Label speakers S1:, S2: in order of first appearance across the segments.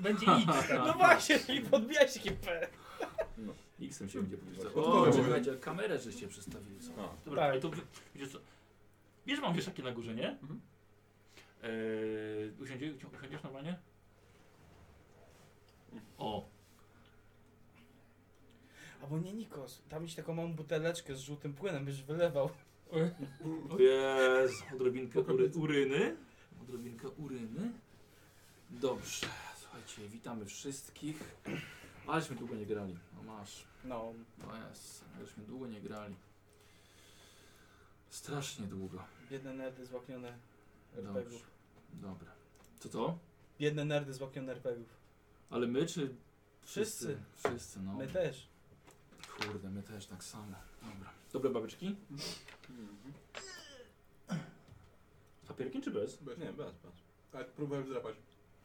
S1: będzie X.
S2: No właśnie, i podbijać ekipę.
S3: X-em się będzie powiedzieć.
S4: O,
S3: O, czekajcie, kamerę żeście przestawili.
S4: A.
S1: Dobra,
S2: Tak.
S1: ale to wiecie co? Wiesz, mam wieszaki na górze, nie?
S4: Mhm.
S1: Usiądziesz normalnie? O,
S2: Albo nie Nikos, tam mieć taką małą buteleczkę z żółtym płynem, byś wylewał.
S1: o jest, odrobinkę uryny. Odrobinkę uryny. Dobrze, słuchajcie, witamy wszystkich. Aleśmy długo nie grali. No masz.
S2: No,
S1: O jest, aleśmy długo nie grali. Strasznie długo.
S2: biedne nerdy złaknione
S1: Dobrze.
S2: RPGów.
S1: Dobra. Co?
S2: Biedne nerdy złaknione RPGów.
S1: Ale my czy...
S2: Wszyscy.
S1: Wszyscy, no.
S2: My też.
S1: Kurde, my też tak samo. Dobra. Dobre babeczki? Papierkiem czy bez?
S4: Nie, bez. Tak, próbowałem zdrapać.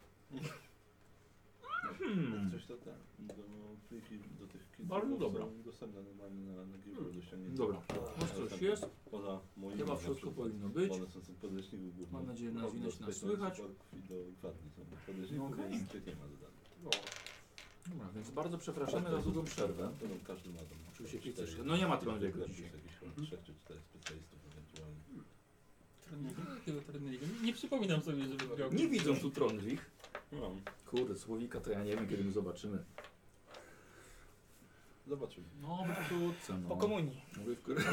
S5: Coś to tak. Pliki do tych
S1: Bardzo dobra.
S5: są dostępne normalnie na Giveaway do ściągnięcia.
S1: Dobra. Masz coś jest?
S5: Poza moimi.
S1: Chyba wszystko powinno być.
S5: One są podręczników głównych.
S1: Mam nadzieję, że nas
S5: Do
S1: widać, nas
S5: specjalnych
S1: słychać.
S5: sportów I do kwadli są podręczników,
S1: Okej.
S5: więc nie ma zadania.
S1: Dobra, więc bardzo przepraszamy za długą przerwę.
S5: Każdy ma tam.
S1: Oczywiście
S5: cztery-
S1: pizzę. No nie ma trądziego
S5: jakichś
S1: dzisiaj.
S5: 3 czy 4 specjalistów ewentualnie.
S1: Mhm.
S6: Trudnego. Nie przypominam sobie, żeby grał.
S1: Nie widzą tu Trondwich.
S5: Mam.
S1: Kurde, Słowika to ja nie wiem, kiedy my zobaczymy.
S5: Zobaczymy.
S1: No, wkrótce, no.
S2: Po komunii.
S1: Mówię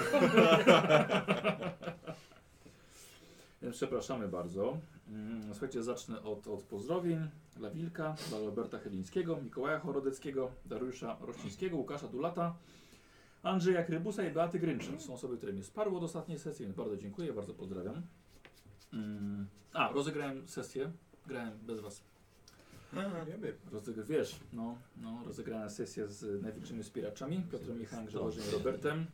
S1: Więc przepraszamy bardzo. Słuchajcie, zacznę od pozdrowień dla Wilka, dla Roberta Chylińskiego, Mikołaja Chorodeckiego, Dariusza Rościńskiego, Łukasza Dulata, Andrzeja Krybusa i Beaty Grynczyn. Są osoby, które mnie wsparły od ostatniej sesji, więc bardzo dziękuję, bardzo pozdrawiam. Rozegrałem sesję, grałem bez was.
S4: Nie wiem.
S1: Wiesz, rozegrałem sesję z największymi wspieraczami, Piotrem, Michałem, Grzegorzem i Robertem.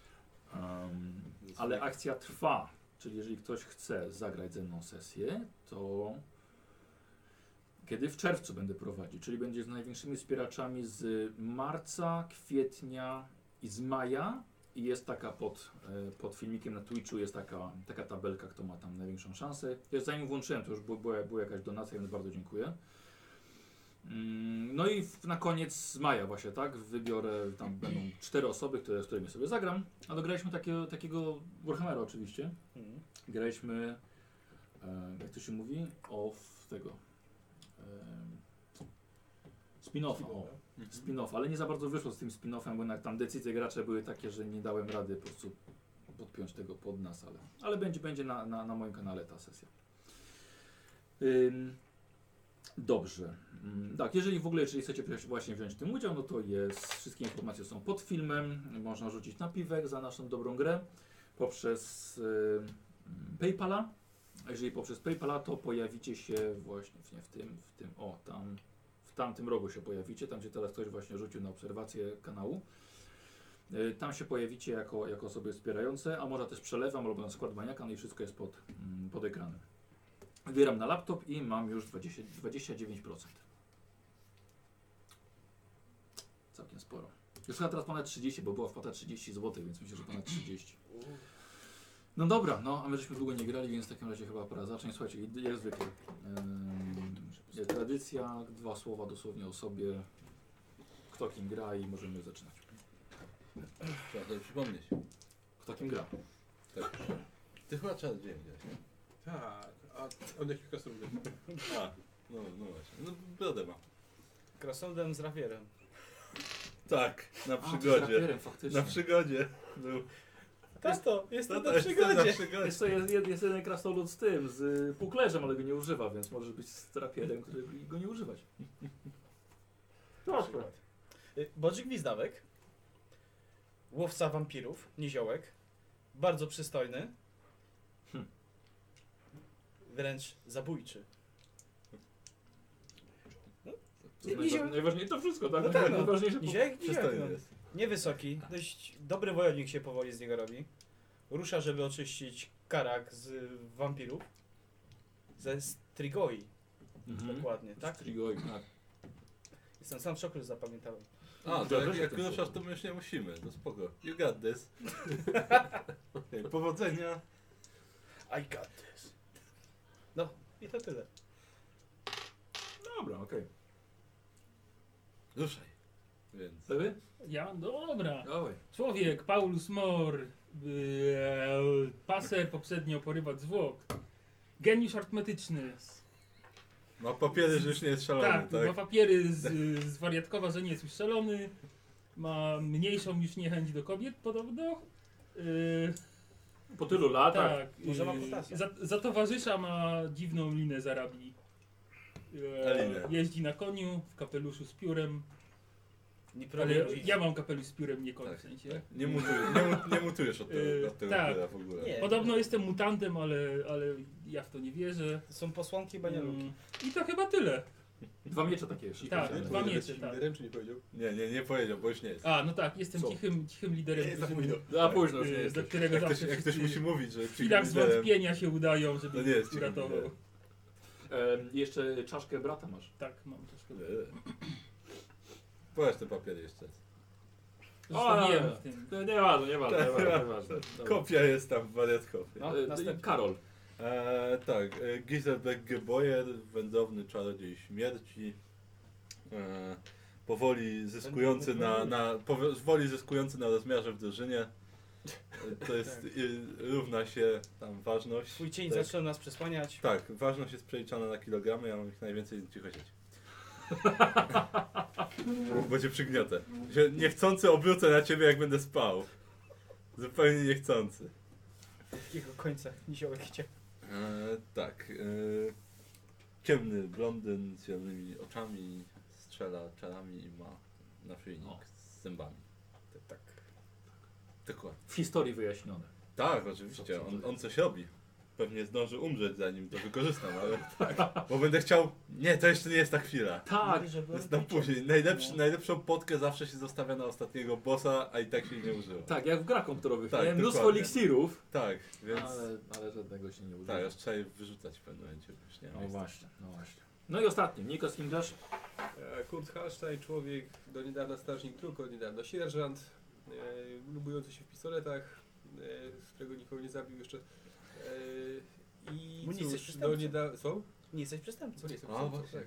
S1: Ale akcja trwa, czyli jeżeli ktoś chce zagrać ze mną sesję, to kiedy w czerwcu będę prowadzić, czyli będzie z największymi wspieraczami z marca, kwietnia i z maja. I jest taka pod filmikiem na Twitchu, jest taka tabelka, kto ma tam największą szansę. Ja zanim włączyłem, to już była jakaś donacja, więc bardzo dziękuję. No i na koniec maja właśnie, tak, wybiorę, tam będą 4 osoby, z którymi sobie zagram. A dograliśmy takiego Warhammera oczywiście. Graliśmy, jak to się mówi, spin-offa. Spin-off, ale nie za bardzo wyszło z tym spin-offem, bo tam decyzje gracze były takie, że nie dałem rady po prostu podpiąć tego pod nas, ale będzie na moim kanale ta sesja. Dobrze. Tak, jeżeli chcecie właśnie wziąć w tym udział, no to wszystkie informacje są pod filmem. Można rzucić napiwek za naszą dobrą grę poprzez PayPala. A jeżeli poprzez PayPala, to pojawicie się właśnie w tamtym rogu się pojawicie, tam gdzie teraz ktoś właśnie rzucił na obserwację kanału. Tam się pojawicie jako osoby wspierające, a może też przelewam albo na skład maniaka, no i wszystko jest pod ekranem. Wybieram na laptop i mam już 29%. Całkiem sporo. Już chyba teraz ponad 30, bo była wpłata 30 zł, więc myślę, że ponad 30. No dobra, a my żeśmy długo nie grali, więc w takim razie chyba pora zacząć. Słuchajcie, jak zwykle. Jest tradycja, 2 słowa dosłownie o sobie, kto kim gra i możemy zaczynać.
S5: Trzeba sobie przypomnieć.
S1: Kto kim gra?
S5: Tak. Ty chyba czas gdzieś, nie?
S4: Tak, a on jakich krasnoludów?
S5: A, no właśnie. No brodę ma.
S2: Krasnoludem z Rafierem.
S5: Tak, na
S1: A, to z
S5: przygodzie.
S1: rapierem, faktycznie.
S5: Na przygodzie był.
S2: Jest to na
S5: jest
S2: przygodzie.
S5: na przygodzie.
S1: Jest jeden krasnolud z puklerzem, ale go nie używa, więc może być z rapierem, który go nie używać. Proszę.
S2: Bodzik Gwizdawek. Łowca wampirów, niziołek. Bardzo przystojny. Wręcz zabójczy.
S1: Najważniejsze to wszystko, tak?
S2: No tak,
S1: Najważniejsze
S2: Niziołek,
S5: Przystojny
S2: no.
S5: jest.
S2: Niewysoki, dość dobry wojownik się powoli z niego robi. Rusza, żeby oczyścić Karak z wampirów. Ze Strigoi, dokładnie, tak?
S1: Strigoi, tak.
S2: Jestem sam w szoku, że zapamiętałem.
S5: A, to jak ruszasz, to my już nie musimy. To spoko. You got this. Okay, powodzenia.
S2: I got this. No, i to tyle.
S1: Dobra, okej.
S5: Ruszaj. Więc...
S1: Lewy?
S6: Ja? Dobra.
S1: Dawaj.
S6: Człowiek, Paulus Mor, paser, poprzednio porywacz zwłok. Geniusz arytmetyczny.
S5: Ma papiery, że już nie jest szalony,
S6: Tak,
S5: tak?
S6: ma papiery z wariatkowa, że nie jest już szalony. Ma mniejszą już niechęć do kobiet podobno.
S1: Po tylu latach.
S6: Tak.
S2: Może ma potasję.
S6: Za towarzysza ma dziwną linę z Arabii.
S5: Linę.
S6: Jeździ na koniu, w kapeluszu z piórem.
S2: Nie
S6: Ale
S2: problem.
S6: ja mam kapelusz z piórem, nie koń
S5: Tak.
S6: w sensie.
S5: Nie mutujesz od tego
S6: tak.
S5: pyra w ogóle.
S2: Nie.
S6: Podobno jestem mutantem, ale ja w to nie wierzę.
S2: To są posłanki banialuki.
S6: I to chyba tyle.
S1: 2 miecze takie jeszcze.
S6: Tak,
S1: specjalne.
S6: dwa
S4: Powiedział,
S6: miecze,
S4: że
S6: tak.
S4: liderem, czy nie powiedział?
S5: Nie powiedział, bo już nie jest.
S6: A, no tak, jestem
S1: Co?
S6: cichym liderem
S4: Nie, za
S6: drużyny,
S4: późno.
S1: A późno już nie
S6: do
S1: jesteś.
S6: którego
S5: Jak
S6: zawsze
S5: ktoś
S6: wszyscy
S5: musi mówić, że
S6: w chwilach
S5: liderem,
S6: zwątpienia się udają, żeby
S5: to nie jest
S6: uratował.
S5: liderem.
S1: Jeszcze czaszkę brata masz.
S6: Tak, mam troszkę.
S5: Pokaż te papiery jeszcze raz.
S6: Zostawiłem
S1: A,
S6: w tym.
S1: No, nieważne. Dobra.
S5: Kopia jest tam w wariatkowie.
S2: No, następny.
S1: Karol.
S5: Tak, Giselbrecht Geboyer, wędrowny czarodziej śmierci. Powoli zyskujący na rozmiarze w drużynie. To jest równa się tam ważność.
S2: Twój cień
S5: Tak.
S2: zaczął nas przesłaniać.
S5: Tak, ważność jest przeliczana na kilogramy, ja mam ich najwięcej, cicho siedź. Bo cię przygniotę. Się niechcący obrócę na ciebie, jak będę spał. Zupełnie niechcący.
S2: Jakiego końca niziołek chciał.
S5: Tak. Ciemny blondyn z zielonymi oczami, strzela czarami i ma naszyjnik
S1: O.
S5: z zębami.
S2: Tak.
S5: Dokładnie.
S1: W historii wyjaśnione.
S5: Tak, oczywiście.
S1: Co to
S5: On
S1: jest?
S5: coś robi. Pewnie zdąży umrzeć, zanim to wykorzystam, ale bo będę chciał... Nie, to jeszcze nie jest ta chwila.
S1: Tak.
S5: To jest na później. Najlepszą potkę zawsze się zostawia na ostatniego bossa, a i tak się nie używa.
S1: Tak, jak w grach komputerowych.
S5: Tak,
S1: Miałem mnóstwo
S5: dokładnie.
S1: eliksirów,
S5: Tak, więc...
S1: ale żadnego się nie udało.
S5: Tak, aż trzeba je wyrzucać w pewnym momencie. Już nie ma
S1: No
S5: miejsca.
S1: właśnie. No i ostatni, Nikos Kimdasz.
S4: Kurt Hallstein, człowiek do niedawna strażnik, tylko od niedawna sierżant, lubujący się w pistoletach, z którego nikogo nie zabił jeszcze. I
S2: Bo nie jesteś
S4: cóż,
S2: przestępcą.
S4: do niedawna... Co?
S2: Nie jesteś przestępcą.
S4: Co nie jestem
S5: A,
S4: przestępcą,
S5: właśnie.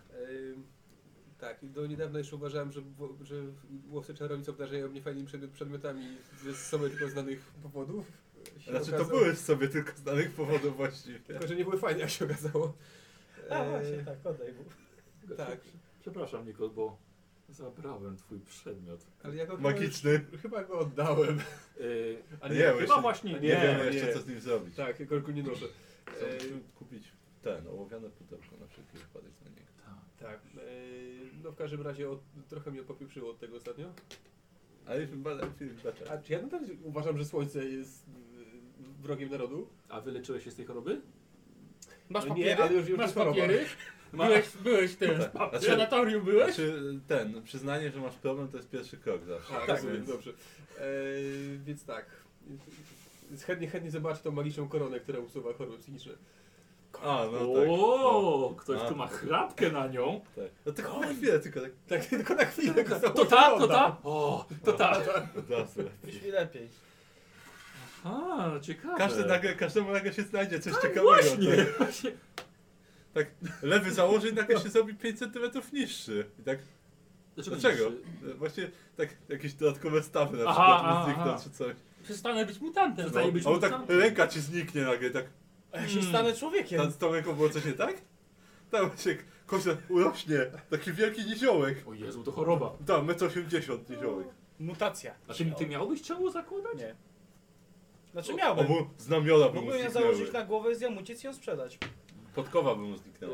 S4: tak, do niedawna jeszcze uważałem, że łowcy czarownic obdarzają mnie fajnymi przedmiotami ze sobie tylko znanych powodów. Się
S5: Znaczy to
S4: okazało-
S5: były sobie tylko z danych powodów właściwie.
S4: Tylko, że nie były fajne, jak się okazało.
S2: A właśnie, tak, oddaj mu.
S4: Tak,
S1: Przepraszam, Nikos, bo zabrałem twój przedmiot.
S4: ale ja go
S5: Magiczny.
S4: chyba go oddałem.
S1: A
S5: Nie,
S1: nie, chyba
S5: właśnie-
S1: właśnie
S5: Nie wiemy
S1: nie.
S5: jeszcze co z nim zrobić.
S4: Tak, ja go nie noszę.
S5: Musimy kupić ołowiane pudełko na wszelki wypadek na niego.
S4: Tak, no w każdym razie trochę mnie popieprzyło od tego ostatnio.
S5: Ale chyba lepiej dlaczego?
S4: A czy ja nadal uważam, że słońce jest wrogiem narodu?
S1: A wyleczyłeś się z tej choroby?
S6: Masz
S4: Nie,
S6: papiery?
S4: ale już
S6: Masz
S4: choroba.
S6: papiery? Byłeś ten.
S5: Tak.
S6: W sanatorium byłeś?
S5: Znaczy, przyznanie, że masz problem, to jest pierwszy krok zawsze.
S4: Tak,
S5: Więc-
S4: rozumiem, dobrze. Więc tak. Chętnie zobaczę tą magiczną koronę, która usuwa choroby psychiczne.
S5: A, no tak.
S1: O, ktoś
S5: A.
S1: tu ma chrapkę na nią.
S5: Tak. No tylko na chwilę, tylko tak
S4: Tak, tylko na chwilę.
S1: To ta? O, to ta.
S5: od razu.
S2: Już mi lepiej.
S1: A, ciekawe.
S5: Każdemu nagle się znajdzie coś
S1: Tak,
S5: ciekawego.
S1: właśnie.
S5: Tak, tak lewy założy i nagle się zrobi 5 cm niższy. I tak, dlaczego? Właśnie tak jakieś dodatkowe stawy na
S1: Aha,
S5: przykład mu
S1: aha,
S5: znikną
S1: aha.
S5: czy coś.
S6: Przestanę być mutantem.
S1: Przestań być
S5: Albo tak
S1: mutantem.
S5: ręka ci zniknie nagle, tak.
S2: A ja się stanę człowiekiem.
S5: Z tą ręką było coś nie tak? Tam się końca urośnie, taki wielki niziołek.
S1: O Jezu, to choroba.
S5: Tam, 1,80 m niziołek.
S2: Mutacja.
S1: A ty miałbyś ciało zakładać?
S2: Nie. Znaczy
S5: O
S2: miałbym.
S5: mu znamiona by mu
S2: Mógłbym ją
S5: zniknęły.
S2: założyć na głowę, zjamuciec i ją sprzedać.
S5: Podkowa by mu zniknęła.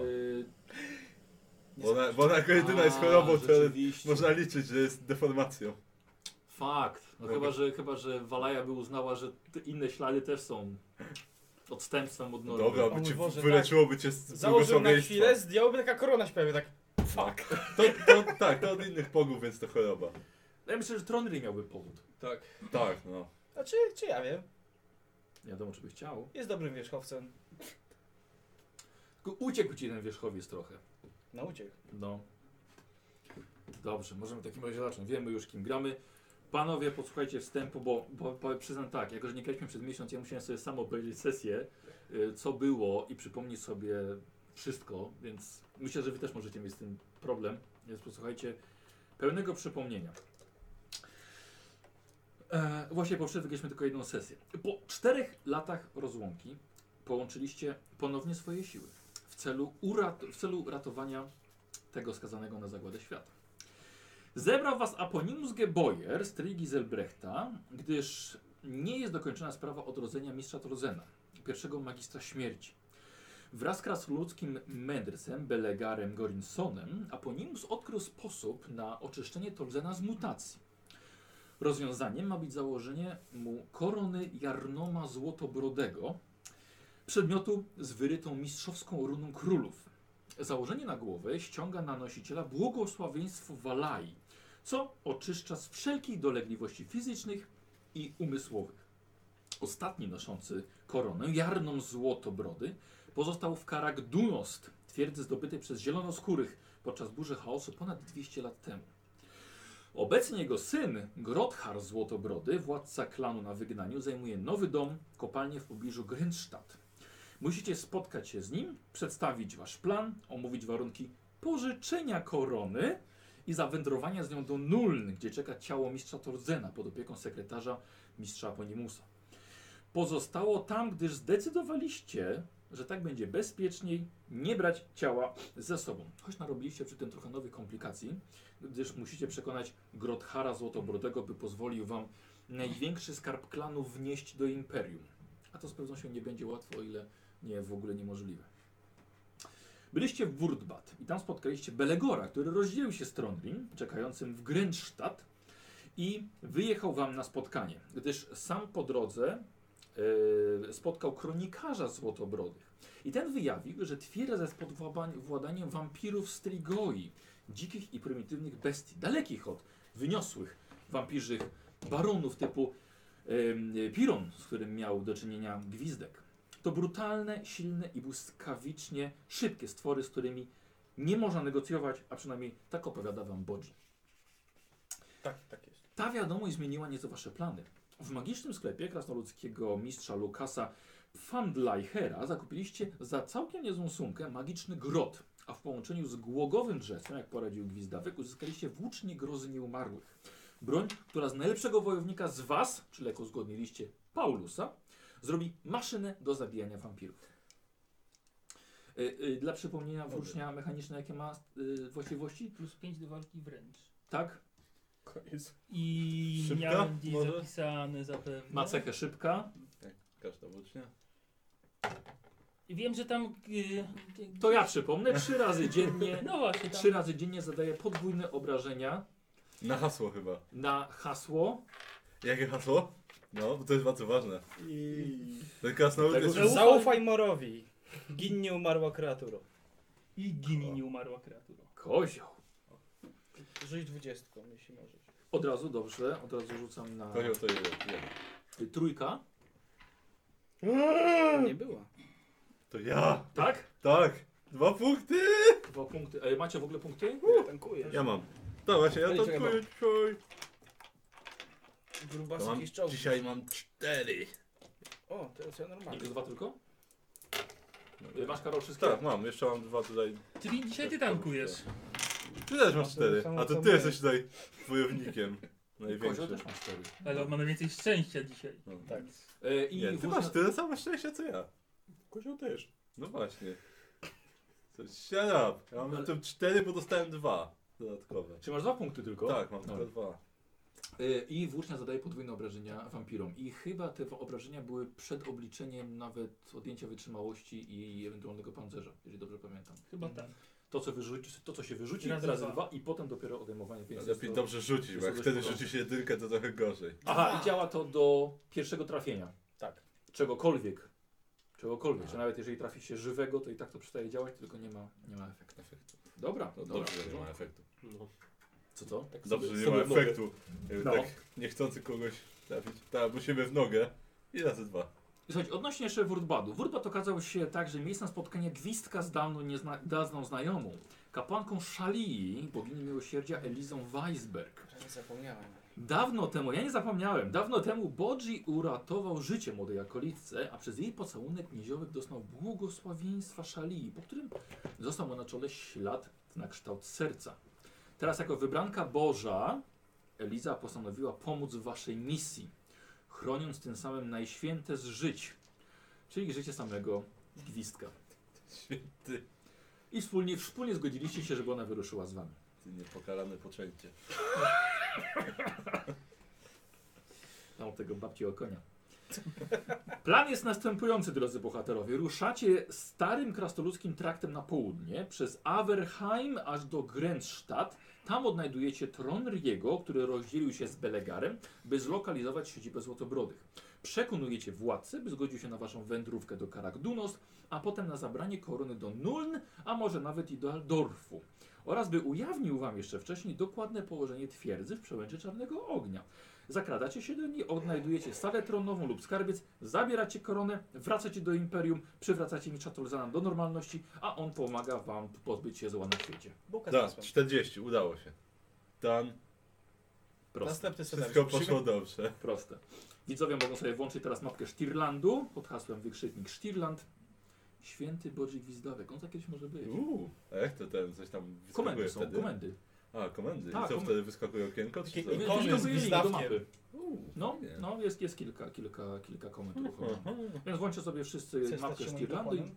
S1: Yy,
S5: Bo ona jako jedyna jest chorobą, to
S1: rzeczywiście.
S5: można liczyć, że jest deformacją.
S1: Fakt. No chyba, że Walaja by uznała, że te inne ślady też są odstępstwem od normy.
S5: Dobra,
S2: O
S5: by
S2: mój
S5: cię
S2: Boże,
S5: wyleczyłoby cię z
S2: Założył na
S5: błogosławieństwa.
S2: chwilę, zdjąłby taka korona śpiewy, tak.
S5: Fuck. Tak, to od innych pogów, więc to choroba.
S1: Ja myślę, że Tronry miałby powód.
S4: Tak.
S5: Tak, no.
S2: A czy ja wiem?
S1: Nie wiadomo, czy by chciał.
S2: Jest dobrym wierzchowcem.
S1: Tylko uciekł ci ten wierzchowiec trochę.
S2: Na uciek.
S1: No. Dobrze, możemy w takim razie zacząć. Wiemy już, kim gramy. Panowie, posłuchajcie wstępu, bo przyznam tak, jako że nie graliśmy przez miesiąc, ja musiałem sobie sam obejrzeć sesję, co było i przypomnieć sobie wszystko, więc myślę, że wy też możecie mieć z tym problem. Więc posłuchajcie, pełnego przypomnienia. Właśnie poprzedliśmy tylko jedną sesję. Po 4 latach rozłąki połączyliście ponownie swoje siły w celu ratowania tego skazanego na zagładę świata. Zebrał was Aponimus Geboyer z Trygi Zelbrechta, gdyż nie jest dokończona sprawa odrodzenia mistrza Torzena, pierwszego magistra śmierci. Wraz z krasnoludzkim mędrcem Belegarem Gorinsonem Aponimus odkrył sposób na oczyszczenie Torzena z mutacji. Rozwiązaniem ma być założenie mu korony Jarnoma Złotobrodego, przedmiotu z wyrytą mistrzowską runą królów. Założenie na głowę ściąga na nosiciela błogosławieństwo Walai, co oczyszcza z wszelkich dolegliwości fizycznych i umysłowych. Ostatni noszący koronę, Jarnom Złotobrody, pozostał w Karak Dunost, twierdzy zdobytej przez zielonoskórych podczas burzy chaosu ponad 200 lat temu. Obecnie jego syn, Grothar Złotobrody, władca klanu na wygnaniu, zajmuje nowy dom, kopalnię w pobliżu Grünstadt. Musicie spotkać się z nim, przedstawić wasz plan, omówić warunki pożyczenia korony i zawędrowania z nią do Nuln, gdzie czeka ciało mistrza Torzena pod opieką sekretarza mistrza Aponimusa. Pozostało tam, gdyż zdecydowaliście, że tak będzie bezpieczniej nie brać ciała ze sobą. Choć narobiliście przy tym trochę nowych komplikacji, gdyż musicie przekonać Grothara Złotobrodego, by pozwolił wam największy skarb klanu wnieść do Imperium. A to z pewnością nie będzie łatwo, o ile nie w ogóle niemożliwe. Byliście w Wurdbad i tam spotkaliście Belegora, który rozdzielił się z Trondheim, czekającym w Grünstadt, i wyjechał wam na spotkanie, gdyż sam po drodze spotkał kronikarza Złotobrodych. I ten wyjawił, że twierdza jest pod władaniem wampirów Strigoi, dzikich i prymitywnych bestii, dalekich od wyniosłych wampirzych baronów typu Piron, z którym miał do czynienia Gwizdek. To brutalne, silne i błyskawicznie szybkie stwory, z którymi nie można negocjować, a przynajmniej tak opowiada wam Bodzi.
S2: Tak jest.
S1: Ta wiadomość zmieniła nieco wasze plany. W magicznym sklepie krasnoludzkiego mistrza Lukasa Pfandleichera zakupiliście za całkiem niezłą sumkę magiczny grot, a w połączeniu z głogowym drzewem, jak poradził Gwizdawek, uzyskaliście włócznie grozy nieumarłych. Broń, która z najlepszego wojownika z was, czyli jak uzgodniliście Paulusa, zrobi maszynę do zabijania wampirów. Dla przypomnienia, włócznia mechaniczna jakie ma właściwości?
S6: +5 do walki wręcz.
S1: Tak?
S4: Koniec.
S6: I
S5: Szybka?
S6: miałem gdzieś
S5: Może?
S6: zapisane zapewne.
S1: Ma cechę szybka.
S5: Jak każda włócznia.
S6: I wiem, że tam...
S1: To ja przypomnę, 3 razy dziennie.
S6: No właśnie, tam
S1: 3 razy dziennie zadaje podwójne obrażenia
S5: Na hasło chyba.
S1: na hasło.
S5: Jakie hasło? No, bo to jest bardzo ważne. Ten krasnolud
S1: Tego,
S5: jest...
S1: że-
S2: Zaufaj Morowi. Gin nie umarła kreatura.
S6: i gini nie umarła kreatura.
S1: Kozioł.
S2: Rzuć 20, jeśli możesz.
S1: Od razu, dobrze. Od razu rzucam na
S5: Kozioł to jeden.
S1: trójka.
S2: Nie była.
S5: To ja!
S1: Tak?
S5: Tak! 2 punkty!
S1: 2 punkty. Macie w ogóle punkty?
S2: Tankuję.
S5: Ja mam. To właśnie, ja
S2: Ej, czekaj,
S5: tankuję dzisiaj.
S2: Grubas
S5: To mam,
S2: jakiś czołg.
S5: dzisiaj mam 4.
S2: O, teraz ja normalnie.
S1: Nie, 2 tylko? Masz Karol wszystkie?
S5: Tak, mam. Jeszcze mam 2 tutaj.
S6: Czyli dzisiaj ty tankujesz.
S5: Ty też masz 4.
S2: samo
S5: A to
S2: co
S5: ty
S2: my.
S5: jesteś tutaj wojownikiem.
S1: Kozioł
S5: Największym.
S1: też ma 4.
S6: Ale on ma najwięcej szczęścia dzisiaj.
S5: No.
S2: Tak.
S1: I
S5: Nie, ty
S1: włócznia-
S5: masz tyle samo szczęścia co ja.
S4: Kozioł też.
S5: No właśnie. To shut up. Ja mam
S1: Ale-
S5: tym 4, bo dostałem 2 dodatkowe.
S1: Czy masz 2 punkty tylko?
S5: Tak, mam
S1: No.
S5: tylko 2.
S1: I włócznia zadaje podwójne obrażenia wampirom. I chyba te obrażenia były przed obliczeniem nawet odjęcia wytrzymałości i ewentualnego pancerza, jeżeli dobrze pamiętam.
S6: Chyba tak.
S1: To co się wyrzuci
S6: Razy
S1: razy
S6: dwa.
S1: 2 i potem dopiero odejmowanie. Więc jest
S5: Lepiej
S1: to...
S5: dobrze rzucić,
S1: jest
S5: bo
S1: to
S5: jak
S1: dość
S5: wtedy
S1: porządku.
S5: rzucisz jedynkę, to trochę gorzej.
S1: Aha, i działa to do pierwszego trafienia.
S2: Tak.
S1: Czegokolwiek. Czy nawet jeżeli trafi się żywego, to i tak to przestaje działać, tylko nie ma efektu. Dobra,
S5: No
S1: dobra.
S5: dobrze, że nie ma efektu.
S4: No.
S1: Co?
S2: Tak
S5: Dobrze,
S2: sobie-
S5: że nie ma
S4: sobie w nogę.
S5: efektu. Jakby
S1: No.
S5: tak niechcący kogoś trafić. Tak, musimy w nogę. I razy 2.
S1: Słuchajcie, odnośnie jeszcze Wurdbadu. Wurdbad okazał się tak, że miejscem spotkania gwizdka z dawną znajomą, kapłanką Szalii, bogini miłosierdzia Elizą Weisberg.
S2: Prawie zapomniałem.
S1: Dawno temu, ja nie zapomniałem, dawno temu Bodzi uratował życie młodej akolitce, a przez jej pocałunek niziołek dostał błogosławieństwa Szalii, po którym został mu na czole ślad na kształt serca. Teraz jako wybranka Boża Eliza postanowiła pomóc w waszej misji, chroniąc tym samym najświęte z żyć, czyli życie samego gwizdka.
S5: Święty,
S1: I wspólnie zgodziliście się, żeby ona wyruszyła z wami.
S5: ty niepokalane poczęcie.
S1: Tam od tego babci o konia. Plan jest następujący, drodzy bohaterowie. Ruszacie starym krasnoludzkim traktem na południe, przez Averheim aż do Grenzstadt. Tam odnajdujecie tron Riego, który rozdzielił się z Belegarem, by zlokalizować siedzibę Złotobrodych. Przekonujecie władcę, by zgodził się na waszą wędrówkę do Karak-Dunos, a potem na zabranie korony do Nuln, a może nawet i do Aldorfu. Oraz by ujawnił wam jeszcze wcześniej dokładne położenie twierdzy w przełęczy Czarnego Ognia. Zakradacie się do niej, odnajdujecie salę tronową lub skarbiec, zabieracie koronę, wracacie do Imperium, przywracacie mistrza Tolzana do normalności, a on pomaga wam pozbyć się zła na świecie.
S2: Bułka z
S5: Da,
S2: masłem.
S5: 40, udało się. Dan,
S1: Proste.
S2: Następny scenariusz.
S5: wszystko poszło dobrze.
S1: Proste. Widzowie mogą sobie włączyć teraz mapkę Stirlandu pod hasłem wykrzyknik Stirland. Święty Boży Gwizdawek. On za kiedyś może być.
S5: A jak to ten coś tam wyskakuje
S1: Komendy są,
S5: wtedy?
S1: komendy.
S5: A, komendy.
S1: Tak,
S5: I co,
S1: komendy.
S5: wtedy wyskakuje okienko? Czy
S2: Takie
S5: co?
S2: ikony.
S1: Wyskakuje
S2: z
S1: link do
S2: gwizdawkiem.
S1: mapy. No,
S5: fajnie.
S1: no jest kilka komentów.
S5: Aha.
S1: Więc włączcie sobie wszyscy
S2: Chcesz
S1: mapkę
S2: stać się moim
S1: Stirlandu.
S2: kapłanem?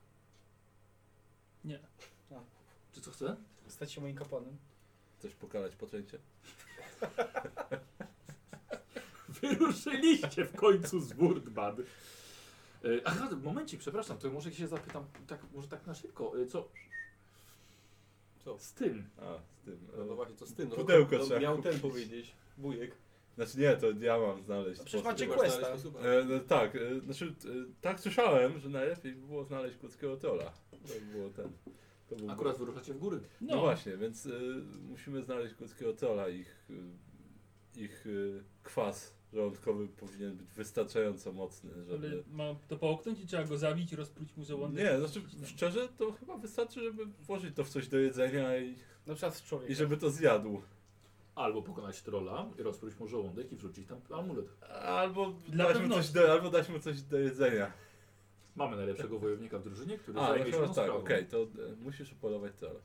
S6: Nie.
S1: Czy co chce?
S2: Stać się moim kapłanem.
S5: Chcesz pokalać poczęcie?
S1: Wyruszyliście w końcu z Wurdbad. Aha, momencik, przepraszam, to może się zapytam, może tak na szybko. Co?
S4: Co?
S1: Z tym.
S5: A, z tym.
S4: No właśnie, co z tym? No,
S5: Pudełko
S4: no,
S5: trzeba
S4: miał
S5: kupić.
S4: ten powiedzieć. Wujek.
S5: Znaczy nie, to ja mam znaleźć.
S2: A przecież
S5: sposób.
S2: macie
S4: Masz
S2: questa.
S4: znaleźć sposób?
S5: No, tak, tak słyszałem, że najlepiej by było znaleźć kuckiego trola. To by było ten. To był
S1: Akurat wyruszacie w góry.
S5: No właśnie, więc musimy znaleźć kuckiego trola. Ich kwas żołądkowy powinien być wystarczająco mocny,
S6: Ale
S5: żeby...
S6: ma to połknąć i trzeba go zabić i rozpróć mu żołądek?
S5: Nie, znaczy szczerze to chyba wystarczy, żeby włożyć to w coś do jedzenia
S2: Na przykład z człowieka.
S5: i żeby to zjadł.
S1: Albo pokonać trolla, rozpróć mu żołądek i wrzucić tam amulet.
S5: Albo
S6: Dla
S5: dać, mu
S6: pewności.
S5: albo dać mu coś do jedzenia.
S1: Mamy najlepszego wojownika w drużynie, który
S5: A,
S1: zajmie się
S5: no
S1: tą
S5: tak,
S1: sprawą.
S5: okej, to musisz upolować trolla.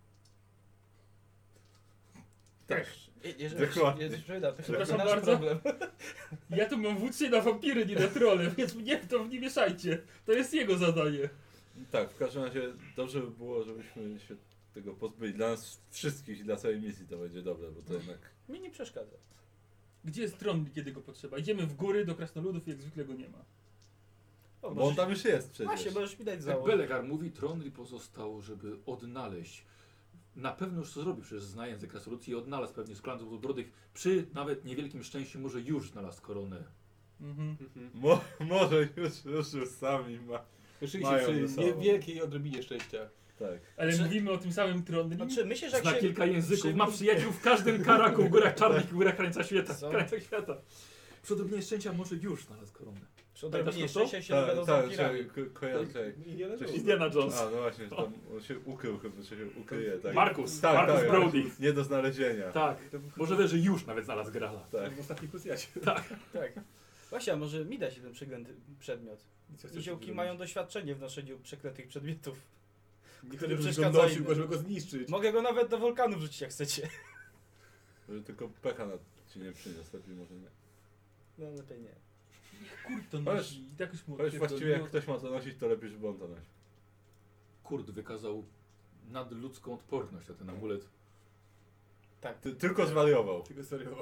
S5: Tak. Dokładnie.
S6: Przepraszam
S2: nasz
S6: bardzo.
S2: problem.
S6: Ja tu mam wódcy na wampiry, nie na trolle, więc mnie w to nie mieszajcie. To jest jego zadanie.
S5: Tak, w każdym razie dobrze by było, żebyśmy się tego pozbyli. Dla nas wszystkich i dla całej misji to będzie dobre, bo to jednak...
S2: Mi nie przeszkadza.
S6: Gdzie jest tron, kiedy go potrzeba? Idziemy w góry do krasnoludów i jak zwykle go nie ma.
S2: O,
S5: Bo on tam już jest przecież.
S2: Właśnie, możesz mi dać
S1: Jak
S2: założę.
S1: Belegar mówi, Tronri pozostało, żeby odnaleźć. Na pewno już to zrobił, przecież zna język krasnoludzki i odnalazł pewnie z klantów odbrodych. Przy nawet niewielkim szczęściu może już znalazł koronę.
S6: Mhm.
S5: Może już ruszył sami ma.
S4: Rzeczywiście
S5: Mają
S4: przy
S5: ze sobą.
S4: niewielkiej odrobinie szczęścia.
S5: Tak.
S6: Ale
S2: Czy-
S6: mówimy o tym samym Tronri.
S2: Znaczy, myślę, że jak
S1: Zna
S2: się...
S1: kilka języków,
S2: przy-
S1: ma przyjaciół w każdym karaku, w górach czarnych i górach krańca świata.
S2: Co?
S1: Krańcach świata. Przy odrobinie szczęścia może już znalazł koronę.
S2: Przy odrobinie
S1: Pamiętasz to?
S2: szczęścia się dogadą z wampirami.
S5: kojarzę.
S4: Indiana Jones.
S1: Indiana Jones.
S5: A, no właśnie, że tam on się ukrył chyba, że się ukryje, tak.
S1: Markus,
S5: Tak,
S1: Markus
S5: tak.
S1: Brody.
S5: Nie do znalezienia.
S1: Tak, może wiesz, że już nawet znalazł Grala.
S5: Tak.
S4: W ostatnim krucjacie.
S2: Tak. Właśnie, a może mi da się ten przeklęty przedmiot.
S4: I co chcesz
S2: Niziołki
S4: zrobić?
S2: mają doświadczenie w noszeniu przeklętych przedmiotów.
S4: Nie
S2: który
S4: chcesz,
S2: przeszkadza
S4: go nosił,
S2: innym.
S4: bo żeby go zniszczyć.
S2: Mogę go nawet do wulkanu wrzucić jak chcecie.
S5: Że tylko pecha ci nie przyniósł, lepiej może nie.
S2: No lepiej nie.
S6: Kurt to
S5: Chociaż-
S6: nosi i tak już mu
S5: Chociaż właściwie jak ktoś ma to nosić, to lepiej, żeby on to nosił.
S1: Kurt wykazał nadludzką odporność na ten amulet.
S2: Tak.
S5: Tylko zwariował.
S4: Tylko serio.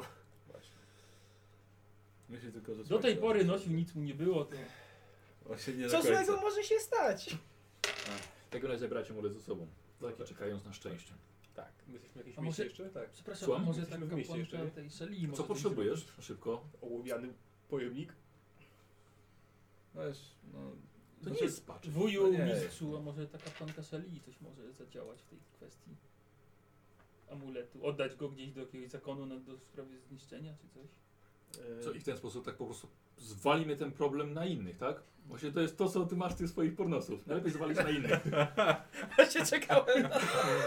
S5: Myślę tylko, że
S6: Do tej
S5: smakuje.
S6: pory nosił, nic mu nie było, to...
S5: Właśnie nie
S2: Co
S5: do końca.
S2: złego może się stać?
S1: W takim razie bracie amulet ze sobą. Taki czekając na szczęście.
S2: Tak.
S4: My jesteśmy w jakimś
S6: A
S4: mieście
S6: może-
S4: jeszcze? Tak.
S6: Przepraszam,
S1: Słucham?
S6: a może
S4: Jesteśmy
S6: tak
S4: w mieście jeszcze,
S6: kapłanka
S4: nie?
S6: tej Szeli... może
S1: Co
S6: coś
S1: potrzebujesz? Szybko.
S4: Ołowiany pojemnik.
S5: No wiesz, no...
S1: To nie
S5: znaczy-
S1: jest spacz.
S6: Wuju,
S5: No nie.
S6: mistrzu, a może ta kapłanka Szeli coś może zadziałać w tej kwestii amuletu? Oddać go gdzieś do jakiegoś zakonu do sprawy zniszczenia czy coś?
S1: Co i w ten sposób tak po prostu zwalimy ten problem na innych, tak? Właśnie to jest to, co ty masz tych swoich pornosów. Najlepiej zwalić na innych.
S2: Właśnie czekałem na to.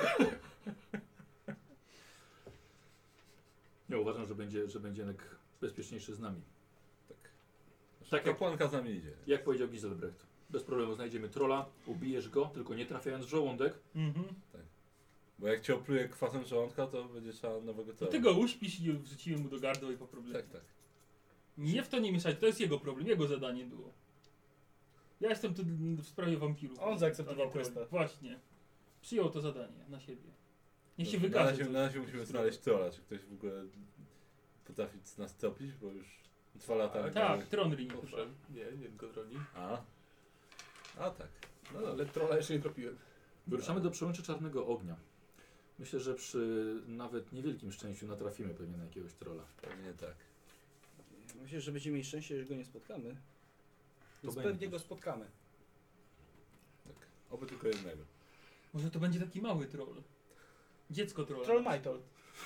S1: Nie uważam, że będzie jednak bezpieczniejszy z nami.
S5: Tak
S1: Tak jak,
S5: kapłanka z nami idzie.
S1: jak powiedział Giselbrecht. Bez problemu znajdziemy trolla, ubijesz go, tylko nie trafiając w żołądek.
S6: Mhm.
S5: Bo jak cię opluje kwasem żołądka, to będzie trzeba nowego
S6: To
S5: trolla.
S6: ty go uśpisz i wrzucimy mu do gardła i po problemie.
S5: Tak, tak.
S6: Nie w to nie mieszać, to jest jego problem, jego zadanie było. Ja jestem tu w sprawie wampirów.
S2: On zaakceptował
S6: A nie trolli.
S2: questa.
S6: Właśnie. Przyjął to zadanie na siebie. Niech się
S5: Dobrze,
S6: wykaże.
S5: Na razie musimy znaleźć trolla, czy ktoś w ogóle potrafi nas tropić, bo już 2 lata...
S6: Tak, Tronri chyba.
S4: Owszem, nie tylko troli.
S5: A tak. No dobra.
S4: Ale trolla jeszcze nie tropiłem.
S1: Wyruszamy do przełęczy Czarnego Ognia. Myślę, że przy nawet niewielkim szczęściu natrafimy pewnie na jakiegoś trolla.
S5: Pewnie tak.
S2: Myślę, że będziemy mieli szczęście, że go nie spotkamy. Więc
S1: będzie.
S2: pewnie go spotkamy.
S5: Tak. Oby tylko jednego.
S6: Może to będzie taki mały troll. Dziecko trolla.
S2: Troll Mytol.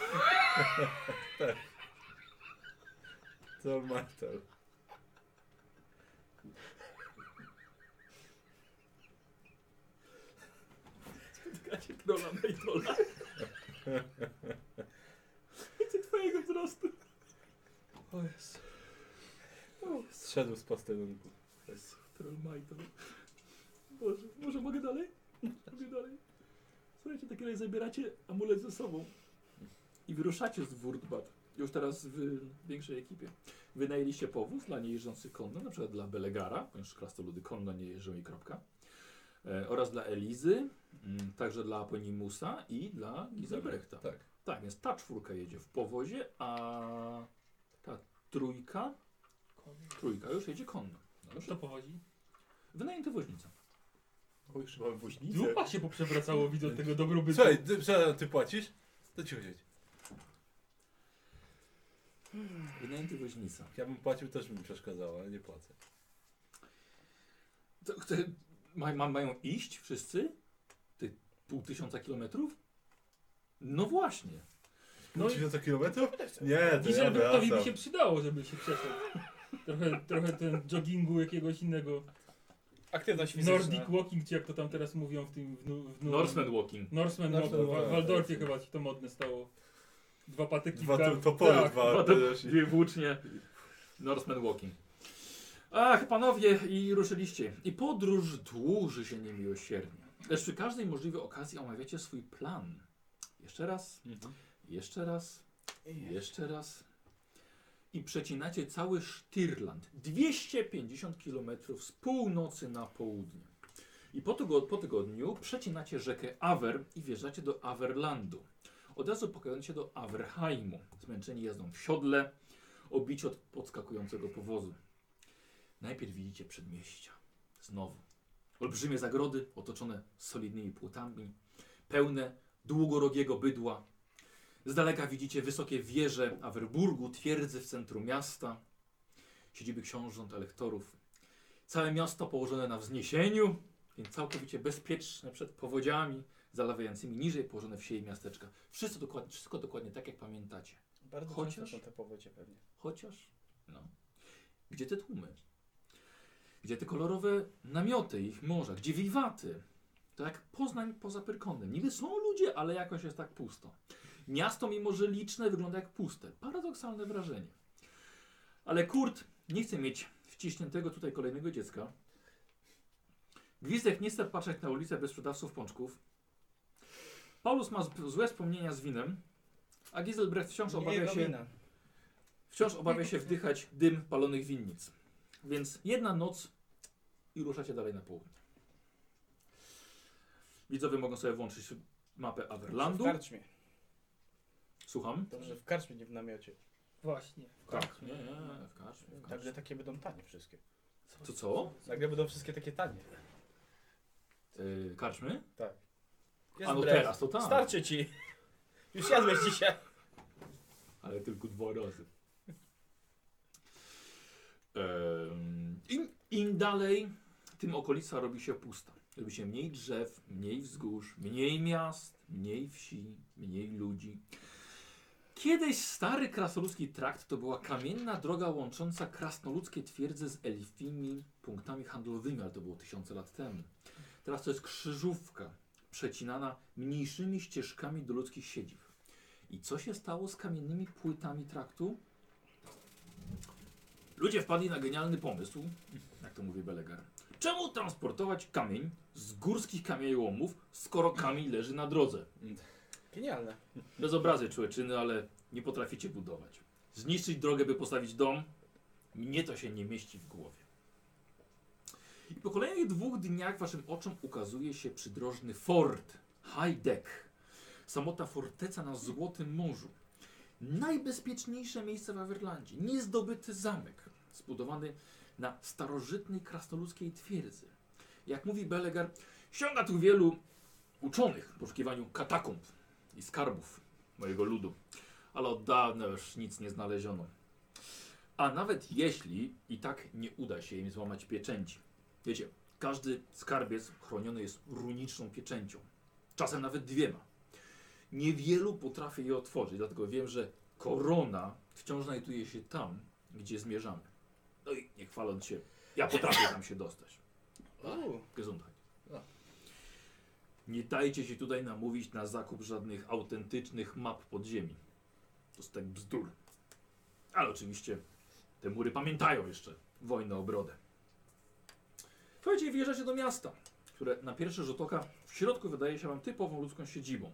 S5: Troll Martel.
S1: Spotkacie trolla Maytola. Chcę twojego wzrostu.
S6: O Jezu.
S5: Zszedł z posterunku.
S1: Troll Maytol. Boże, może mogę dalej? Mogę dalej. Słuchajcie, w takim razie zabieracie amulet ze sobą i wyruszacie z Wurtbad. Już teraz w większej ekipie. Wynajęliście powóz dla niejeżdżących konno, na przykład dla Belegara, ponieważ krasnoludy konno nie jeżdżą i kropka. Oraz dla Elizy, także dla Aponimusa i dla Giselbrechta.
S5: Tak.
S1: Tak, więc ta 4 jedzie w powozie, a ta trójka już jedzie konno.
S6: Kto powodzi?
S1: Wynajęty woźnica.
S4: O, jeszcze mamy woźnicę.
S6: Dupa się poprzewracało, widząc tego dobrobytu.
S5: Słuchaj, ty płacisz? To ci chodzi.
S1: Wynajęty woźnica.
S5: Jak ja bym płacił, też bym przeszkadzało, ale nie płacę.
S1: Mają iść wszyscy? Tych 500 kilometrów? No właśnie.
S6: No i
S5: 1000 kilometrów? Nie, to
S6: Giselbrechtowi by
S5: wracam.
S6: się przydało, żeby się przeszedł. Trochę ten joggingu jakiegoś innego.
S2: Aktywność fizyczna.
S6: Nordic walking, czy jak to tam teraz mówią w tym...
S1: Norseman Walking.
S6: Norseman,
S2: Norseman
S6: w
S5: walking,
S6: Waldorfie
S5: tak.
S6: chyba ci to modne stało. 2 patyki
S5: Dwa
S6: w garb.
S5: topory,
S6: Tak.
S5: dwa.
S1: Dwie włócznie. Norseman Walking. Ach, panowie, i ruszyliście. I podróż dłuży się niemiłosiernie. Lecz przy każdej możliwej okazji omawiacie swój plan. Jeszcze raz, jeszcze raz, jeszcze raz. I przecinacie cały Sztyrland. 250 km z północy na południe. I po tygodniu przecinacie rzekę Aver i wjeżdżacie do Averlandu. Od razu pokazując się do Averheimu. Zmęczeni jazdą w siodle, obici od podskakującego powozu. Najpierw widzicie przedmieścia. Znowu. Olbrzymie zagrody otoczone solidnymi płotami, pełne długorogiego bydła. Z daleka widzicie wysokie wieże Averburgu, twierdzy w centrum miasta, siedziby książąt, elektorów. Całe miasto położone na wzniesieniu, więc całkowicie bezpieczne przed powodziami zalewającymi niżej położone wsie i miasteczka. Wszystko dokładnie tak, jak pamiętacie.
S2: Bardzo
S1: Chociaż-
S2: często są te powodzie pewnie.
S1: Chociaż, no, gdzie te tłumy? Gdzie te kolorowe namioty, ich morza? Gdzie wiwaty? To jak Poznań poza Pyrkonem. Niby są ludzie, ale jakoś jest tak pusto. Miasto, mimo że liczne, wygląda jak puste. Paradoksalne wrażenie. Ale Kurt nie chce mieć wciśniętego tutaj kolejnego dziecka. Gwizdek nie chce patrzeć na ulicę bez sprzedawców pączków. Paulus ma złe wspomnienia z winem, a Giselbrecht wciąż obawia się wdychać dym palonych winnic. Więc jedna noc i ruszacie dalej na południe. Widzowie mogą sobie włączyć mapę Averlandu.
S2: W karczmie.
S1: Słucham?
S2: Dobrze, w karczmie, nie w namiocie.
S6: Właśnie.
S1: Tak. Nie, w karczmie.
S2: Nagle takie będą tanie wszystkie.
S1: Co?
S2: Nagle będą wszystkie takie tanie.
S1: Karczmy?
S2: Tak.
S1: A no
S2: brew.
S1: teraz to tak.
S2: Starczy ci. Już jadłeś dzisiaj.
S1: Ale tylko 2 razy. Im dalej, tym okolica robi się pusta. Robi się mniej drzew, mniej wzgórz, mniej miast, mniej wsi, mniej ludzi. Kiedyś stary krasnoludzki trakt to była kamienna droga łącząca krasnoludzkie twierdze z elfimi punktami handlowymi, ale to było 1000 lat temu. Teraz to jest krzyżówka, przecinana mniejszymi ścieżkami do ludzkich siedzib. I co się stało z kamiennymi płytami traktu? Ludzie wpadli na genialny pomysł, jak to mówi Belegar. Czemu transportować kamień z górskich kamieniołomów, skoro kamień leży na drodze?
S2: Genialne.
S1: Bez obrazy człeczyny, ale nie potraficie budować. Zniszczyć drogę, by postawić dom? Mnie to się nie mieści w głowie. I po kolejnych 2 dniach waszym oczom ukazuje się przydrożny fort High Deck. Samotna forteca na Złotym Morzu. Najbezpieczniejsze miejsce w Averlandzie. Niezdobyty zamek. Zbudowany na starożytnej krasnoludzkiej twierdzy. Jak mówi Belegar, ściąga tu wielu uczonych w poszukiwaniu katakumb i skarbów mojego ludu. Ale od dawna już nic nie znaleziono. A nawet jeśli i tak nie uda się im złamać pieczęci. Wiecie, każdy skarbiec chroniony jest runiczną pieczęcią. Czasem nawet 2. Niewielu potrafi je otworzyć, dlatego wiem, że korona wciąż znajduje się tam, gdzie zmierzamy. No i nie chwaląc się, ja potrafię tam się dostać. Gesundheit. Nie dajcie się tutaj namówić na zakup żadnych autentycznych map podziemi. To jest tak bzdur. Ale oczywiście te mury pamiętają jeszcze wojnę o brodę. Słuchajcie, i wjeżdżacie do miasta, które na pierwszy rzut oka w środku wydaje się wam typową ludzką siedzibą.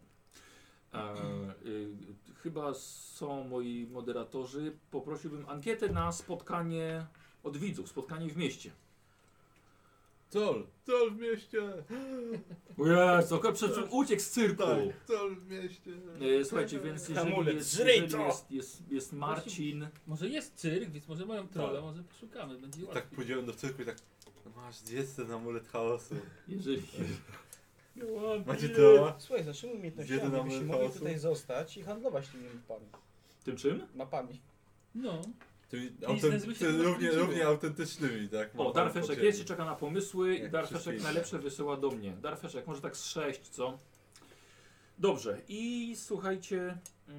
S1: Chyba są moi moderatorzy. Poprosiłbym ankietę na spotkanie od widzów, spotkanie w mieście.
S5: Col w mieście!
S1: Jezu, uciekł z cyrku.
S5: Tak, col w mieście!
S1: Słuchajcie, więc
S2: Amulet,
S1: jeżeli
S2: zryj
S1: jest,
S2: to!
S1: jest Marcin.
S6: Może jest cyrk, więc może mają trolle,
S5: Tak.
S6: może poszukamy, będzie
S5: I
S6: łatwiej.
S5: tak pójdziemy do cyrku i tak, no masz, zjedz ten amulet chaosu.
S1: Jeżeli,
S5: Macie to?
S2: Słuchaj, z naszymi
S5: Gdzie
S2: umiejętnościami
S5: ty nam
S2: byśmy mogli
S5: chaosu?
S2: tutaj zostać i handlować tymi mapami.
S1: tym czym?
S2: Mapami.
S6: No,
S5: Tymi
S6: Biznes by się
S5: równie autentycznymi, tak?
S1: O, Darfeszek jest i czeka na pomysły i
S5: Jak
S1: Darfeszek
S5: wszystkie
S1: najlepsze wysyła do mnie. Darfeszek, może tak z 6, co? Dobrze, i słuchajcie.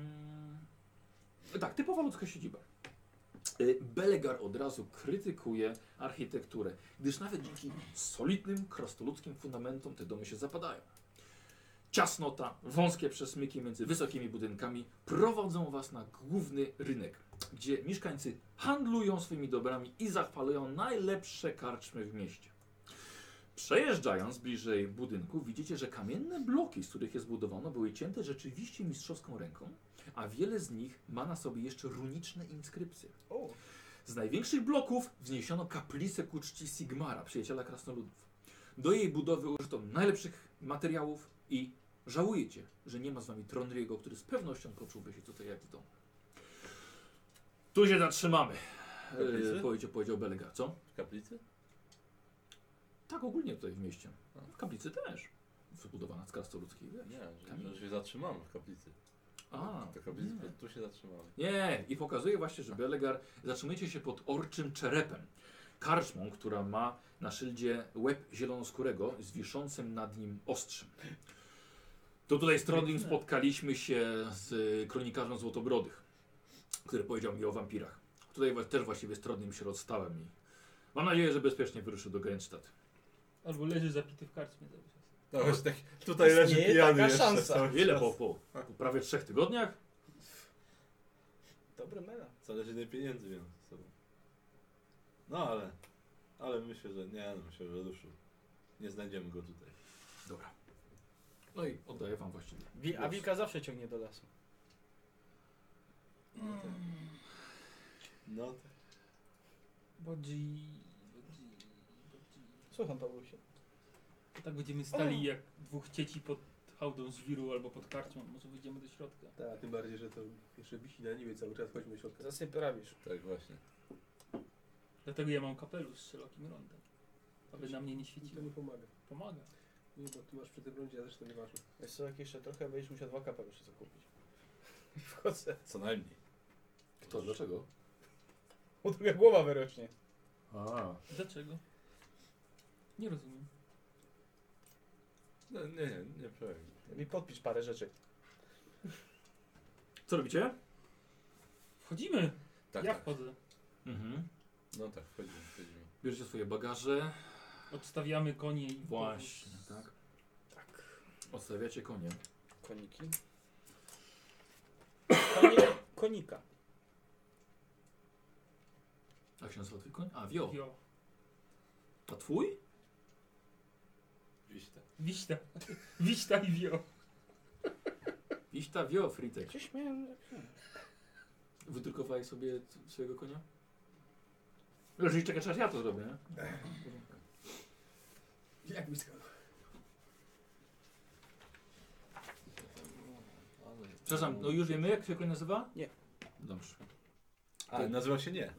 S1: Tak, typowa ludzka siedziba. Belegar od razu krytykuje architekturę, gdyż nawet dzięki solidnym, krasnoludzkim fundamentom te domy się zapadają. Ciasnota, wąskie przesmyki między wysokimi budynkami prowadzą was na główny rynek, gdzie mieszkańcy handlują swoimi dobrami i zachwalują najlepsze karczmy w mieście. Przejeżdżając bliżej budynku, widzicie, że kamienne bloki, z których je zbudowano, były cięte rzeczywiście mistrzowską ręką, a wiele z nich ma na sobie jeszcze runiczne inskrypcje.
S2: O,
S1: Z największych bloków wzniesiono kaplicę ku czci Sigmara, przyjaciela krasnoludów. Do jej budowy użyto najlepszych materiałów i żałujecie, że nie ma z wami Tronriego, który z pewnością poczułby się tutaj jak w domu. Tu się zatrzymamy,
S5: Kaplicy?
S1: powiedział Belegar. Co?
S5: W kaplicy?
S1: Tak ogólnie tutaj w mieście. W kaplicy też. Wybudowana z krasnoludzkiej.
S5: Nie,
S1: Kamień.
S5: że się zatrzymamy w kaplicy.
S1: A,
S5: To kaplicy,
S1: nie.
S5: tu się zatrzymamy.
S1: Nie, i pokazuje właśnie, że Belegar, zatrzymujecie się pod orczym czerepem. Karczmą, która ma na szyldzie łeb zielonoskórego z wiszącym nad nim ostrzem. To tutaj z Trondheim spotkaliśmy się z kronikarzem Złotobrodych, który powiedział mi o wampirach. Tutaj też właściwie z Trondheim się rozstałem i mam nadzieję, że bezpiecznie wyruszy do Grenstadt.
S6: albo leży zapity w karczmie cały czas.
S5: No właśnie tak, tutaj leży
S2: Istnieje
S5: pijany
S2: taka
S5: jeszcze
S2: szansa.
S5: cały
S1: Ile
S5: czas.
S1: po prawie 3 tygodniach?
S2: dobry mena.
S5: Zależy ile pieniędzy miał z sobą. No ale myślę, że nie, no myślę, że ruszył. Nie znajdziemy go tutaj.
S1: Dobra. No i oddaję wam właściwie.
S2: A
S1: głos.
S2: wilka zawsze ciągnie do lasu.
S5: No tak.
S6: Bodzi.
S2: Słucham, Pawlusie.
S6: To tak będziemy stali jak 2 dzieci pod hałdą żwiru albo pod karczmą. Może wyjdziemy do środka.
S4: Tak, tym bardziej, że to jeszcze wisi na niebie cały czas, chodźmy do środka.
S2: Zasyp robisz.
S5: Tak właśnie.
S6: Dlatego ja mam kapelusz z szerokim rondem. Aby na mnie nie
S4: To
S6: świeciło.
S4: nie pomaga.
S6: Pomaga.
S4: Nie, bo ty masz przy tym rondzie, a zresztą nieważne.
S2: Wiesz co, jak jeszcze trochę będziesz musiał 2 kapelusze zakupić. I wchodzę.
S5: Co najmniej.
S1: Kto? Dlaczego?
S2: Mu druga głowa wyrośnie.
S1: A.
S6: Dlaczego? Nie rozumiem.
S5: No nie przejmuj.
S2: Mi podpisz parę rzeczy.
S1: Co robicie?
S6: Wchodzimy!
S5: Tak,
S6: Ja
S5: tak.
S6: wchodzę.
S1: Mhm.
S5: No tak, wchodzimy.
S1: Bierzecie swoje bagaże.
S6: Odstawiamy konie i
S1: Właśnie, tak.
S2: Tak.
S1: Odstawiacie konie.
S2: Koniki. Konika.
S1: Jak się nazywa twój koń? A, Wio.
S6: Wio.
S1: A twój?
S5: Wiśta.
S6: Wiśta. Wiśta i wio.
S1: Iśta wio, Fritek.
S2: Gdzieś miałem...
S1: Wydrukowałeś sobie swojego konia? Jeżeli czekasz, aż ja to zrobię, nie?
S4: Jak mi skadł?
S1: Przepraszam, no już wiemy, jak się koń nazywa?
S2: Nie.
S1: Dobrze.
S5: A, nazywa się nie.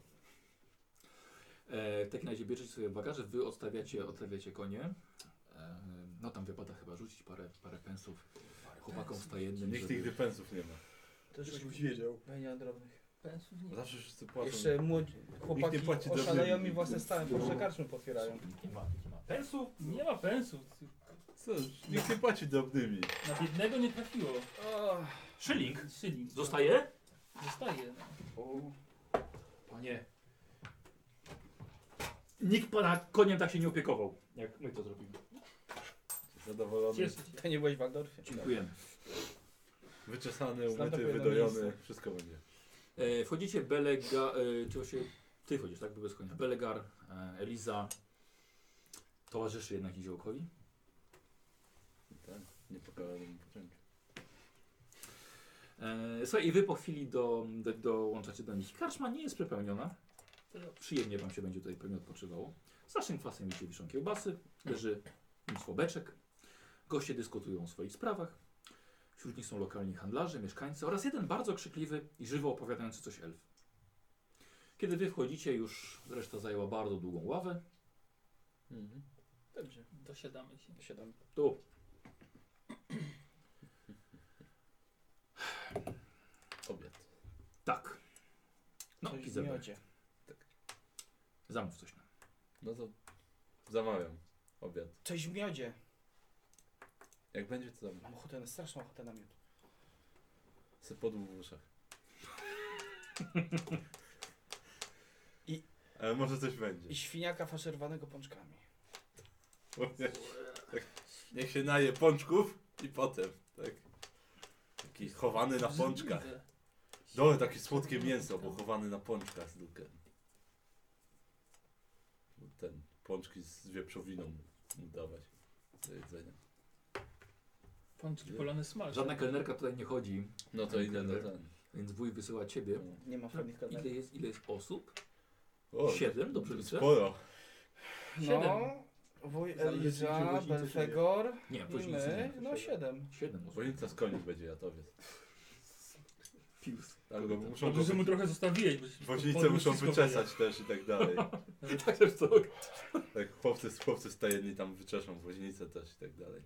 S1: W takim razie bierzecie sobie bagaże, wy odstawiacie konie. No tam wypada chyba rzucić parę pensów chłopakom stajennym,
S5: Nikt nigdy pensów nie ma.
S2: To już
S4: Żebyś wiedział.
S2: ja nie mam drobnych.
S6: Pensów nie.
S5: Zawsze wszyscy płacą.
S2: Jeszcze młodzi chłopaki
S5: płaci
S2: oszaleją
S5: drobnymi.
S2: i własne stałe poszcze karczmy potwierają.
S1: Nie ma pensów?
S6: Nie ma pensów.
S5: Co? Nikt nie płaci drobnymi.
S6: Na jednego nie trafiło.
S1: Szyling
S6: Szyling.
S1: zostaje?
S6: Zostaje. No.
S1: Panie. Nikt pana koniem tak się nie opiekował, jak my to zrobimy.
S5: Zadowolony,
S6: Cieszę się.
S2: To nie byłeś w Waldorfie.
S1: Dziękujemy.
S5: wyczesany,
S2: Znam
S5: umyty,
S2: takie jedno
S5: wydojony,
S2: miejsce.
S5: wszystko będzie.
S1: Wchodzicie czy właśnie ty wchodzisz, tak? By bez konia. Belegar, Eliza. Towarzyszy jednak Iziołkowi.
S5: Tak, nie pokazałem poczęciu.
S1: Słuchaj, i wy po chwili dołączacie do nich. Karczma nie jest przepełniona. Przyjemnie wam się będzie tutaj pewnie odpoczywało. Z naszym kwasem się wiszą kiełbasy, leży mnóstwo beczek. Goście dyskutują o swoich sprawach. Wśród nich są lokalni handlarze, mieszkańcy oraz jeden bardzo krzykliwy i żywo opowiadający coś elf. Kiedy wy wchodzicie, już reszta zajęła bardzo długą ławę.
S5: Mhm.
S2: Dobrze.
S6: Dosiadamy się.
S2: Siadam.
S1: Tu.
S5: Obiad.
S1: Tak. No,
S2: Coś w
S1: Izabel,
S2: miodzie.
S1: zamów coś nam.
S5: No to zamawiam obiad.
S2: Coś w miodzie.
S5: Jak będzie, to zamawiam.
S2: Mam ochotę, straszną ochotę na miód.
S5: Se podłów w uszach.
S2: I-
S5: Ale może coś będzie.
S2: I świniaka faszerowanego pączkami.
S5: Niech się naje pączków i potem, tak? Taki chowany na pączkach.
S6: Widzę.
S5: Dobre takie słodkie mięso, bo chowany na pączkach z lukiem. Ten, pączki z wieprzowiną mu dawać do jedzenia.
S6: Pączki polane smalcem.
S1: Żadna kelnerka tutaj nie chodzi,
S5: No to idę do ten.
S1: więc wuj wysyła ciebie.
S2: Nie ma fajnych
S1: Ile
S2: kaderów.
S1: jest osób?
S5: O,
S1: 7, dobrze liczę?
S5: sporo.
S2: No, wuj
S4: Zależy, czy
S2: Eliza,
S4: woźnicy, czy nie.
S2: Belfegor
S1: Nie,
S2: i
S1: później
S2: my.
S1: nie.
S2: No 7.
S1: 7 osób.
S5: Woźnica z koni będzie jatowiec.
S1: Pius.
S5: Tam go muszą
S6: Dobrze, że mu trochę zostawiłeś. Bo
S5: Woźnice
S6: podłóż
S5: muszą
S6: wszystko
S5: wyczesać też i tak dalej.
S1: Tak też co?
S5: Tak, chłopcy stajenni tam wyczeszą woźnice też i tak dalej.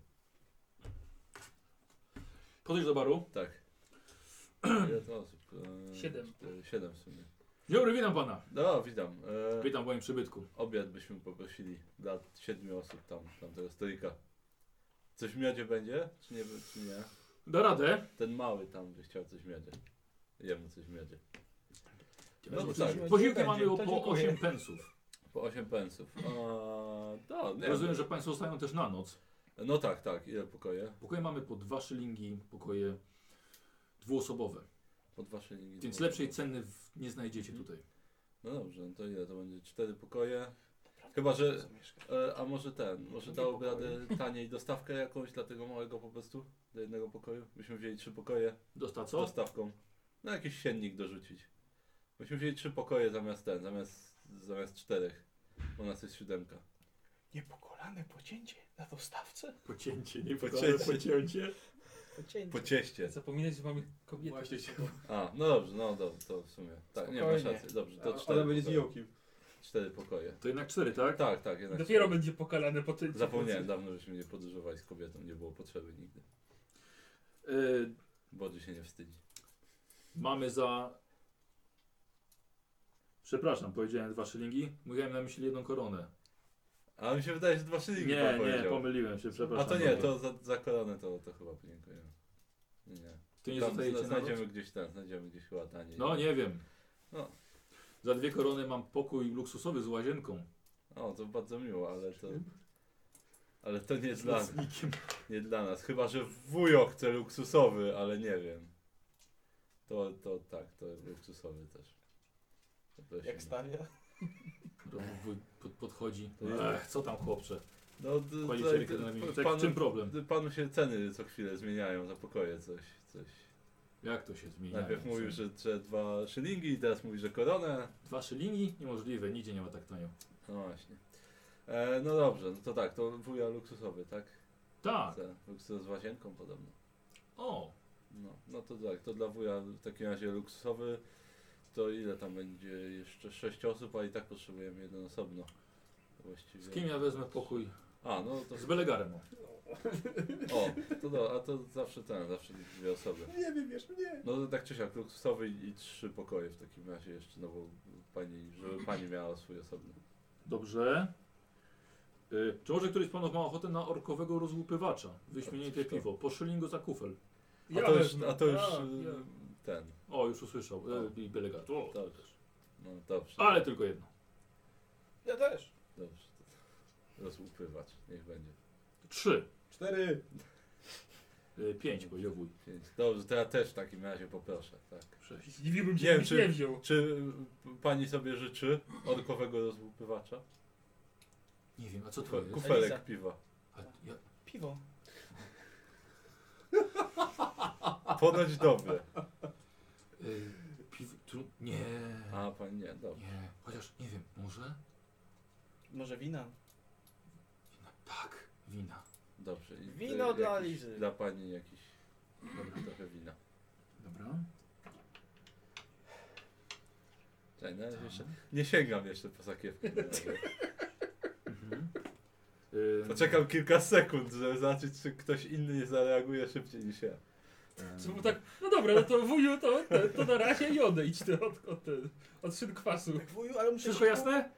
S1: Podejdź do baru.
S5: Tak. Ile to osób?
S6: 7.
S5: 7 w sumie.
S1: Dzień dobry, witam pana.
S5: No, witam.
S1: Witam w moim przybytku.
S5: Obiad byśmy poprosili dla 7 osób tam tego stolika. Coś w miodzie będzie? Czy nie?
S1: Da radę.
S5: Ten mały tam by chciał coś w miodzie. Jemu coś w miodzie. No
S1: No,
S5: tak.
S1: Posiłki mamy
S2: To
S1: po
S2: dziękuję.
S1: 8 pensów.
S5: Po 8 pensów. Nie.
S1: Rozumiem, że państwo zostają też na noc.
S5: No tak. Ile pokoje?
S1: Pokoje mamy po 2 szylingi, pokoje dwuosobowe.
S5: Po 2 szylingi.
S1: Więc lepszej ceny nie znajdziecie tutaj.
S5: No dobrze, no to ile to będzie? 4 pokoje. Chyba, że... a może może dałoby radę taniej dostawkę jakąś dla tego małego po prostu? Do jednego pokoju? Byśmy wzięli 3 pokoje
S1: Dosta
S5: z
S1: co?
S5: dostawką. No jakiś siennik dorzucić. Byśmy wzięli 3 pokoje zamiast 4. U nas jest 7.
S2: Niepokolane pocięcie na dostawce?
S1: Pocięcie, nie
S5: Pocięcie.
S1: pocięcie.
S2: Pocięcie.
S5: Po cieście.
S6: Zapominać, że mamy kobietę.
S4: Właśnie
S6: ze
S4: się-
S6: sobą.
S5: A, no dobrze, to w sumie. Tak, nie masz
S2: Spokojnie.
S5: rację. Dobrze, to
S4: Ona
S5: 4
S4: będzie z
S5: pokoje.
S4: Jołkiem.
S5: 4 pokoje.
S1: To jednak 4, tak?
S5: Tak, jednak.
S6: Dopiero
S5: 4.
S6: będzie pokalane po tym.
S5: Zapomniałem, dawno żeśmy nie podróżowali z kobietą, nie było potrzeby nigdy. Bodzi się nie wstydzi.
S1: Mamy za... Przepraszam, powiedziałem 2 szylingi. Mówiłem na myśli 1 koronę.
S5: A mi się wydaje, że 2 szylingi
S1: Nie,
S5: pan
S1: nie,
S5: powiedział.
S1: pomyliłem się,
S5: A
S1: przepraszam.
S5: to nie,
S1: bardzo.
S5: to za koronę to chyba podziękujemy. Nie.
S1: To nie
S5: Tam
S1: zostajecie na noc?
S5: znajdziemy gdzieś chyba taniej.
S1: No nie wiem.
S5: No.
S1: Za 2 korony mam pokój luksusowy z łazienką.
S5: O, to bardzo miło, ale to nie dla,
S1: nocnikiem.
S5: nie dla nas. Chyba, że wujo chce luksusowy, ale nie wiem. To tak, to luksusowy też. Poprosimy.
S2: Jak stawia?
S1: Wuj podchodzi.
S5: To jest-
S1: Co tam chłopcze?
S5: No,
S1: Kładziecie rękę na ramieniu. Tak, w czym problem?
S5: Panu się ceny co chwilę zmieniają za pokoje, coś.
S1: Jak to się zmienia?
S5: Najpierw mówił, że 2 szylingi, teraz mówi, że koronę.
S1: 2 szylingi? Niemożliwe, nigdzie nie ma tak tanio.
S5: No właśnie. No dobrze, no to tak, to wuja luksusowy, tak?
S1: Tak.
S5: Luksus z łazienką podobno.
S1: O,
S5: No to tak, to dla wuja w takim razie luksusowy. To ile tam będzie? Jeszcze 6 osób, a i tak potrzebujemy jeden osobno. Właściwie.
S1: z kim ja wezmę pokój?
S5: A, no to...
S1: Z Belegarem. O.
S5: O, a to zawsze 2 osoby.
S4: Nie wybierz mnie.
S5: No to tak czy siak, luksusowy i 3 pokoje w takim razie jeszcze, no bo żeby pani miała swój osobny.
S1: Dobrze. Czy może któryś z panów ma ochotę na orkowego rozłupywacza? Wyśmienite piwo. Po szylingu za kufel.
S5: A to już
S6: ja.
S5: ten.
S1: O, już usłyszał. I Belegar. O,
S5: Dobrze. No dobrze.
S1: ale tylko jedno.
S2: Ja też.
S5: Dobrze. To rozłupywacz, niech będzie.
S1: 3.
S4: 4.
S1: 5, powiedział wuj.
S5: 5. Dobrze, to ja też w takim razie poproszę, tak.
S1: 6.
S6: Zdziwiłbym się,
S5: Nie wiem,
S6: gdybyś nie wziął.
S5: Czy pani sobie życzy orkowego rozłupywacza?
S1: Nie wiem, a co to jest?
S5: Kufelek
S2: Eliza.
S5: piwa.
S1: A, ja,
S2: Piwo.
S5: Ponoć dobre.
S1: piwo, nie.
S5: A pani nie, dobrze.
S1: Nie. Chociaż nie wiem, może?
S2: Może wina?
S1: Tak, wina.
S5: Dobrze. I
S2: Wino dla
S5: jakiś-
S2: Lizy.
S5: Dla pani jakiś trochę wina.
S1: Dobra.
S5: Czekaj, na razie jeszcze nie sięgam jeszcze po sakiewkę. na razie.
S1: Mhm.
S5: Poczekam kilka sekund, żeby zobaczyć, czy ktoś inny nie zareaguje szybciej niż ja.
S6: Co, tak, no dobra, no to wuju, to na razie i odejdź od szynkwasu.
S2: Tak, wuju, ale muszę
S1: Wszystko
S2: się...
S1: jasne?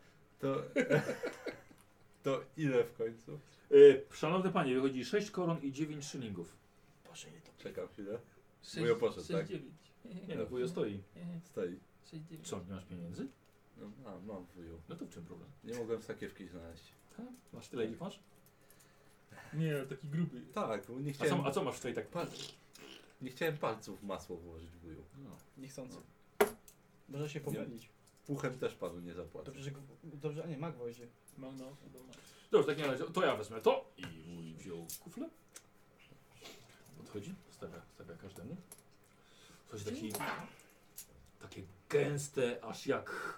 S5: To ile w końcu?
S1: Szanowne panie, wychodzi 6 koron i 9 szylingów.
S2: Boże, ile to...
S5: Czekam chwilę. Wujo poszedł, tak?
S6: 6,9.
S1: Nie no, wujo stoi.
S5: Stoi.
S6: 6,9.
S1: Co, nie masz pieniędzy?
S5: No, mam wuju.
S1: No to w czym problem?
S5: Nie mogłem sakiewki znaleźć.
S1: Tak? Masz tyle, ile masz?
S6: Nie, taki gruby.
S5: Tak, bo nie
S1: A
S5: chciałem,
S1: co masz tutaj tak?
S5: nie chciałem palców w masło włożyć wuju.
S1: No.
S2: Niechcący. Może się pomylić.
S5: Puchem też panu nie zapłacę.
S2: Dobrze, że... Dobrze, a nie, ma gwoździe.
S6: Mam no, wiadomo.
S1: Dobrze, tak nie razie, to ja wezmę to. I wuj wziął kufle. Podchodzi, stawia każdemu. Coś takie gęste, aż jak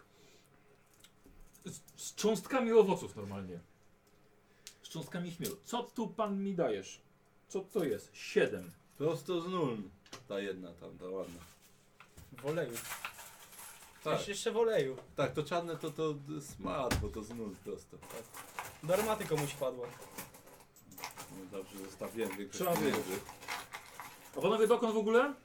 S1: z cząstkami owoców normalnie. Z cząstkami chmielu. Co tu pan mi dajesz? Co to jest? 7.
S5: Prosto z nul. Ta jedna tam, ta ładna.
S2: W oleju.
S5: Tak,
S2: Jeszcze w oleju.
S5: tak, to czarne to smart, bo to z nul prosto. Tak?
S2: Do armaty komuś padło.
S5: No dobrze, zostawiłem większość
S1: Trzeba
S5: pieniędzy.
S1: A panowie dokąd w ogóle?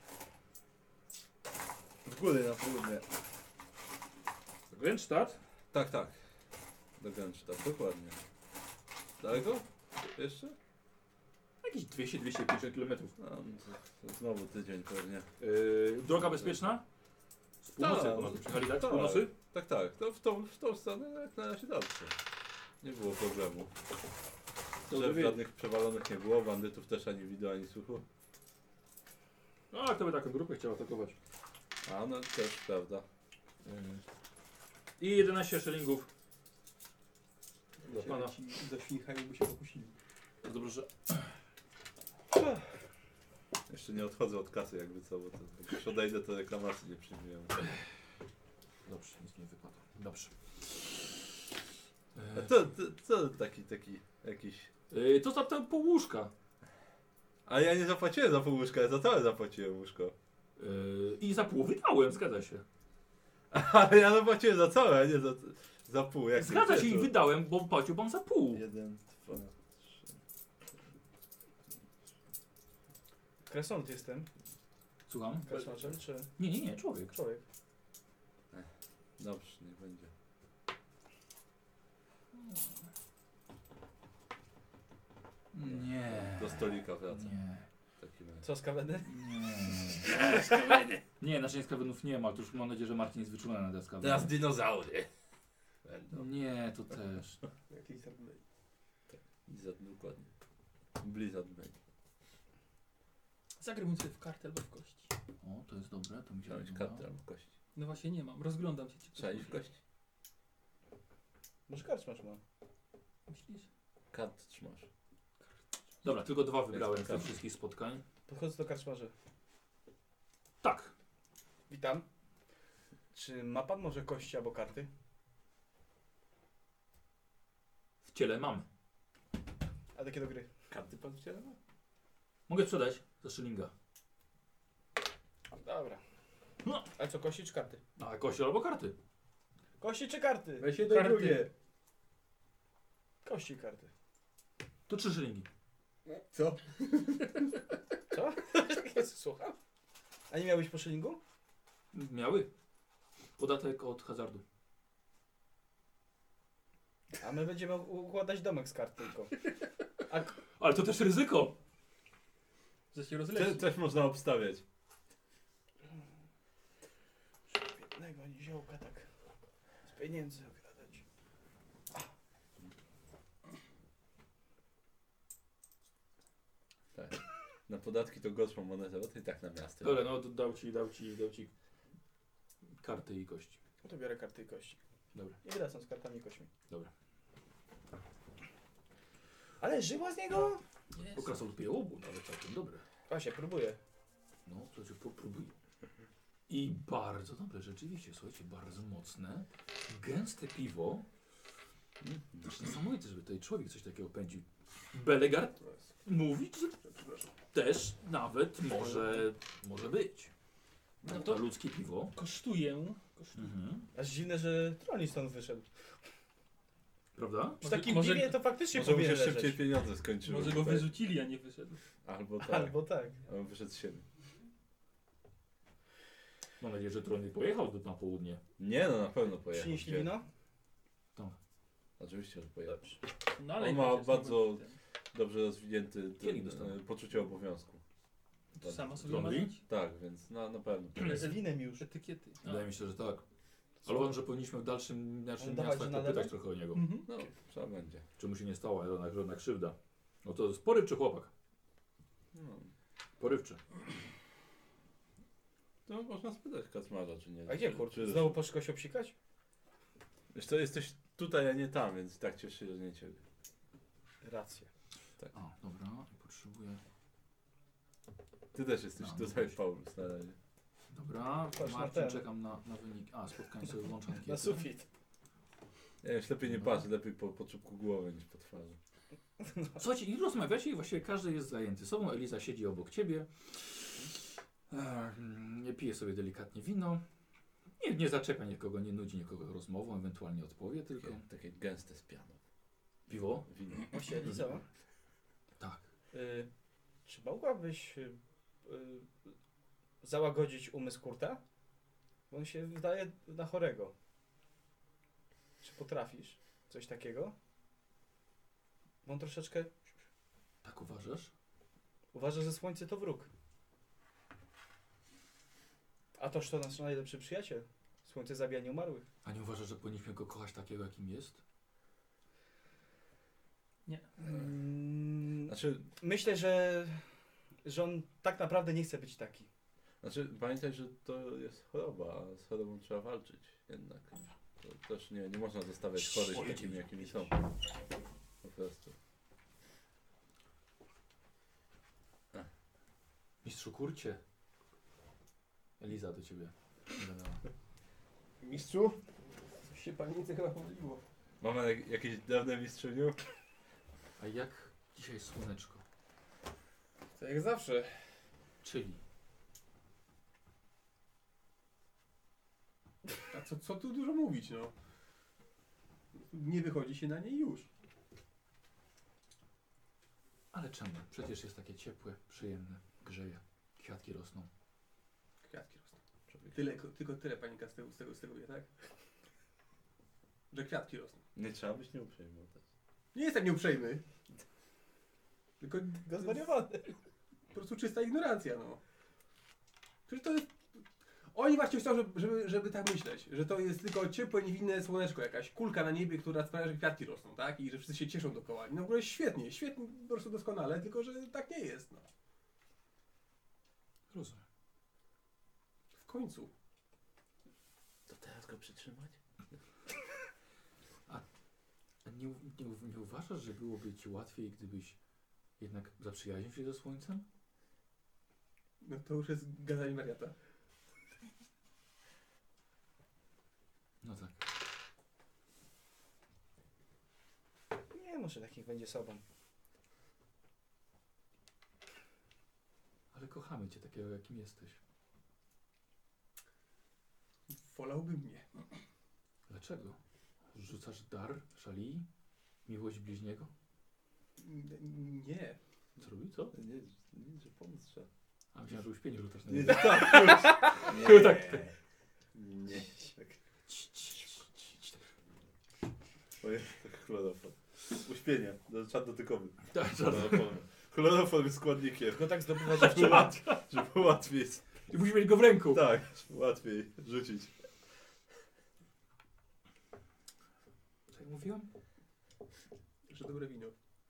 S5: W góry na południe.
S1: Grenzstadt?
S5: Tak, tak. Do Gęczta, dokładnie. Daleko? Jeszcze?
S1: Jakieś 200-250 km.
S5: No, to znowu tydzień pewnie.
S1: Droga bezpieczna? Z północy
S5: Tak.
S1: panowie przyjechali, tak? Z
S5: Tak.
S1: północy?
S5: Tak, tak. To w tą stronę jak na razie dobrze. Nie było problemu.
S1: Dobrze
S5: Że żadnych przewalonych nie było, bandytów też ani widu, ani słuchu.
S1: No, kto by taką grupę chciał atakować?
S5: A no też prawda.
S1: I 11 szylingów. Dla pana.
S4: Do Świnheimu by się pokusili.
S1: Dobrze, że...
S5: Jeszcze nie odchodzę od kasy jakby co, bo to jak już odejdę to reklamacji nie przyjmujemy.
S1: Dobrze, nic nie wypada. Dobrze.
S5: A to taki jakiś...
S1: To za te pół łóżka.
S5: A ja nie zapłaciłem za pół łóżka, ja za całe zapłaciłem łóżko.
S1: I za pół wydałem, zgadza się.
S5: Ale ja zapłaciłem za całe, a nie za pół. Jak
S1: Zgadza
S5: nie
S1: się i
S5: to-
S1: wydałem, bo płacił pan za pół.
S5: 1, 2, 3.
S2: Kresont jestem.
S1: Słucham?
S2: Kresmaczem czy
S1: Nie, człowiek.
S2: człowiek?
S5: Dobrze, niech będzie.
S1: Nie.
S5: Do stolika wracam.
S1: Nie.
S5: W takim razie.
S2: Co z kawedy?
S1: Nie. Nie, znaczy skawenów nie ma, to już mam nadzieję, że Marcin jest wyczulony na deska.
S5: Teraz dinozaury. Będą.
S1: Nie, to też.
S4: Jak Lizard Blade.
S5: Blizzard, dokładnie. Blizzard Blade.
S6: Zagrałbym sobie w kartę albo w kości.
S1: O, to jest dobre, to mi się
S5: Trzeba mieć
S1: podoba.
S5: kartę albo kości.
S6: No właśnie nie mam, rozglądam się. Czy
S5: Trzeba iść w kości.
S2: Może karczmasz ma.
S6: Myślisz?
S5: kart trzymasz.
S1: Dobra, tylko 2 wybrałem z tych
S5: Jest
S1: wszystkich spotkań.
S2: Podchodzę do karczmarza.
S1: Tak.
S2: Witam. Czy ma pan może kości albo karty?
S1: W ciele mam.
S2: A takie do gry.
S4: Karty pan wciela?
S1: Mogę sprzedać za szylinga.
S2: Dobra.
S1: No.
S2: Ale co, kości czy karty?
S1: A kości albo karty.
S2: Kości czy karty?
S4: Weź jedno i
S6: Karty.
S4: drugie.
S2: Kości i karty.
S1: To 3 szylingi.
S4: Co?
S2: Co? Słucham? A nie miałbyś po szylingu?
S1: Miały. Podatek od hazardu.
S2: A my będziemy układać domek z kart tylko. A
S1: Ale to też ryzyko.
S6: Że się rozleci.
S5: Też można obstawiać.
S2: jednego niziołka tak z pieniędzy okradać.
S5: Tak. Na podatki to gorzą monetę, bo ty i tak na miasto.
S1: Dobra, no to dał ci karty i kości.
S2: No to biorę karty i kości.
S1: Dobra.
S2: I wracam z kartami i kośćmi.
S1: Dobra.
S2: Ale żyła z niego?
S1: Bo krasol pije obu, nawet całkiem dobre.
S2: Właśnie, próbuję.
S1: No, przecież próbuj. I bardzo dobre, rzeczywiście, słuchajcie, bardzo mocne, gęste piwo. Aż niesamowite, żeby tutaj człowiek coś takiego pędził. Belegard mówi, że też nawet może być.
S6: No
S1: To
S6: to
S1: ludzkie piwo.
S6: kosztuje.
S2: Aż dziwne, że Troni stąd wyszedł.
S1: Prawda?
S2: Przy takim
S6: może-
S2: piwie to faktycznie
S5: Może mu się
S2: powinien
S5: szybciej
S2: leżeć.
S5: pieniądze skończyły.
S6: Może go
S5: tutaj.
S6: wyrzucili, a nie wyszedł.
S5: Albo tak.
S2: Albo tak.
S5: Albo wyszedł z siebie.
S1: Mam nadzieję, że Tron nie pojechał na południe.
S5: Nie no, na pewno pojechał.
S2: Przynieśli
S5: Gdzie?
S2: wino?
S5: Oczywiście, że pojechał.
S2: Dobrze.
S6: No ale
S5: On
S6: i
S5: ma
S6: chociaż
S5: bardzo-
S6: ten-
S5: Dobrze rozwinięty
S1: Kielich dostał.
S5: poczucie obowiązku.
S6: To sama sobie
S1: Lonely?
S6: mazać?
S5: Tak, więc na pewno.
S2: Z winem już.
S6: Etykiety.
S1: Wydaje mi się, że tak. Ale uważam, że powinniśmy w dalszym
S2: Dawać,
S1: miastach
S2: że
S1: popytać
S2: nalewać?
S1: trochę o niego.
S6: Mhm.
S5: No, trzeba będzie.
S1: Czy mu się nie stała żadna krzywda. No to jest porywczy chłopak.
S5: No.
S1: Porywczy.
S5: To można spytać Kacmarza, czy nie.
S2: A gdzie kurczę? Znowu poszło się obsikać?
S5: Wiesz co, jesteś tutaj, a nie tam, więc tak cieszę się, że nie ciebie.
S2: Racja.
S1: O, dobra. Potrzebuję.
S5: Ty też jesteś
S1: No,
S5: tutaj,
S1: no.
S5: Paulus, na razie.
S1: Dobra,
S2: Patrz na
S1: Marcin,
S2: ten.
S1: czekam na wynik. A, spotkanie sobie włączam
S2: Na
S1: ankietę.
S2: sufit.
S5: Ja już lepiej nie patrzę, lepiej po czubku głowy niż po twarzy.
S1: Słuchajcie, i rozmawiacie i właściwie każdy jest zajęty sobą. Eliza siedzi obok ciebie. Pije sobie delikatnie wino. Nie zaczepia nikogo, nie nudzi nikogo rozmową, ewentualnie odpowie tylko.
S5: Takie gęste z pianą.
S1: Piwo?
S5: Wino.
S2: Właśnie, Eliza,
S1: Tak.
S2: czy mogłabyś załagodzić umysł Kurta? Bo on się wydaje na chorego. Czy potrafisz coś takiego? Bo on troszeczkę
S1: Tak uważasz?
S2: uważa, że słońce to wróg. A toż to nasz najlepszy przyjaciel. Słońce zabija nieumarłych.
S1: A nie uważasz, że powinniśmy go kochać takiego, jakim jest?
S5: Znaczy,
S2: Myślę, że on tak naprawdę nie chce być taki.
S5: pamiętaj, że to jest choroba, a z chorobą trzeba walczyć jednak. To też nie można zostawiać chorych takimi, jakimi są. Po prostu.
S1: Mistrzu Kurcie. Eliza do ciebie. gadała.
S4: Mistrzu? Coś się panience chyba pomyliło.
S5: Mamy jakieś dawne mistrzyniu?
S1: A jak dzisiaj słoneczko?
S4: To jak zawsze.
S1: Czyli
S4: A co tu dużo mówić, no? Nie wychodzi się na niej już.
S1: ale czemu? Przecież jest takie ciepłe, przyjemne, grzeje. Kwiatki rosną.
S4: Kwiatki rosną. Tylko tyle panika z tego wie, tak? Że kwiatki rosną.
S5: Nie trzeba być nieuprzejmą też.
S4: Nie jestem nieuprzejmy. Tylko
S2: Go zwariowany.
S4: po prostu czysta ignorancja, no. Przecież to jest... Oni właśnie chcą, żeby tak myśleć, że to jest tylko ciepłe, niewinne słoneczko, jakaś kulka na niebie, która sprawia, że kwiatki rosną, tak? I że wszyscy się cieszą dookoła. No w ogóle świetnie, po prostu doskonale, tylko że tak nie jest, no.
S1: Rozumiem.
S4: W końcu.
S5: To teraz go przytrzymać?
S1: Nie uważasz, że byłoby ci łatwiej, gdybyś jednak zaprzyjaźnił się ze słońcem?
S4: No to już jest gadanie wariata.
S1: No tak.
S2: Nie, może takich będzie sobą.
S1: Ale kochamy cię takiego, jakim jesteś.
S4: Wolałbym nie.
S1: Dlaczego? Rzucasz dar, szali, miłość bliźniego?
S4: Nie.
S1: Co robi? Co?
S5: Nie, że pomóc trzeba.
S1: A myślałem, że uśpienie rzucasz na
S5: Nie,
S1: niego.
S5: tak,
S1: Chyba tak.
S5: Nie. Moje chloroform. Uśpienie, czat dotykowy.
S1: Tak,
S5: Chloroform jest składnikiem,
S2: Tylko tak zdobywa
S5: żeby
S2: dziewczynę.
S5: żeby łatwiej,
S1: I musisz mieć go w ręku.
S5: tak, żeby łatwiej rzucić.
S1: Co ja mówiłem?
S4: Że dobre wino.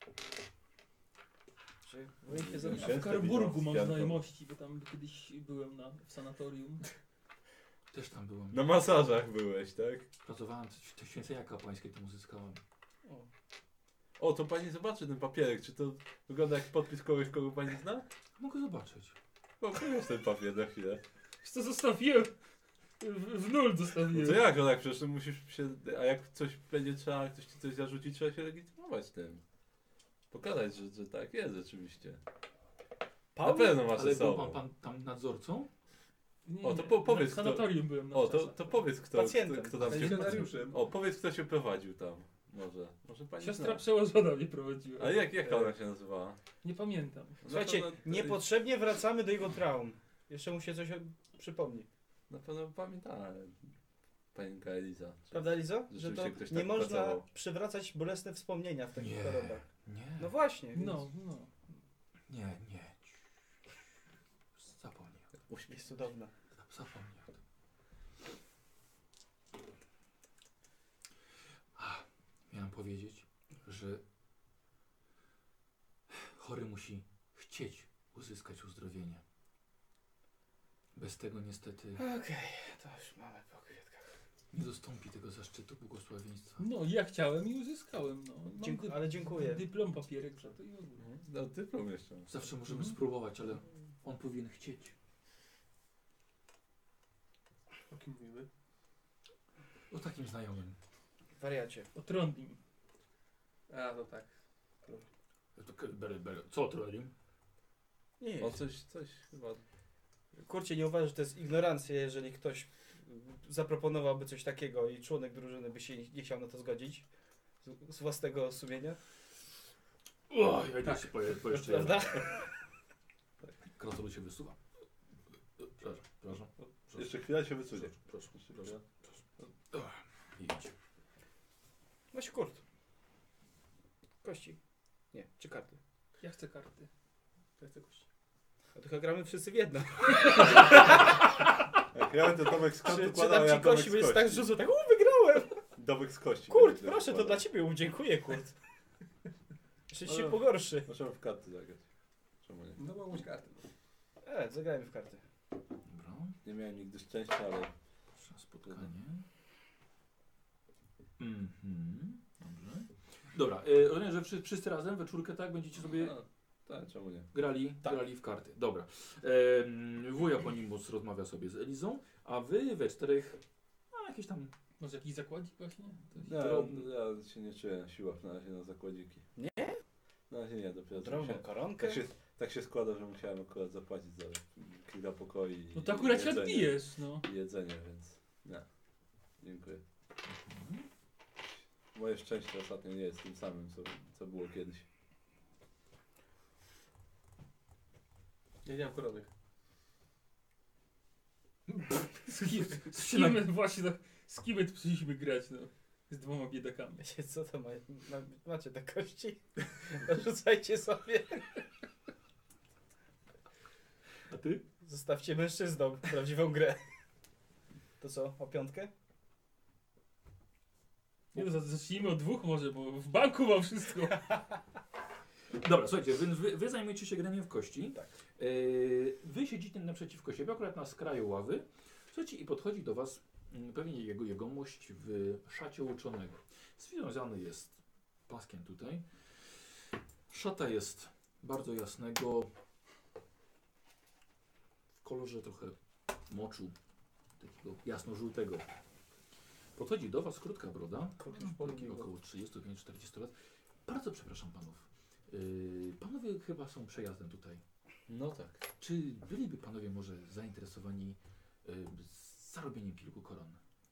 S2: Czy wujek się
S5: Nie,
S2: zamyśla?
S5: nie.
S6: W Karburgu mam
S5: Pianką.
S6: znajomości, bo tam kiedyś byłem w sanatorium.
S1: Też tam byłem.
S5: Na masażach byłeś, tak?
S1: Pracowałem, te święcenia kapłańskie tam uzyskałem.
S2: O.
S5: O, to pani zobaczy ten papierek, czy to wygląda jak podpis kogoś, kogo pani zna?
S1: Mogę zobaczyć.
S5: O, pokaż ten papier na chwilę.
S6: Wiesz co, zostawiłem? W nul
S5: No
S6: zostawiłem.
S5: to jak, no tak, przecież to musisz się, a jak coś będzie trzeba, ktoś ci coś zarzuci, trzeba się legitymować tym. Pokazać, że tak jest rzeczywiście. Na pewno masz
S1: Ale
S5: ze
S1: był
S5: sobą.
S1: pan tam nadzorcą?
S6: Nie,
S5: O, to
S6: nie,
S5: powiedz,
S6: w sanatorium byłem na
S5: O,
S6: czasach.
S5: to powiedz kto,
S2: Pacjentem.
S5: kto tam cię...
S4: Pensjonariuszem.
S5: O, powiedz kto cię prowadził tam. Może pani
S6: Siostra
S5: zna.
S6: przełożona mnie prowadziła.
S5: A jak ona się nazywała?
S6: Nie pamiętam.
S2: Słuchajcie,
S5: Na pewno-
S2: niepotrzebnie wracamy do jego traum. Jeszcze mu się coś przypomni.
S5: Na pewno pamiętałem. Panienka Eliza.
S2: Prawda, Lizo? Że
S5: Rzeczywiście
S2: to
S5: ktoś
S2: nie
S5: tak
S2: można
S5: pracował.
S2: przywracać bolesne wspomnienia w takich
S1: Nie.
S2: chorobach.
S1: Nie.
S2: No właśnie. Więc
S6: No.
S1: Nie. Zapomnij.
S5: Uśmiech.
S2: jest cudowne.
S1: Zapomnij o tym. Miałem powiedzieć, że chory musi chcieć uzyskać uzdrowienie. Bez tego niestety
S2: Okej, to już mamy po kwiatkach.
S1: nie dostąpi tego zaszczytu błogosławieństwa.
S6: No, ja chciałem i uzyskałem. No. Mam
S2: Ale dziękuję.
S6: Dyplom, papierek za to i w ogóle.
S5: No, dyplom jeszcze.
S1: Zawsze możemy
S6: Mhm.
S1: spróbować, ale on powinien chcieć.
S4: O kim mówimy?
S1: O takim znajomym.
S2: Wariacie.
S6: O Trondheim.
S4: A, no tak.
S1: Co to robi?
S2: Nie.
S5: O, coś chyba...
S2: Kurczę, nie uważasz, że to jest ignorancja, jeżeli ktoś zaproponowałby coś takiego i członek drużyny by się nie chciał na to zgodzić? Z własnego sumienia?
S1: O, ja idę się po jeszcze jeden.
S2: Prawda?
S1: Krasnolud się wysuwa. Przepraszam.
S5: Jeszcze chwila się wysunie.
S1: Proszę.
S5: Jeszcze chwila.
S1: Idź.
S2: Weź kurt. Kości. Nie, czy karty?
S6: Ja chcę karty.
S2: Ja chcę kości. A to chyba gramy wszyscy w jedno.
S5: Jak ja będę domek z kości
S2: Czy
S5: układał,
S2: dam
S5: ja
S2: ci
S5: domek
S2: kości,
S5: z
S2: bo jest
S5: kości.
S2: tak rzucę, tak wygrałem!
S5: Domek z kości.
S2: Kurt,
S5: będę
S2: proszę, to
S5: układał.
S2: dla ciebie, dziękuję kurt. Jeszcze ci się
S5: Ale-
S2: pogorszy.
S5: Możemy w karty zagrać. Czemu nie?
S4: No mogą być karty.
S2: Zagrajmy w karty.
S1: Dobra.
S5: Nie miałem nigdy szczęścia, ale...
S1: Proszę spotkanie. Dobrze. Dobra, rozumiem, że wszyscy razem we czwórkę tak będziecie sobie
S5: A, tak, czemu nie?
S1: grali w karty. Dobra. Wuja Ponimus rozmawia sobie z Elizą, a wy we czterech, jakieś tam...
S6: Może jakiś zakładzik właśnie?
S5: Ja się nie czuję na siłach na razie na zakładziki.
S2: Nie?
S5: Na razie nie, dopiero co
S2: Drobną
S5: musiałem-
S2: koronkę?
S5: tak się składa, że musiałem akurat zapłacić za kilka pokoi i
S6: No to akurat się
S5: jedzenie.
S6: odbijesz, no.
S5: I jedzenie, więc nie. Dziękuję. Moje szczęście ostatnio nie jest tym samym, co było kiedyś.
S4: Ja nie mam koronek.
S6: Z kim właśnie tak, z kim my tu przyszliśmy grać, no. Z dwoma biedakami.
S2: Wiecie co to macie te kości? Rzucajcie sobie.
S1: A ty?
S2: Zostawcie mężczyznom prawdziwą grę. To co, o piątkę?
S6: Nie no, zacznijmy od dwóch może, bo w banku mam wszystko.
S1: Dobra, słuchajcie, więc wy zajmujecie się graniem w kości.
S2: Tak.
S1: Wy siedzicie naprzeciwko siebie, akurat na skraju ławy. Słuchajcie, i podchodzi do was pewnie jego jegomość w szacie uczonego. Związany jest paskiem tutaj. Szata jest bardzo jasnego, w kolorze trochę moczu, takiego jasno-żółtego. Podchodzi do was krótka broda, taki około 35-40 lat. Bardzo przepraszam panów. Panowie chyba są przejazdem tutaj.
S5: No tak.
S1: Czy byliby panowie może zainteresowani zarobieniem kilku koron?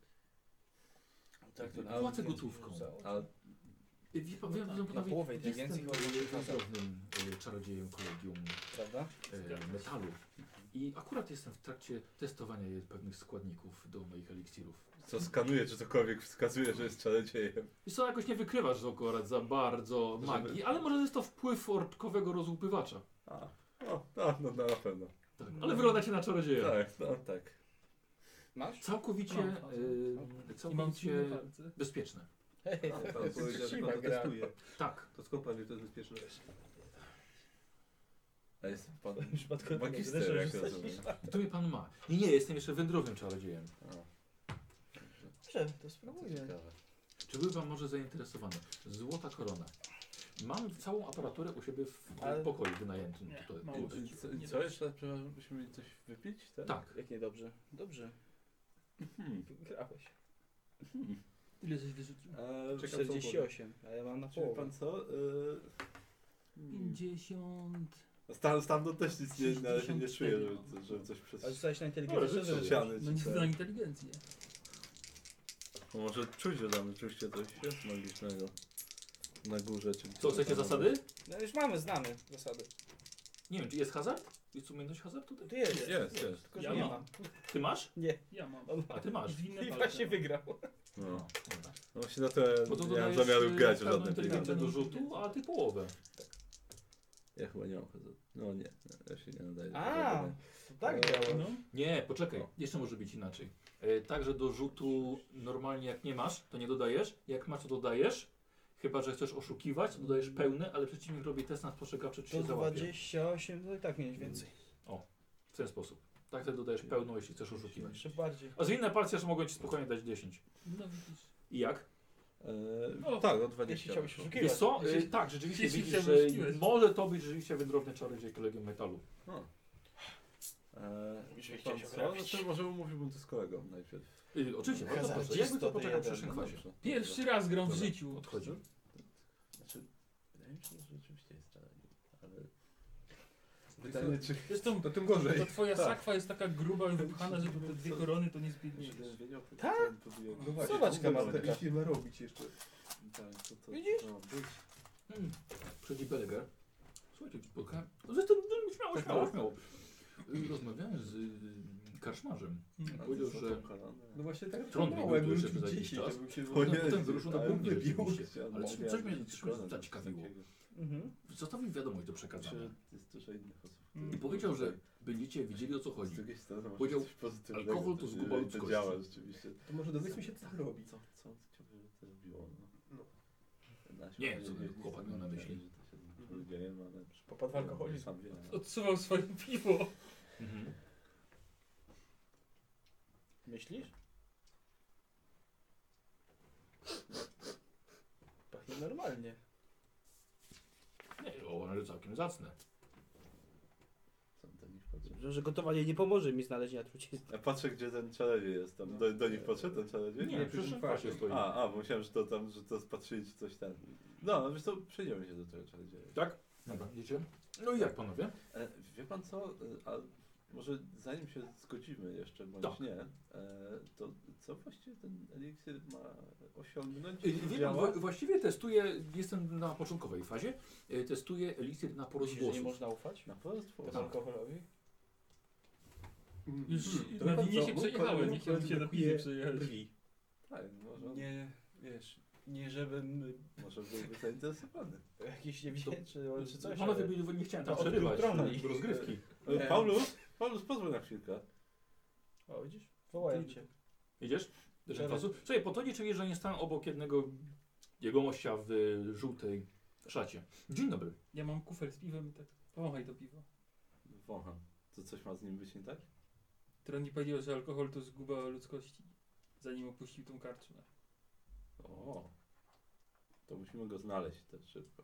S2: Tak, to
S1: Płacę gotówką.
S5: A
S1: Wie pan, wiem,
S2: na
S1: panowie,
S2: połowę
S1: jestem
S2: inteligencji chyba będzie kazał.
S1: wędrownym czarodziejem kolegium
S2: Prawda?
S1: metalu. I akurat jestem w trakcie testowania pewnych składników do moich eliksirów.
S5: co skanuje, czy cokolwiek wskazuje, że jest czarodziejem.
S1: I co, jakoś nie wykrywasz akurat za bardzo magii, ale może jest to wpływ orczkowego rozłupywacza.
S5: No na pewno.
S1: Tak. Ale wyglądacie na czarodzieja.
S5: Tak, no tak.
S2: Masz?
S1: Całkowicie,
S6: Mam. I mam
S1: całkowicie
S6: na palce.
S1: bezpieczne.
S2: Hej,
S4: Pan
S2: to
S4: powiedział,
S2: jest
S4: że
S2: siła
S4: pan
S2: gra.
S4: testuje.
S1: Tak.
S4: To skąd pan wie, że to jest bezpieczne?
S5: A jest pan
S2: W przypadku
S5: magister, jak rozumiem.
S1: I to mnie pan ma. Nie, jestem jeszcze wędrownym czarodziejem.
S2: Dobrze, to spróbujmy.
S5: Ciekawe.
S1: Czy byłby pan może zainteresowany? Złota korona. Mam całą aparaturę u siebie w
S2: Ale-
S1: pokoju wynajętym.
S6: Nie,
S1: Tutaj.
S6: mało.
S5: Co jeszcze? Przepraszam, byśmy mieli coś wypić?
S1: Tak.
S2: Jak nie dobrze? Dobrze. Grałeś.
S6: Ile żeś wyrzucił?
S4: Czekam, co
S2: 48, a ja mam na
S5: Czy
S2: połowę.
S5: pan co?
S6: 50.
S5: Stamtąd też nic nie, na razie nie
S6: 64
S5: czuję,
S6: mam.
S5: żeby coś przez...
S2: A rzucałeś na
S5: Dobra,
S2: inteligencję?
S5: rzuć
S2: czy
S5: ściany,
S6: No
S5: czy
S6: nic
S5: co?
S6: na inteligencję.
S5: No może czuć, że tam rzeczywiście coś jest magicznego. Na górze, czy...
S1: Co, chcecie zasady?
S2: No już mamy, znamy zasady.
S1: Nie wiem, czy jest hazard? Jest umiejętność hazard tutaj?
S2: To jest.
S5: Jest.
S2: Tylko, że
S6: Ja
S2: nie
S6: mam.
S2: ma.
S1: Ty masz?
S2: Nie.
S6: Ja mam.
S2: On
S1: A ty masz.
S6: Zwinne
S2: I
S6: palce.
S2: właśnie wygrał.
S5: No.
S1: Dobra.
S5: No właśnie na to
S1: Bo to
S5: nie mam
S1: dodajesz
S5: zamiaru grać w
S1: pełną
S5: żadne
S1: inteligencję
S5: pieniądze.
S1: do rzutu, a ty połowę.
S5: Ja chyba nie mam hazardu. No nie, ja się nie nadaję. do
S2: A,
S5: hazardu.
S2: to tak działa.
S6: No.
S1: Nie, poczekaj.
S5: No.
S1: Jeszcze może być inaczej. Także do rzutu normalnie jak nie masz, to nie dodajesz. Jak masz, to dodajesz. Chyba że chcesz oszukiwać, to dodajesz pełny, ale przeciwnik robi test na spostrzegawczy, czy
S2: To
S1: się załapie.
S2: 28, to i tak mieć więcej.
S1: W ten sposób. Tak wtedy dodajesz pełną, jeśli chcesz oszukiwać.
S2: Jeszcze bardziej.
S1: A z inne palce jeszcze mogę ci spokojnie dać 10.
S6: No widzisz.
S1: I jak?
S6: O,
S5: Tak, o
S2: Jeśli
S5: 20.
S2: chciałbyś
S5: wyszło.
S2: oszukiwać.
S1: Wiesz co?
S6: Jeśli-
S1: Tak, rzeczywiście
S6: jeśli
S1: widzisz, że
S6: chciałbyś oszukiwać.
S1: może to być rzeczywiście wędrowny czarodziej kolegium metalu.
S5: O.
S2: Jeżeli
S5: Pan
S2: chciałeś
S5: co? No
S2: ograbić.
S5: to może umówiłbym to z kolegą najpierw.
S1: Oczywiście, bardzo proszę.
S2: Hazardzisto
S1: Jakby to poczekał w
S2: to
S1: przyszłym
S2: jeden.
S1: kwasie.
S5: Dobrze.
S6: Pierwszy raz gram w
S1: Dobra.
S6: życiu.
S1: Odchodzi.
S5: Znaczy, wydaje mi się, że rzeczywiście jest czarodziej, ale... Pytanie, czy...
S6: Zresztą
S4: To tym gorzej.
S6: ta twoja
S5: Tak.
S6: sakwa jest taka gruba i wypchana, że te dwie korony to nie zbiedniejesz.
S2: Tak?
S4: No właśnie,
S2: Zobacz,
S4: to
S2: kamartyka.
S4: jakiś film ma robić jeszcze.
S5: To
S2: Widzisz?
S5: no, być.
S1: Przychodzi Beleger. Słuchajcie, spotkałem. Zresztą śmiało, śmiało, śmiało. Rozmawiałem z karczmarzem.
S6: Mm.
S1: Powiedział, że
S4: No właśnie tak
S1: Tron
S4: mało, jakby
S1: wybił, żeby
S4: rzucił
S1: za jakiś
S4: 10,
S1: czas.
S4: to bym się...
S1: Potem wyruszył na południe
S4: wybił.
S1: rzeczywiście. Ale coś mnie zaciekawiło.
S2: Mhm.
S1: Zostawił wiadomość do przekazania.
S5: Jest dużo innych osób.
S6: Mm.
S1: I powiedział, że będziecie wiedzieli, o co
S5: Z
S1: chodzi.
S5: drugiej strony może
S1: Powiedział,
S5: coś pozytywnego,
S1: alkohol to
S5: że
S1: zguba
S5: jeżeli
S1: ludzkości.
S5: To działa rzeczywiście.
S4: To może dowiedzmy się, co tak robi.
S5: Co chciałbym, żeby to robiło?
S4: No.
S1: Nie, co ten chłopak miał na myśli?
S5: Że to się dzieje, no ale...
S2: Popadł w alkoholizm.
S5: Sam wiem.
S6: Odsuwał swoje piwo.
S1: Mhm.
S2: Myślisz? Pachnie normalnie.
S1: Nie, one całkiem zacne.
S5: Sam do nich patrzę.
S2: Że gotowanie nie pomoże mi znalezienia trucizny.
S5: Ja patrzę, gdzie ten czarodziej jest. Tam do nich podszedł ten czarodziej?
S1: Nie, przy przyszłym kwasie stoi.
S5: Bo myślałem, że to tam, że to spatrzyli, czy coś tam. No, wiesz co, przejdziemy się do tego czarodzieja.
S1: Tak? Dobra, idziecie? No i jak panowie?
S5: Wie pan co, a może zanim się zgodzimy jeszcze, bądź
S1: Tak.
S5: nie, to co właściwie ten eliksir ma osiągnąć?
S1: Wie pan,
S5: Działa?
S1: właściwie testuję, jestem na początkowej fazie, testuję eliksir na porost
S2: Myślisz, że nie
S1: włosów.
S2: można ufać?
S5: Na prostwo.
S2: Pod alkoholowi?
S6: Już
S4: To
S6: na
S4: pan
S6: winie
S4: co,
S6: się
S4: mój
S6: przejechałem,
S4: kolega
S6: nie chciałem się na
S4: produkuje
S6: piwie przejechać.
S4: brwi.
S5: Tak, może,
S2: Nie, wiesz, nie żebym
S5: może byłby zainteresowany.
S2: jakiś nie wiedział, czy coś.
S1: Panowie
S2: ale-
S1: byli, nie chciałem tam
S2: To odbiór
S1: przerywać
S2: trona i-
S1: rozgrywki.
S4: Nie.
S5: Paulus, pozwól na chwilkę.
S2: O, widzisz? Wołają cię.
S1: Idziesz? Do
S2: Czemu?
S1: kwasu? Słuchaj, po to nie czuję, że nie stałem obok jednego jegomościa w żółtej szacie. Dzień dobry.
S6: Ja mam kufer z piwem i tak powąchaj to piwo.
S5: Wącham. To coś ma z nim być nie tak?
S6: Troni powiedział, że alkohol to zguba ludzkości, zanim opuścił tą karczmę.
S5: O. To musimy go znaleźć też szybko.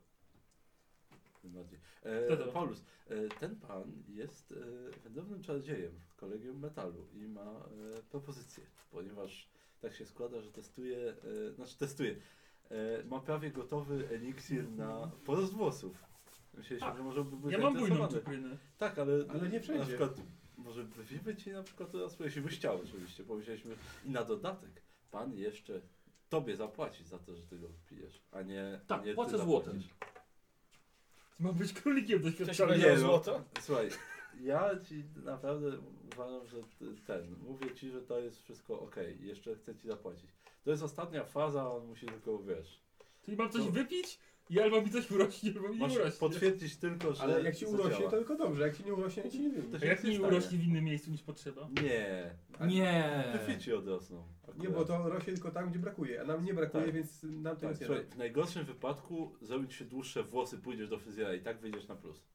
S5: Tym bardziej.
S6: Kto to?
S5: Paulus, ten pan jest wędrownym czarodziejem w Kolegium Metalu i ma propozycję, ponieważ tak się składa, że testuje. Ma prawie gotowy eliksir na porost włosów. Myśleliśmy, że może by był
S6: Ja mam bujną
S5: zainteresowany.
S6: czuprynę.
S5: Tak, ale
S4: nie wszędzie.
S5: na przykład może brwi ci na przykład urosły, jeśli byś chciał oczywiście. Pomyśleliśmy i na dodatek pan jeszcze tobie zapłaci za to, że ty go pijesz, a nie
S1: Tak,
S5: a nie
S1: płacę
S5: ty
S1: złotem.
S5: zapłacisz.
S6: Mam być królikiem
S2: Ktoś
S6: doświadczonym.
S2: powiedział
S5: Nie, no.
S2: złoto?
S5: Słuchaj, ja ci naprawdę uważam, że mówię ci, że to jest wszystko okej i jeszcze chcę ci zapłacić. To jest ostatnia faza, on musi tylko, wiesz,
S6: Czyli mam coś
S5: No.
S6: wypić i albo mi coś urośnie, albo mi nie
S5: masz
S6: urośnie.
S5: potwierdzić tylko, że
S4: Ale jak ci urośnie,
S5: zadziała.
S4: to tylko dobrze, jak ci nie urośnie, to ci nie wiem.
S5: To
S6: A
S5: się
S6: jak
S5: nic
S6: mi
S5: stanie.
S6: urośnie w innym miejscu niż potrzeba?
S5: Nie.
S1: Nie.
S5: Brwi ci odrosną.
S4: Nie, bo to rośnie tylko tam, gdzie brakuje, a nam nie brakuje,
S5: Tak.
S4: więc nam to
S5: Tak,
S4: jest nie
S5: słuchaj,
S4: da.
S5: w najgorszym wypadku zrobić się dłuższe włosy, pójdziesz do fryzjera i tak wyjdziesz na plus.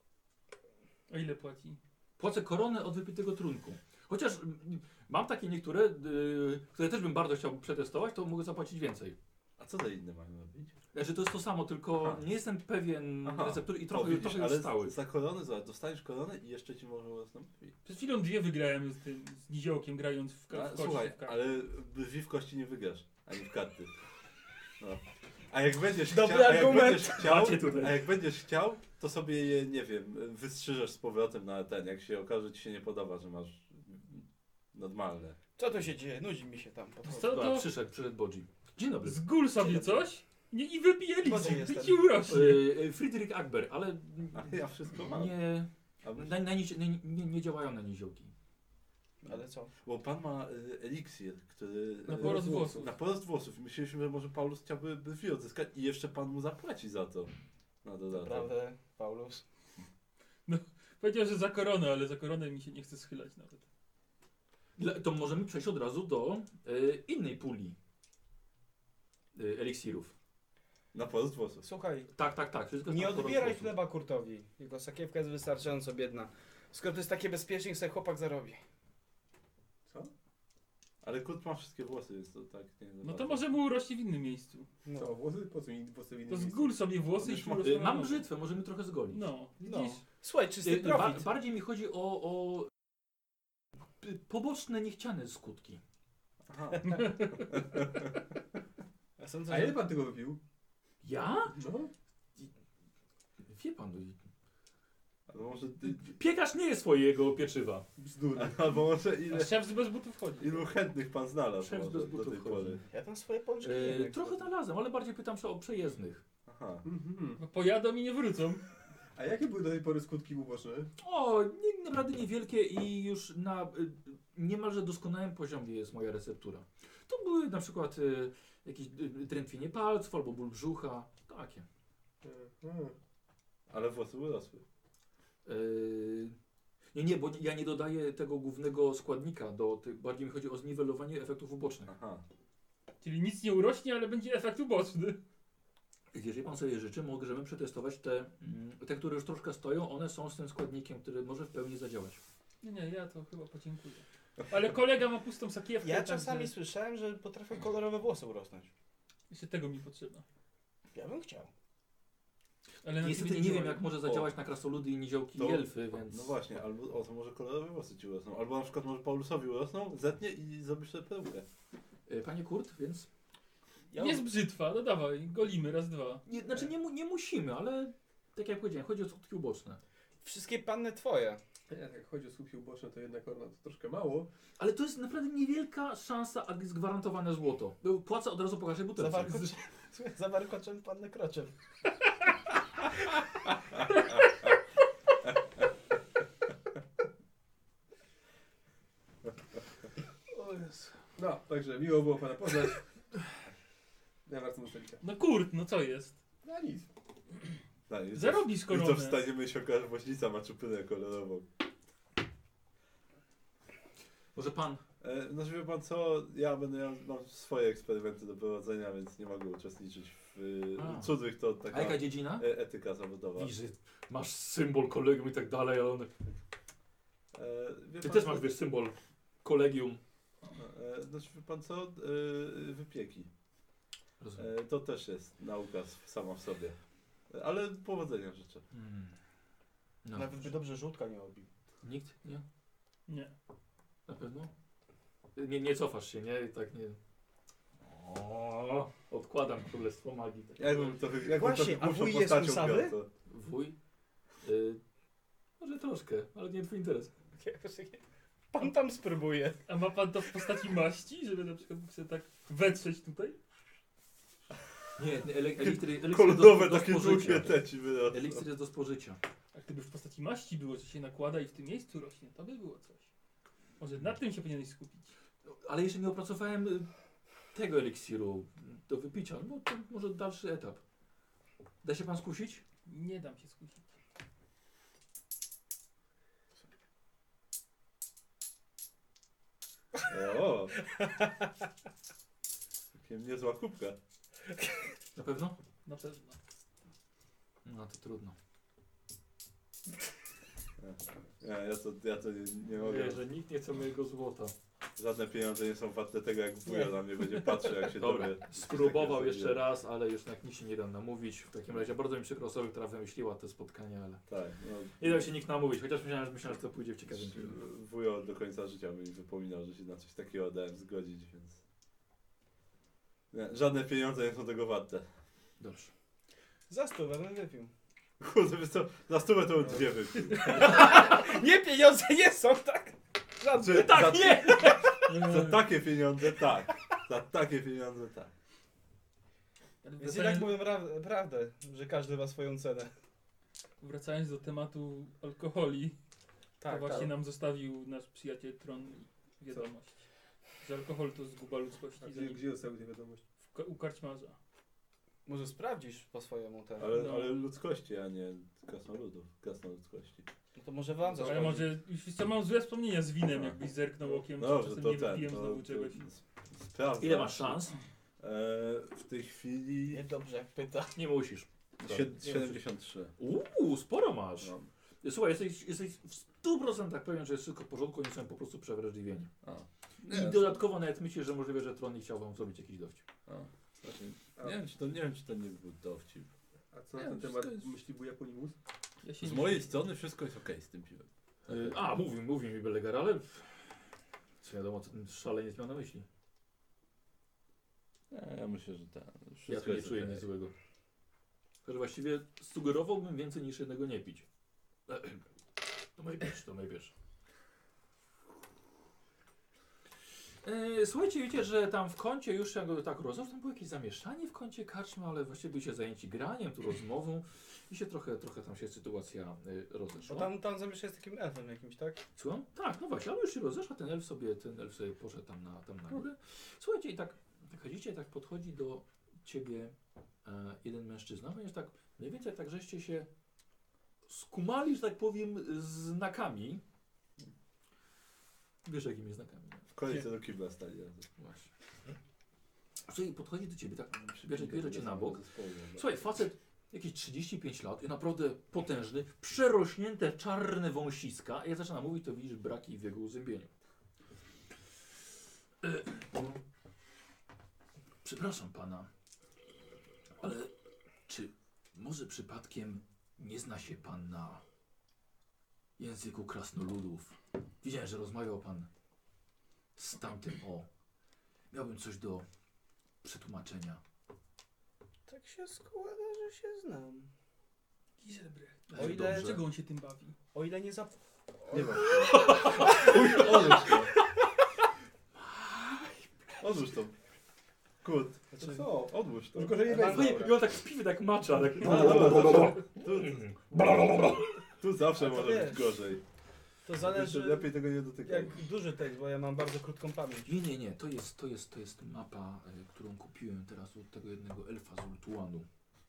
S6: O ile płaci?
S1: Płacę koronę od wypitego trunku. Chociaż mam takie niektóre, które też bym bardzo chciał przetestować, to mogę zapłacić więcej.
S5: A co te inne mają robić?
S1: Znaczy to jest to samo, tylko
S5: Aha.
S1: nie jestem pewien
S5: Aha.
S1: receptury i
S5: O,
S1: trochę,
S5: widzisz,
S1: trochę
S5: ale
S1: jest stały.
S5: za koronę, zobacz, dostaniesz koronę i jeszcze ci może urosną brwi.
S6: Przed chwilą 2 wygrałem z tym, z niziołkiem grając w
S5: A,
S6: kości.
S5: słuchaj,
S6: w karty.
S5: ale brwi w kości nie wygrasz, ani w karty. No. A jak będziesz
S2: Dobry
S5: chciał, a jak
S2: argument.
S5: będziesz chciał,
S1: Macie tutaj.
S5: a jak będziesz chciał, to sobie je, nie wiem, wystrzyżesz z powrotem na ten, jak się okaże, że ci się nie podoba, że masz normalne.
S2: Co tu się dzieje? Nudzi mi się tam.
S6: Co
S1: Dobra,
S6: to?
S1: przyszedł Bodzi. Dzień dobry.
S6: Zgól sobie
S2: Dzień dobry.
S6: coś nie, i wypij
S2: Bodzi
S6: eliksir i
S2: jestem.
S6: ci urośnie.
S1: Friedrich Agber, ale
S5: A ja wszystko mam.
S1: nie,
S5: A my-
S1: nie działają na niziołki.
S2: Ale co?
S5: Bo pan ma eliksir, który...
S6: Na porost włosów.
S5: Na porost włosów. I myśleliśmy, że może Paulus chciałby brwi odzyskać i jeszcze pan mu zapłaci za to. Na dodatek.
S2: Naprawdę, Paulus?
S6: Powiedział, że za koronę, ale za koronę mi się nie chce schylać nawet.
S1: To możemy przejść od razu do innej puli eliksirów.
S5: Na porost włosów.
S2: Słuchaj,
S1: Tak. Wszystko
S2: nie
S1: jest na
S2: odbieraj
S1: porost
S2: chleba Kurtowi. Jego sakiewka jest wystarczająco biedna. Skoro to jest takie bezpieczne, niech sobie chłopak zarobi.
S5: Ale Kurt ma wszystkie włosy, więc to tak nie
S6: No to może mu urośnie w innym miejscu.
S2: No.
S4: Co, włosy? Po co mi włosy w innym
S6: To
S4: miejscu?
S6: zgól sobie włosy i
S5: Już
S6: ci
S5: ma-
S6: urosną na
S1: Mam
S6: nowo.
S1: brzytwę, możemy trochę zgolić.
S6: No,
S2: No.
S6: widzisz?
S2: Słuchaj, czysty profit.
S1: Bardziej mi chodzi o poboczne, niechciane skutki.
S5: Aha.
S2: Ja sądzę,
S4: A
S2: że...
S4: ile pan tego wypił?
S1: Ja?
S4: No.
S1: Wie pan, no,
S5: Albo może,
S1: piekarz nie jest swojego pieczywa.
S4: Bzdury.
S5: albo może
S6: A szef bez butów chodzi.
S5: ilu chętnych pan znalazł
S1: Szef
S5: może
S1: bez
S5: do
S1: butów
S5: tej
S1: chodzi.
S5: pory.
S2: Ja tam swoje pączki jem, jak
S1: Trochę
S2: to-
S1: znalazłem, ale bardziej pytam się o przejezdnych.
S5: Aha.
S4: Mhm.
S6: Bo pojadą i nie wrócą.
S4: A jakie były do tej pory skutki uboczne?
S1: O, naprawdę niewielkie i już na niemalże doskonałym poziomie jest moja receptura. To były na przykład jakieś drętwienie palców albo ból brzucha, takie.
S5: Ale włosy urosły.
S1: Nie, bo ja nie dodaję tego głównego składnika do tych, bardziej mi chodzi o zniwelowanie efektów ubocznych.
S5: Aha.
S6: Czyli nic nie urośnie, ale będzie efekt uboczny.
S1: Jeżeli pan sobie życzy, możemy przetestować te, które już troszkę stoją, one są z tym składnikiem, który może w pełni zadziałać.
S6: Nie, ja to chyba podziękuję. Ale kolega ma pustą sakiewkę.
S2: Ja
S6: także
S2: czasami słyszałem, że potrafią kolorowe włosy urosnąć.
S6: Jeszcze tego mi potrzeba.
S2: Ja bym chciał.
S6: Ale na
S1: Niestety
S6: ciebie
S1: nie wiem,
S6: działają.
S1: jak może zadziałać na krasnoludy i niziołki
S5: To-
S1: i elfy, więc...
S5: No właśnie, albo to może kolorowe włosy ci urosną. Albo na przykład może Paulusowi urosną, zetnie i zrobisz sobie perukę.
S1: Panie Kurt, więc...
S6: Jest brzytwa, no dawaj, golimy, raz, dwa.
S1: Nie, znaczy nie musimy, ale tak jak powiedziałem, chodzi o skutki uboczne.
S2: Wszystkie panny twoje.
S4: Jak chodzi o skutki uboczne, to jednak to troszkę mało.
S1: Ale to jest naprawdę niewielka szansa, a jest gwarantowane złoto. Płacę od razu po każdej butelce.
S2: Za warkoczem panny kroczem.
S4: O Jezu. No, także miło było pana poznać. Ja wracam do stolika.
S6: No Kurt, no co jest?
S4: No nic.
S5: Tak, jutro-
S6: Zarobisz
S5: Jutro
S6: koronę.
S5: wstaniemy i się okaże, że woźnica ma czupynę kolorową.
S1: Może pan...
S5: Znaczy wie pan co, mam swoje eksperymenty do prowadzenia, więc nie mogę uczestniczyć w
S1: A.
S5: cudzych, to
S1: A
S5: taka
S1: jaka dziedzina?
S5: etyka zawodowa.
S1: Widzisz, że masz symbol kolegium i tak dalej, ale on...
S5: Wie
S1: Ty
S5: pan
S1: też
S5: co?
S1: masz, wiesz, symbol kolegium.
S5: Znaczy wie pan co, wypieki.
S1: Rozumiem.
S5: To też jest nauka sama w sobie. Ale powodzenia życzę.
S1: No.
S2: Nawet by dobrze żółtka nie robił.
S1: Nikt? Nie?
S6: Nie.
S1: Na pewno? Nie cofasz się, nie? I tak nie... O, odkładam Królestwo Magii. Tak.
S5: Jak
S2: Właśnie, a wuj jest łysawy?
S1: Wuj? Może troszkę, ale nie twój interes.
S2: Pan tam spróbuje.
S6: A ma pan to w postaci maści, żeby na przykład mógł sobie tak wetrzeć tutaj?
S1: Nie, eliksir
S5: Kolorowe
S1: do
S5: takie
S1: spożycia.
S5: długie te ci wyrosną.
S1: Eliksir jest do spożycia.
S6: A gdyby w postaci maści było, że się nakłada i w tym miejscu rośnie, to by było coś. Może nad tym się powinieneś skupić.
S1: Ale jeszcze nie opracowałem tego eliksiru do wypicia, no to może dalszy etap. Da się pan skusić?
S6: Nie dam się skusić.
S5: O! Takie niezła kubka.
S1: Na pewno?
S6: Na pewno.
S1: No to trudno.
S5: Ja to nie mogę.
S1: Nie, że nikt nie chce mojego złota.
S5: Żadne pieniądze nie są warte tego, jak wuja na mnie będzie patrzył, jak się
S1: Dobra,
S5: dowie.
S1: spróbował jeszcze raz, ale już tak nikt się nie da namówić. W takim razie bardzo mi przykro osoby, która wymyśliła te spotkanie, ale
S5: Tak, no.
S1: nie dał się nikt namówić, chociaż myślałem, że to pójdzie w ciekawym kierunku.
S5: Wujo do końca życia mi wypominał, że się na coś takiego dałem zgodzić, więc... Nie, żadne pieniądze nie są tego warte.
S1: Dobrze.
S2: Za 100 bym wypił.
S5: Kurde, wiesz co, za 100 to dwie wypił.
S2: Nie, pieniądze nie są, tak? Żadne.
S1: Tak, nie!
S5: Za takie pieniądze tak. Za takie pieniądze tak.
S2: Więc jednak mówią prawdę, że każdy ma swoją cenę.
S6: Wracając do tematu alkoholi, to
S2: Tak,
S6: właśnie
S2: tak.
S6: nam zostawił nasz przyjaciel Tron wiadomość, że alkohol to zguba ludzkości.
S4: A gdzie zostały te wiadomości?
S6: U karczmarza.
S2: Może sprawdzisz po swojemu temu.
S5: Ale ludzkości, a nie krasnoludzkości.
S2: No to może wam
S6: Ale
S2: zaszkodzi.
S6: może, już co, mam złe wspomnienia z winem, jakbyś zerknął okiem,
S5: No,
S6: czy
S5: że
S6: czasem
S5: to
S6: nie
S5: ten,
S6: wypiłem
S5: to,
S6: znowu czegoś.
S5: sprawdzam.
S1: Ile masz szans?
S5: W tej chwili
S2: Niedobrze jak pyta.
S1: Nie musisz.
S5: 73.
S1: Sporo masz.
S5: No.
S1: Słuchaj, jesteś w 100% pewien, że jest wszystko w porządku, oni są po prostu przewrażliwieni.
S5: A.
S1: I dodatkowo nawet myślisz, że możliwe, że Tron nie chciał wam zrobić jakiś dowcip.
S5: Nie wiem, czy to nie był dowcip.
S4: A co
S5: Nie,
S4: na ten
S5: wszystko
S4: temat
S5: jest-
S4: myśli wuja Ponimus?
S6: Ja się
S5: Z
S6: nie-
S5: mojej strony wszystko jest okej z tym piwem.
S1: Mówi mi Belegar, ale co wiadomo, co ten szaleniec miał na myśli.
S5: Ja myślę, że ten.
S1: Ja
S5: wszystko
S1: tu nie
S5: jest
S1: czuję
S5: okej.
S1: nic złego. Że właściwie sugerowałbym więcej niż jednego nie pić. To najpierw. Słuchajcie, wiecie, że tam w kącie już jakby tak rozumiem, tam było jakieś zamieszanie w kącie karczmy, ale właściwie byliście zajęci graniem, tu rozmową i się trochę tam się sytuacja
S2: Bo
S1: rozeszła.
S2: tam zamieszka jest takim elfem jakimś, tak?
S1: Słucham? Tak, no właśnie, ale już się rozeszła, ten elf sobie poszedł tam na górę. Słuchajcie, i tak chodzicie, tak podchodzi do ciebie jeden mężczyzna, ponieważ tak mniej więcej tak żeście się skumali, że tak powiem, znakami. Wiesz jakimi znakami? No?
S5: W kolejce do kibla stali razem.
S1: Właśnie. Słuchaj, podchodzi do ciebie tak,
S5: Przybliżę
S1: bierze cię na bok.
S5: zespołu, no.
S1: Słuchaj, facet jakieś 35 lat i naprawdę potężny, przerośnięte czarne wąsiska. A ja zaczynam mówić, to widzisz braki w jego uzębieniu. Przepraszam pana, ale czy może przypadkiem nie zna się pan na języku krasnoludów? Widziałem, że rozmawiał pan z tamtym Miałbym coś do przetłumaczenia.
S2: Tak się składa, że się znam.
S6: Giselbrecht.
S2: O ile-
S6: Dlaczego on się tym bawi?
S2: O ile nie
S5: Nie ma. Odłóż to. Odłóż to. Kurt.
S2: Znaczy,
S4: Co?
S5: Odłóż to.
S4: Tylko, że nie
S2: Mam-
S4: będzie.
S1: I on tak w piwie tak macza. Tak...
S5: Tu zawsze
S2: A to
S5: może
S2: wiesz.
S5: być gorzej.
S2: To zależy
S5: Lepiej tego nie dotykać.
S2: jak duży tekst, bo ja mam bardzo krótką pamięć.
S1: Nie, to jest mapa, którą kupiłem teraz od tego jednego elfa z Ultuanu.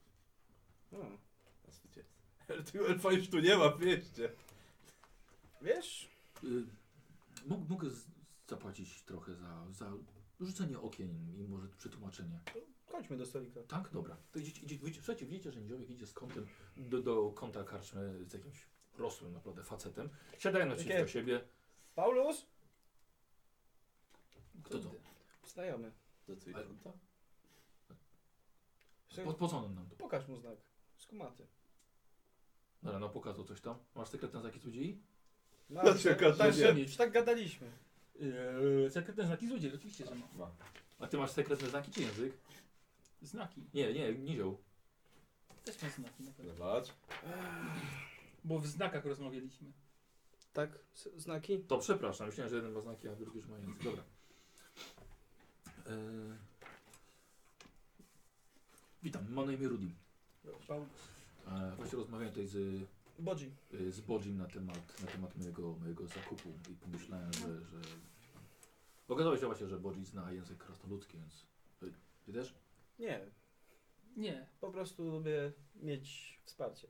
S5: Ale tego elfa już tu nie ma w mieście.
S2: Wiesz?
S1: Mogę zapłacić trochę za rzucenie okien i może przetłumaczenie.
S2: Chodźmy do stolika.
S1: Tak? Dobra. To słuchajcie, widzicie, że Niziołek idzie z kątem do kąta karczmy z jakimś rosłym naprawdę facetem. Siadają naprzeciwko
S2: Takie-
S1: siebie.
S2: Paulus?
S1: Kto to?
S2: Znajomy.
S5: Do co
S1: Ale-
S5: konta?
S1: Po co on nam to?
S2: Pokaż mu znak. Skumaty.
S1: Dobra, no pokazał coś tam. Masz sekretne znaki złodziei?
S2: No,
S5: To się okaże, że
S2: już tak gadaliśmy.
S6: Sekretne znaki złodziej, oczywiście, że ma.
S5: Ma.
S1: A ty masz sekretne znaki czy język?
S6: Znaki.
S1: Nie, nizioł.
S6: Też ma znaki na pewno.
S5: Zobacz.
S6: Bo w znakach rozmawialiśmy.
S2: Tak? Znaki?
S1: To przepraszam, myślałem, że jeden ma znaki, a drugi już ma język. Dobra. Witam, mam na imię Rudy. Właśnie rozmawiałem tutaj
S2: Bodzi.
S1: z Bodzim na temat mojego zakupu i pomyślałem, że... Okazało się właśnie, że Bodzi zna język krasnoludzki, więc... Ty też?
S2: Nie,
S6: Nie.
S2: po prostu lubię mieć wsparcie.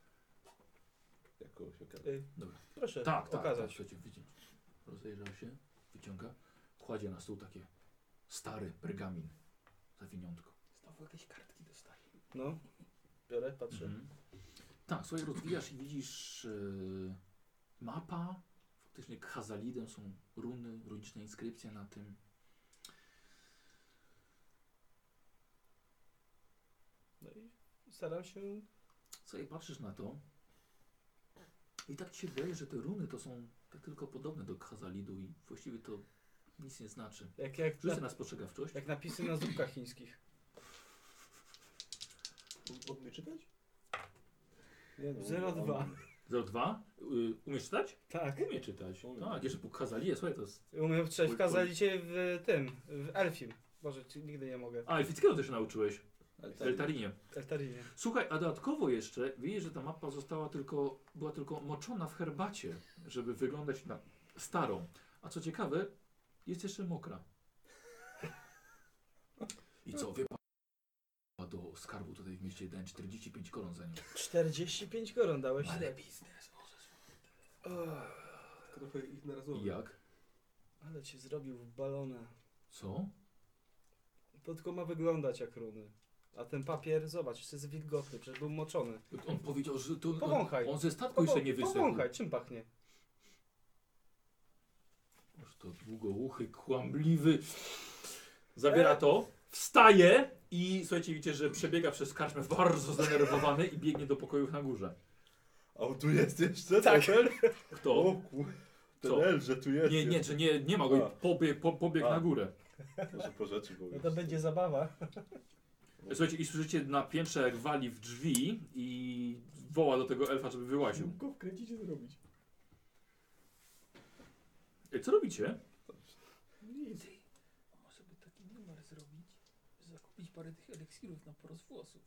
S5: Jakąś okazję.
S2: Proszę
S1: Tak,
S2: okazać.
S1: słuchajcie, widzisz. Rozejrzał się, wyciąga, kładzie na stół takie stary pergamin, zawiniątko.
S6: Znowu jakieś kartki dostaję.
S2: No, biorę, patrzę.
S1: Mhm. Tak, słuchaj, rozwijasz i widzisz mapa. Faktycznie Khazalidem są runy, runiczne inskrypcje na tym.
S2: No i staram się...
S1: Słuchaj, patrzysz na to i tak ci się wydaje, że te runy to są tak tylko podobne do Khazalidu i właściwie to nic nie znaczy.
S2: Jak,
S1: Rzucę na spostrzegawczość.
S2: jak napisy na zupkach chińskich.
S4: Mogę czytać?
S5: Nie no,
S2: 0,2.
S1: 02. Umiesz czytać?
S2: Tak.
S1: Umie czytać.
S5: Umiem.
S1: Tak, jeszcze po Khazalidzie, słuchaj, to jest...
S2: Umiem wczoraj wkazali cię w tym, w Elfim. Boże, nigdy nie mogę.
S1: A, elfickiego też się nauczyłeś.
S5: Ale
S1: W
S5: tak,
S1: Eltarinie.
S2: Eltarinie.
S1: Słuchaj, a dodatkowo jeszcze widzisz, że ta mapa była tylko moczona w herbacie, żeby wyglądać na starą. A co ciekawe, jest jeszcze mokra. I co, wie pan, do skarbu tutaj w mieście dałem 45 koron za nią.
S2: 45 koron dałeś.
S1: Ale biznes,
S4: Trochę ich narazowo.
S1: I jak?
S2: Ale cię zrobił w balona.
S1: Co?
S2: To tylko ma wyglądać jak runy. A ten papier, zobacz, jest wilgotny, przecież był moczony.
S1: On powiedział, że to...
S2: Powąchaj.
S1: On ze statku jeszcze nie wysechł.
S2: Powąchaj, czym pachnie?
S1: Aż to długouchy, kłamliwy. Zabiera to, wstaje i słuchajcie, widzicie, że przebiega przez karczmę bardzo zdenerwowany i biegnie do pokojów na górze.
S5: A tu jest jeszcze?
S2: Tak.
S5: Ten?
S1: Kto?
S5: O kur... Ten
S1: Co?
S5: elf, że tu jest.
S1: Nie, że nie ma go
S5: A.
S1: i pobiegł
S5: A.
S1: na górę.
S5: Może po rzeczy
S2: No
S5: powiedz.
S2: to będzie zabawa.
S1: Słuchajcie, i słyszycie na piętrze jak wali w drzwi i woła do tego elfa, żeby wyłaził.
S4: Go wkręcicie zrobić.
S1: Co robicie?
S2: Nic.
S6: Może by taki numer zrobić, zakupić parę tych eliksirów na porost włosów.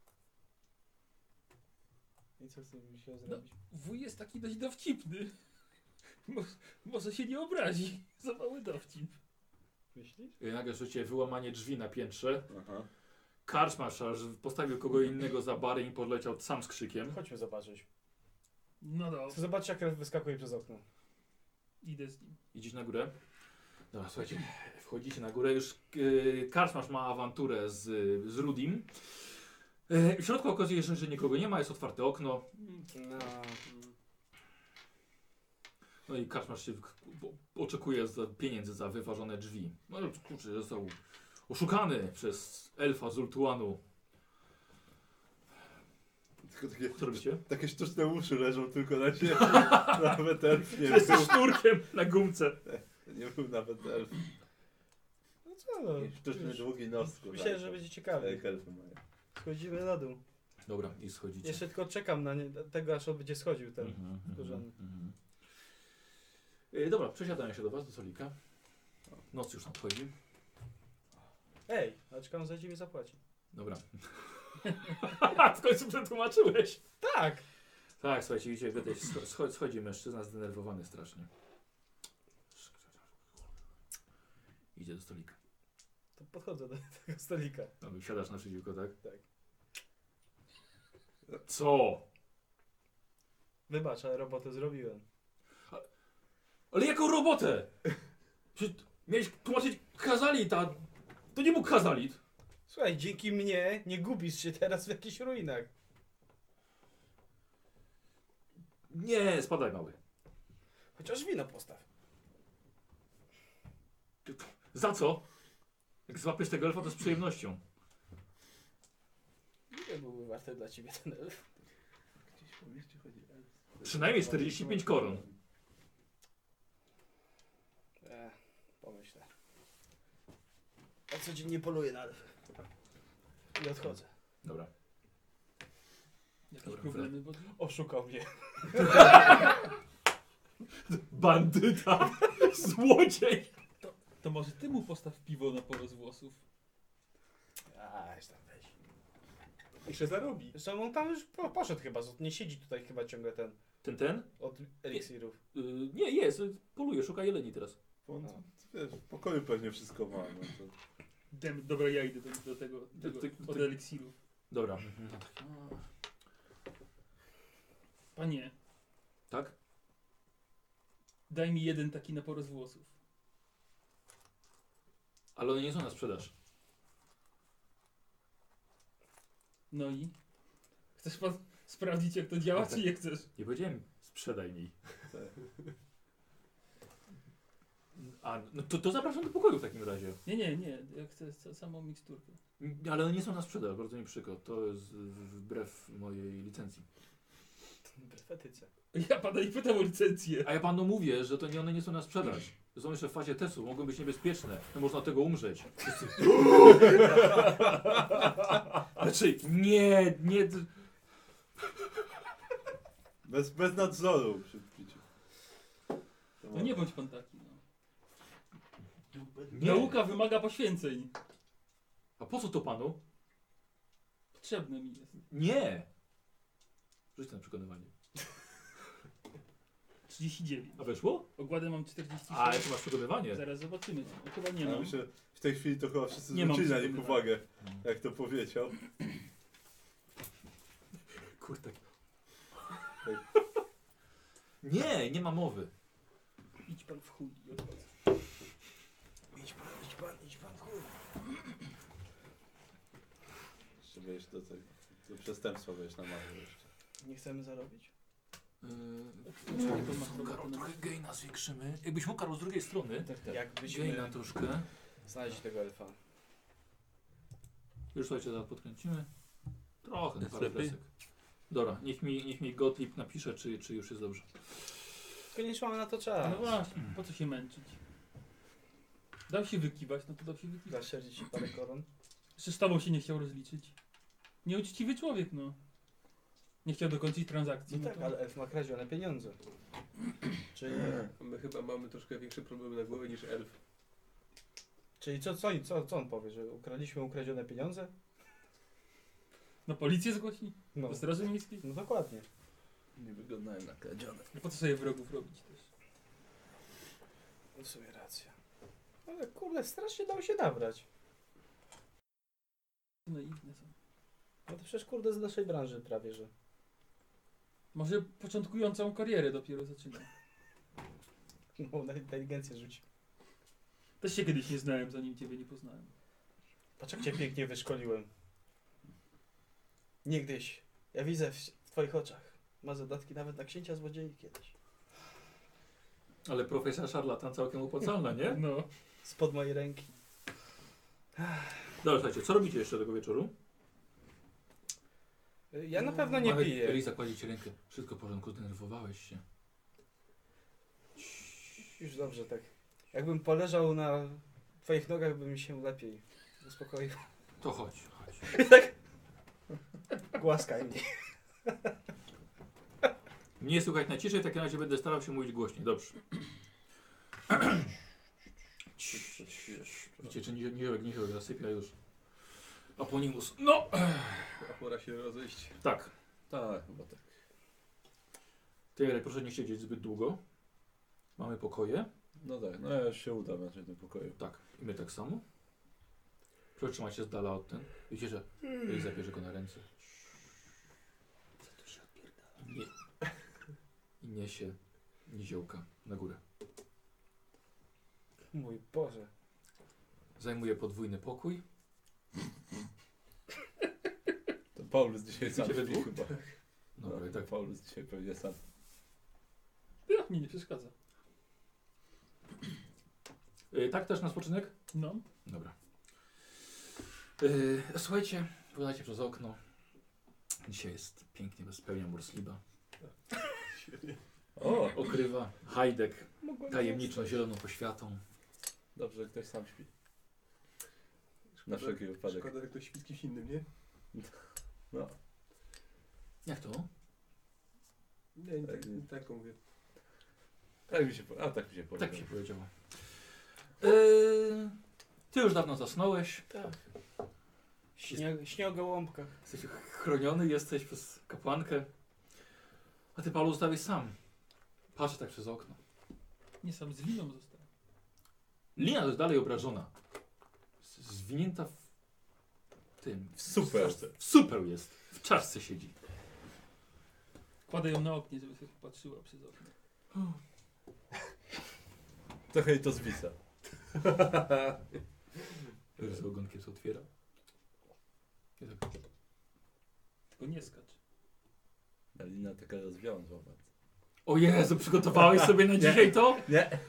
S2: I co z tym musiał
S6: No,
S2: zrobić?
S6: wuj jest taki dość dowcipny. Może się nie obrazi za mały dowcip.
S2: Myślisz?
S1: I nagle słyszycie wyłamanie drzwi na piętrze.
S5: Aha.
S1: Karczmarz aż postawił kogo innego za barem i podleciał sam z krzykiem.
S2: Chodźmy zobaczyć.
S6: No dobrze.
S2: Zobacz jak elf wyskakuje przez okno.
S6: Idę z nim.
S1: Idziesz na górę? Dobra, słuchajcie, wchodzicie na górę. Już Karczmarz ma awanturę z Rudim. W środku okazuje się, że nikogo nie ma, jest otwarte okno.
S2: No.
S1: No i Karczmarz się oczekuje pieniędzy za wyważone drzwi. No kurczę, został oszukany przez elfa z Ultuanu.
S5: Tylko takie,
S1: Co robicie?
S5: takie sztuczne uszy leżą tylko na ziemi. Nawet elf nie
S1: Jest
S5: był.
S1: sznurkiem na gumce.
S5: Nie był nawet elf.
S2: No co no?
S5: I sztuczny
S2: Już.
S5: długi nos.
S2: Myślałem, że będzie ciekawie.
S5: Jak elfy mają.
S2: Schodzimy na dół.
S1: Dobra, i schodzicie.
S2: Jeszcze tylko czekam na tego, aż on będzie schodził ten.
S1: Mhm,
S2: wkurzony.
S1: Dobra, przesiadają się do was, do stolika. Noc już nadchodzi.
S2: Ej, a czekam, on zajdzie mi zapłaci.
S1: Dobra. W końcu przetłumaczyłeś.
S2: Tak!
S1: Tak, słuchajcie, widzicie, widać, schodzi mężczyzna zdenerwowany strasznie. Idzie do stolika.
S2: To podchodzę do tego stolika.
S1: No, siadasz naprzeciwko, tak?
S2: Tak.
S1: Co?
S2: Wybacz, ale robotę zrobiłem.
S1: Ale jaką robotę? Przecież miałeś tłumaczyć Khazalit, a to nie był Khazalit.
S2: Słuchaj, dzięki mnie nie gubisz się teraz w jakichś ruinach.
S1: Nie, spadaj mały.
S2: Chociaż wino postaw.
S1: Za co? Jak złapiesz tego elfa, to z przyjemnością.
S2: warte dla ciebie ten elf?
S5: Gdzieś po mieście chodzi elf.
S1: Przynajmniej 45 koron.
S2: Pomyślę. Ja codziennie poluję na elfy. I odchodzę.
S1: Dobra.
S6: Jakieś
S1: Dobra,
S6: problemy wodzi?
S2: Oszukał mnie.
S1: Bandyta! Złodziej!
S6: To może ty mu postaw piwo na porost włosów.
S2: Aż tam weź.
S4: Jeszcze zarobi.
S2: Zresztą on tam już poszedł chyba, nie siedzi tutaj chyba ciągle ten
S1: Ten?
S2: od eliksirów.
S1: Nie, jest. Poluje, szuka jeleni teraz.
S5: On, wiesz, w pokoju pewnie wszystko ma. No to...
S6: Dobra, ja idę do tego od eliksirów.
S1: Dobra.
S6: Panie,
S1: Tak?
S6: daj mi jeden taki na porost włosów.
S1: Ale one nie są na sprzedaż.
S6: No i? Chcesz pan sprawdzić jak to działa, czy nie chcesz?
S1: Nie powiedziałem sprzedaj mi. A, no to zapraszam do pokoju w takim razie.
S6: Nie, ja chcę samą miksturkę.
S1: Ale one nie są na sprzedaż, bardzo mi przykro. To jest wbrew mojej licencji.
S2: Wbrew etyce.
S6: Ja pana nie pytam o licencję.
S1: A ja panu mówię, że to nie, one nie są na sprzedaż. Są jeszcze w fazie testu, mogą być niebezpieczne. No można od tego umrzeć. Znaczy, nie.
S5: Bez nadzoru przy piciu.
S6: No nie bądź pan taki, no.
S1: Nie.
S6: Nauka wymaga poświęceń.
S1: A po co to panu?
S6: Potrzebne mi jest.
S1: Nie. Rzuć na przekonywanie.
S6: 39.
S1: A weszło?
S6: Ogładę mam 46.
S1: A, jeszcze masz przekonywanie.
S6: Zaraz zobaczymy. No, chyba nie
S5: Ja
S6: mam.
S5: myślę, w tej chwili to chyba wszyscy
S6: Nie mam
S5: zwrócili na nich
S6: przekonywania.
S5: uwagę, jak to powiedział.
S1: Kurde. Nie ma mowy.
S6: Idź pan w chuj i odchodzę.
S2: Idź pan, chuj.
S5: Jeszcze wiesz, do przestępstwa wiesz na małe jeszcze.
S2: Nie chcemy zarobić?
S1: Karol, trochę gaina zwiększymy. Jakbyś mógł, Karol, z drugiej strony.
S2: Jakbyśmy
S1: Gaina troszkę.
S2: znaleźli tego elfa.
S1: Już słuchajcie, zaraz podkręcimy. Trochę,
S5: Jest
S1: parę
S5: lepiej?
S1: kresek. Dobra, niech mi Gottlieb napisze, czy już jest dobrze.
S2: Tylko nie mamy na to czas.
S6: No właśnie, po co się męczyć? Dał się wykiwać, no to dał się wykiwać.
S2: Zaszczerdzić ci parę koron.
S6: Jeszcze z tobą się nie chciał rozliczyć. Nieuczciwy człowiek, no. Nie chciał dokończyć transakcji.
S2: No tak,
S6: to...
S2: ale elf ma kradzione pieniądze. Czyli,
S4: My chyba mamy troszkę większe problemy na głowie niż elf.
S2: czyli co on powie, że ukradliśmy ukradzione pieniądze?
S6: No policję zgłosi?
S2: No,
S6: Do Straży Miejskiej?
S2: no dokładnie.
S5: Nie wyglądają na kradzione.
S6: No po co sobie wrogów robić też?
S2: W sumie racja. Ale kurde, strasznie dało się nabrać.
S6: Naiwne są.
S2: No to przecież kurde z naszej branży prawie, że.
S6: Może początkującą karierę dopiero zaczyna.
S2: No, na inteligencję rzuci.
S6: Też się kiedyś nie znałem, zanim ciebie nie poznałem.
S2: Patrz jak cię pięknie wyszkoliłem. Niegdyś. Ja widzę w twoich oczach. Ma zadatki nawet na księcia złodziei kiedyś.
S1: Ale profesja szarlatan całkiem opłacalna, nie?
S6: No.
S2: Spod mojej ręki.
S1: Dobra, słuchajcie, co robicie jeszcze tego wieczoru?
S2: Ja na pewno nie piję.
S1: Elisa, kładzie ci rękę. Wszystko w porządku, zdenerwowałeś się.
S2: Już dobrze tak. Jakbym poleżał na twoich nogach, by mi się lepiej uspokoił.
S1: To chodź.
S2: Głaskaj mnie.
S1: Nie słuchać na ciszej, w takim razie będę starał się mówić głośniej. Dobrze. Widzicie, czy niziołek zasypia już. Aponimus. No!
S4: A pora się rozejść.
S1: Tak.
S5: Tak, chyba tak.
S1: Ty, proszę nie siedzieć zbyt długo. Mamy pokoje.
S5: No tak, no ja już się udam raczej do pokoju.
S1: Tak. I my tak samo. Proszę trzymać się z dala od ten. Widzicie, że zabierze go na ręce.
S6: Co tu się odpierdala?
S1: I niesie niziołka na górę.
S2: Mój Boże.
S1: Zajmuje podwójny pokój.
S5: To Paulus dzisiaj sam
S1: Idziecie we
S5: śpi
S1: dwóch?
S5: chyba.
S1: Dobra, i tak.
S5: Paulus dzisiaj pewnie sam.
S6: Ja, mi nie przeszkadza.
S1: Tak też na spoczynek?
S6: No.
S1: Dobra. Słuchajcie, wyglądacie przez okno. Dzisiaj jest pięknie, bez pełnia Morsliba.
S5: O,
S1: Okrywa Hajdek tajemniczą zieloną poświatą.
S5: dobrze, ktoś sam śpi. Na wszelki wypadek.
S4: Szkoda, że ktoś śpi z kimś innym, nie?
S5: No,
S1: Jak to?
S4: Nie, nie,
S5: Tak,
S4: nie tak to mówię.
S5: tak mi się powiedziało.
S1: Tak mi się powiedziało. Ty już dawno zasnąłeś.
S2: Tak. Śnie o gołąbkach.
S1: Jesteś chroniony, jesteś przez kapłankę. A ty, Paulu, zostałeś sam. Patrzę tak przez okno.
S6: Nie, sam z liną został.
S1: Lina jest dalej obrażona. Zwinięta w tym.
S5: Super.
S1: W supeł jest. W czaszce siedzi.
S6: Kładę ją na oknie, żeby sobie patrzyła przez okno.
S5: Trochę jej to zwisa.
S1: Że z ogonkiem się otwiera. I tak.
S6: Tylko nie skacz.
S5: Alina taka rozwiązła bardzo.
S1: O Jezu, przygotowałeś sobie na dzisiaj to?
S5: Nie.
S1: Ech.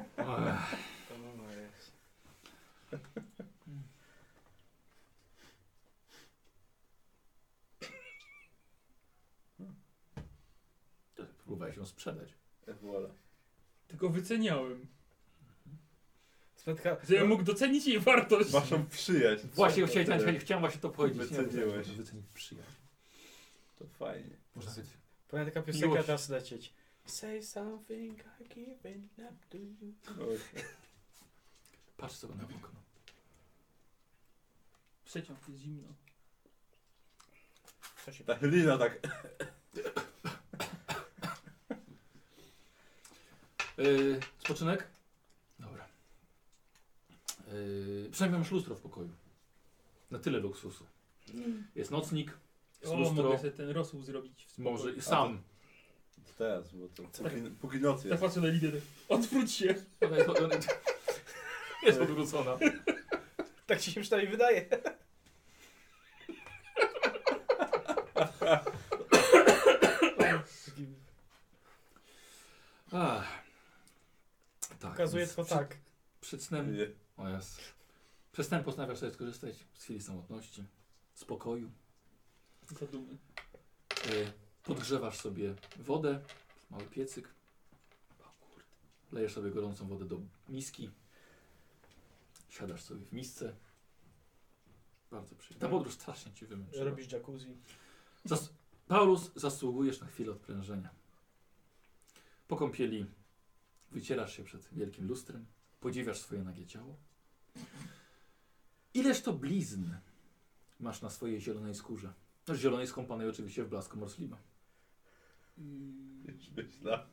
S1: Próbowałeś ją sprzedać.
S5: Voilà.
S6: Tylko wyceniałem.
S2: Spętka...
S6: Żebym mógł docenić jej wartość.
S5: Waszą przyjaźń.
S1: Właśnie
S5: Co to
S1: chciałem właśnie to powiedzieć. Nie,
S5: Wyceniłeś.
S1: można wycenić przyjaźń.
S5: To fajnie.
S1: Można wycenić.
S2: Powinna taka piosenka
S1: Miłość.
S2: teraz lecieć. Say something I give it up to you.
S1: Patrz sobie na okno.
S6: Przeciąg jest zimno.
S2: Co się...
S5: Ta Lina tak.
S1: Spoczynek? Dobra. Przynajmniej masz lustro w pokoju. Na tyle luksusu. Jest nocnik, jest
S6: O,
S1: lustro,
S6: mogę sobie ten rosół zrobić w spokoju.
S1: może i sam.
S5: Teraz, bo to póki noc
S6: Tak
S5: jest.
S6: patrzę na Lidię, tak, odwróć się.
S1: Jest odwrócona.
S2: Tak ci się przynajmniej wydaje.
S1: Ach. Tak,
S2: Pokazuje
S1: więc
S2: to tak.
S1: Przed snem.
S5: Nie.
S1: O jest. Przed snem postanawiasz sobie skorzystać z chwili samotności, spokoju.
S6: Zadumy.
S1: Podgrzewasz sobie wodę, mały piecyk. Lejesz sobie gorącą wodę do miski. Siadasz sobie w misce. Bardzo przyjemnie. Ta podróż strasznie cię wymęczyła.
S2: Robisz jacuzzi.
S1: Paulus, zasługujesz na chwilę odprężenia. Po kąpieli wycierasz się przed wielkim lustrem, podziwiasz swoje nagie ciało. Ileż to blizn masz na swojej zielonej skórze? No, zielonej skąpanej oczywiście w blasku Morsliba.
S5: Już myślałem.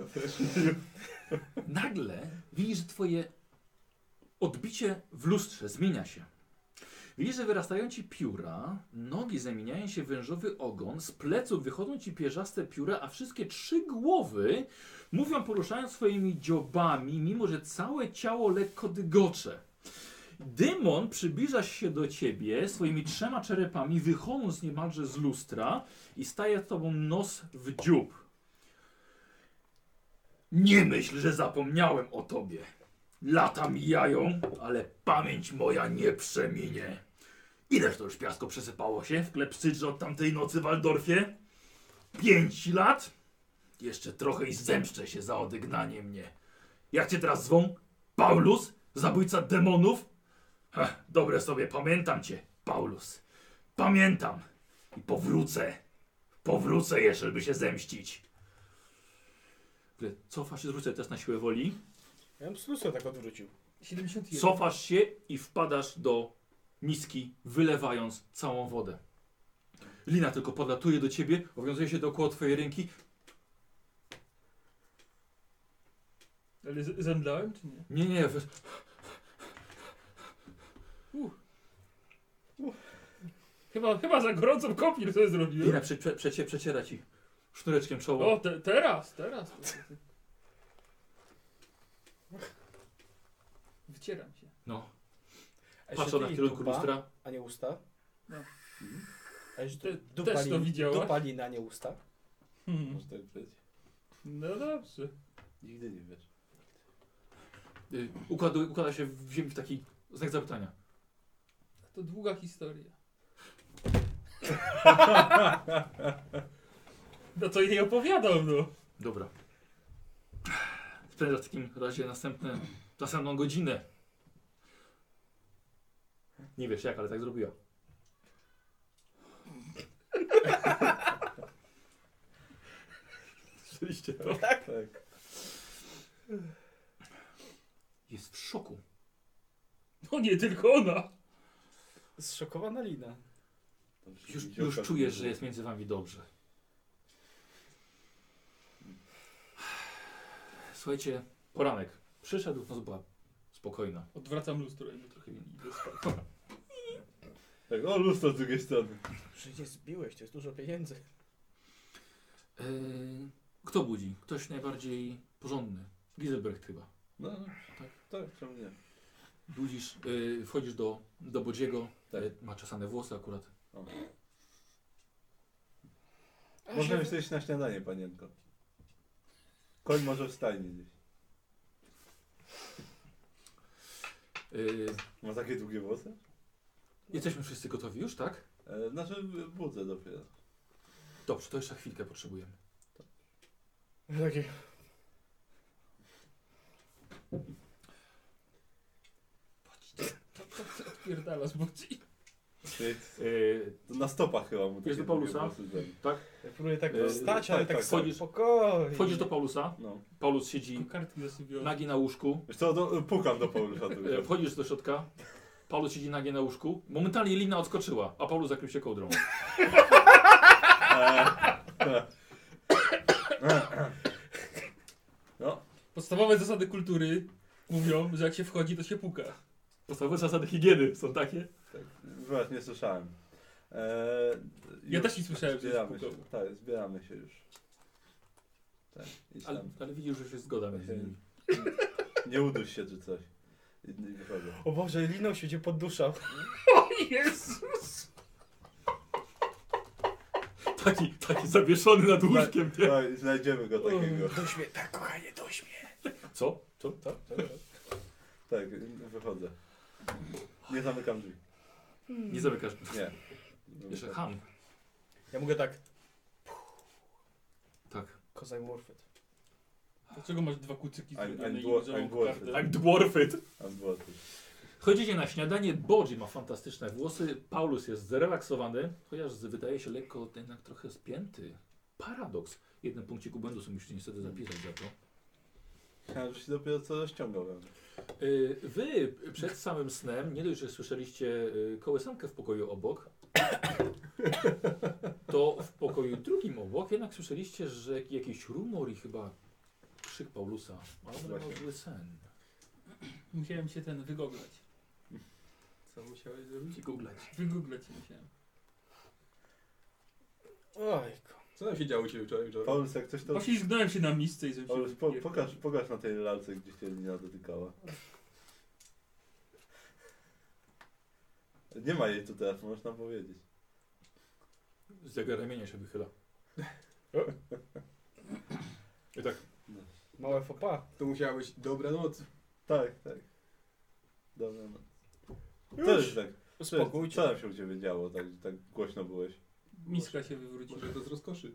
S1: Nagle widzisz, że twoje odbicie w lustrze zmienia się. Widzisz, że wyrastają ci pióra, nogi zamieniają się w wężowy ogon, z pleców wychodzą ci pierzaste pióra, a wszystkie 3 głowy mówią, poruszając swoimi dziobami, mimo że całe ciało lekko dygocze. Demon przybliża się do ciebie swoimi 3 czerepami, wychodząc niemalże z lustra i staje z tobą nos w dziób. Nie myśl, że zapomniałem o tobie. Lata mijają, ale pamięć moja nie przeminie. Ileż to już piasko przesypało się w klepsydrze od tamtej nocy w Waldorfie? 5 lat? Jeszcze trochę i zemszczę się za odegnanie mnie. Jak cię teraz zwą? Paulus? Zabójca demonów? Dobre sobie, pamiętam cię, Paulus. Pamiętam. I powrócę. Powrócę jeszcze, żeby się zemścić. Cofasz się, zwrócę teraz na siłę woli.
S2: Ja bym slusę tak odwrócił.
S6: 71.
S1: Cofasz się i wpadasz do miski, wylewając całą wodę. Lina tylko podlatuje do ciebie, obowiązuje się dookoła twojej ręki.
S6: Ale zemdlałem, czy nie?
S1: Nie.
S6: Chyba za gorącą kąpiel sobie zrobiłem.
S1: Lina przeciera ci sznureczkiem czoło.
S6: O, teraz. Wycieram się.
S1: No.
S2: A
S1: Patrzę na
S2: ty
S1: kierunku
S2: dupa,
S1: lustra.
S2: a nie usta.
S6: No.
S2: A jeśli
S6: Te-
S2: dupa,
S6: też to widziałaś?
S2: dupa lina, nie usta.
S5: Może tak być.
S6: No dobrze.
S5: Nigdy nie wiesz.
S1: Układa się w ziemi w taki znak zapytania.
S6: To długa historia. No to jej opowiadał, no.
S1: Dobra. Spędzasz w takim razie następną godzinę. Nie wiesz jak, ale tak zrobiła. Słyszeliście to?
S5: Tak.
S1: Jest w szoku.
S6: No nie tylko ona.
S2: Zszokowana Lina.
S1: Już czujesz, że jest między wami dobrze. Słuchajcie, poranek. Przyszedł, no była spokojna.
S6: Odwracam lustro, jakby trochę idę spać.
S5: Tak, o lustro z drugiej strony.
S2: Przecież zbiłeś, to jest dużo pieniędzy.
S1: Kto budzi? Ktoś najbardziej porządny. Giselbrecht chyba.
S5: No, tak, czemu nie?
S1: Budzisz, wchodzisz do Bodziego.
S5: Tak.
S1: Ma czesane włosy akurat.
S5: O. Możemy iść na śniadanie, panienko. Koń może w stajni gdzieś. Ma takie długie włosy?
S1: Jesteśmy wszyscy gotowi już, tak?
S5: Znaczy budzę dopiero.
S1: Dobrze, to jeszcze chwilkę potrzebujemy.
S2: Takie.
S6: Odpierdala z boci.
S5: To na stopach chyba mu
S1: Jest
S5: takie
S1: do Paulusa?
S5: długie włosy zrobi.
S1: Tak?
S2: Ja próbuję tak
S5: tak,
S2: wstać, ale
S5: tak,
S2: tak
S1: wchodzisz-
S2: spokojnie.
S1: Wchodzisz do Paulusa.
S5: No.
S1: Paulus siedzi
S6: Kartki zasypiał.
S1: nagi na łóżku.
S5: Wiesz co, pukam do Paulusa tu.
S1: Wchodzisz do środka. Paulus siedzi nagi na łóżku. Momentalnie lina odskoczyła, a Paulus zakrył się kołdrą.
S5: No,
S6: Podstawowe zasady kultury mówią, że jak się wchodzi, to się puka.
S1: Podstawowe zasady higieny są takie.
S5: tak, właśnie nie słyszałem.
S6: Ja
S5: już
S6: też nie słyszałem, że
S5: zbieramy
S6: jest
S5: się.
S6: pukał.
S5: Tak, zbieramy się już. Tak, idź
S1: Ale,
S5: tam.
S1: ale widzisz, że już jest zgoda między nimi.
S5: Nie uduś się czy coś. I wychodzę.
S2: O Boże, liną się gdzie podduszał.
S6: O Jezus!
S1: Taki zawieszony nad łóżkiem. Nie?
S5: Tak, znajdziemy go takiego.
S2: Dość mnie, tak kochanie, dość mnie.
S1: Co? Co?
S5: Tak, wychodzę. Nie zamykam drzwi.
S1: Nie zamykasz.
S5: Nie.
S1: Jeszcze Han.
S2: Ja mogę tak.
S1: Tak.
S2: Cause I'm worth it.
S6: Dlaczego masz dwa kucyki
S5: I'm
S6: zrobione i
S5: dwarf-
S6: żołąg
S5: I'm dwarf.
S6: kartę?
S1: I'm dwarfed.
S5: Adwokat.
S1: Chodzicie na śniadanie. Bodzi ma fantastyczne włosy. Paulus jest zrelaksowany, chociaż wydaje się lekko jednak trochę spięty. Paradoks. Jeden punkcik błędu sobie musicie niestety zapisać za to.
S5: Ja już się dopiero co ściągałem.
S1: Wy przed samym snem, nie dość, że słyszeliście kołysankę w pokoju obok, to w pokoju drugim obok jednak słyszeliście, że jakiś rumor i chyba krzyk Paulusa. Ale to
S5: Właśnie.
S1: był zły sen.
S6: Musiałem się wygooglać.
S4: Co musiałeś zrobić?
S1: Googlać.
S6: Wygooglać się musiałem.
S2: Ojku.
S4: Co tam się działo u Ciebie wczoraj?
S5: Paulus, jak coś to...
S6: Poślizgnąłem się na misce i zrobiłem
S5: Paulus,
S6: się...
S5: pokaż na tej lalce, gdzie się lina dotykała. Nie ma jej tu teraz, można powiedzieć.
S1: Z jego ramienia się wychyla. I tak.
S2: Małe fopa.
S4: To musiała być dobra noc.
S5: Tak. Dobra, no. Co jest tak?
S2: Uspokójcie.
S5: Co tam się u Ciebie działo, tak głośno byłeś?
S6: Miska się wywróciła.
S4: Może to z rozkoszy.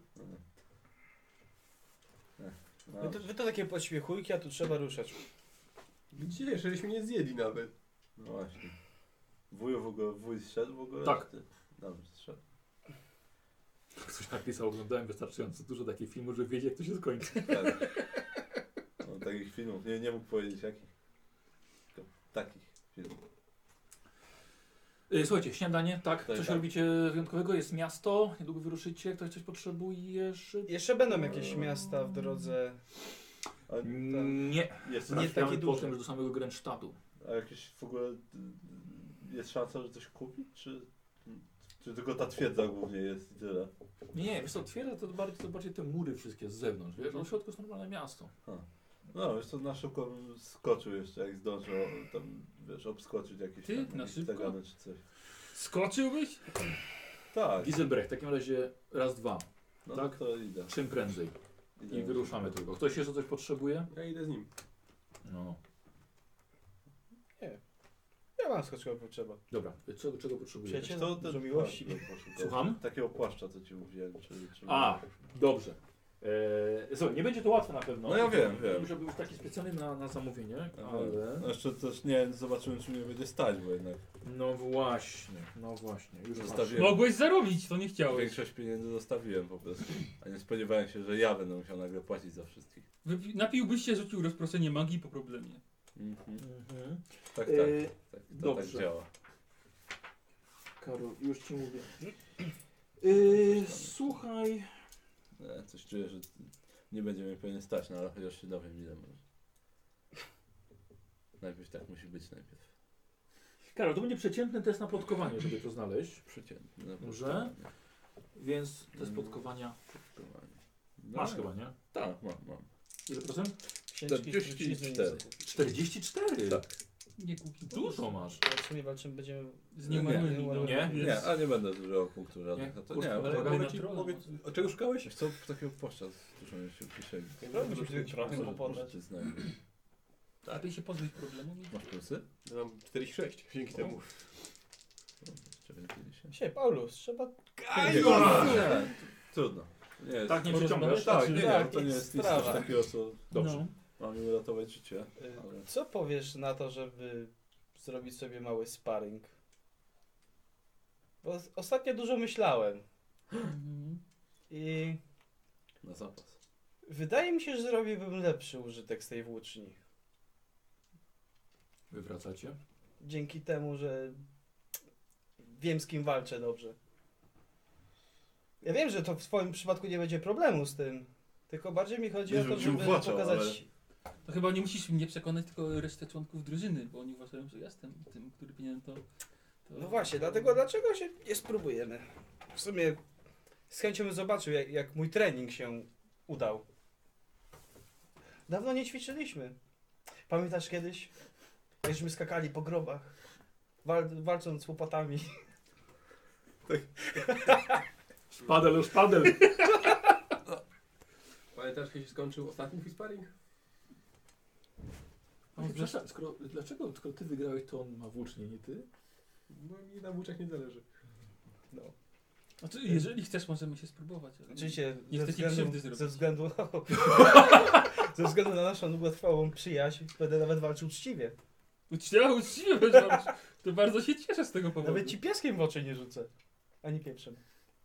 S5: No.
S2: Wy to takie podśmiechujki, a tu trzeba ruszać.
S4: Gdzie? Jeszcze żeśmy nie zjedli nawet.
S5: No właśnie. Wuj zszedł w ogóle?
S1: Tak.
S5: Ty? Dobrze, zszedł.
S1: Ktoś napisał, oglądałem wystarczająco dużo takich filmów, żeby wiedzieć jak to się skończy.
S5: Tak. No, takich filmów, nie mógł powiedzieć jakich. Tylko takich filmów.
S1: Słuchajcie, śniadanie, tak?
S5: Tak,
S1: Coś
S5: tak.
S1: robicie wyjątkowego? Jest miasto, niedługo wyruszycie, ktoś coś potrzebuje?
S2: Jeszcze będą jakieś miasta w drodze.
S5: A,
S1: Nie.
S5: jest,
S2: Nie
S1: Trafiamy
S2: takie duże.
S1: potem już do samego Grenzstadtu.
S5: a jakieś w ogóle jest szansa, że coś kupi? Czy tylko ta twierdza głównie jest i tyle?
S1: Nie, wiesz co, twierdza to bardziej te mury wszystkie z zewnątrz, wiesz? No w środku jest normalne miasto.
S5: No, wiesz co, na szybko bym skoczył jeszcze, jak zdążę tam, wiesz, obskoczyć jakieś
S6: Ty?
S5: tam
S6: Na szybko?
S5: tagany czy coś.
S6: Skoczyłbyś?
S5: Tak,
S1: Giselbrecht, w takim razie raz, dwa.
S5: no
S1: tak?
S5: to idę.
S1: Czym prędzej.
S5: Idę
S1: I wyruszamy tylko. Ktoś jeszcze coś potrzebuje?
S4: Ja idę z nim.
S1: No.
S2: Ja skoczkowy potrzeba.
S1: Dobra, czego potrzebujesz?
S2: Przecież-
S5: To
S2: Dużo miłości.
S1: Słucham?
S5: Takiego płaszcza, co ci mówiłem.
S1: A, dobrze. Słuchaj, nie będzie to łatwe na pewno.
S5: No ja wiem.
S1: Żeby być taki specjalny na zamówienie,
S5: No
S1: ale...
S5: jeszcze też nie zobaczymy, czy mnie będzie stać, bo jednak
S1: No właśnie. Już
S5: zostawiłem.
S6: Mogłeś zarobić, to nie chciałeś.
S5: Większość pieniędzy zostawiłem po prostu. A nie spodziewałem się, że ja będę musiał nagle płacić za wszystkich.
S6: Napiłbyś się, rzucił rozproszenie magii po problemie.
S5: Mhm.
S1: Mhm.
S5: Tak, tak. To
S1: dobrze.
S5: tak działa.
S1: Karol, już ci mówię. Słuchaj...
S5: Coś czuję, że nie będzie mnie pewnie stać, no ale chociaż się dowiem ile może. Najpierw tak musi być najpierw.
S1: Karol, to będzie przeciętny test na plotkowanie, żeby to znaleźć.
S5: Przeciętny. na
S1: Dobrze.
S5: podstawie.
S1: Więc test plotkowania
S5: Plotkowanie. No,
S1: masz chyba, nie?
S5: Tak, mam.
S1: Ile procent?
S2: Księżki
S5: 44.
S1: 44?
S5: Tak.
S6: Nie kupi.
S1: Dużo masz.
S2: Ale w sumie walczymy, będziemy...
S6: Z nieumanymi. No,
S1: Nie?
S6: więc-
S5: Nie, a nie będę zużywał punktów żadnych.
S1: Nie?
S5: No to
S1: Kurczę,
S5: nie,
S1: ale
S5: ale
S6: mogę ci- mogę ci-
S4: A czego szukałeś?
S5: wiesz co, takiego płaszcza z dużą się w kieszeni.
S2: Trochę
S5: Może-
S2: go podać.
S5: może cię znajdę.
S6: Lepiej się pozbyć problemu.
S5: Masz plusy?
S4: Ja mam 46 dzięki temu.
S5: Jeszcze 50.
S2: Dzisiaj, Paulus, trzeba...
S5: Nie, trudno. Nie jest.
S1: Tak, nie
S6: Porozmawiać?
S1: przeciągasz?
S5: Tak, nie,
S2: Tak,
S5: to nie
S2: jest
S5: jest nic
S2: sprawa.
S5: takiego, co
S1: Dobrze.
S6: No.
S5: ma mi uratować życie. Ale...
S2: Co powiesz na to, żeby zrobić sobie mały sparring? Bo ostatnio dużo myślałem
S6: Mhm.
S2: i
S5: Na zapas.
S2: wydaje mi się, że zrobiłbym lepszy użytek z tej włóczni.
S1: Wy wracacie?
S2: Dzięki temu, że wiem, z kim walczę dobrze. Ja wiem, że to w twoim przypadku nie będzie problemu z tym. Tylko bardziej mi chodzi
S5: Nie,
S2: o to,
S5: żebym ci
S2: żeby
S5: uwłaczał,
S2: pokazać...
S6: To chyba nie musisz mnie przekonać, tylko resztę członków drużyny, bo oni uważają, że ja jestem tym, który powinien to...
S2: No właśnie, dlatego dlaczego się nie spróbujemy? W sumie z chęcią bym zobaczył, jak mój trening się udał. Dawno nie ćwiczyliśmy. Pamiętasz kiedyś? Jakśmy skakali po grobach, walcząc z łopatami.
S1: Szpadel, szpadel!
S4: Pamiętasz, kiedy się skończył ostatni twój sparring?
S1: Przepraszam, dlaczego skoro ty wygrałeś, to on ma włócznie, nie ty?
S4: Bo mi na włóczach nie zależy.
S2: No.
S6: Znaczy, jeżeli chcesz, możemy się spróbować. ale-
S2: Oczywiście
S6: Nie chcę ci krzywdy zrobić.
S2: ze względu na naszą długotrwałą przyjaźń będę nawet walczył uczciwie.
S6: Uczciwie będziesz walczyć. To bardzo się cieszę z tego powodu.
S2: Nawet ci pieskiem w oczy nie rzucę. Ani pieprzem.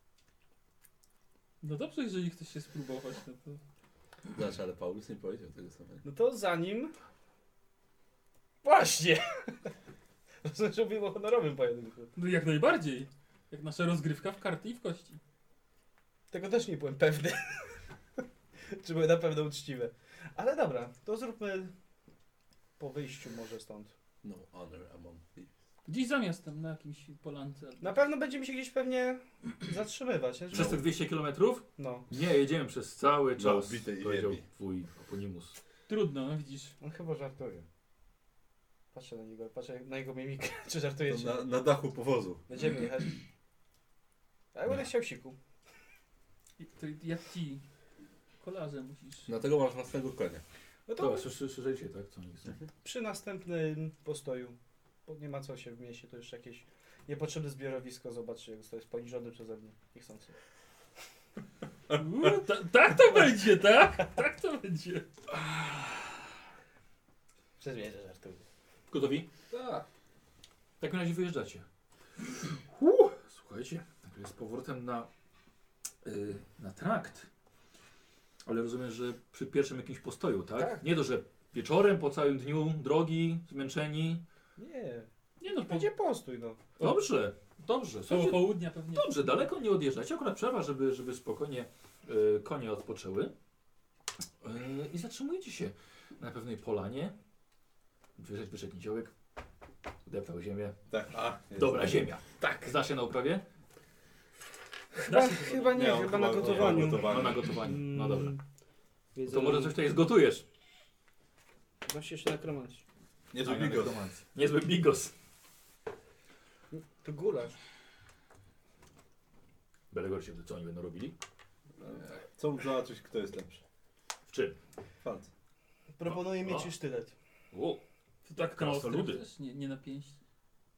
S6: No dobrze, jeżeli chcesz się spróbować, no to...
S5: Znaczy, ale Paulus nie powiedział tego samego.
S2: No to zanim... Właśnie! Znaczy mówimy o honorowym pojedynku.
S6: No jak najbardziej. Jak nasza rozgrywka w karty i w kości.
S2: Tego też nie byłem pewny. Czy były na pewno uczciwe. Ale dobra, to zróbmy po wyjściu może stąd.
S5: No honor among thieves.
S6: Gdzieś za miastem, na jakimś polance. albo-
S2: Na pewno będziemy się gdzieś pewnie zatrzymywać. Nie?
S1: Przez te 200 km?
S2: No,
S1: Nie, jedziemy przez cały czas,
S5: bitej
S1: powiedział
S5: ziemi.
S1: twój oponimus.
S6: Trudno, no widzisz.
S2: on chyba żartuje. Patrzę na niego, patrzę na jego mimikę. Czy żartuje?
S5: To
S2: Czy...
S5: na dachu powozu.
S2: Będziemy jechać. A ja będę chciał siku.
S6: I to jak ci kolarze musisz...
S5: Dlatego masz własnego konia.
S2: No to
S1: Dobra, słyszeliście, tak, co oni chcą.
S2: przy następnym postoju, bo nie ma co się w mieście, to już jakieś niepotrzebne zbiorowisko, zobaczcie, jak to jest poniżone przeze mnie. Nie chcą sobie.
S6: Tak to będzie, tak? Tak to będzie.
S2: Przez mnie, że żartuję.
S1: Gotowi?
S4: Tak.
S1: W takim razie wyjeżdżacie. Słuchajcie, nagle z powrotem na trakt. Ale rozumiem, że przy pierwszym jakimś postoju, tak?
S2: Tak.
S1: Nie to, że wieczorem, po całym dniu drogi, zmęczeni.
S2: Nie,
S6: Nie no, po,
S2: będzie postój, no.
S1: Dobrze, dobrze.
S6: po
S1: Słuchajcie,
S6: południa pewnie.
S1: dobrze, daleko nie odjeżdżacie. Akurat przerwa, żeby spokojnie konie odpoczęły. I zatrzymujecie się na pewnej polanie. Wyszedł niziołek, deptał ziemię.
S5: Tak.
S1: Dobra ziemia. Tak. Znasz się na uprawie?
S2: Chyba nie,
S5: on
S2: chyba na
S5: on
S2: gotowaniu.
S1: No na gotowaniu. No dobra.
S2: Wiedzę,
S1: To może coś tutaj zgotujesz.
S2: Właśnie jeszcze na kromancie.
S5: Nie
S1: A,
S5: to
S1: na
S5: bigos.
S1: nekromancji. Niezły bigos.
S2: To gulasz.
S1: Belegor się, co oni będą robili?
S5: Chcą zobaczyć, kto jest lepszy.
S1: W czym?
S5: Fant.
S2: Proponuję mieć
S1: O.
S2: i sztylet.
S1: O,
S6: To tak na ostry
S1: krasnoludy.
S6: też, nie na pięści.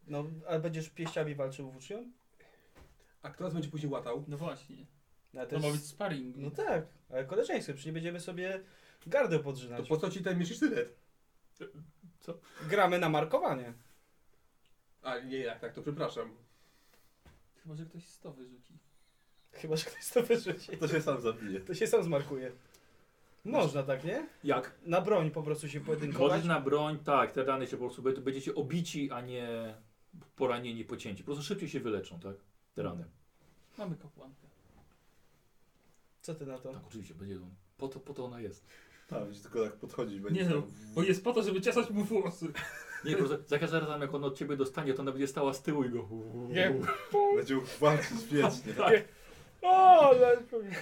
S2: No, a będziesz pięściami walczył włócznią?
S4: A kto nas będzie później łatał?
S6: No właśnie.
S2: No, ale
S6: To ma być sparring.
S2: No tak, ale koleżeństwo, przecież nie będziemy sobie gardę
S4: To
S2: podrzynać.
S4: po co ci ten miecz i sztylet?
S2: Gramy na markowanie.
S4: A nie, jak tak, to przepraszam.
S6: Chyba, że ktoś 100 wyrzuci.
S2: Chyba, że ktoś to wyrzuci.
S5: To się sam zabije.
S2: To się sam zmarkuje. Można tak, nie?
S1: Jak?
S2: Na broń po prostu się pojedynkować.
S1: Możesz na broń, tak, te rany się po prostu będziecie obici, a nie poranieni, pocięci. Po prostu szybciej się wyleczą, tak? Te rany.
S6: Mamy kapłankę.
S2: Co ty na to?
S1: Tak, oczywiście, będzie on. Po to ona jest.
S5: Tak, będzie tylko tak podchodzić. Będzie
S6: Nie no,
S5: tam-
S6: bo jest po to, żeby czesać mu włosy.
S1: Nie, po prostu za każdym razem jak on od ciebie dostanie, to ona będzie stała z tyłu i go...
S2: Nie.
S5: Będzie mógł walczyć wiecznie.
S1: Tak.
S2: O, ale...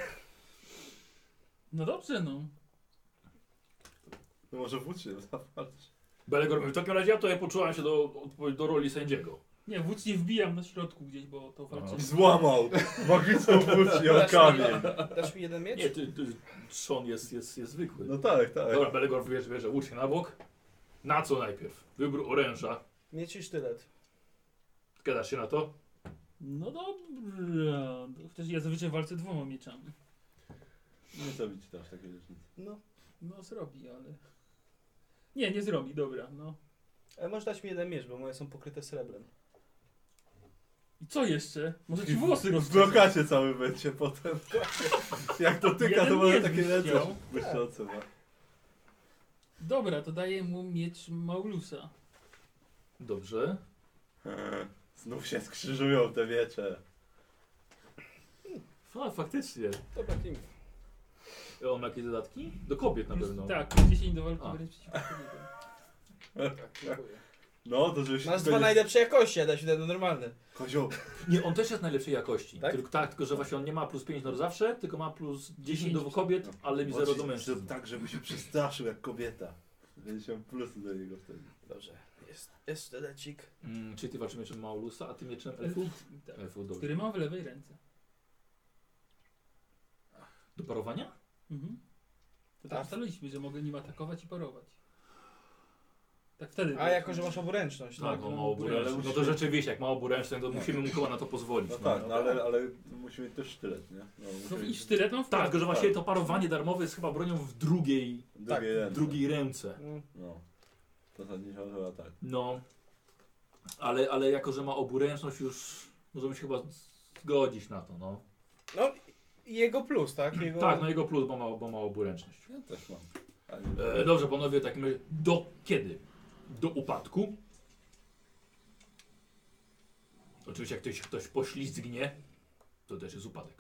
S6: No dobrze, no.
S5: No może włócznie zawalczyć.
S1: Belegor mówi, w takim razie ja poczułam się do roli sędziego.
S6: Nie, włócznie wbijam na środku gdzieś, bo to walczy.
S5: Złamał magiczną włócznię o kamień.
S2: Dasz mi jeden miecz?
S1: Nie, trzon jest zwykły.
S5: No tak, tak.
S1: Dobra, Belegor bierze włócznie na bok. Na co najpierw? Wybór oręża.
S2: Miecz i sztylet.
S1: Zgadzasz się na to?
S6: No dobra. Chociaż ja zazwyczaj walczę 2 mieczami.
S5: Nie zrobi ci też takiej różnicy.
S2: No.
S6: No zrobi, ale... Nie zrobi, dobra, no.
S2: Ale możesz dać mi jeden miecz, bo moje są pokryte srebrem.
S6: I co jeszcze? Może ci włosy
S5: W
S6: rozczesać?
S5: blokacie cały będzie potem. Jak to tyka, to
S6: Jeden
S5: może
S6: miecz
S5: takie
S6: byś
S5: ręce
S6: chciał.
S5: błyszczące ma.
S6: Dobra, to daję mu miecz Maulusa.
S1: Dobrze.
S5: Znów się skrzyżują te miecze.
S1: Faktycznie.
S2: Dobra, Kim.
S1: On ma jakieś dodatki? Do kobiet na pewno.
S6: Tak, 10 do walki
S1: A.
S6: wręcz przeciwko kobietom.
S2: Tak, dziękuję.
S5: No, to żebyś...
S2: Masz dwa najlepsze jakości, a dać jeden normalny.
S5: Kozioł.
S1: Nie, on też jest najlepszej jakości.
S2: Tak?
S1: Tylko że właśnie on nie ma plus 5 na zawsze, tylko ma plus 10 do kobiet, ale mi 0 do mężczyzn.
S5: Tak, żeby się przestraszył jak kobieta. Będzie miał plusy do niego wtedy.
S2: Dobrze. Jest sztylecik.
S1: Czyli ty walczysz mieczem Maulusa, a ty mieczem elfów?
S6: Tak,
S1: Elfów, dobrze.
S6: który mam w lewej ręce.
S1: Do parowania?
S6: Mhm. To
S2: Tak.
S6: tak ustaliliśmy, że mogę nim atakować i parować. Tak wtedy.
S2: A jako, że masz oburęczność.
S1: Tak, on ma
S5: ale
S1: oburęczność. No to
S5: musimy-
S1: rzeczywiście, jak ma oburęczność, to musimy mu chyba na to pozwolić.
S5: No tak, no ale musi mieć też sztylet, nie? No,
S6: No
S5: musi
S6: i
S5: mieć
S6: sztylet mam w
S1: Tak,
S6: prawej.
S1: tylko że właśnie to parowanie darmowe jest chyba bronią w drugiej
S5: drugiej ręce.
S1: ręce.
S5: No. To zasadniczo chyba tak.
S1: No. Ale jako, że ma oburęczność już możemy się chyba zgodzić na to, no.
S2: No i jego plus, tak? Jego...
S1: Tak, no jego plus, bo ma oburęczność.
S5: Ja też mam. Ale
S1: Dobrze, panowie, tak my do kiedy? Do upadku? Oczywiście jak ktoś poślizgnie, to też jest upadek.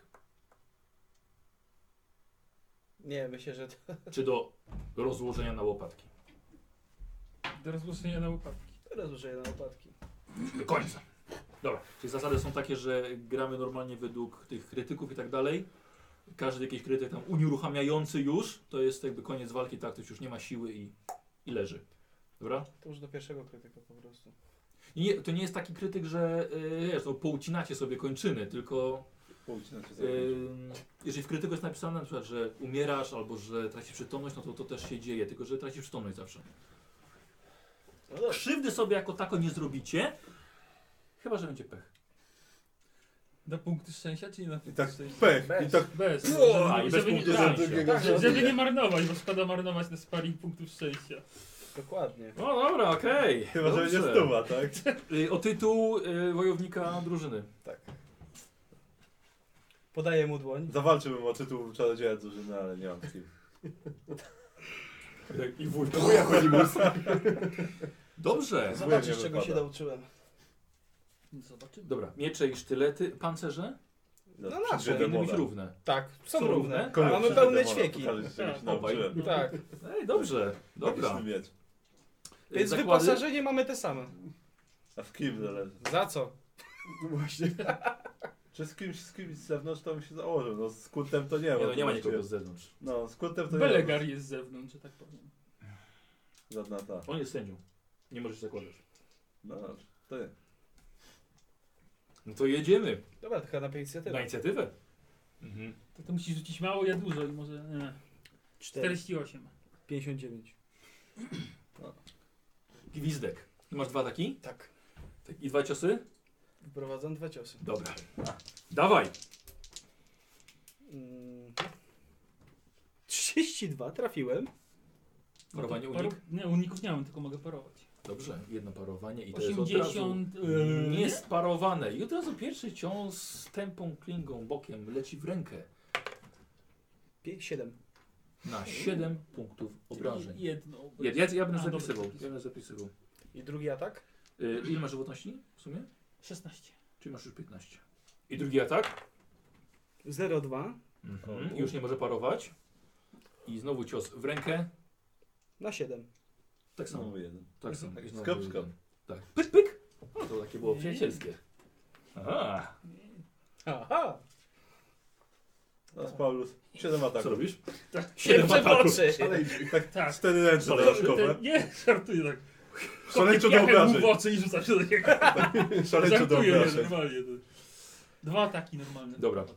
S2: Nie, myślę, że to
S1: Czy do rozłożenia na łopatki?
S6: Do rozłożenia na upadki.
S2: rozłożenie na opadki.
S1: Do końca. Dobra, czyli zasady są takie, że gramy normalnie według tych krytyków i tak dalej. Każdy jakiś krytyk tam unieruchamiający już, to jest jakby koniec walki, tak, ktoś już nie ma siły i leży. Dobra?
S2: To już do pierwszego krytyka po prostu.
S1: I nie, to nie jest taki krytyk, że wiesz, no, poucinacie sobie kończyny, tylko
S5: poucinacie sobie.
S1: jeżeli w krytyku jest napisane na przykład, że umierasz albo że tracisz przytomność, no to też się dzieje, tylko że tracisz przytomność zawsze.
S2: No dobrze.
S1: Krzywdy sobie jako tako nie zrobicie, chyba że będzie pech.
S6: Na punkty szczęścia, czy nie na
S5: I
S6: punkty
S5: tak
S6: szczęścia?
S5: pech.
S2: Bez.
S5: I tak
S6: Bez.
S1: A, i bez
S6: żeby,
S1: punktu
S6: tak,
S1: szczęścia.
S2: Tak,
S6: żeby nie marnować, bo szkoda marnować na sparring punktów szczęścia.
S2: Dokładnie.
S1: No dobra, okej.
S5: chyba, że będzie
S1: Dobrze.
S5: stuwa, tak?
S1: O tytuł wojownika drużyny.
S2: Tak. Podaję mu dłoń.
S5: Zawalczyłbym o tytuł czarodzieja drużyny, ale nie mam z kim.
S1: I wójt. Dobrze.
S2: Zobaczysz,
S5: nie
S2: czego się
S5: wypada.
S2: nauczyłem.
S6: Zobaczymy.
S1: Dobra, miecze i sztylety, pancerze?
S2: No nasze.
S1: Powinny być równe.
S2: Tak, są
S1: Są
S2: równe.
S1: równe?
S5: Koniec
S2: Mamy
S5: przed
S2: pełne
S5: demona,
S2: ćwieki.
S5: pokażę ci, czego się
S6: Tak,
S5: nauczyłem.
S2: Tak.
S1: Ej, dobrze, dobra.
S5: Magiczny miecz.
S2: Więc
S1: Zakłady?
S2: wyposażenie mamy te same.
S5: A w kim zależy?
S2: Za co?
S4: Właśnie.
S5: Czy z kimś z zewnątrz to bym się założył? No z kuntem to nie ma.
S1: Nie, no nie ma
S5: to
S1: nikogo z zewnątrz.
S5: No z kuntem to
S6: Belegar
S5: nie ma.
S6: jest z zewnątrz, że tak powiem.
S5: Żadna ta.
S1: On jest sędzią. Nie możesz zakładać.
S5: No dobrze, to nie.
S1: No to jedziemy.
S2: Dobra, to chyba na inicjatywę.
S1: Na inicjatywę. Mhm.
S6: To musisz rzucić mało, ja dużo i może... Nie. 48.
S2: 59.
S1: Gwizdek. Ty masz 2 taki?
S2: Tak.
S1: Tak, i 2 ciosy?
S2: Wprowadzam 2 ciosy.
S1: Dobra. Dawaj.
S2: 32, trafiłem.
S1: Parowanie,
S6: No to
S1: unik?
S6: Nie, uników nie mam, tylko mogę parować.
S1: Dobrze, jedno parowanie i to jest od razu
S6: 80...
S1: niesparowane. I od razu pierwszy cios z tępą klingą bokiem leci w rękę
S2: 7.
S1: na 7 punktów obrażeń.
S6: Jedno.
S1: Ja będę
S6: A, dobra,
S1: zapisywał.
S6: zapiszę.
S1: Ja będę zapisywał.
S2: I drugi atak?
S1: Ile masz żywotności w sumie?
S6: 16.
S1: Czyli masz już 15. I drugi atak?
S2: 0,2
S1: Mhm. Już nie może parować. I znowu cios w rękę.
S2: na 7.
S1: Tak samo.
S5: Znowu jeden.
S1: Tak samo. I znowu
S5: Skop,
S1: jeden.
S5: skop.
S1: Tak. Pyk, pyk. O, to takie było przyjacielskie. Aha.
S2: Aha!
S5: Teraz Paulus. 7
S1: Co
S5: ataków.
S1: robisz?
S6: Tak.
S1: 7 ataków.
S5: Szaleńczy. Tak,
S6: Tak.
S5: 4 ręce
S1: Szaleńczy.
S5: dodatkowe.
S6: Nie, żartuję tak.
S5: Szaleńczo do
S6: Jachem mu
S5: obrażeń.
S6: w oczy i rzucam się do niego.
S5: Szaleńczo do
S6: Żartuję,
S5: obrażeń.
S6: normalnie. To. 2 ataki normalne.
S1: Dobra.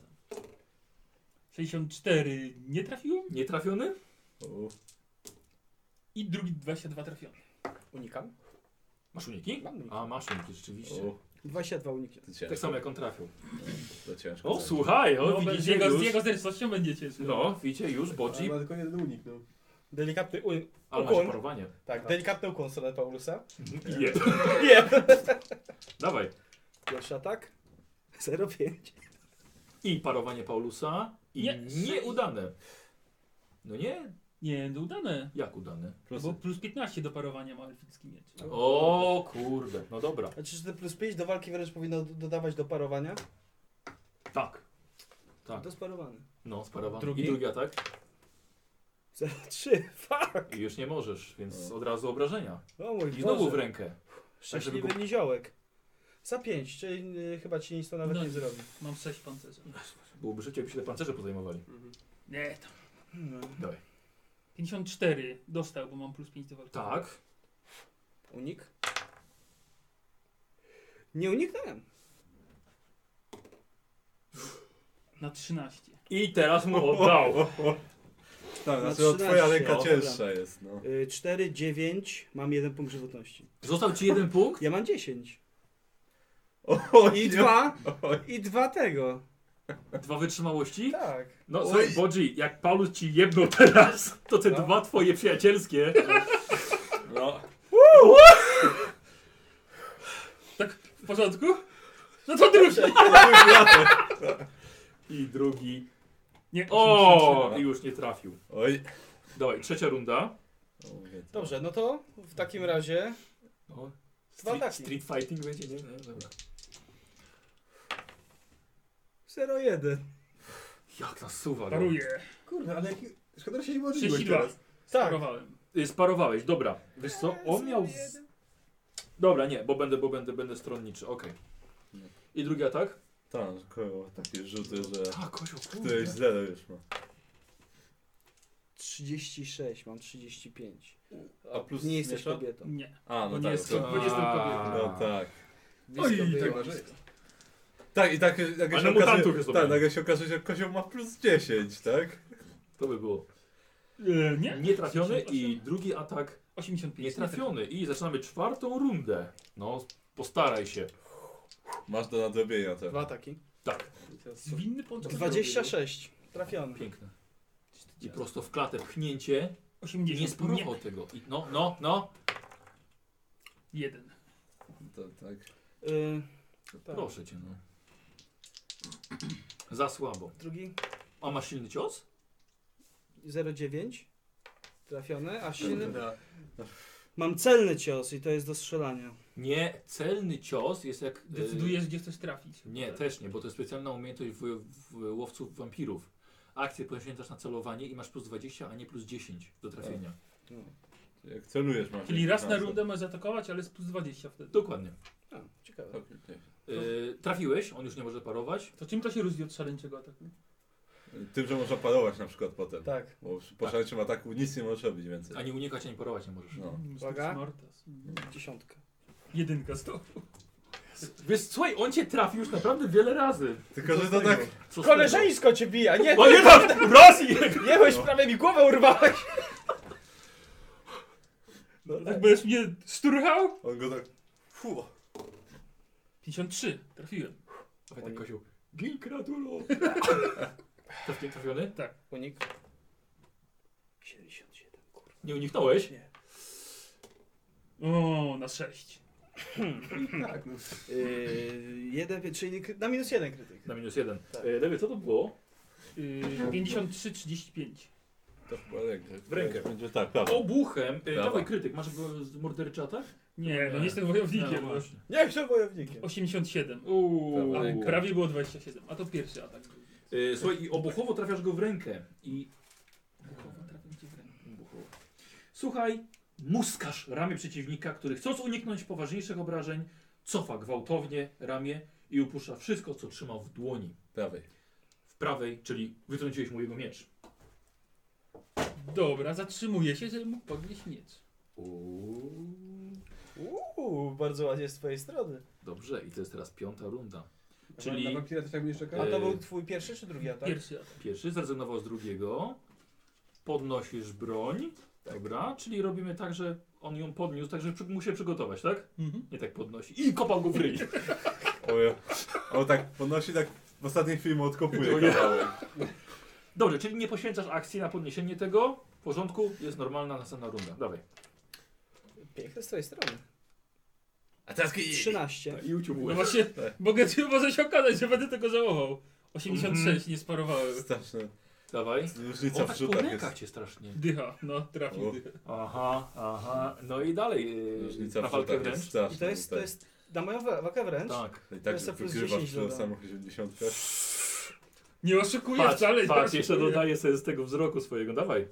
S6: 64 nie trafiłem
S1: Nietrafiony?
S5: U,
S6: i drugi 22 trafiony.
S2: Unikam.
S1: Masz uniki?
S2: Mam uniki.
S1: A, masz uniki, rzeczywiście.
S5: u,
S2: 22 uniki.
S5: to ciężko.
S1: Tak samo jak on trafił.
S5: To ciężko.
S1: O, słuchaj, o,
S6: No, z
S1: widzicie
S6: jego
S1: już.
S6: zręcznością będzie ciężko.
S1: No, widzicie już,
S4: Ale
S1: Bodzi.
S4: ma tylko jeden unik, no.
S2: Delikatny
S1: Ale
S2: ukłon.
S1: masz parowanie.
S2: Tak, delikatny ukłon w stronę Paulusa.
S1: Nie.
S2: Nie.
S1: Dawaj.
S2: Pierwszy atak. 0,5.
S1: I parowanie Paulusa. I
S6: Nie.
S1: nieudane. No nie?
S6: Nie, no udane.
S1: Jak udane?
S6: Bo plus 15 do parowania ma elficki miecz.
S1: O kurde, no dobra.
S2: Znaczy, że te plus 5 do walki wręcz powinno dodawać do parowania?
S1: Tak. Tak.
S2: To sparowany.
S1: No, sparowany.
S2: Drugi?
S1: I drugi atak.
S2: 0,3. Fuck!
S1: I już nie możesz, więc od razu obrażenia.
S2: O mój
S1: I znowu w
S2: Boże.
S1: rękę.
S2: Szczęśliwy
S1: Tak, żeby
S2: niziołek. Za 5, czyli chyba ci nic to nawet
S6: No.
S2: nie zrobi.
S6: Mam 6 pancerzy.
S1: Byłoby szybciej, jakby się te pancerze pozajmowali.
S6: Nie, tam.
S2: No.
S1: Dawaj.
S6: 54 dostał, bo mam plus 5 do walki.
S1: Tak.
S2: Unik? Nie uniknąłem.
S6: Na 13.
S1: I teraz mu oddał.
S5: Tak,
S2: Na
S5: znaczy no, twoja
S2: 13,
S5: ręka
S2: o,
S5: cięższa jest, no.
S2: 4, 9, mam 1 punkt żywotności.
S1: Został ci jeden punkt.
S2: Ja mam 10.
S5: O,
S2: I
S5: nie.
S2: 2.
S5: Oj.
S2: I 2 tego.
S1: 2 wytrzymałości.
S2: Tak.
S1: No
S5: Oj.
S1: słuchaj, Bodzi, jak Paulus ci jebnął teraz, to te
S2: No.
S1: 2 twoje przyjacielskie. No.
S6: W porządku? No to drugi.
S1: I drugi.
S6: Nie,
S1: O, i już nie trafił.
S5: Oj.
S1: Dawaj, trzecia runda.
S5: O, mówię, to-
S2: Dobrze, no to w takim razie
S1: No.
S2: Dwa ataki.
S1: Street fighting będzie, nie? No, dobra.
S2: 0,1.
S1: Jak nas suwa. no.
S6: Paruję.
S4: Kurde, ale jaki... Szkoda, że się nie modliłeś
S6: 32.
S4: teraz.
S2: Tak.
S6: Sparowałem.
S1: Sparowałeś, dobra. Wiesz co, on miał...
S2: 0,1.
S1: Dobra, nie, bo będę stronniczy, okej. I drugi atak?
S5: Tak, koło takie rzuty, że
S1: Tak, kozioł,
S5: któreś zero już ma.
S2: 36, mam 35.
S5: A plus
S2: Nie jesteś
S5: miesza?
S2: kobietą.
S6: Nie.
S5: A, no
S6: Bo nie
S5: tak.
S6: jest,
S5: to-
S6: bo nie jestem kobietą.
S5: No tak.
S2: Blisko
S4: Oj,
S2: było.
S4: tak może jest.
S5: Tak, i tak nagle
S1: Ale
S5: się
S1: mutantów
S5: okazuje,
S1: jest
S5: tak,
S1: obecny.
S5: nagle się okazuje, że kozioł ma plus 10, tak?
S1: To by było.
S6: Nie?
S1: Nietrafiony i drugi atak
S6: 85.
S1: nietrafiony. I zaczynamy czwartą rundę. No, postaraj się.
S5: Masz do nadrobienia to.
S2: 2 ataki.
S1: Tak,
S6: Zwinny pączek.
S2: 26. Trafiony.
S1: piękne. I prosto w klatę pchnięcie.
S6: 80.
S1: Nie sparował tego. I no.
S6: 1.
S5: To, tak.
S2: Tak.
S1: Proszę cię, no. Za słabo.
S2: Drugi
S1: A masz silny cios?
S2: 0,9. Trafiony, a silny...
S4: Dobra.
S2: Mam celny cios i to jest do strzelania.
S1: Nie, celny cios jest jak...
S6: Decydujesz, gdzie chcesz trafić.
S1: Nie, też nie, bo to jest specjalna umiejętność w łowców wampirów. Akcję poświęcasz na celowanie i masz plus 20, a nie plus 10 do trafienia.
S2: No.
S5: Jak celujesz masz.
S6: Czyli raz na
S5: szansę.
S6: rundę możesz zaatakować, ale z plus 20 wtedy.
S1: Dokładnie.
S2: A, ciekawe.
S5: Okej.
S1: Trafiłeś, on już nie może parować.
S6: To czym to się różni od szaleńczego ataku?
S5: Tym, że można parować na przykład potem.
S2: Tak.
S5: Bo po szaleńczym ataku nic nie możesz robić więcej.
S1: Ani unikać, ani parować nie możesz.
S5: No.
S2: Uwaga.
S6: Smartas.
S2: 10.
S6: 1 znowu.
S1: Wiesz, słuchaj, on cię trafił już naprawdę wiele razy.
S5: Tylko, że to tak...
S1: Co z
S2: Koleżeńsko cię bija, nie?
S1: tego? O nie, tak, raz i
S2: Nie, boś prawie mi głowę urwałeś. No
S6: Tak będziesz mnie szturchał?
S5: On go tak... Fu.
S6: 53, trafiłem.
S1: Dawaj tak, Kosiu. Gin kratulo. Trafiony?
S2: Unik. 77, kurwa.
S1: Nie uniknąłeś?
S2: Nie.
S6: O, na 6.
S4: Tak, no.
S2: Czyli na -1 krytyk.
S1: Na -1.
S2: Tak.
S1: Lewy, co to było?
S6: 53, 35.
S5: To chyba rękę.
S1: W rękę.
S5: Będzie tak, prawo.
S1: Obuchem.
S5: Brawa.
S1: Dawaj krytyk. Masz morderczy atak?
S6: Nie, no nie jestem wojownikiem.
S1: No,
S6: No,
S1: właśnie.
S2: Nie jestem wojownikiem.
S6: 87.
S5: Prawa
S6: A
S5: ręka.
S6: prawie było 27. A to pierwszy atak był.
S1: Słuchaj, i obuchowo trafiasz go w rękę. I...
S6: Obuchowo trafiam cię w rękę.
S1: Obuchowo. Słuchaj, muskasz ramię przeciwnika, który chcąc uniknąć poważniejszych obrażeń, cofa gwałtownie ramię i upuszcza wszystko, co trzymał w dłoni.
S5: Prawej.
S1: W prawej, czyli wytrąciłeś mu jego miecz.
S6: Dobra, zatrzymuję się, żeby mógł podnieść miecz.
S2: Bardzo ładnie z twojej strony.
S1: Dobrze, i to jest teraz 5. runda.
S4: Na
S1: Czyli
S4: wampira też tak będziesz czekał?
S2: A to
S1: E,
S2: był twój pierwszy czy drugi atak?
S6: Pierwszy atak.
S1: pierwszy zrezygnował z drugiego. Podnosisz broń. Dobra, czyli robimy tak, że on ją podniósł, tak że mógł się przygotować, tak?
S6: Mhm.
S1: Nie tak podnosi. I kopał go w ryj.
S5: Oje. On tak podnosi, tak w ostatniej chwili mu odkopuje
S1: Oje.
S5: kawałek.
S1: Dobrze, czyli nie poświęcasz akcji na podniesienie tego. W porządku, jest normalna następna runda. Dawaj.
S2: Piękne z twojej strony.
S5: A teraz
S2: 13.
S1: I uciął
S6: No właśnie, może się okazać, że będę tego żałował. 86,
S1: Mhm.
S6: nie sparowałem.
S5: Straszne.
S1: Dawaj.
S5: Różnica
S1: O,
S5: w
S1: tak po
S5: rzutach
S1: rękach
S5: jest.
S1: cię strasznie.
S6: Dycha, no trafił
S5: O.
S6: dycha.
S1: Aha, aha. No i dalej.
S5: Różnica
S1: Na
S5: w
S1: walkę
S5: rzutach jest
S1: wręcz.
S5: straszna.
S2: I to jest na moją walkę wręcz.
S1: Tak.
S5: I tak,
S2: to jest
S5: że
S2: plus
S5: wygrywasz
S2: 10
S5: przy
S2: dodam.
S5: samych 80.
S6: Nie oszukuję
S1: Patrz,
S6: wcale. nie
S1: patrz, jeszcze
S6: oszukuję.
S1: dodaję sobie z tego wzroku swojego. Dawaj.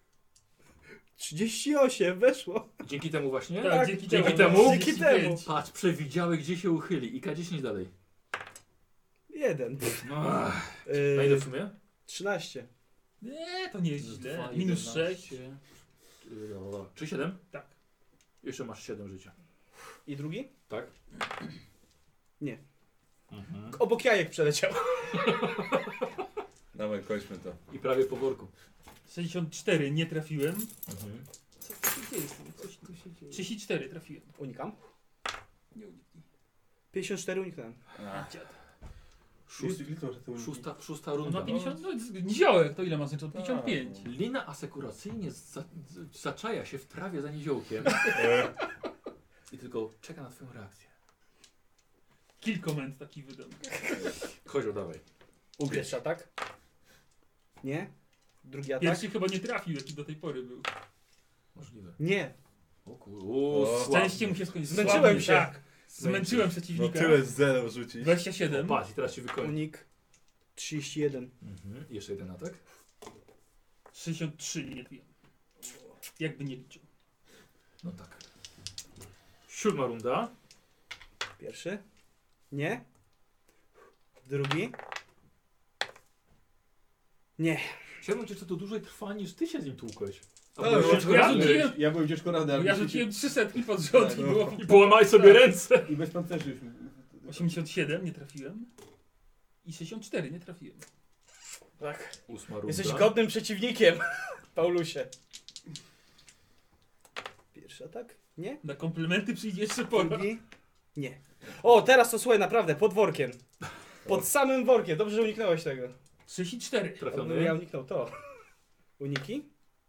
S2: 38, weszło.
S1: Dzięki temu właśnie.
S6: Tak, dzięki
S1: Dzięki
S6: temu.
S1: temu?
S2: Dzięki temu.
S1: Patrz, przewidziałeś, gdzie się uchyli. I K10 dalej.
S2: 1.
S1: Ach, na ile w sumie?
S2: 13.
S6: Nie, to nie jest
S1: Z
S6: źle.
S1: dwa,
S6: Minus
S1: 11,
S6: 6.
S1: Czy 7?
S6: Tak.
S1: Jeszcze masz 7 życia.
S2: I drugi?
S1: Tak?
S2: Nie.
S1: Mhm.
S2: Obok jajek przeleciał.
S5: Dawaj, kończmy to.
S1: I prawie po worku.
S6: 64, nie trafiłem.
S1: Mhm.
S6: Co tu się jest? Coś tu się dzieje. 34 trafiłem.
S2: Unikam.
S6: Nie uniknij.
S2: 54 uniknąłem.
S6: Dziad.
S1: Szósta
S6: On
S1: runda.
S6: ma 50, no niziołek, to ile ma znaczy? 55.
S1: Lina asekuracyjnie zaczaja się w trawie za niziołkiem i tylko czeka na twoją reakcję.
S6: Kilkoment taki wydam.
S1: Kozioł, dawaj.
S2: Pierwszy atak. Nie. Drugi atak.
S6: Pierwszy chyba nie trafił, jaki do tej pory był.
S1: Możliwe.
S2: Nie.
S1: O kur...
S5: O,
S6: Szczęście mu się skończyło.
S2: Zmęczyłem
S6: Słabnie,
S2: się.
S6: Tak. Zmęczyłem
S5: No
S6: przeciwnika.
S5: tyle z zero rzucić.
S6: 27.
S1: Patrz, i teraz się wykończy.
S2: Unik. 31.
S1: Mhm. Jeszcze jeden atak.
S6: 63 nie trafiłem. Jakby nie liczył.
S1: No tak. 7 runda.
S2: Pierwszy. Nie. Drugi. Nie.
S1: Chciałbym cię, co to dłużej trwa niż ty się z nim tłukłeś. A
S4: No,
S1: byłeś
S6: ja
S1: ciężko
S6: ja
S1: ranny.
S6: rzuciłem-
S4: Ja byłem ciężko ranny, ale
S6: Ja
S4: wiecie,
S6: rzuciłem 300 pod rząd
S4: Tak,
S6: i
S4: no.
S6: było
S1: I połamaj sobie ręce.
S4: I bez pancerzy już.
S6: 87 nie trafiłem. I 64 nie trafiłem.
S2: Tak.
S1: 8 runda.
S2: Jesteś godnym przeciwnikiem, Paulusie. Pierwszy atak? Nie.
S6: Na komplementy przyjdzie jeszcze pora.
S2: Drugi? Nie. O, teraz to słuchaj, naprawdę, pod workiem. Pod samym workiem. Dobrze, że uniknąłeś tego.
S6: 34.
S2: Abym
S1: Trafiony.
S2: ja uniknął to. Uniki?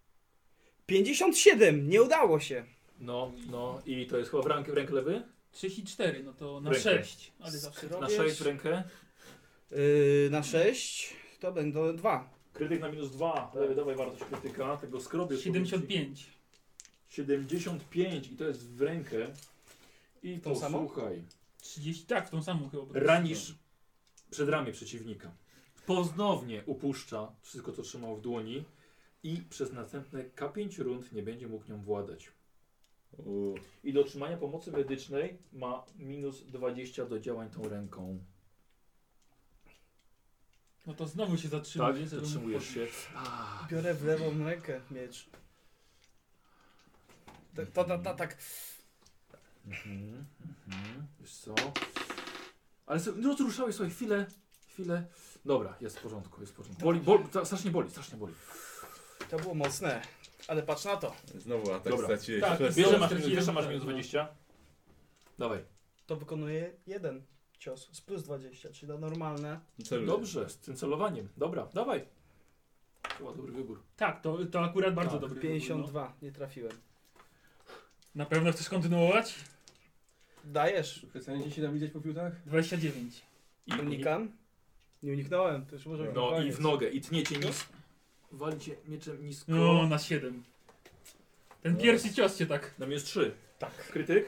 S2: 57! Nie udało się.
S1: No, no i to jest chyba w rękę lewy?
S6: 34, no to na
S1: Rękę.
S6: 6. Ale zawsze
S2: Skro-
S1: Na
S2: Wiesz-
S1: 6 w rękę.
S2: Na 6 to będą 2.
S1: Krytyk na -2. Lewy, dawaj wartość krytyka. Tego skrobię.
S6: 75.
S1: 75 i to jest w rękę. I
S2: Tą samą?
S1: posłuchaj.
S6: 30, tak, w tą samą chyba.
S1: Ranisz przedramię przeciwnika. Ponownie upuszcza wszystko, co trzymał w dłoni i przez następne K5 rund nie będzie mógł nią władać. I do otrzymania pomocy medycznej ma -20 do działań tą ręką.
S6: No to znowu się
S1: Tak,
S6: zatrzymuje. żeby mógł
S1: zatrzymujesz się.
S6: podnieść.
S2: Biorę w lewą rękę miecz. Tak.
S1: Wiesz co? Ale rozruszałeś sobie chwilę. Dobra, jest w porządku, jest w porządku. Strasznie boli.
S2: To było mocne. Ale patrz na to.
S5: Znowu atak
S1: Dobra.
S5: straciłeś.
S6: Tak,
S5: Przez-
S1: Wiesz, że
S6: Znowu
S1: masz,
S6: straciłem,
S1: wiesz, że masz
S6: tak,
S1: -20? Dawaj.
S2: to wykonuje jeden cios z plus 20, czyli na normalne.
S5: Celuję.
S1: Dobrze, z tym celowaniem. Dobra, dawaj. Chyba dobry wybór.
S6: Tak, to akurat bardzo
S1: Tak,
S6: dobry
S2: 52, nie trafiłem.
S6: wybór, no. Na pewno chcesz kontynuować?
S2: Dajesz.
S4: Przestaniecie się tam widzieć po piłtach?
S6: 29.
S1: I,
S2: Unikam? Nie uniknąłem, to już może być
S1: no i
S2: koniec.
S1: w nogę. I tniecie nisko. Walicie mieczem nisko.
S6: No, na 7. Ten pierwszy cios cię tak.
S1: Tam jest 3.
S2: Tak,
S1: Krytyk?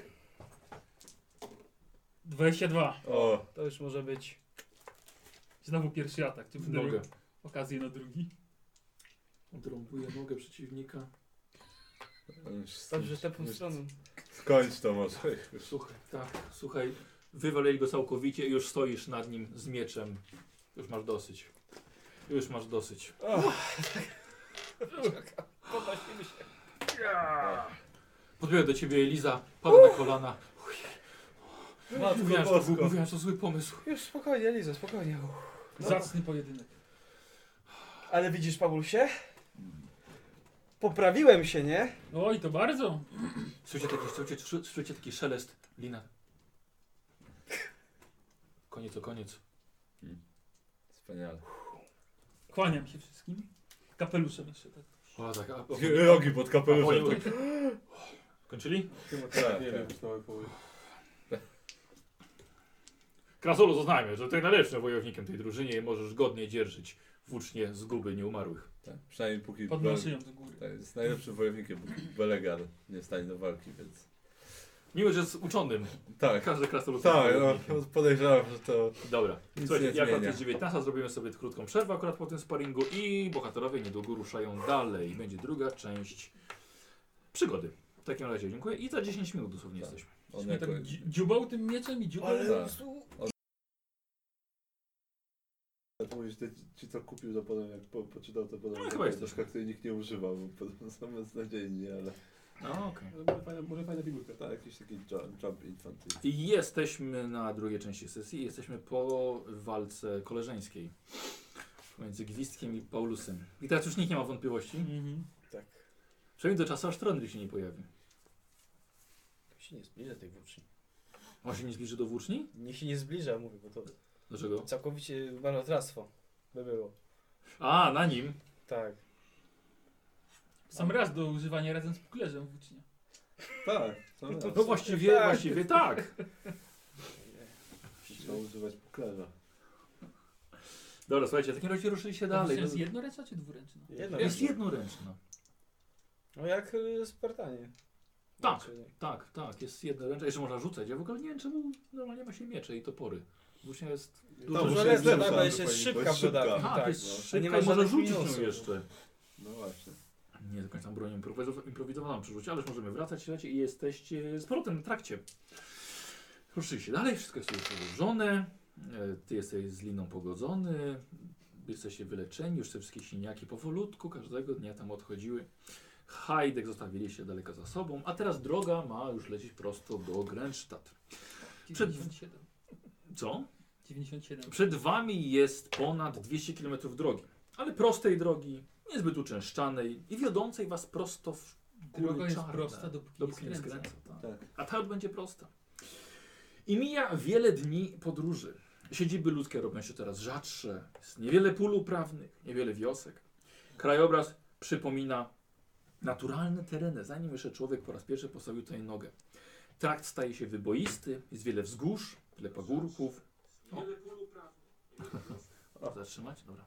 S6: 22.
S5: O,
S2: to już może być.
S6: Znowu pierwszy atak. Czy
S1: W
S6: będę
S1: nogę.
S6: miał okazję na drugi?
S1: Odrąbuje nogę przeciwnika.
S2: Dobrze, tę stroną.
S5: skończ to może.
S1: Słuchaj, tak, słuchaj. Wywalili go całkowicie i już stoisz nad nim z mieczem. Już masz dosyć. Już masz dosyć.
S2: Podnosimy się.
S1: Podbiega do ciebie Eliza, pada na kolana. Mówiłem, że
S5: Bosko.
S1: mówiłem, że to zły pomysł.
S2: Już spokojnie, Liza, spokojnie.
S6: Zacny pojedynek.
S2: Ale widzisz, Pawlusie? Poprawiłem się, nie?
S6: Oj, to bardzo.
S1: Słyszycie taki szelest. Lina. Koniec to koniec.
S5: Wspaniale.
S6: Kłaniam się wszystkim. Kapeluszem jeszcze tak.
S1: O, tak,
S5: Rogi pod
S1: a
S5: kapeluszem.
S1: oni- Kończyli?
S4: Chyba
S5: Tak,
S4: nie
S5: tak.
S4: wiem, czy nowe poły.
S1: Krasolu oznajmia, że ty najlepszym wojownikiem tej drużynie i możesz godnie dzierżyć włócznie zguby nieumarłych.
S5: Tak, przynajmniej póki
S6: Podnoszę ją do góry.
S5: Tak, jest najlepszym wojownikiem, póki Belegar nie stanie do walki, więc...
S1: Mimo, że jest uczonym.
S5: Tak,
S1: Każdy krasnolud
S5: tak,
S1: jest
S5: no,
S1: wojownikiem.
S5: podejrzewam, że to...
S1: Dobra,
S5: Nic
S1: słuchajcie,
S5: nie
S1: jak
S5: zmienia.
S1: jest 19, zrobimy sobie krótką przerwę akurat po tym sparingu i bohaterowie niedługo ruszają dalej. Będzie druga część przygody. W takim razie dziękuję i za 10 minut dosłownie
S5: Tak.
S1: jesteśmy.
S5: On
S6: Mnie
S5: jako...
S6: tak dziubał tym mieczem i dziubał.
S2: Ale...
S5: Tak. Mówisz, ci co kupił to potem, jak poczytał to potem,
S1: No, chyba jest
S5: troszkę, której nikt nie używał, bo potem są beznadziejni, ale...
S1: No, okej.
S4: Może fajna figurka.
S5: Tak, jakiś taki jump infantry.
S1: I jesteśmy na drugiej części sesji. Jesteśmy po walce koleżeńskiej pomiędzy Gwizdkiem i Paulusem. I teraz już nikt nie ma wątpliwości.
S6: Mhm.
S2: Tak.
S1: Przynajmniej do czasu, aż Trondry się nie pojawi.
S2: To się nie zbliża tej włóczni.
S1: On się nie zbliży do włóczni?
S2: Niech się nie zbliża, mówię, bo to
S1: Dlaczego?
S2: całkowicie marnotrawstwo by było.
S1: A, na nim.
S2: Tak.
S6: Sam raz do używania razem z puklerzem włócznia.
S5: Tak, to
S1: No właściwie,
S2: Tak.
S1: właściwie tak.
S5: trzeba używać puklerza.
S1: Dobra, słuchajcie, w takim razie ruszyliście dalej.
S6: To jest
S1: No,
S6: jednoręczna czy dwuręczna?
S2: Jedno
S1: jest jednoręczna.
S2: No jak Spartanie.
S1: Tak.
S2: Znaczy,
S1: Tak, tak, jest jednoręczna. Jeszcze można rzucać. Ja w ogóle nie wiem, czemu normalnie ma się miecze i topory. Włócznia jest
S5: No,
S1: dużo
S2: Może
S5: muszę
S2: jest
S5: jest
S2: tak,
S5: lepsza,
S2: bo jeszcze
S5: to
S2: jest
S5: powinno
S2: szybka
S5: być
S2: w dodatku.
S5: szybka.
S1: Tak,
S2: Tak,
S1: jest
S2: no.
S1: szybka
S2: Nie
S1: i
S2: ma
S1: może
S2: żadnych
S1: rzucić
S2: minusów.
S1: nią jeszcze.
S5: No właśnie.
S1: Nie do końca bronią improwizowaną przy rzucie, ale już możemy wracać, słuchajcie, i jesteście z powrotem na trakcie. Ruszyliście dalej, wszystko jest już ułożone. Ty jesteś z Liną pogodzony. Jesteście wyleczeni, już te wszystkie siniaki powolutku, każdego dnia tam odchodziły. Hajdek zostawiliście daleko za sobą, a teraz droga ma już lecieć prosto do Grenzstadt. Przed-
S6: 97.
S1: Co?
S6: 97.
S1: Przed wami jest ponad 200 km drogi, ale prostej drogi, niezbyt uczęszczanej i wiodącej was prosto w góry
S6: Droga jest
S1: czarne.
S6: prosta,
S1: Dopóki nie
S6: nie
S1: skręca.
S6: skręca.
S1: Tak.
S5: Tak.
S1: A ta już będzie prosta. I mija wiele dni podróży. Siedziby ludzkie robią się coraz rzadsze. Jest niewiele pól uprawnych, niewiele wiosek. Krajobraz przypomina naturalne tereny, zanim jeszcze człowiek po raz pierwszy postawił tutaj nogę. Trakt staje się wyboisty, jest wiele wzgórz, wiele pagórków. Niewiele pól uprawnych. Zatrzymać? Dobra.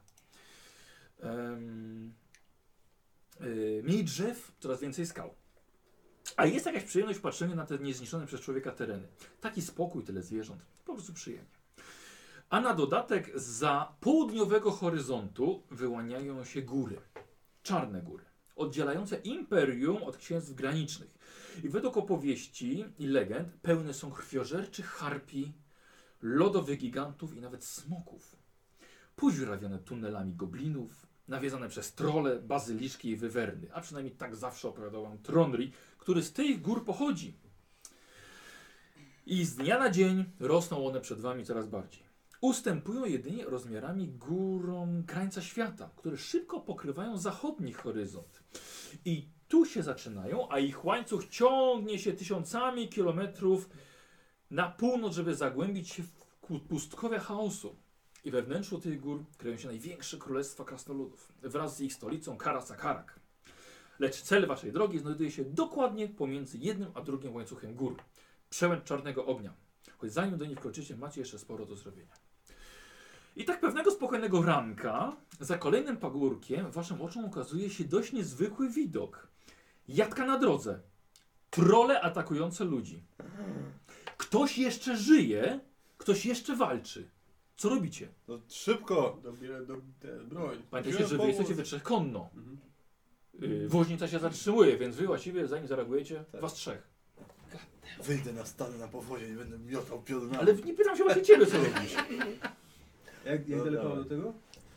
S1: Mniej drzew, coraz więcej skał. A jest jakaś przyjemność w patrzeniu na te niezniszczone przez człowieka tereny. Taki spokój, tyle zwierząt. Po prostu przyjemnie. A na dodatek za południowego horyzontu wyłaniają się góry. Czarne góry. Oddzielające imperium od księstw granicznych. I według opowieści i legend pełne są krwiożerczych harpii, lodowych gigantów i nawet smoków. Podziurawione tunelami goblinów, nawiedzone przez trole, bazyliszki i wywerny. A przynajmniej tak zawsze opowiadał wam Tronri, który z tych gór pochodzi. I z dnia na dzień rosną one przed wami coraz bardziej. Ustępują jedynie rozmiarami górom krańca świata, które szybko pokrywają zachodni horyzont. I tu się zaczynają, a ich łańcuch ciągnie się tysiącami kilometrów na północ, żeby zagłębić się w pustkowia chaosu. I we wnętrzu tych gór kryją się największe królestwa krasnoludów, wraz z ich stolicą Karasakarak. Lecz cel waszej drogi znajduje się dokładnie pomiędzy jednym a drugim łańcuchem gór. Przełęcz czarnego ognia. Choć zanim do niej wkroczycie, macie jeszcze sporo do zrobienia. I tak pewnego spokojnego ranka, za kolejnym pagórkiem, waszym oczom ukazuje się dość niezwykły widok. Jadka na drodze. Trolle atakujące ludzi. Ktoś jeszcze żyje, ktoś jeszcze walczy. Co robicie?
S5: No szybko!
S4: Dobierę broń.
S1: Pamiętajcie, że wy jesteście we trzech konno.
S4: Mhm.
S1: Woźnica się zatrzymuje, więc wy właściwie zanim zareagujecie,
S5: Tak.
S1: was trzech.
S5: Wyjdę na stanę na powozie i będę miotał piorunami.
S1: Ale nie pytam się właśnie ciebie, co robisz.
S4: Jak
S5: No,
S4: daleko
S5: dawaj.
S4: do tego?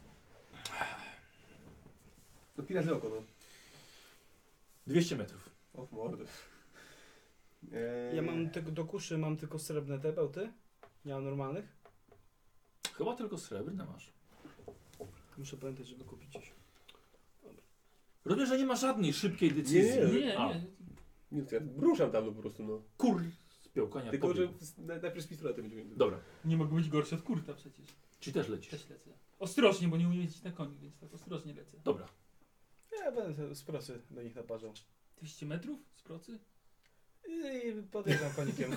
S4: To pi razy oko, no.
S1: 200 metrów.
S4: O mordy.
S2: Ja mam tego do kuszy, mam tylko srebrne te bełty. Nie mam normalnych.
S1: Chyba tylko srebrne masz.
S2: Muszę pamiętać, żeby kupić gdzieś.
S1: Rozumiem, że nie ma żadnej szybkiej decyzji.
S6: Nie,
S1: A,
S6: nie.
S4: Nie, to ja ruszam tam po prostu, no.
S1: kur... Spiął konia.
S4: Tylko, że
S1: pobiegł.
S4: najpierw z pistoletem będziemy.
S1: Dobra,
S6: Nie mogę być gorszy od kurta przecież.
S1: czy też lecisz?
S6: Też lecę. Ostrożnie, bo nie umiem jeździć na koniu, więc tak ostrożnie lecę.
S1: Dobra.
S2: Ja będę z prosy do nich naparzał.
S6: 200 metrów z procy?
S2: I podjeżdżam konikiem.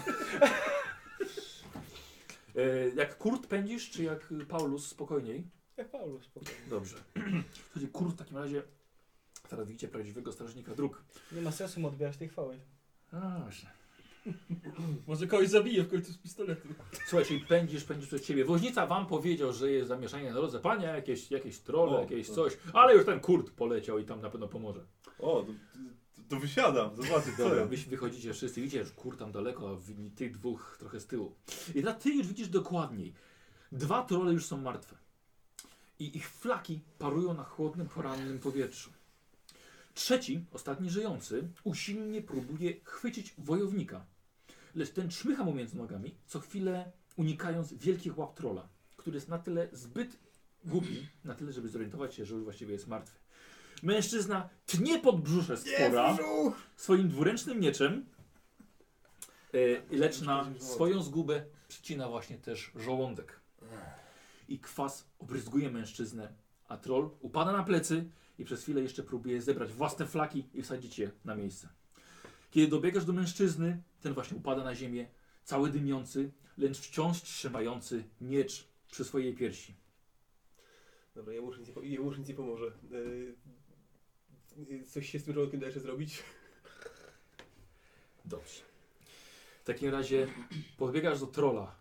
S1: Jak Kurt pędzisz, czy jak Paulus spokojniej?
S2: Jak Paulus, spokojnie.
S1: Dobrze. Słuchajcie, Kurt w takim razie, teraz widzicie prawdziwego strażnika dróg.
S2: Nie ma sensu mu odbierać tej chwały.
S1: A, właśnie.
S6: Może kogoś zabije w końcu z pistoletu.
S1: Słuchaj, czyli pędzisz przed ciebie. Woźnica wam powiedział, że jest zamieszanie na drodze. Panie, jakieś trolle,
S5: O,
S1: jakieś
S5: to-
S1: coś. Ale już ten Kurt poleciał i tam na pewno pomoże.
S5: O, to wysiadam, zobaczę co
S1: Dobra,
S5: ja.
S1: wy wychodzicie wszyscy, widzicie, że Kurt tam daleko, a tych dwóch trochę z tyłu. I dla ty już widzisz dokładniej. 2 trolle już są martwe. I ich flaki parują na chłodnym, porannym powietrzu. Trzeci, ostatni żyjący, usilnie próbuje chwycić wojownika. Lecz ten czmycha mu między nogami, co chwilę unikając wielkich łap trolla, który jest na tyle zbyt głupi, na tyle, żeby zorientować się, że już właściwie jest martwy. Mężczyzna tnie pod brzusze stwora swoim dwuręcznym mieczem, lecz na swoją zgubę przycina właśnie też żołądek. I kwas obryzguje mężczyznę, a troll upada na plecy i przez chwilę jeszcze próbuje zebrać własne flaki i wsadzić je na miejsce. Kiedy dobiegasz do mężczyzny, ten właśnie upada na ziemię, cały dymiący, lecz wciąż trzymający miecz przy swojej piersi.
S4: Dobra, jemu już nic nie pomoże. Coś się z tym żołądkiem da jeszcze zrobić?
S1: Dobrze. W takim razie podbiegasz do trolla.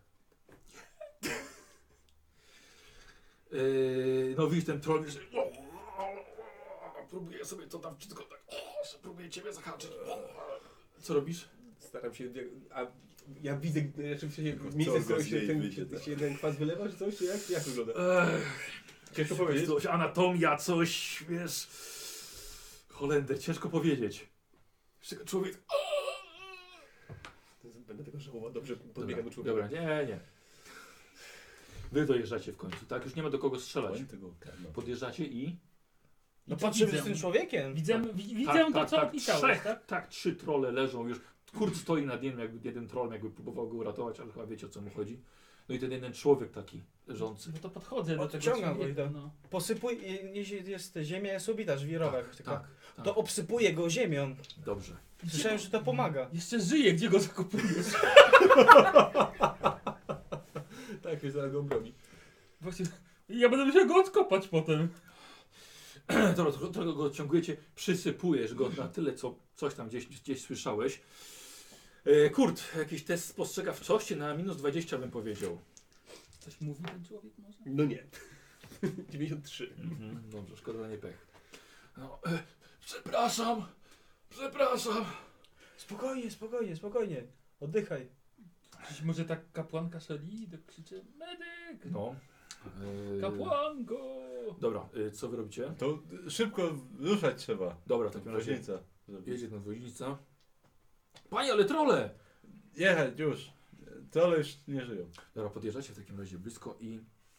S1: No widzisz ten troll, że próbuję sobie to tam wszystko tak, próbuję ciebie zahaczyć. Co robisz?
S4: Staram się... A ja widzę, znaczy w sensie
S5: Co
S4: miejsce, z
S5: go
S4: którego
S5: z
S4: się
S5: niej
S4: ten,
S5: wyjdzie, tak.
S4: się ten kwas wylewa, czy coś, czy jak wygląda? Ciężko
S1: Coś,
S4: powiedzieć.
S1: coś, anatomia, coś, wiesz. Holender, ciężko powiedzieć. Jeszcze człowiek.
S4: Będę tego żałował, dobrze podbiegam do człowieka.
S1: Dobra, nie. Wy dojeżdżacie w końcu, tak? Już nie ma do kogo strzelać.
S5: Oni tego karno.
S1: Podjeżdżacie i...
S2: No
S6: co
S2: patrzymy
S6: widzę?
S2: z tym człowiekiem.
S6: Widzę to, co opisałeś, tak?
S1: Tak, 3 trolle leżą już. Kurt stoi nad nim, jakby jeden troll jakby próbował go uratować, ale chyba wiecie o co mu chodzi. No i ten jeden człowiek taki leżący.
S6: No to podchodzę do tego
S2: Odciągam go
S6: człowieka,
S2: i tak.
S6: no.
S2: Posypuj, jeśli jest ziemia jest ubita, żwirowa jakaś taka.
S1: Tak,
S2: To obsypuję go ziemią.
S1: dobrze.
S2: Słyszałem, że to pomaga.
S6: Jeszcze żyje, gdzie go zakopujesz?
S4: Tak, się zaraz go obroni.
S6: Właśnie, ja będę musiał go odkopać potem.
S1: Dobra, trochę go odciągujecie, przysypujesz go na tyle, co coś tam gdzieś słyszałeś. Kurt, jakiś test spostrzegawczości na minus 20 bym powiedział.
S6: Coś mówi ten człowiek może?
S4: No nie. 93.
S1: Dobrze, szkoda, że nie pech. No, przepraszam.
S2: Spokojnie. Oddychaj.
S6: Czyś może tak kapłanka szali i krzyczy medyk!
S1: No.
S6: Kapłanko!
S1: Dobra, co wy robicie?
S5: To szybko ruszać trzeba.
S1: Dobra, w takim razie
S5: Woźnica.
S1: jedzie ten woźnica. Panie, ale trole!
S5: Jechać już. Trole już nie żyją.
S1: Dobra, podjeżdżacie w takim razie blisko i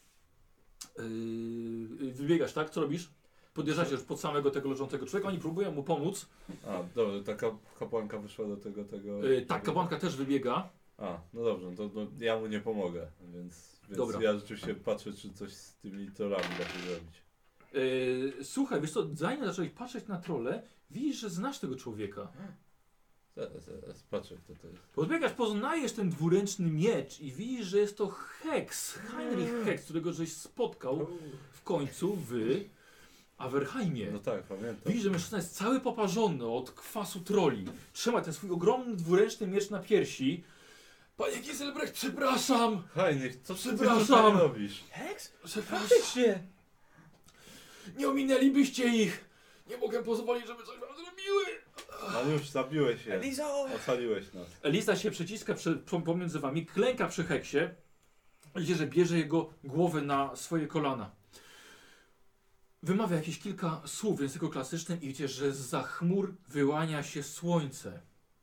S1: wybiegasz, tak? Co robisz? Podjeżdżacie już pod samego tego leżącego człowieka, oni próbują mu pomóc.
S5: A, dobra, taka kapłanka wyszła do tego...
S1: Tak, kapłanka też wybiega.
S5: A, no dobrze, no to ja mu nie pomogę, więc
S1: Dobra.
S5: ja rzeczywiście patrzę, czy coś z tymi trollami da się zrobić.
S1: Słuchaj, wiesz co, zanim zacząłeś patrzeć na trole, widzisz, że znasz tego człowieka.
S5: Zaraz patrzę, kto to jest.
S1: Podbiegasz, poznajesz ten dwuręczny miecz i widzisz, że jest to Hex, Heinrich Hex, którego żeś spotkał w końcu w Averheimie.
S5: No tak, pamiętam.
S1: Widzisz, że mężczyzna jest cały poparzony od kwasu troli. Trzyma ten swój ogromny dwuręczny miecz na piersi. Panie Giselbrecht, przepraszam!
S5: Heinrich, co ty
S1: Przepraszam.
S5: tutaj robisz?
S2: Hex?
S1: Przepraszam!
S2: Faktycznie!
S1: Nie ominęlibyście ich! Nie mogę pozwolić, żeby coś wam zrobiły!
S5: No już, zabiłeś się.
S2: Elizo!
S5: Ocaliłeś nas.
S1: Elisa się przeciska pomiędzy wami, klęka przy Heksie. Widzicie, że bierze jego głowę na swoje kolana. Wymawia jakieś kilka słów w języku klasycznym i widzicie, że zza chmur wyłania się słońce.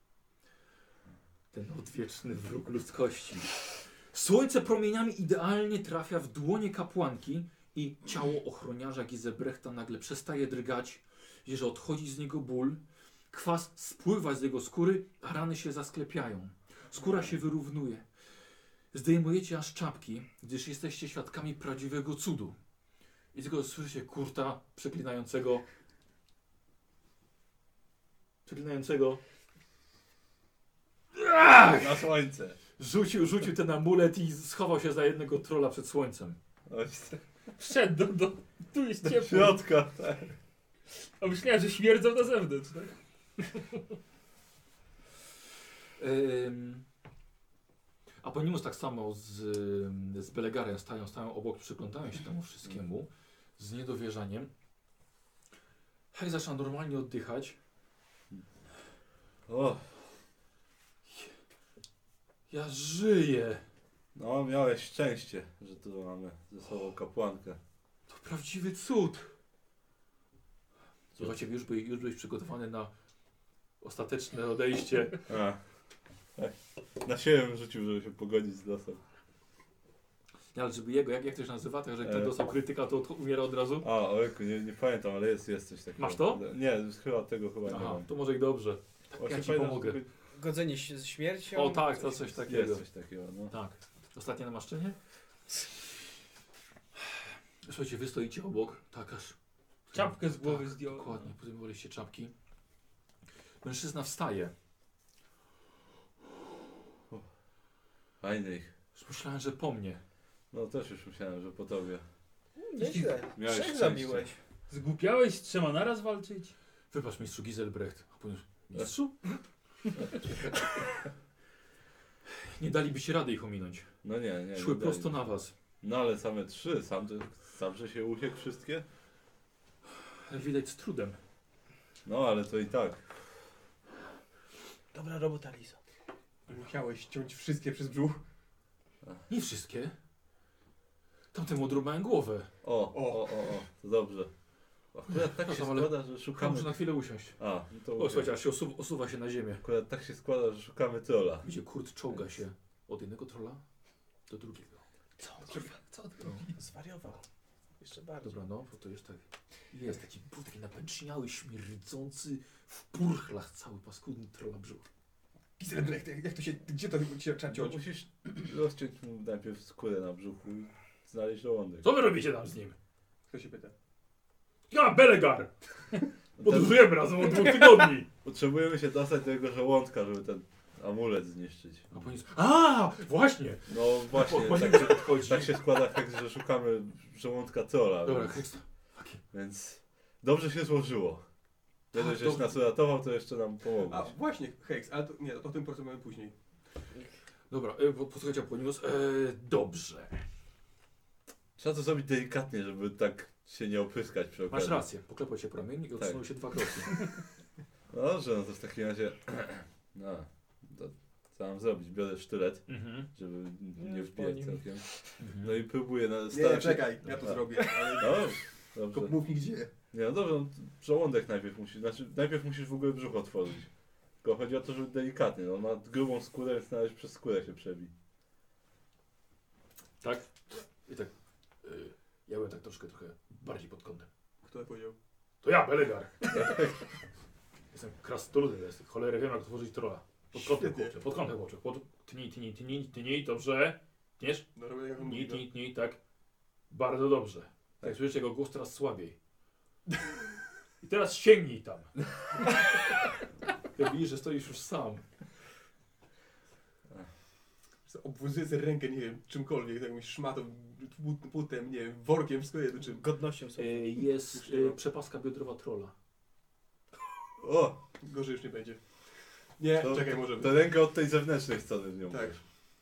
S1: Ten odwieczny wróg ludzkości. Słońce promieniami idealnie trafia w dłonie kapłanki i ciało ochroniarza Giselbrechta nagle przestaje drgać. Widzicie, że odchodzi z niego ból. Kwas spływa z jego skóry, a rany się zasklepiają. Skóra się wyrównuje. Zdejmujecie aż czapki, gdyż jesteście świadkami prawdziwego cudu. I tylko słyszycie Kurta przeklinającego.
S5: Na słońce.
S1: Rzucił ten amulet i schował się za jednego trolla przed słońcem.
S5: Oj,
S6: Wszedł tu jest
S5: do
S6: ciepło.
S5: środka, tak.
S6: A myślałem, że śmierdzą na zewnątrz, tak?
S1: Aponimus tak samo z Belegarem stają obok, przyglądają się temu wszystkiemu z niedowierzaniem. Hej, zaczyna normalnie oddychać.
S5: O,
S1: Ja żyję.
S5: no miałeś szczęście, że tu mamy ze sobą kapłankę.
S1: To prawdziwy cud. Słuchajcie, już byłeś przygotowany na ostateczne odejście.
S5: A, tak. Na siebie bym rzucił, żeby się pogodzić z losem.
S1: Nie, ale żeby jego, jak to się nazywa, tak, że jak dostał krytyka, to umiera od razu?
S5: A, ojku, nie pamiętam, ale jest coś takiego.
S1: Masz to?
S5: Nie, chyba tego nie
S1: Aha,
S5: mam.
S1: to może i dobrze.
S5: Właśnie
S1: ja ci
S5: pamiętam,
S1: pomogę.
S5: że
S2: Godzenie się ze śmiercią?
S1: O tak, to coś takiego.
S5: Jest coś takiego, no.
S1: Tak. Ostatnie namaszczenie? Słuchajcie, wy stoicie obok, tak aż...
S6: Czapkę z głowy
S1: tak,
S6: zdjąłem.
S1: Dokładnie, podejmowaliście czapki. Mężczyzna wstaje.
S5: Heinrich.
S1: Już myślałem, że po mnie.
S5: No też już myślałem, że po tobie.
S2: Nieźle.
S5: Miałeś
S2: Trzech
S5: szczęście.
S2: zabiłeś.
S6: Zgłupiałeś z 3 naraz walczyć?
S1: Wybacz, mistrzu Giselbrecht. A potem, mistrzu? Nie dalibyście rady ich ominąć.
S5: No nie.
S1: Szły
S5: nie
S1: prosto
S5: dali.
S1: na was.
S5: No ale same 3, sam że się uciekł wszystkie?
S1: Jak widać z trudem.
S5: No ale to i tak.
S2: Dobra robota, Lizo.
S4: Musiałeś ciąć wszystkie przez brzuch.
S1: Nie wszystkie. Tamtemu odrubałem głowę.
S5: O, to dobrze. Akurat tak się
S1: Przepraszam, ale
S5: składa, że szukamy...
S1: Muszę na chwilę usiąść.
S5: A, no to
S1: O, słuchajcie, aż się osuwa się na ziemię.
S5: Akurat tak się składa, że szukamy trolla.
S1: Widzicie, Kurt czołga się od jednego trolla do drugiego.
S6: Co ty
S1: No.
S2: Zwariował. Jeszcze bardziej.
S1: Dobra, no, bo to jest tak. Jest taki napęczniały, śmierdzący, w purchlach cały paskudny trolla brzuch.
S4: Giselbrecht, jak to się, gdzie to się trzeba
S5: No,
S4: ciąć?
S5: musisz rozciąć mu najpierw skórę na brzuchu i znaleźć żołądek.
S1: Co wy robicie tam z nim?
S4: Kto się pyta?
S1: Ja, Belegar!
S5: Ten,
S1: Podróżujemy razem od 2 tygodni!
S5: potrzebujemy się dostać do jego żołądka, żeby ten amulet zniszczyć.
S1: A, właśnie!
S5: No właśnie,
S1: Po
S5: tak
S1: nim
S5: się,
S1: podchodzi.
S5: tak się składa fakt, że szukamy żołądka trolla.
S1: Dobra,
S5: więc,
S1: Heksta.
S5: więc dobrze się złożyło. Nie dość, żeś
S1: dobrze.
S5: nas uratował, to jeszcze nam
S4: A
S5: pomogłeś.
S4: właśnie, Hex, ale to, nie, o tym porozmawiamy później.
S1: Dobra, posłuchajcie, Aponimus. Dobrze.
S5: Trzeba to zrobić delikatnie, żeby tak się nie opryskać przy okazji.
S1: Masz rację. Poklepał się promień i odsunął się 2 kroki.
S5: No dobrze, no to w takim razie... No, to co mam zrobić? Biorę sztylet,
S1: Mhm.
S5: żeby nie
S2: Nie,
S5: wbijać
S2: po nim.
S5: całkiem.
S1: Mhm.
S5: No i próbuję...
S4: Nie, czekaj, ja to
S5: Dobra.
S4: zrobię. Ale
S5: No, dobrze.
S4: tylko mów mi gdzie.
S5: Nie, no dobrze, no, żołądek najpierw musisz, znaczy najpierw musisz w ogóle brzuch otworzyć. Tylko chodzi o to, żeby delikatnie, no ma grubą skórę, więc należy przez skórę się przebić.
S1: Tak? I tak. Ja byłem tak trochę bardziej pod kątem.
S4: Kto to powiedział?
S1: To ja, Belegar. Jestem krasnoludem, jestem cholerę wiem jak tworzyć trolla. Pod kątem,
S4: Świetnie.
S1: chłopcze, pod kątem, chłopcze. Tnij, dobrze. Tniesz?
S4: No robię jak on mówi, no.
S1: Tnij, tak. Bardzo dobrze. Tak, słyszysz jego głos coraz słabiej. I teraz sięgnij tam. Jak widzisz, że stoisz już sam.
S4: Obwiązuję sobie rękę, nie wiem, czymkolwiek, jakąś szmatą, płutem, nie wiem, workiem, wszystko jedno czym.
S2: Godnością sobie.
S1: Jest przepaska biodrowa trolla.
S4: O! Gorzej już nie będzie. Nie,
S5: To-
S4: czekaj, możemy.
S5: To rękę od tej zewnętrznej strony w nią.
S4: Tak.
S5: wiesz.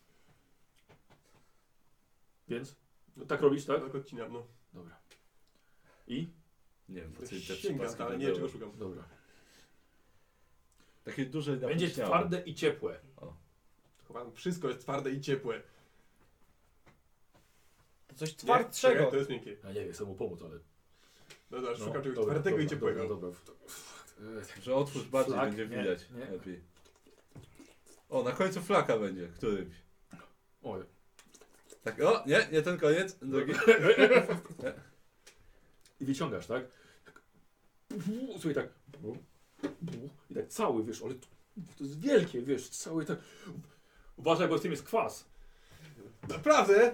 S1: Więc? Tak robisz, tak?
S4: Tak odcinam, no.
S1: Dobra. I?
S5: Nie wiem, po co i te
S4: Sięgam,
S5: przypaski
S4: ale
S5: tak
S4: nie,
S5: było.
S4: czego szukam.
S1: Dobra.
S5: Takie duże i
S1: Będzie
S5: napęśniałe.
S1: twarde i ciepłe.
S4: Chowam, wszystko jest twarde i ciepłe.
S2: To coś
S4: Nie,
S2: twardszego.
S4: czekaj, to jest miękkie.
S1: Ja nie wiem, chcę mu pomóc, ale...
S4: No dobra, szukam czegoś
S1: dobra,
S4: twardego i
S1: dobra,
S4: ciepłego.
S1: Dobra.
S5: Że otwórz bardziej,
S1: Flak?
S5: będzie
S1: Nie,
S5: widać
S1: nie.
S5: lepiej. O, na końcu flaka będzie, którymś.
S1: Oj.
S5: Tak, o, nie ten koniec, drugi.
S1: I wyciągasz, tak? Słuchaj, tak. I tak cały, wiesz, ale to jest wielkie, wiesz, cały tak. Uważaj, bo w tym jest kwas.
S4: Naprawdę?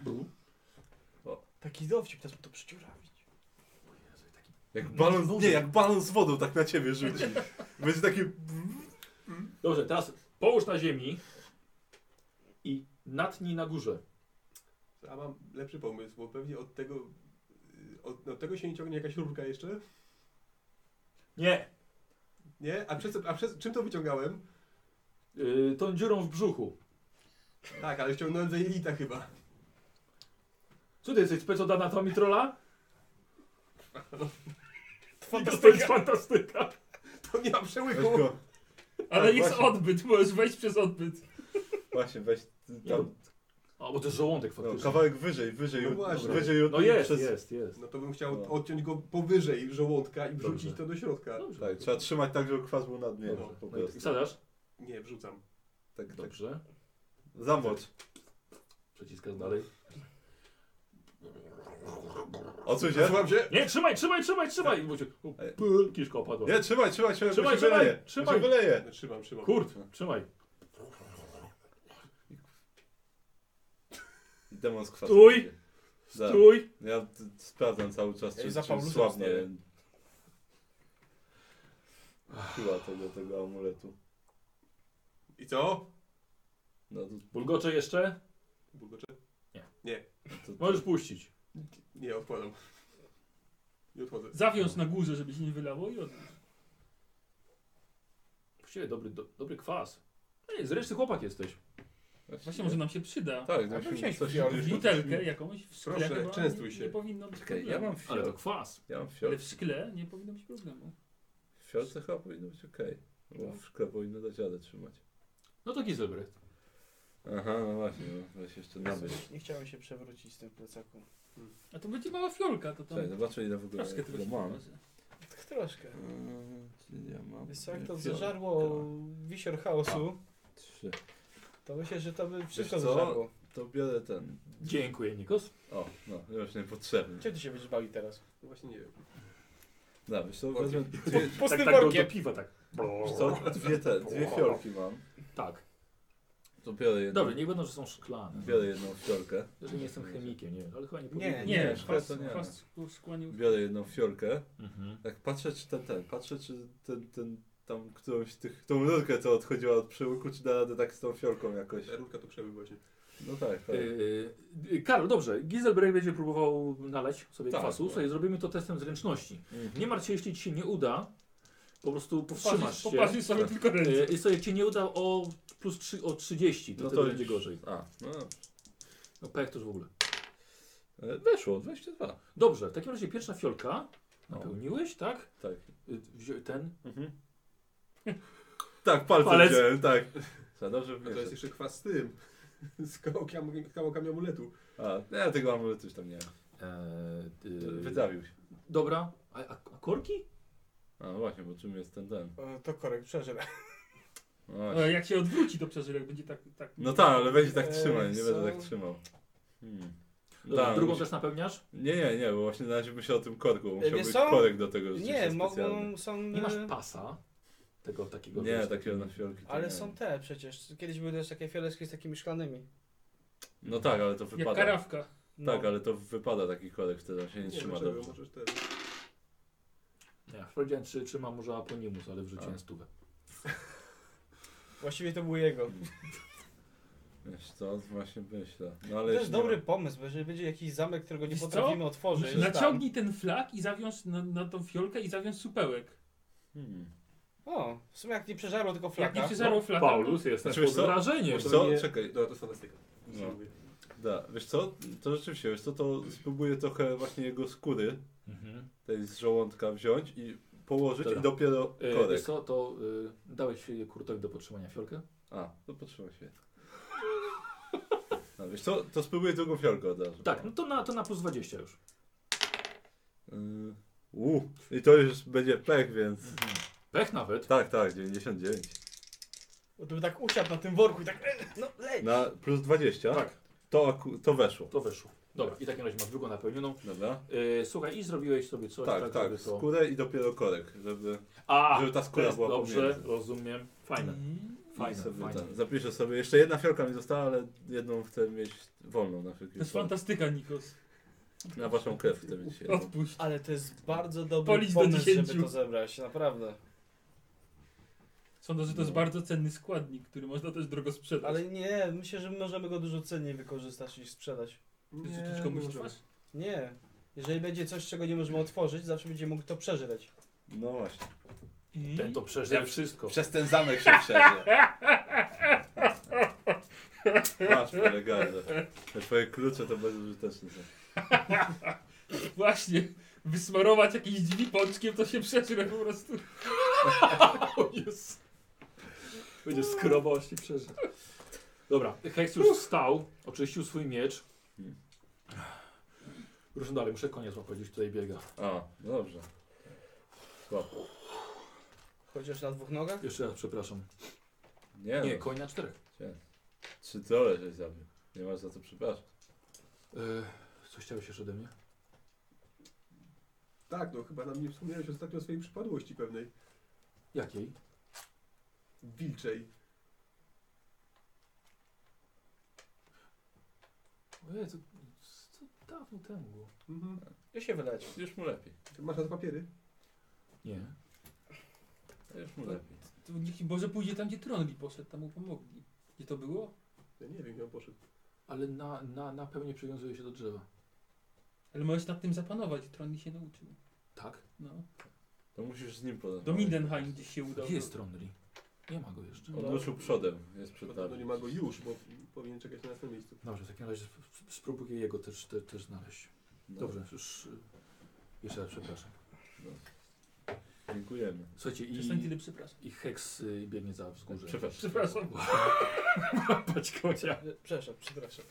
S2: Taki dowcip, teraz to przyciurawić.
S5: Jak balon, nie, jak balon z wodą tak na ciebie rzuci. Będzie taki...
S1: Dobrze, teraz połóż na ziemi i natnij na górze.
S4: Ja mam lepszy pomysł, bo pewnie od tego... Od tego się nie ciągnie jakaś rurka jeszcze?
S1: Nie.
S4: Nie? A przez czym to wyciągałem?
S1: Tą dziurą w brzuchu.
S4: Tak, ale ściągnąłem za jelita chyba.
S1: Co ty jesteś, spec od anatomii trolla?
S2: Fantastyka.
S1: To jest fantastyka.
S4: To nie ma
S5: Weź
S4: przełyku.
S5: go,
S6: Ale
S5: Tak,
S6: jest
S5: właśnie.
S6: odbyt, możesz wejść przez odbyt.
S5: właśnie, weź tam,
S1: A, bo to jest żołądek
S5: no,
S1: faktycznie.
S5: kawałek wyżej,
S4: No właśnie.
S5: wyżej
S1: No jest.
S4: No to bym chciał
S5: No.
S4: odciąć go powyżej żołądka i wrzucić
S1: Dobrze.
S4: to do środka.
S1: Dobrze.
S5: Tak, trzeba trzymać tak, żeby kwas był na dnie,
S4: No.
S5: po
S1: No
S5: prostu.
S1: i wsadzasz?
S4: Nie, wrzucam.
S5: Tak,
S1: Dobrze.
S5: zamocz.
S1: Przyciskasz dalej.
S5: Odsuń się.
S4: Słucham się?
S1: Nie, trzymaj! Bo cię, kiszka opadła.
S5: Nie, trzymaj,
S1: Trzymaj,
S5: bo się
S1: trzymaj,
S5: wyleje.
S1: trzymaj.
S5: Bo się wyleje.
S4: No, trzymam.
S1: Kurt, trzymaj.
S5: I demon z kwasu.
S1: Stój!
S5: będzie. Da.
S1: Stój!
S5: Ja sprawdzam cały czas,
S2: Ja
S5: czy,
S2: za
S5: czy
S2: Paulusem
S5: słabnie
S2: stoję.
S5: siła tego amuletu.
S4: I co?
S5: No to,
S1: Bulgocze jeszcze?
S4: Bulgocze?
S5: to,
S1: Możesz puścić.
S4: Nie, odkładam. Nie odchodzę.
S6: Zawiąż na górze, żeby się nie wylało i odłóż.
S1: Właściwie dobry kwas. Ej, zresztą chłopak jesteś.
S6: Właśnie może nam się przyda.
S5: Tak,
S2: A
S5: gdybyśmy
S2: wziąć
S5: coś
S2: fiolki.
S5: gdybyśmy-
S6: Butelkę jakąś w szkle
S4: Proszę,
S6: chyba
S4: częstuj
S6: nie,
S4: się.
S6: nie powinno być
S5: Czekaj,
S6: problemu.
S5: ja mam
S1: Ale to
S5: fiol.
S1: kwas.
S5: Ja mam
S6: Ale
S5: fiol.
S6: w szkle nie powinno być problemu.
S5: W fiolce chyba powinno być okej. Bo w szkle powinno dać radę trzymać.
S1: No to Giselbrecht.
S5: Aha, no właśnie, no, weź jeszcze namyśl.
S2: Nie chciałem się przewrócić z tym plecaku.
S6: A to będzie mała fiolka, to tam
S5: Czekaj, zobaczę ile w ogóle
S6: troszkę tego się
S5: mam.
S6: wyważy.
S2: Tak troszkę.
S5: Czyli ja mam...
S2: Wiesz co, jak to
S5: fiolkę.
S2: zeżarło wisior chaosu,
S5: 3.
S2: to myślę, że to by wszystko
S5: Wiesz co?
S2: zeżarło.
S5: To biorę ten.
S1: Dziękuję, Nikos.
S5: O, no, już niepotrzebny.
S2: Gdzie ty się będziesz bawił teraz?
S4: No właśnie nie wiem.
S5: No, wiesz co,
S4: Workiem.
S5: wezmę dwie,
S2: Pustym
S1: tak do
S2: workiem.
S1: piwa, tak.
S5: wiesz co, dwie fiolki mam.
S1: Tak.
S5: To biorę jedną,
S1: Dobrze, niech będą, że są szklane.
S5: biorę jedną fiolkę.
S1: Że nie jestem chemikiem, nie wiem, ale chyba nie
S2: Nie,
S1: powinien.
S6: Nie,
S5: szkle
S6: kwas,
S5: to nie.
S6: kwas skłanił.
S5: Biorę jedną fiolkę.
S1: Mhm.
S5: Tak patrzę, czy patrzę, czy ten tam którąś tą rurkę, co odchodziła od przełyku, czy da radę tak z tą fiolką jakoś.
S4: Ta rurka to przebył właśnie.
S5: No tak, tak.
S1: Karol, dobrze. Giselbrecht będzie próbował nalać sobie
S5: Tak,
S1: kwasu.
S5: tak.
S1: Słuchaj, zrobimy to testem zręczności.
S5: Mhm.
S1: Nie martw się, jeśli ci się nie uda, po prostu powstrzymasz się.
S6: Popatrzysz sobie tylko ręce.
S1: I sobie cię nie uda o plus 3, o 30, to
S5: No
S1: wtedy
S5: to
S1: będzie
S5: już-
S1: gorzej.
S5: A, no dobrze.
S1: No pech to już w ogóle.
S5: Weszło, 22.
S1: Dobrze, w takim razie pierwsza fiolka.
S5: No.
S1: Napełniłeś, tak?
S5: Tak.
S1: Ten.
S5: Mhm. Tak, palcem
S1: Palec.
S5: wziąłem, tak. Za dobrze
S4: A to jest
S5: wmieszać.
S4: jeszcze kwas z tym. Z kawałkami amuletu.
S5: A, ja tego amuletu już tam nie mam. Wydawił się.
S1: Dobra, a korki?
S5: A, no właśnie, bo czym jest ten?
S2: To korek, przeżerę.
S5: No, właśnie.
S6: Jak się odwróci to przeżyrek, będzie tak.
S5: No tak, ale będzie tak trzymał, nie
S2: co?
S5: będę tak trzymał.
S1: Dobra,
S5: Tak,
S1: drugą
S5: musi-
S1: też napełniasz?
S5: Nie, bo właśnie na razie myślę o tym korku. Musiał
S2: Wiesz
S5: być
S2: co?
S5: korek do tego
S2: Nie,
S5: rzeczywiście specjalny.
S2: mogą, są...
S1: Nie masz pasa tego takiego...
S5: Nie,
S1: wiesz,
S5: takiego na fiolki. to
S2: Ale
S5: nie.
S2: są te przecież. Kiedyś były też takie fioleczki z takimi szklanymi.
S5: No tak, ale to
S6: Jak
S5: wypada.
S6: karawka.
S2: No.
S5: Tak, ale to wypada taki korek, wtedy on się nie
S4: Nie,
S5: trzyma
S4: dlaczego?
S5: dobrze.
S4: Możesz ten...
S1: Nie, powiedziałem, czy ma może Aponimus, ale wrzuciłem
S5: A.
S1: 100.
S2: Właściwie to był jego.
S5: Wiesz co, właśnie myślę. No
S2: To
S5: ale
S2: jest
S5: jeśli nie
S2: dobry pomysł, bo jeżeli będzie jakiś zamek, którego nie
S6: Wiesz co?
S2: potrafimy otworzyć.
S6: Naciągnij ten flag i zawiąż na tą fiolkę i zawiąż supełek.
S2: O, w sumie jak nie przeżarło tylko
S6: Jak
S2: flaka.
S6: nie przeżarł flaka,
S1: Paulus, jestem
S5: Znaczy, wiesz
S1: pod
S5: co?
S1: wrażeniem.
S5: Wiesz
S4: To
S5: co?
S4: nie-
S5: Czekaj.
S4: No, to jest fantastyka. Nic
S5: No.
S4: nie mówię.
S5: Da, wiesz co? To rzeczywiście, wiesz co, to spróbuję trochę właśnie jego skóry,
S1: Mhm.
S5: tej z żołądka wziąć i położyć
S1: Dobra.
S5: i dopiero
S1: Wiesz
S5: korek.
S1: co, to dałeś Kurtowi do podtrzymania fiolkę?
S5: A, to potrzeba się. No, wiesz co, to spróbuję drugą fiolkę od razu.
S1: Tak, no to na plus 20 już.
S5: I to już będzie pech, więc...
S1: Pech nawet.
S5: Tak, 99.
S2: Bo to by tak usiadł na tym worku i tak, no lej.
S5: Na plus 20?
S1: Tak,
S5: To weszło.
S1: to wyszło. Dobra, i w takim razie masz drugą napełnioną.
S5: Dobra?
S1: Słuchaj, i zrobiłeś sobie coś
S5: Tak,
S1: żeby to...
S5: skórę i dopiero korek, żeby
S1: Żeby
S5: ta skóra była
S1: dobrze,
S5: pomiędzy.
S1: rozumiem. Fajne. Fajne,
S5: I sobie
S1: fajne.
S5: zapiszę sobie. Jeszcze jedna fiolka mi została, ale jedną chcę mieć wolną na wszelki
S6: To jest
S5: wypadek.
S6: fantastyka, Nikos.
S5: Na waszą krew chcę mieć jedną.
S6: Odpuść.
S2: Ale to jest bardzo dobry
S6: Policz do
S2: pomysł,
S6: 10.
S2: żeby to zebrać, naprawdę.
S6: Sądzę, że to jest
S5: No.
S6: bardzo cenny składnik, który można też drogo sprzedać.
S2: Ale nie, myślę, że możemy go dużo cenniej wykorzystać niż sprzedać.
S6: Ty
S4: Nie,
S6: coś komuś
S4: nie
S6: trwasz?
S2: Nie. Jeżeli będzie coś, czego nie możemy otworzyć, zawsze będziemy mogli to przeżreć.
S5: No właśnie.
S1: Ten to przeżył wszystko.
S5: Przez ten zamek się przeżył. Masz polegane. Te twoje klucze to bardzo użyteczne są.
S6: Właśnie. Wysmarować jakieś drzwi pączkiem, to się przeżre po prostu.
S1: O Jezu. Będzie skrobał, aż się przeżył. Dobra, Hex już wstał, oczyścił swój miecz. Ruszę dalej, muszę konia złapać, już tutaj biega.
S5: A, no dobrze. Słabo.
S2: Chociaż na dwóch nogach?
S1: Jeszcze raz, przepraszam.
S5: Nie,
S1: Nie,
S5: no.
S1: koń na 4.
S5: 3 trole żeś zabił. Nie masz za co przepraszać.
S1: Coś chciałeś jeszcze ode mnie?
S4: Tak, no chyba nam nie wspomniałeś ostatnio o swojej przypadłości pewnej.
S1: Jakiej?
S4: Wilczej.
S1: Ojej, to dawno temu było.
S4: Mhm.
S2: Ja się wyleci.
S5: Już mu lepiej.
S4: Masz na to papiery?
S1: Nie.
S5: Już mu lepiej.
S6: To niech Boże pójdzie tam, gdzie Tronli poszedł, tam mu pomogli. Gdzie to było?
S4: Ja nie wiem, gdzie on poszedł.
S1: Ale na pełni przywiązuje się do drzewa.
S6: Ale możesz nad tym zapanować, Tronli się nauczył.
S1: Tak?
S6: No.
S5: To musisz z nim porozmawiać.
S6: Do Mindenheim gdzieś się udał.
S1: Gdzie jest Tronri? Nie ma go jeszcze.
S5: On ruszył przodem. Jest przed
S4: Podobno
S5: nami.
S4: nie ma go już, bo powinien czekać na nas na miejscu.
S1: Dobrze, w takim razie spróbuję jego też znaleźć.
S5: No.
S1: Dobrze, już jeszcze raz przepraszam.
S5: Dziękujemy.
S1: Słuchajcie,
S6: Przestań tyle przepraszam.
S1: i Hex biegnie za wzgórze.
S6: Przepraszam.
S1: Łapać konia.
S2: Przepraszam.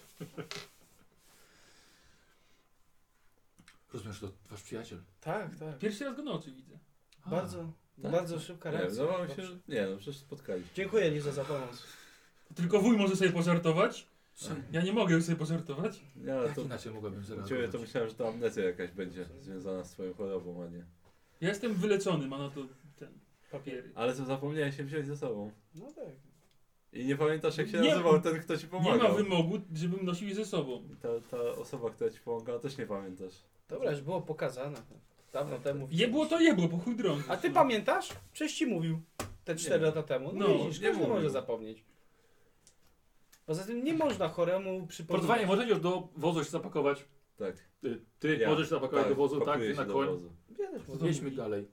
S1: Rozumiem, że to wasz przyjaciel.
S2: Tak, tak.
S6: Pierwszy raz go na oczy widzę.
S1: A,
S2: Bardzo,
S1: tak?
S2: bardzo szybka
S5: Nie,
S2: reakcja.
S5: no, się,
S2: Dobrze.
S5: nie, no przecież spotkaliśmy.
S2: Dziękuję Liza za pomoc.
S6: Tylko wuj może sobie pożartować.
S1: Co?
S6: Ja nie mogę sobie pożartować.
S5: Nie, ale
S1: Jak
S5: to
S1: inaczej mogłabym
S5: u ciebie to
S1: zareagować?
S5: myślałem, że to amnezja jakaś będzie związana z twoją chorobą, a nie.
S6: Ja jestem wyleczony, ma na to ten papiery.
S5: Ale co zapomniałem się wziąć ze sobą.
S2: No tak.
S5: I nie pamiętasz jak się
S6: Nie-
S5: nazywał ten, kto ci
S6: Nie
S5: pomagał.
S6: ma wymogu, żebym nosił je ze sobą.
S5: I ta osoba, która ci pomagała, też nie pamiętasz.
S2: Dobra, już było pokazane. Dawno temu.
S6: Jebło to jebło, po chuj drąg.
S2: A ty pamiętasz? Przecież ci mówił. Te 4
S5: Nie.
S2: lata temu. No,
S6: No,
S2: widzisz,
S5: nie
S2: każdy
S5: mówił.
S2: może zapomnieć. Poza tym nie można choremu przypomnieć.
S1: Portowanie, możecie już do wozu się zapakować.
S5: Tak.
S1: Ty
S5: Ja.
S1: możesz się zapakować do wozu, tak?
S5: pakuję
S1: Ty
S5: się
S1: na
S5: do
S1: koń.
S5: wozu.
S2: Ja też mogę.
S1: Jedźmy dalej.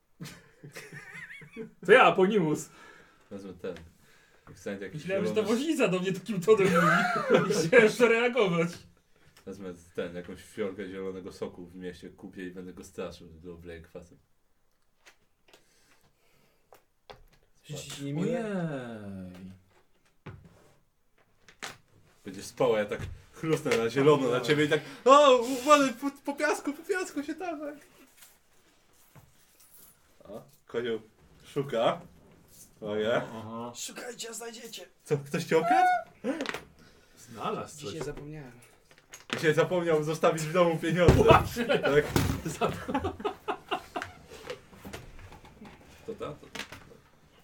S1: To ja, Aponimus.
S5: Wezmę ten. Jak znajdę jakiś
S6: Myślałem, że to
S5: zielony-
S6: woźnica do mnie takim tonem mówi. I chciałem zareagować.
S5: Wezmę ten, jakąś fiolkę zielonego soku w mieście, kupię i będę go straszył, go obleję kwasem.
S2: Przecież ci nie miłe.
S1: Ojej.
S5: Będziesz spał, a ja tak chrusnę na zielono na ciebie i tak o, uważaj, po piasku się tam. A, kozioł szuka. Oje.
S1: Aha.
S2: Szukajcie, a znajdziecie.
S5: Co, ktoś cię okradł?
S1: Znalazł coś.
S2: Dzisiaj zapomniałem.
S5: Dzisiaj zapomniał zostawić w domu pieniądze. Tak. To ta? To ta.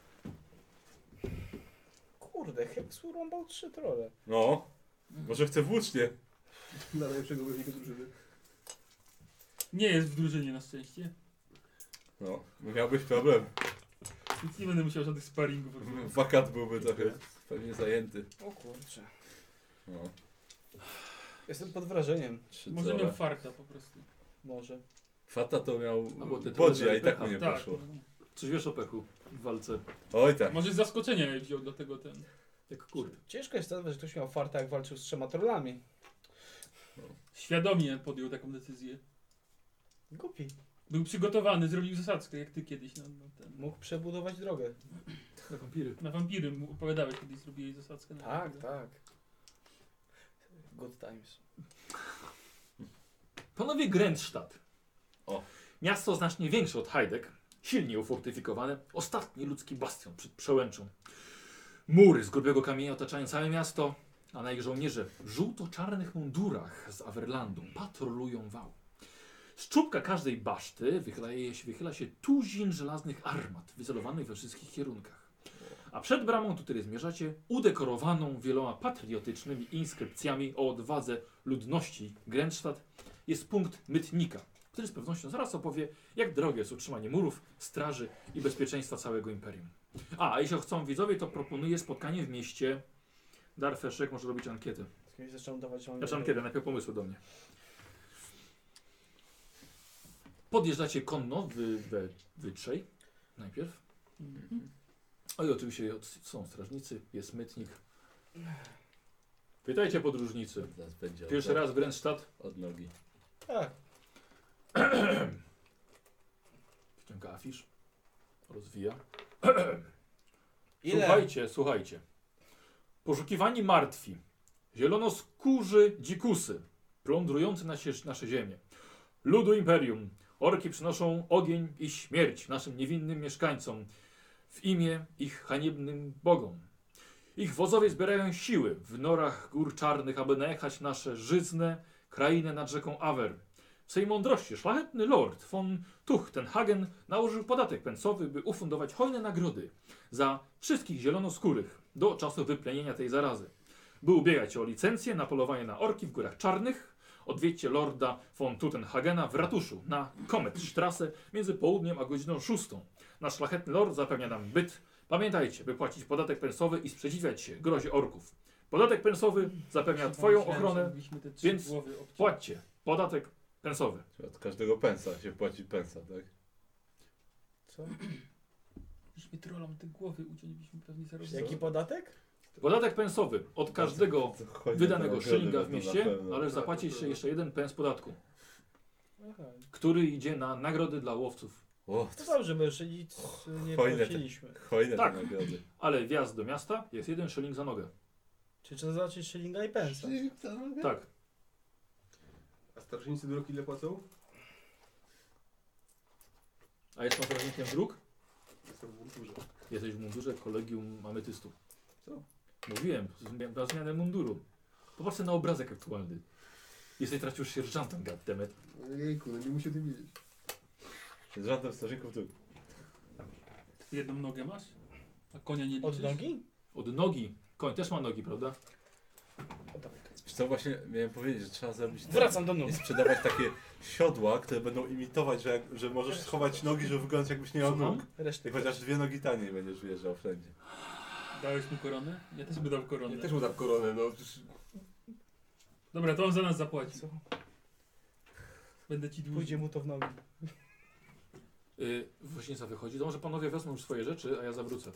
S2: Nikt urąbał 3 trole.
S5: No, może chce włócznie.
S4: Na najlepszego wojownika drużyny.
S6: Nie jest w drużynie na szczęście.
S5: No, miałbyś problem.
S6: Więc nie będę musiał żadnych sparingów robić.
S5: Wakat byłby trochę pewnie zajęty.
S2: O kurczę.
S5: No,
S2: Jestem pod wrażeniem.
S5: 3
S6: Może
S5: trole.
S6: miał farta po prostu.
S2: Może.
S5: Fata to miał
S1: Albo te
S5: bodzi, a
S1: trole
S5: i tak
S1: pecha.
S5: mu nie
S6: Tak.
S5: poszło.
S1: Coś wiesz o pechu w walce?
S5: Oj tak.
S6: Może z zaskoczenia je wziął, dlatego ten.
S1: Jak kurde.
S2: Ciężko jest nazwać, że ktoś miał farta, jak walczył z 3 trollami.
S6: Świadomie podjął taką decyzję.
S2: Głupi.
S6: Był przygotowany, zrobił zasadzkę, jak ty kiedyś ten.
S2: Mógł przebudować drogę.
S1: Na wampiry.
S6: Na wampiry mu opowiadałeś, kiedyś zrobiłeś zasadzkę. Na
S2: Tak,
S6: wampiry.
S2: tak. Good times.
S1: Panowie Grenzstadt.
S5: O.
S1: Miasto znacznie większe od Heidek, silnie ufortyfikowane, ostatni ludzki bastion przed przełęczą. Mury z grubego kamienia otaczają całe miasto, a na ich żołnierze w żółto-czarnych mundurach z Averlandu patrolują wał. Z czubka każdej baszty wychyla się tuzin żelaznych armat wycelowanych we wszystkich kierunkach. A przed bramą, do której zmierzacie, udekorowaną wieloma patriotycznymi inskrypcjami o odwadze ludności Grenzstadt, jest punkt mytnika, który z pewnością zaraz opowie, jak drogie jest utrzymanie murów, straży i bezpieczeństwa całego imperium. A jeśli chcą widzowie, to proponuję spotkanie w mieście. Darfeszek może robić ankietę.
S2: Z kimś zacząłem dawać
S1: Znaczy ankietę, najpierw pomysły do mnie. Podjeżdżacie konno we trzej najpierw.
S6: Mhm.
S1: O i oczywiście są strażnicy, jest mytnik. Witajcie podróżnicy.
S5: Zaraz będzie
S1: Pierwszy raz w Grenzstadt.
S5: od nogi.
S2: Tak.
S1: Wciąga afisz. Rozwija.
S2: Ile?
S1: Słuchajcie. Poszukiwani martwi. Zielonoskórzy dzikusy. Plądrujący nasze ziemię. Ludu imperium. Orki przynoszą ogień i śmierć naszym niewinnym mieszkańcom. W imię ich haniebnym bogom. Ich wozowie zbierają siły w norach gór czarnych, aby najechać nasze żyzne krainy nad rzeką Awer. W swej mądrości szlachetny lord von Tuchtenhagen nałożył podatek pęcowy, by ufundować hojne nagrody za wszystkich zielonoskórych do czasu wyplenienia tej zarazy. By ubiegać się o licencję na polowanie na orki w Górach Czarnych, odwiedźcie lorda von Tutenhagena w ratuszu na Kometstrasse między południem a godziną 6. Nasz szlachetny lord zapewnia nam byt. Pamiętajcie, by płacić podatek pęsowy i sprzeciwiać się grozie orków. Podatek pęsowy zapewnia twoją
S6: Myślałem,
S1: ochronę,
S6: że mogliśmy te 3
S1: więc
S6: głowy obciąć.
S1: płaćcie podatek pęsowy.
S5: Od każdego pensa się płaci pensa, tak?
S2: Co?
S6: Mogliśmy trollom te głowy uciąć, byśmy pewnie zaraz.
S2: Jaki podatek?
S1: Podatek pęsowy od każdego
S5: To hojne
S1: wydanego
S5: nagrody
S1: szylinga w
S5: będą na
S1: mieście,
S5: pewno.
S1: ale zapłacisz jeszcze jeden pens podatku,
S2: Aha.
S1: który idzie na nagrody dla łowców.
S5: O,
S2: To dobrze, bo jeszcze nic nie
S5: Fajne te-
S2: płaciliśmy.
S5: hojne
S1: Tak.
S5: te nagrody.
S1: Ale wjazd do miasta jest jeden szyling za nogę.
S2: Czyli trzeba zobaczyć szylinga i pensa.
S1: Tak.
S4: A strażnicy dróg ile płacą?
S1: A jest pan strażnikiem dróg?
S4: Jestem w mundurze.
S1: Jesteś w mundurze kolegium ametystu.
S4: Co?
S1: Mówiłem, na zmianę munduru. Popatrzcie na obrazek aktualny. Jesteś teraz już sierżantem, goddammit.
S4: Jejku, no nie musi o tym wiedzieć.
S5: Z żadnym strażników tu.
S6: Jedną nogę masz? A konia nie liczysz?
S2: Od nogi?
S1: Od nogi. Koń też ma nogi, prawda?
S2: O, tak.
S5: Wiesz co, właśnie miałem powiedzieć, że trzeba zrobić
S2: Wracam do
S5: i
S2: nóg.
S5: sprzedawać takie siodła, które będą imitować, że możesz schować nogi, żeby wyglądać jakbyś nie miał
S1: Słucham?
S5: nóg.
S2: Reszty
S5: I chociaż 2 nogi taniej będziesz wjeżdżał wszędzie.
S6: Dałeś mu koronę? Ja też by dał koronę.
S4: Ja też mu dam koronę, no. Przecież...
S6: Dobra, to on za nas zapłaci.
S2: Co?
S6: Będę ci dłużej.
S2: Pójdzie mu to w nogi.
S1: Woźnica wychodzi. To może panowie wezmą już swoje rzeczy, a ja zawrócę.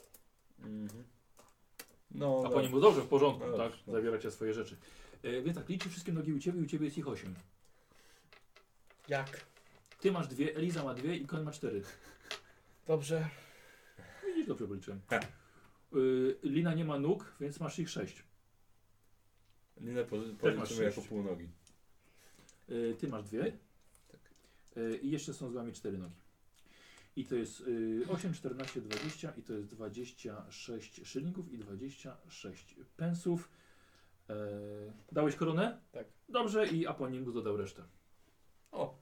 S5: No,
S1: A po niemu dobrze, w porządku,
S5: No,
S1: tak?
S5: no.
S1: Zabieracie swoje rzeczy. Więc tak, liczy wszystkie nogi u ciebie jest ich 8.
S2: Jak?
S1: Ty masz 2, Eliza ma 2 i koń ma 4.
S2: Dobrze.
S1: Widzisz, dobrze policzyłem.
S5: Ha.
S1: Lina nie ma nóg, więc masz ich 6.
S5: Linę
S1: masz
S5: policzymy jako
S1: 6.
S5: półnogi.
S1: Ty masz 2. I jeszcze są z wami 4 nogi. I to jest 8, 14, 20 i to jest 26 szylingów i 26 pensów. Dałeś koronę?
S2: Tak.
S1: Dobrze i Aponimus dodał resztę.
S2: O.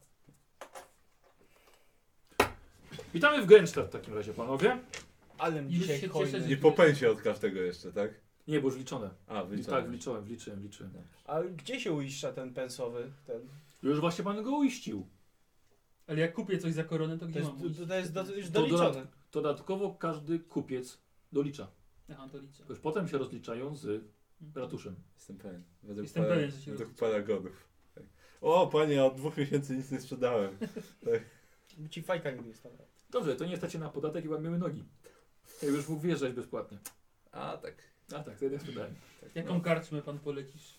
S1: Witamy w Grenzstadt w takim razie, panowie.
S2: Ale mi
S6: Już
S2: dzisiaj
S6: się
S2: hojny.
S6: cieszę,
S5: I po pensie od każdego jeszcze, tak?
S1: Nie, bo już wliczone.
S5: A, wyliczone.
S1: Tak, wliczyłem.
S2: A gdzie się uiszcza ten pensowy?
S1: Już właśnie pan go uiścił.
S6: Ale jak kupię coś za koronę, to gdzie mam iść?
S2: To jest już
S1: To
S2: doliczone.
S1: Dodatkowo każdy kupiec dolicza.
S6: Aha, to liczę.
S1: Już potem się rozliczają z ratuszem.
S5: Jestem pewien. Według
S6: Jestem pewien, że się
S5: według
S6: rozlicza.
S5: paragonów. Tak. O, panie, ja od 2 miesięcy nic nie sprzedałem.
S2: Ci fajka nie jest tam.
S1: Dobrze, to nie stać się na podatek i łamiemy nogi. Ja już mógł wjeżdżać bezpłatnie.
S5: A, tak.
S1: A tak, to jednak sprzedałem.
S5: tak
S6: Jaką karczmę pan polecisz?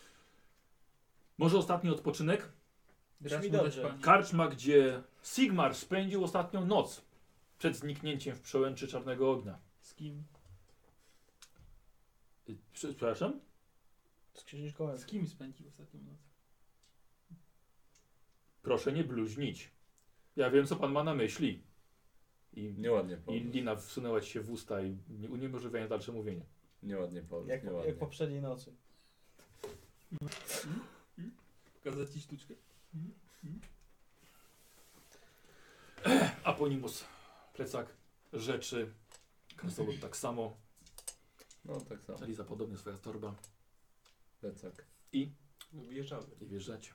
S1: Może ostatni odpoczynek?
S2: Brzmi
S6: Racz
S2: dobrze.
S6: mu dać, panie.
S1: Karczma, gdzie Sigmar spędził ostatnią noc przed zniknięciem w przełęczy Czarnego Ognia.
S6: Z kim?
S1: Przepraszam?
S2: Z księżniczką.
S6: Z kim spędził ostatnią noc?
S1: Proszę nie bluźnić. Ja wiem, co pan ma na myśli.
S5: Nieładnie,
S1: I
S5: Paulus.
S1: Lina wsunęła ci się w usta i uniemożliwia dalsze mówienie.
S5: Nieładnie, Paulus,
S2: Jak
S5: nieładnie.
S2: poprzedniej nocy.
S6: Pokazać ci sztuczkę?
S1: Aponimus, plecak, rzeczy, krasnolud tak samo,
S5: No, tak samo.
S1: Eliza podobnie, swoja torba
S5: Plecak.
S4: No, wyjeżdżamy.
S1: i wjeżdżacie.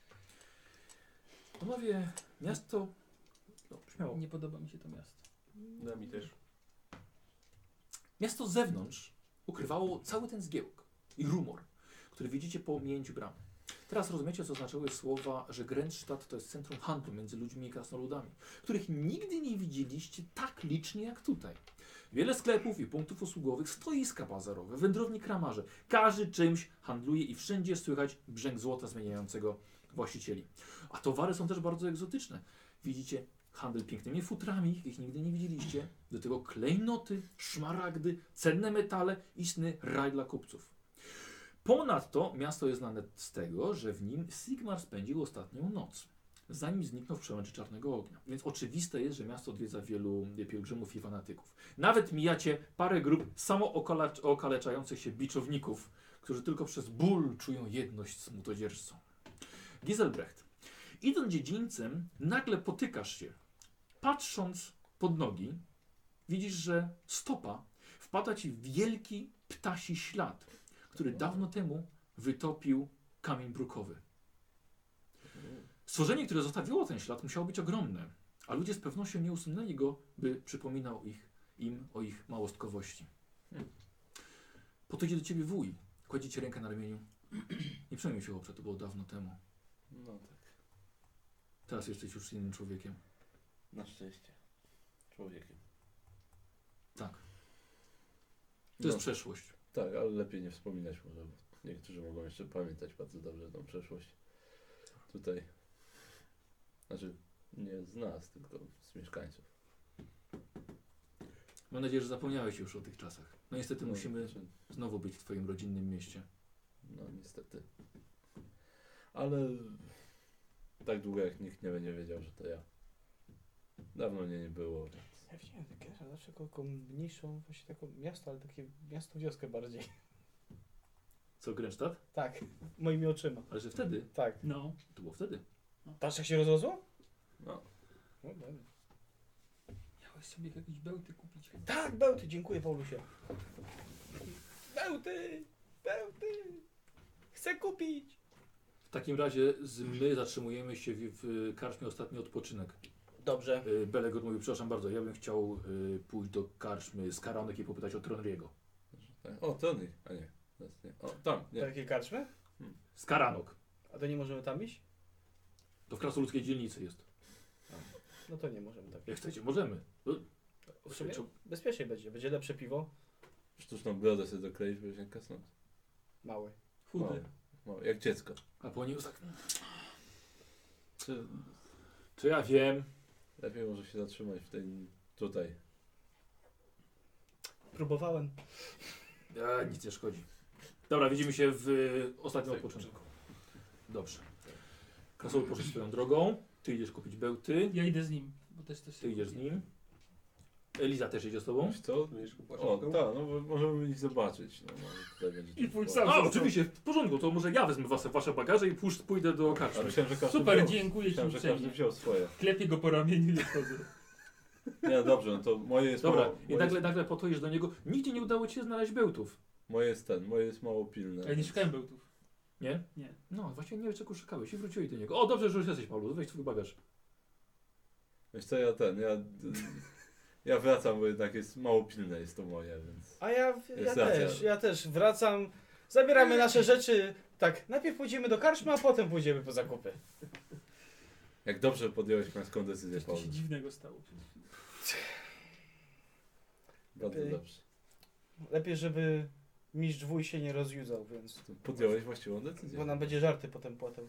S1: Panowie, miasto... No, śmiało.
S6: Nie podoba mi się to miasto.
S4: Nami też.
S1: Miasto z zewnątrz ukrywało cały ten zgiełk i rumor, który widzicie po ominięciu bramy. Teraz rozumiecie, co znaczyły słowa, że Grenzstadt to jest centrum handlu między ludźmi i krasnoludami, których nigdy nie widzieliście tak licznie jak tutaj. Wiele sklepów i punktów usługowych, stoiska bazarowe, wędrowni kramarze. Każdy czymś handluje i wszędzie słychać brzęk złota zmieniającego właścicieli. A towary są też bardzo egzotyczne. Widzicie handel pięknymi futrami, jakich nigdy nie widzieliście. Do tego klejnoty, szmaragdy, cenne metale, istny raj dla kupców. Ponadto miasto jest znane z tego, że w nim Sigmar spędził ostatnią noc, zanim zniknął w przełęczy Czarnego Ognia. Więc oczywiste jest, że miasto odwiedza wielu pielgrzymów i fanatyków. Nawet mijacie parę grup samookaleczających się biczowników, którzy tylko przez ból czują jedność z smutodzierżcą. Giselbrecht, idąc dziedzińcem, nagle potykasz się. Patrząc pod nogi, widzisz, że stopa wpada ci w wielki ptasi ślad, który dawno temu wytopił kamień brukowy. Stworzenie, które zostawiło ten ślad, musiało być ogromne, a ludzie z pewnością nie usunęli go, by przypominał im o ich małostkowości. Podchodzi do ciebie wuj, kładzie ci rękę na ramieniu. Nie przejmuj się, chłopcze, to było dawno temu.
S5: No tak.
S1: Teraz jesteś już innym człowiekiem.
S5: Na szczęście. Człowiekiem.
S1: Tak. To jest
S5: No,
S1: przeszłość.
S5: tak, ale lepiej nie wspominać może, bo niektórzy mogą jeszcze pamiętać bardzo dobrze tą przeszłość. Tutaj. Znaczy, nie z nas, tylko z mieszkańców.
S1: Mam nadzieję, że zapomniałeś już o tych czasach. No niestety musimy
S5: Znaczy,
S1: znowu być w twoim rodzinnym mieście.
S5: no niestety. Ale tak długo jak nikt nie będzie wiedział, że to ja. Dawno mnie nie było, więc...
S2: Ja widziałem takie zawsze taką mniejszą, właśnie taką miasto, ale takie miasto, wioskę bardziej.
S1: Co, Grenzstadt?
S2: Tak, moimi oczyma.
S1: Ale że wtedy?
S2: Tak.
S6: No.
S1: To było wtedy.
S2: Patrz jak się rozrosło?
S5: No.
S2: No, dobra.
S6: Miałeś sobie jakieś bełty kupić.
S2: Tak, bełty, dziękuję Paulusie. Bełty! Bełty! Chcę kupić!
S1: W takim razie my zatrzymujemy się w karczmie Ostatni Odpoczynek.
S2: Dobrze.
S1: Belegor mówił, przepraszam bardzo, ja bym chciał pójść do karczmy z Karanek i popytać o Tronriego.
S5: Tak. O, Tony, a nie. Teraz nie. O, tam, nie.
S2: Takie karczmy?
S1: Z Karanok.
S2: A to nie możemy tam iść?
S1: To w krasnoludzkiej dzielnicy jest.
S2: No to nie możemy tam
S1: Jak chcecie, możemy.
S2: W sumie bezpiecznie będzie. Będzie lepsze piwo.
S5: Sztuczną brodę sobie dokleić, żeby się kasnąć.
S2: Małe.
S6: Chudy.
S5: Mało, jak dziecko.
S1: A po niej tak...
S5: Czy
S1: Czy ja wiem?
S5: lepiej może się zatrzymać w tej... tutaj.
S2: Próbowałem.
S1: Nic nie szkodzi. Dobra, widzimy się w Ostatnim Odpoczynku. Dobrze. Krasnolud poszedł swoją drogą. Ty idziesz kupić bełty.
S6: Ja idę z nim, bo też coś
S1: Ty idziesz z nim. Eliza też idzie z tobą.
S5: Wiesz co?
S4: Będziesz kupować
S5: O,
S4: szafkę?
S5: tak, no bo możemy ich zobaczyć. No, może tutaj będzie
S6: I pójdź
S5: coś
S6: sam.
S1: A, oczywiście, w porządku, to może ja wezmę wasze bagaże i pójdę do
S5: A
S1: karczmy.
S5: myślałem, że każdy
S6: Super,
S5: wziął.
S6: dziękuję ci
S5: Myślałem, że każdy
S6: uprzejmie.
S5: wziął swoje.
S6: Klepię go po ramieniu i odchodzę.
S5: Nie, dobrze, no to moje jest
S1: Dobra,
S5: mało,
S1: i nagle po to idziesz do niego. Nigdzie nie udało ci się znaleźć bełtów.
S5: Moje jest mało pilne.
S6: Ja nie
S5: więc-
S6: szukałem bełtów.
S1: Nie?
S6: Nie.
S1: No, właśnie nie wiem, czego szukałeś i wróciłeś do niego. O, dobrze, że już jesteś, Paulu, weź swój bagaż.
S5: Wiesz co, ja wracam, bo jednak jest mało pilne jest to moje, więc...
S2: A ja
S5: racja.
S2: ja też wracam. Zabieramy nasze rzeczy. Tak, najpierw pójdziemy do karczmy, a potem pójdziemy po zakupy.
S5: Jak dobrze podjąłeś pańską decyzję,
S6: Coś tu
S5: Paul.
S6: się dziwnego stało.
S5: Bardzo
S2: Lepiej.
S5: dobrze.
S2: Lepiej, żeby mistrz wuj się nie rozjudzał, więc...
S5: Podjąłeś właściwą decyzję.
S2: Bo nam będzie żarty potem płatał.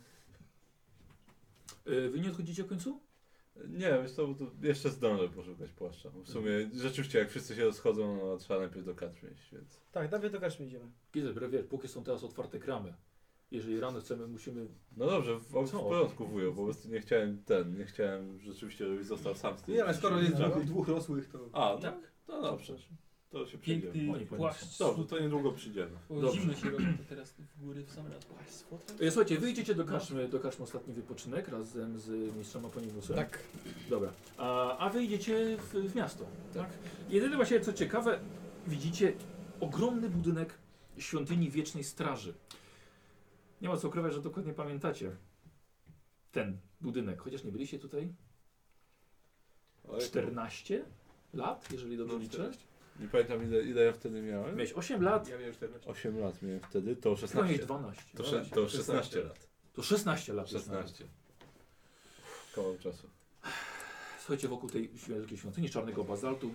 S1: Wy nie odchodzicie w końcu?
S5: Nie, wiesz co, bo to jeszcze zdążę poszukać płaszcza. W sumie rzeczywiście jak wszyscy się rozchodzą, no trzeba najpierw do karczmy iść, więc...
S2: Tak, najpierw do karczmy idziemy.
S1: Gizel, wiesz, póki są teraz otwarte kramy. Jeżeli rano musimy...
S5: No dobrze, w
S1: Co?
S5: porządku wujo, po prostu nie chciałem rzeczywiście, żebyś został sam z tym.
S4: Nie, ale skoro jest
S2: No.
S4: dwóch rosłych, to...
S5: A, no,
S6: Tak.
S5: no dobrze, to się
S6: Piękny
S5: przyjdziemy.
S1: Oni
S6: płaszcz.
S5: Dobrze, to niedługo przyjdziemy.
S6: Bo
S1: Dobrze.
S6: zimno się robi to teraz w góry w sam raz.
S1: Słuchajcie, wyjdziecie do karczmy ostatni wypoczynek razem z mistrzem Aponimusem.
S2: Tak.
S1: Dobra. A wy idziecie w miasto, tak? Jedyne właśnie co ciekawe, widzicie ogromny budynek świątyni Wiecznej Straży. Nie ma co ukrywać, że dokładnie pamiętacie ten budynek, chociaż nie byliście tutaj
S5: Ale
S1: 14 lat, jeżeli dobrze liczę.
S5: nie pamiętam ile ja wtedy miałem.
S1: Miałeś 8 lat,
S4: Ja miałem 14.
S5: 8 lat miałem wtedy, to
S1: miałeś
S5: 16.
S1: 12.
S5: To 16 lat.
S1: To 16 lat. już nawet.
S5: 16. Koło czasu.
S1: Słuchajcie, wokół tej wielkiej świątyni z czarnego bazaltu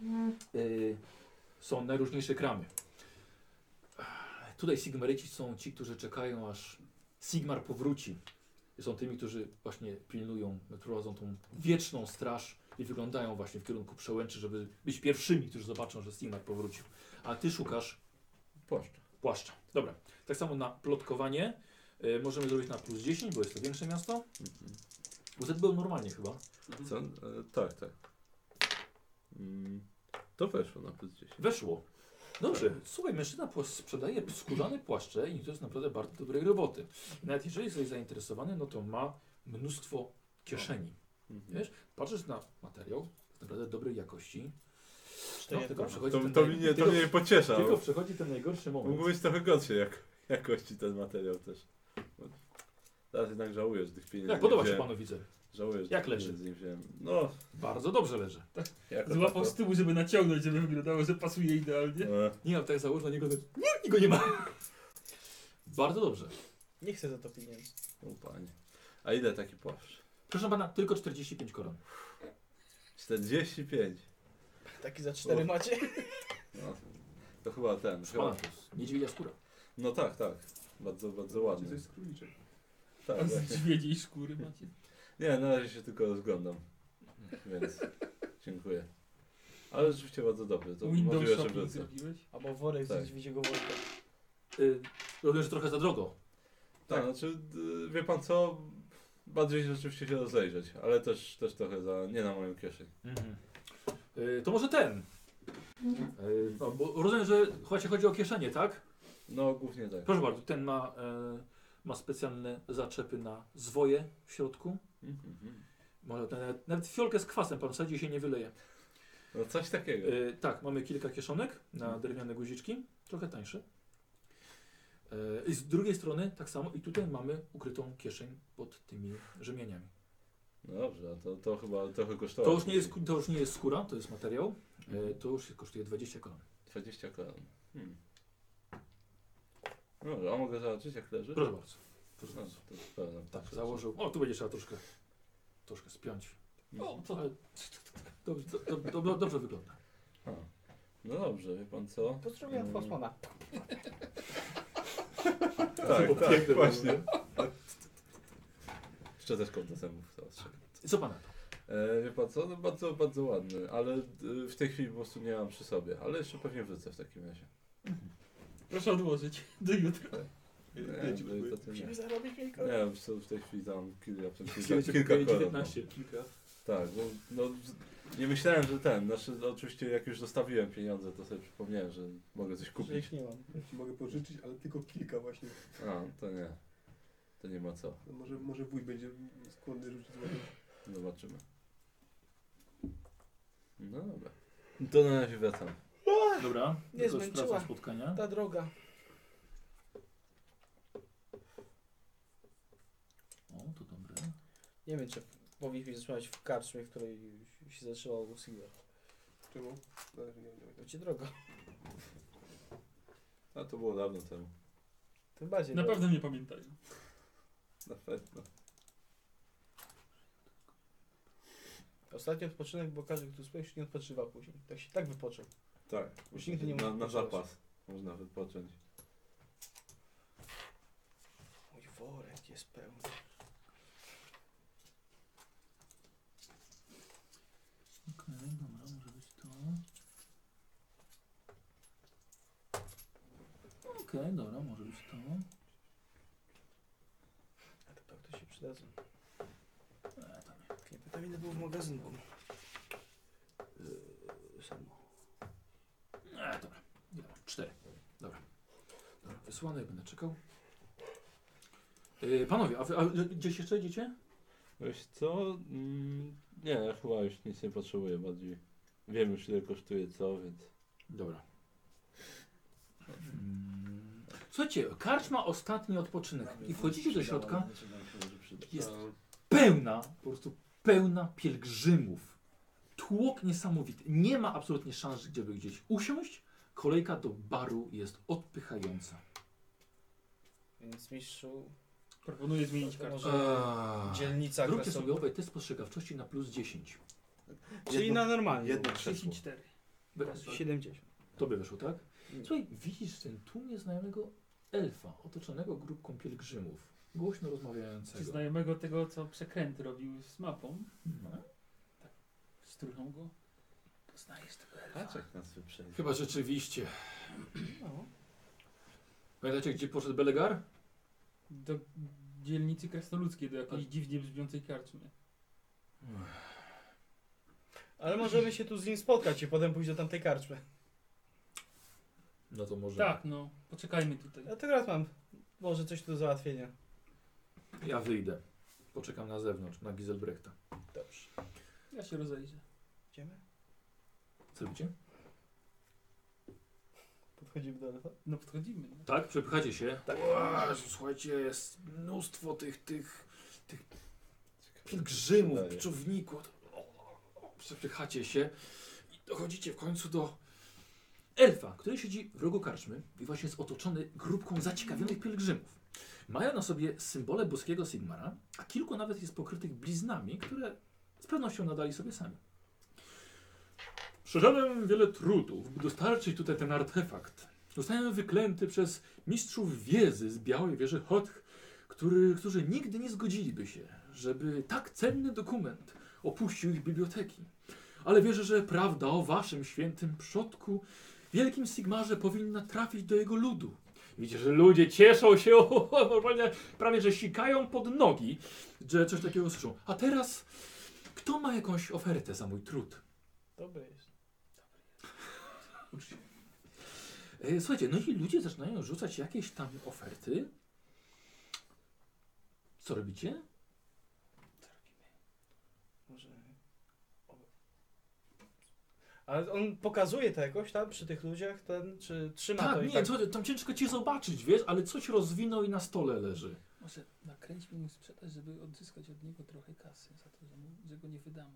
S1: są najróżniejsze kramy. Tutaj Sigmaryci są ci, którzy czekają, aż Sigmar powróci. Są tymi, którzy właśnie pilnują, prowadzą tą wieczną straż i wyglądają właśnie w kierunku przełęczy, żeby być pierwszymi, którzy zobaczą, że Sigmar powrócił. A ty szukasz
S5: Płaszcz.
S1: płaszcza. Dobra. Tak samo na plotkowanie możemy zrobić na plus 10, bo jest to większe miasto. WZ był normalnie chyba.
S5: Co? Tak. To weszło na plus 10.
S1: Weszło. Dobrze. Słuchaj, mężczyzna sprzedaje skórzane płaszcze i to jest naprawdę bardzo dobrej roboty. Nawet jeżeli jesteś zainteresowany, no to ma mnóstwo kieszeni. Wiesz, patrzysz na materiał, jest naprawdę dobrej jakości. No, tylko przychodzi ten
S5: To mnie nie pociesza.
S1: tylko przychodzi ten najgorszy moment.
S5: Mógł być trochę gorszy jakości ten materiał też. Teraz jednak żałuję, że tych pieniędzy
S1: Jak podoba
S5: nie
S1: się
S5: wziąłem.
S1: panu, widzę.
S5: Żałuję, że
S1: Jak
S5: tych
S1: leży?
S5: pieniędzy nie wziąłem. No,
S1: Bardzo dobrze leży.
S5: jako
S6: Złapał
S5: tako.
S6: z tyłu, żeby naciągnąć, żeby wyglądało, że pasuje idealnie.
S1: Nie mam tak założyć na niego, nie, go nie ma. Bardzo dobrze.
S2: Nie chcę za to pieniędzy.
S5: O panie. A ile taki płaszcz?
S1: Proszę pana, tylko 45 koron.
S5: 45.
S2: Taki za 4
S5: O.
S2: macie?
S5: No, to chyba ten.
S1: Proszę pana, to jest niedźwiedzia skóra.
S5: No tak. Bardzo, bardzo
S4: Czy
S5: ładny.
S4: to jest króliczek?
S5: Tak,
S6: A z
S5: właśnie.
S6: dźwiedziej skóry macie.
S5: Nie, na razie się tylko rozglądam. Więc dziękuję. Ale rzeczywiście bardzo dobry. To
S6: Windows
S5: możliwe, że
S6: shopping
S5: wrócę.
S6: zrobiłeś?
S2: Albo worek
S5: Tak.
S2: z niedźwiedziego worka.
S1: Rozumiem, że trochę za drogo.
S5: Tak, znaczy, wie pan co? Bardziej rzeczywiście się rozejrzeć, ale też trochę nie na moją kieszeń.
S1: To może ten. Bo rozumiem, że chodzi o kieszenie, tak?
S5: No, głównie tak.
S1: Proszę bardzo, ten ma specjalne zaczepy na zwoje w środku. Może nawet fiolkę z kwasem pan wsadzi i się nie wyleje.
S5: No coś takiego.
S1: Tak, mamy kilka kieszonek na drewniane guziczki, trochę tańsze. I z drugiej strony tak samo i tutaj mamy ukrytą kieszeń pod tymi rzemieniami.
S5: No dobrze, a to chyba trochę kosztowało.
S1: To już nie jest skóra, to jest materiał. To już kosztuje 20 koron.
S5: 20 koron. No, a mogę zobaczyć jak leży?
S1: Proszę bardzo. Proszę
S5: No,
S1: bardzo.
S5: to sprawdzam.
S1: Tak, założył. O, tu będzie trzeba troszkę spiąć. O, to, ale dobrze wygląda.
S5: A. No dobrze, wie pan co?
S2: Pozdrowiłem
S5: Mm.
S2: Fosmana.
S5: Tak, właśnie. Jeszcze też kąt do zębów zaostrzę.
S1: Co pana to?
S5: Wie pan co? No bardzo, bardzo ładny, ale w tej chwili po prostu nie mam przy sobie, ale jeszcze pewnie wrócę w takim razie.
S6: Proszę odłożyć do jutra.
S5: Nie,
S4: Ile ci
S5: to
S4: kosztuje?
S5: nie.
S2: Musimy zarobić Miko.
S5: Nie, wiesz co, w tej chwili tam kilka koron.
S1: 19.
S5: No. Tak, bo no, nie myślałem, że znaczy oczywiście jak już zostawiłem pieniądze, to sobie przypomniałem, że mogę coś
S2: Że
S5: kupić.
S2: ich nie mam.
S4: Ja ci mogę pożyczyć, ale tylko kilka właśnie.
S5: A, to nie. To nie ma co.
S4: No może wuj będzie skłonny rzucić złoto.
S5: Zobaczymy. No dobra. To na razie wracam.
S1: Dobra,
S2: Nie
S1: tylko
S2: zmęczyła.
S1: sprawdzam spotkania.
S2: Ta droga.
S1: O, to dobre.
S2: Nie wiem, czy powinniśmy zatrzymać w karczmie, w której się zatrzymał Sigmar.
S4: Czemu? Zależy, nie wiem.
S2: Będzie droga.
S5: A to było dawno temu.
S2: Tym bardziej.
S6: Na
S2: droga.
S6: pewno nie pamiętają.
S5: Na pewno.
S2: Ostatni odpoczynek, bo każdy, kto spał, już nie odpoczywa później. Tak się tak wypoczął.
S5: Tak.
S2: Już nigdy nie
S5: na,
S2: można
S5: na
S2: wypoczywać.
S5: zapas można wypocząć.
S2: Mój worek jest pełny.
S1: Okej, dobra, może być to. Okej, dobra, może być to.
S2: A te pełty się przydadzą.
S1: To nie.
S2: Nie pytam, ile było w magazynku. Samo.
S1: Dobra. Ile mam? 4. Dobra. Dobra, wysłane, będę czekał. Panowie, a gdzieś jeszcze idziecie?
S5: Wiesz co? Nie, chyba już nic nie potrzebuję bardziej. Wiem już ile kosztuje co, więc...
S1: Dobra. Słuchajcie, karczma ostatni odpoczynek. I wchodzicie do środka. Jest pełna, po prostu pełna pielgrzymów. Tłok niesamowity. Nie ma absolutnie szans, żeby gdzieś usiąść. Kolejka do baru jest odpychająca.
S2: Więc mistrzu...
S6: Proponuję zmienić
S2: To
S6: kartę.
S2: może dzielnica
S1: Zróbcie
S2: kresowa.
S1: sobie obaj test spostrzegawczości na plus 10.
S2: Czyli na normalnie.
S5: jedno krzesło.
S6: 34.
S1: Bez-
S2: 70.
S1: To by wyszło, tak? Słuchaj, widzisz ten tłum nieznajomego elfa, otoczonego grupką pielgrzymów, głośno
S6: Czy
S1: rozmawiającego.
S6: znajomego tego, co przekręty robił z mapą?
S1: No.
S6: Stróżą go? Poznajesz tego elfa?
S5: Patrz jak nas wyprzedzi.
S1: Chyba rzeczywiście.
S2: No.
S1: Pamiętacie, gdzie poszedł Belegar?
S6: Do dzielnicy krasnoludzkiej, do jakiejś dziwnie brzmiącej karczmy.
S2: Ale możemy się tu z nim spotkać i potem pójść do tamtej karczmy.
S1: No to może.
S6: Tak, no. Poczekajmy tutaj.
S2: Ja to akurat mam. Może coś tu do załatwienia.
S1: Ja wyjdę. Poczekam na zewnątrz, na Giselbrechta.
S2: Dobrze.
S6: Ja się rozejrzę.
S2: Idziemy?
S1: Co robicie?
S2: Podchodzimy do elfa.
S6: No podchodzimy. No.
S1: Tak, przepychacie się. Tak. Słuchajcie, jest mnóstwo tych pielgrzymów,
S5: Daję.
S1: pieczowników. Przepychacie się i dochodzicie w końcu do elfa, który siedzi w rogu karczmy i właśnie jest otoczony grupką zaciekawionych pielgrzymów. Mają na sobie symbole boskiego Sigmara, a kilku nawet jest pokrytych bliznami, które z pewnością nadali sobie sami. Przeżyłem wiele trudów, by dostarczyć tutaj ten artefakt. Zostałem wyklęty przez mistrzów wiedzy z Białej Wieży Hotch, którzy nigdy nie zgodziliby się, żeby tak cenny dokument opuścił ich biblioteki. Ale wierzę, że prawda o waszym świętym przodku, wielkim Sigmarze, powinna trafić do jego ludu. Widzicie, że ludzie cieszą się, normalnie prawie że sikają pod nogi, że coś takiego słyszą. A teraz, kto ma jakąś ofertę za mój trud?
S2: Dobry jest.
S1: Słuchajcie, no i ludzie zaczynają rzucać jakieś tam oferty. Co robicie?
S2: Może... Ale on pokazuje to jakoś tam przy tych ludziach, ten, czy trzyma to
S1: Tak,
S2: i
S1: nie,
S2: tak...
S1: słuchajcie, tam ciężko cię zobaczyć, wiesz, ale coś rozwinął i na stole leży.
S6: Może nakręćmy mu sprzedaż, żeby odzyskać od niego trochę kasy za to, że go nie wydamy.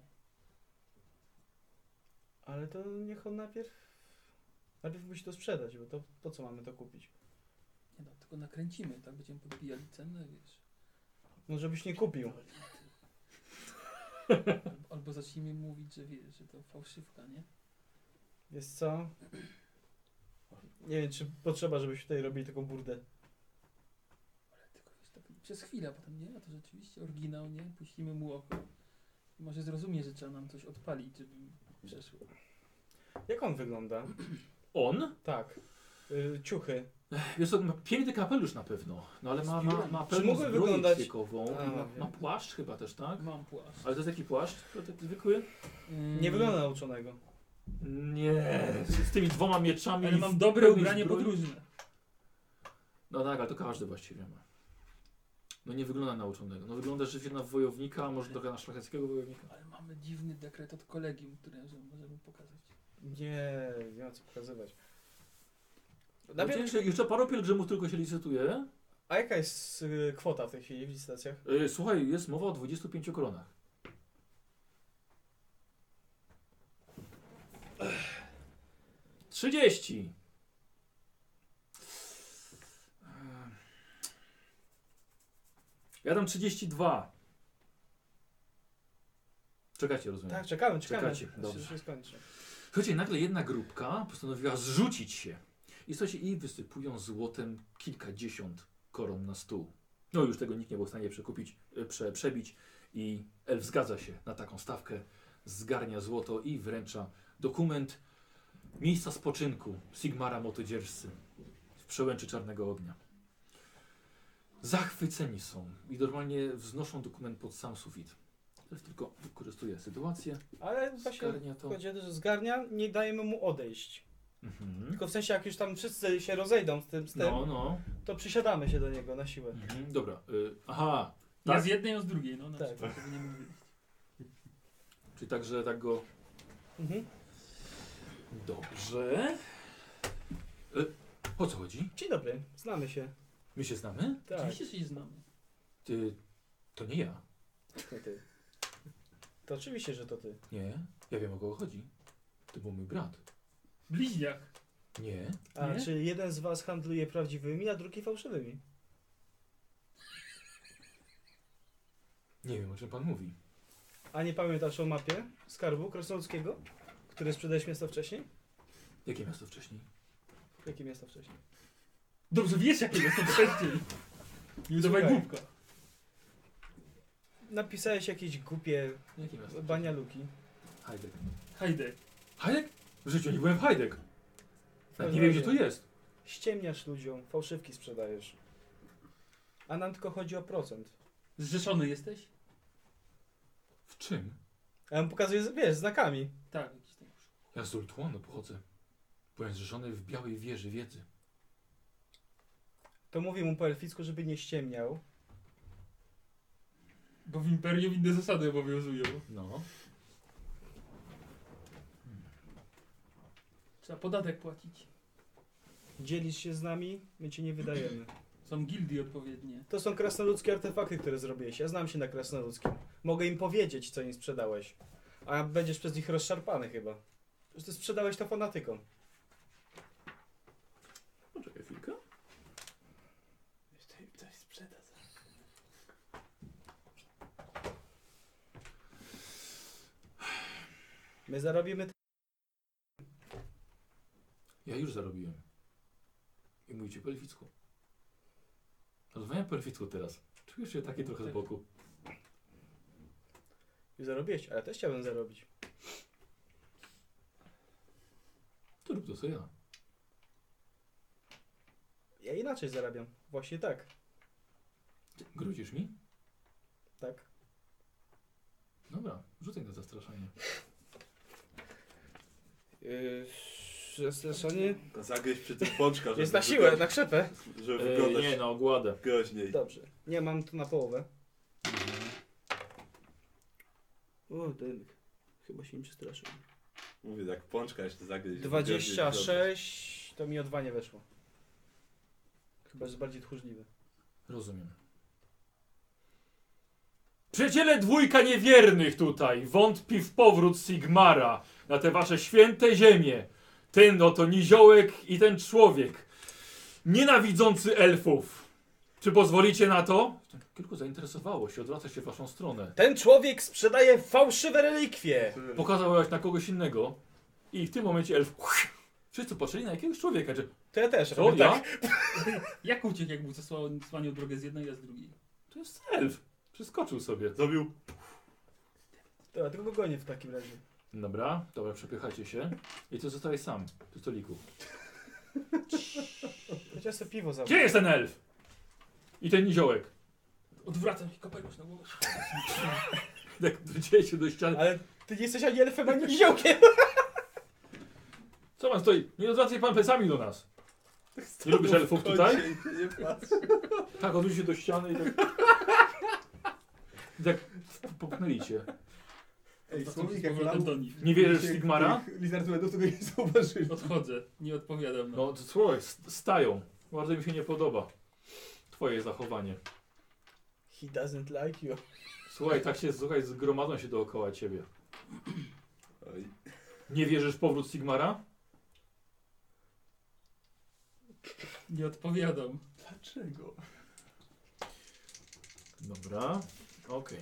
S2: Ale to niech on najpierw musi to sprzedać, bo to po co mamy to kupić?
S6: Nie no, tylko nakręcimy, tak? Będziemy podbijali cenę, wiesz.
S2: No żebyś nie kupił.
S6: Albo zacznijmy mówić, że wiesz, że to fałszywka, nie?
S2: Wiesz co? Nie wiem, czy potrzeba, żebyśmy tutaj robili taką burdę.
S6: Ale tylko wiesz, tak przez chwilę, a potem nie, a to rzeczywiście oryginał, nie? Puścimy mu oko. I może zrozumie, że trzeba nam coś odpalić, żeby przeszło.
S2: Jak on wygląda?
S1: On?
S2: Tak. Ciuchy.
S1: Wiesz co, ma piękny kapelusz na pewno, no ale ma
S2: Czy
S1: pełną
S2: mógłby
S1: zbroję
S2: wyglądać-
S1: ćwiekową
S2: A,
S1: i ma
S2: wiem.
S1: płaszcz chyba też, tak?
S6: Mam płaszcz.
S1: Ale to jest taki płaszcz? To taki zwykły?
S2: Nie wygląda nauczonego.
S1: Nie, z tymi dwoma mieczami.
S6: Ale
S1: w
S6: mam dobre
S1: pełnej
S6: ubranie
S1: zbroi.
S6: podróżne.
S1: No tak, ale to każdy właściwie ma. No nie wygląda nauczonego. No wygląda rzeczywiście na wojownika, a może trochę na szlacheckiego wojownika.
S6: Ale mamy dziwny dekret od kolegium, który możemy pokazać.
S2: Nie ma co pokazywać.
S1: Jeszcze paru pielgrzymów tylko się licytuje.
S2: A jaka jest kwota w tej chwili w licytacjach?
S1: Słuchaj, jest mowa o 25 koronach. Ech. 30. Ja dam 32. Czekacie, rozumiem.
S2: Tak, czekamy.
S1: Czekacie,
S2: Aż
S1: dobrze.
S2: się skończy.
S1: Słuchajcie, nagle jedna grupka postanowiła zrzucić się. I słuchajcie, i wysypują złotem kilkadziesiąt koron na stół. No już tego nikt nie był w stanie przebić i elf zgadza się na taką stawkę, zgarnia złoto i wręcza dokument miejsca spoczynku Sigmara Motodzierżcy w przełęczy Czarnego Ognia. Zachwyceni są i normalnie wznoszą dokument pod sam sufit. Elf tylko wykorzystuje sytuację,
S2: Ale właśnie
S1: zgarnia to.
S2: chodzi o to, że zgarnia, nie dajemy mu odejść.
S1: Mhm.
S2: Tylko w sensie jak już tam wszyscy się rozejdą z tym,
S1: No.
S2: to przysiadamy się do niego na siłę.
S1: Mhm. Dobra, aha.
S6: Ja
S1: Tak?
S6: z jednej, on z drugiej, no na
S2: Tak.
S6: przykład, żeby nie mógł wyjść.
S1: Czyli także tak go...
S2: Mhm.
S1: Dobrze. O co chodzi?
S2: Dzień dobry, znamy się.
S1: My się znamy?
S2: Tak.
S6: Oczywiście, że się znamy.
S1: Ty... To nie ja.
S2: Nie ty. To oczywiście, że to ty.
S1: Nie. Ja wiem, o kogo chodzi. To był mój brat.
S6: Bliźniak.
S1: Nie.
S2: A,
S6: Nie?
S2: czyli jeden z was handluje prawdziwymi, a drugi fałszywymi.
S1: Nie wiem, o czym pan mówi.
S2: A nie pamiętasz o mapie skarbu krasnoludzkiego, który sprzedałeś miasto wcześniej?
S1: Jakie miasto wcześniej?
S2: Jakie miasto wcześniej?
S6: Dobrze wiesz, jakie są wcześniej. Nie udawaj
S2: Słuchaj.
S6: głupka.
S2: Napisałeś jakieś głupie
S1: Jakie miasto?
S2: banialuki.
S1: Hajdek.
S6: Hajdek.
S1: Hajdek? W życiu nie byłem w Hajdek. Nawet nie wiem, gdzie to jest.
S2: Ściemniasz ludziom, fałszywki sprzedajesz. A nam tylko chodzi o procent.
S6: Zrzeszony jesteś?
S1: W czym?
S2: A ja mu pokazuję, wiesz, znakami.
S6: Tak, jakiś tam.
S1: Ja z Ultuanu pochodzę. Byłem zrzeszony w Białej Wieży Wiedzy.
S2: To mówię mu po elficku, żeby nie ściemniał.
S6: Bo w Imperium inne zasady obowiązują.
S1: No.
S6: Trzeba podatek płacić.
S2: Dzielisz się z nami, my cię nie wydajemy.
S6: Są gildie odpowiednie.
S2: To są krasnoludzkie artefakty, które zrobiłeś. Ja znam się na krasnoludzkim. Mogę im powiedzieć, co im sprzedałeś. A będziesz przez nich rozszarpany chyba. Że ty sprzedałeś to fanatykom.
S1: Poczekaj chwilkę.
S5: Jeszcze im coś sprzeda.
S2: My zarobimy...
S1: Ja już zarobiłem. I mówicie po elficku. Rozmawiam po elficku teraz. Czujesz się taki trochę z boku.
S2: Już zarobiłeś, ale też chciałbym zarobić.
S1: To rób to co ja.
S2: Ja inaczej zarabiam. Właśnie tak.
S1: Grudzisz mi?
S2: Tak.
S1: Dobra, rzucaj na zastraszanie.
S2: Zastraszanie
S5: Zagryź przy tych pączkach,
S2: jest na siłę, na krzepę.
S5: żeby wyglądać
S1: Nie, na ogładę.
S5: groźniej.
S2: Dobrze. Nie, mam to na połowę. O, dymek. Chyba się nie przestraszyłem.
S5: Mówię, jak pączka jeszcze zagryź. żeby groźniej
S2: 26, to mi o 2 nie weszło. Chyba jest bardziej tchórzliwy.
S1: Rozumiem. Przyjaciele dwójka niewiernych tutaj wątpi w powrót Sigmara na te wasze święte ziemie. Ten oto niziołek i ten człowiek nienawidzący elfów. Czy pozwolicie na to? Kilku zainteresowało się, odwraca się w waszą stronę.
S2: Ten człowiek sprzedaje fałszywe relikwie!
S1: Pokazał na kogoś innego i w tym momencie elf... Wszyscy patrzyli na jakiegoś człowieka, że
S2: To ja też
S1: co,
S2: robię
S1: ja?
S2: tak.
S6: Jak uciekł, jak mu zasłaniał drogę z jednej, a z drugiej?
S1: To jest elf. Przeskoczył sobie.
S5: Zrobił.
S2: Dobra, tylko go gonię w takim razie.
S1: Dobra, przepychajcie się. I ty zostałeś sam przy stoliku.
S2: Chociaż sobie piwo
S1: Gdzie
S2: zabrać.
S1: jest ten elf? I ten niziołek.
S6: Odwracam się kapelusz na głowę.
S1: Jak dojdziecie do ściany.
S2: Ale ty nie jesteś ani elfem, ani niziołkiem.
S1: Co pan stoi? Nie odwracaj pan plecami do nas. Nie lubisz elfów tutaj?
S5: Nie patrz.
S1: Tak, odwróć się do ściany i tak... I tak popchnęli cię.
S4: Ej,
S6: Wracam
S4: słowik
S6: z
S4: jak
S6: powrotem
S4: lał...
S6: do nich.
S1: Nie wierzysz w Sigmara?
S4: Lizardów tego nie zauważyli.
S6: Odchodzę, nie odpowiadam.
S1: No słuchaj, stają. Bardzo mi się nie podoba twoje zachowanie.
S2: He doesn't like you.
S1: Słuchaj, tak się, słuchaj, zgromadzą się dookoła ciebie.
S5: Oj.
S1: Nie wierzysz w powrót Sigmara?
S6: Nie odpowiadam.
S4: Dlaczego?
S1: Dobra, okej.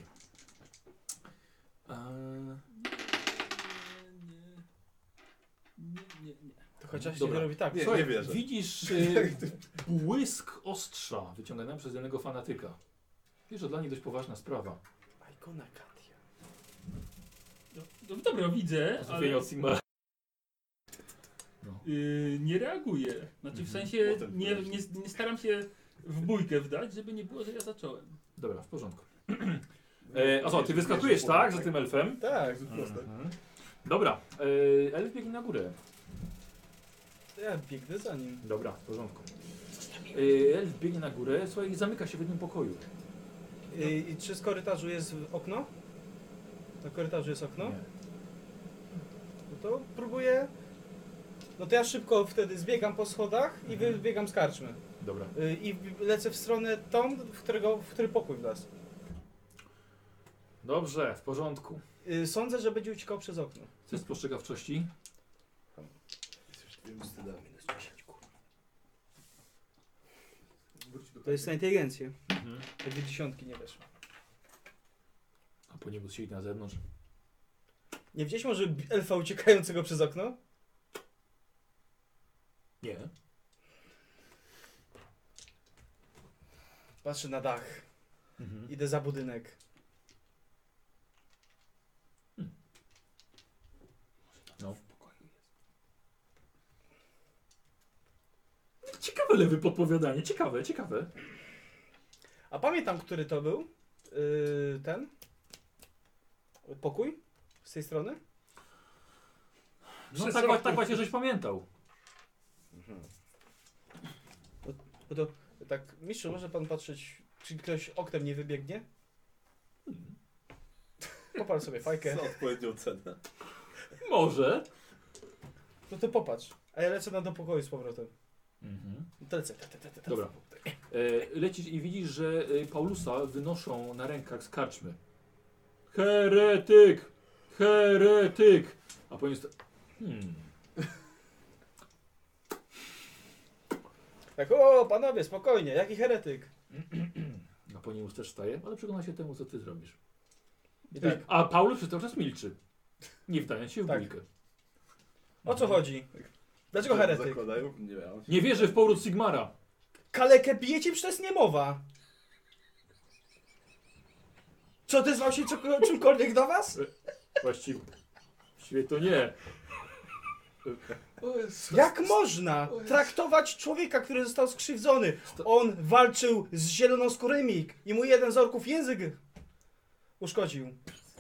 S6: Nie.
S2: To chociaż
S1: Dobra.
S2: nie robi tak.
S5: Nie,
S1: Słuchaj,
S5: nie wierzę.
S1: widzisz błysk ostrza wyciągany przez jednego fanatyka. Wiesz, że dla nich dość poważna sprawa.
S2: Ikona Katia.
S6: No, dobra, widzę,
S1: Zupełnie
S6: ale
S1: od Sigmara.
S6: nie reaguję. Znaczy w
S1: Mhm.
S6: sensie
S5: Potem
S6: nie staram się w bójkę wdać, żeby nie było, że ja zacząłem.
S1: Dobra, w porządku. A co, ty wyskakujesz, tak, za tym elfem?
S2: Tak.
S1: Mhm. Dobra, elf biegnie na górę.
S2: To ja biegnę za nim.
S1: Dobra, w porządku. Elf biegnie na górę, słuchaj, i zamyka się w jednym pokoju.
S2: I czy z korytarzu jest okno? Na korytarzu jest okno?
S1: Nie.
S2: No to próbuję. No to ja szybko wtedy zbiegam po schodach i wybiegam z karczmy.
S1: Dobra.
S2: I lecę w stronę tą, w który pokój wlazł.
S1: Dobrze, w porządku.
S2: Sądzę, że będzie uciekał przez okno.
S1: Test spostrzegawczości.
S5: Jesteś dwiema wstydami.
S2: To jest na inteligencję.
S1: Mhm.
S2: Te 2 dziesiątki nie weszły.
S1: A po niego siedzi na zewnątrz.
S2: Nie widziałeś może elfa uciekającego przez okno?
S1: Nie.
S2: Patrzę na dach.
S1: Mhm.
S2: Idę za budynek.
S1: No. Ciekawe lewy podpowiadanie, ciekawe, ciekawe.
S2: A pamiętam, który to był? Ten? Pokój? Z tej strony?
S1: No
S6: Przez
S1: tak,
S6: rok-
S1: tak właśnie żeś pamiętał.
S2: No to tak, mistrzu, może pan patrzeć, czy ktoś oknem nie wybiegnie? Popatrz sobie fajkę.
S5: Za odpowiednią cenę.
S1: Może.
S2: No to popatrz. A ja lecę do pokoju z powrotem.
S1: Mhm.
S2: No to lecę.
S1: Dobra. Lecisz i widzisz, że Paulusa wynoszą na rękach z karczmy. Heretyk! Heretyk! A po jest...
S2: Tak, o panowie, spokojnie, jaki heretyk.
S1: A po nim też wstaje, ale przygląda się temu, co ty zrobisz.
S2: I tak,
S1: A Paulus przez cały czas milczy. Nie wdając się w
S2: Tak.
S1: bójkę.
S2: o co chodzi? Dlaczego heretyk?
S5: Zakładają? Nie wiem.
S1: Nie wierzy w powrót Sigmara.
S2: Kalekę bijecie, przecież to jest niemowa. Co, ty zwał się czymkolwiek do was?
S1: Właściwie to nie.
S2: Jak można traktować człowieka, który został skrzywdzony? On walczył z zielonoskórymi i mu jeden z orków język uszkodził.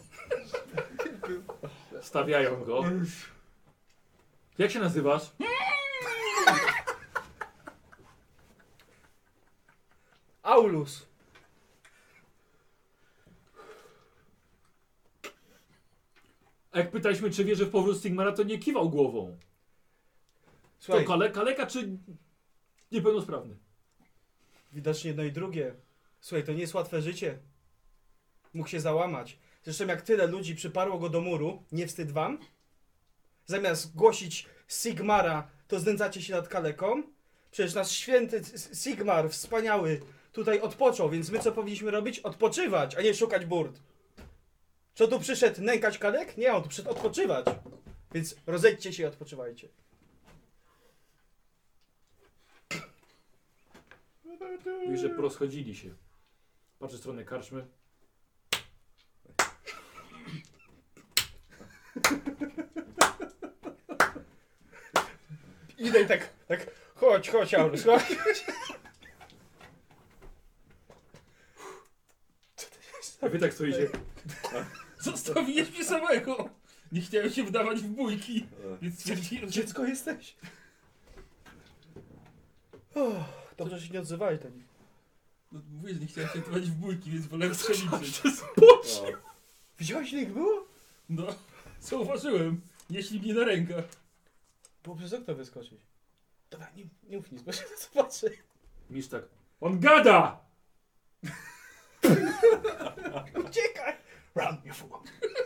S1: Stawiają go. Jak się nazywasz?
S2: Aulus.
S1: A jak pytaliśmy, czy wierzy w powrót Sigmara, to nie kiwał głową.
S2: Słuchaj,
S1: To kaleka czy niepełnosprawny?
S2: widocznie jedno i drugie. Słuchaj, to nie jest łatwe życie. Mógł się załamać. Zresztą jak tyle ludzi przyparło go do muru, nie wstyd wam? Zamiast głosić Sigmara, to znęcacie się nad kaleką? Przecież nasz święty Sigmar, wspaniały, tutaj odpoczął, więc my co powinniśmy robić? Odpoczywać, a nie szukać burd. Co tu przyszedł, nękać kalek? Nie, on tu przyszedł odpoczywać. Więc rozejdźcie się i odpoczywajcie.
S1: Widzisz, że porozchodzili się. Patrzy w stronę karczmy.
S2: Idę i tak, chodź, Aulus, chodź.
S1: A wy tak stoicie.
S6: Zostawiłeś mnie samego! Nie chciałem się wdawać w bójki,
S5: E,
S6: więc stwierdziłem, że...
S2: Dziecko jesteś. Dobrze, że się nie odzywali do nich.
S6: No, mówię, że nie chciałem się wdawać w bójki, więc wolałem przeliczyć.
S5: o,
S2: Widziałeś, ile ich było?
S6: No, zauważyłem. Jeśli mnie na rękach.
S2: Było przez okno wyskoczyć. Dobra, nie mów nic, bo się zobaczy.
S1: Mistrz tak. On gada!
S2: Uciekaj! Run, you fool!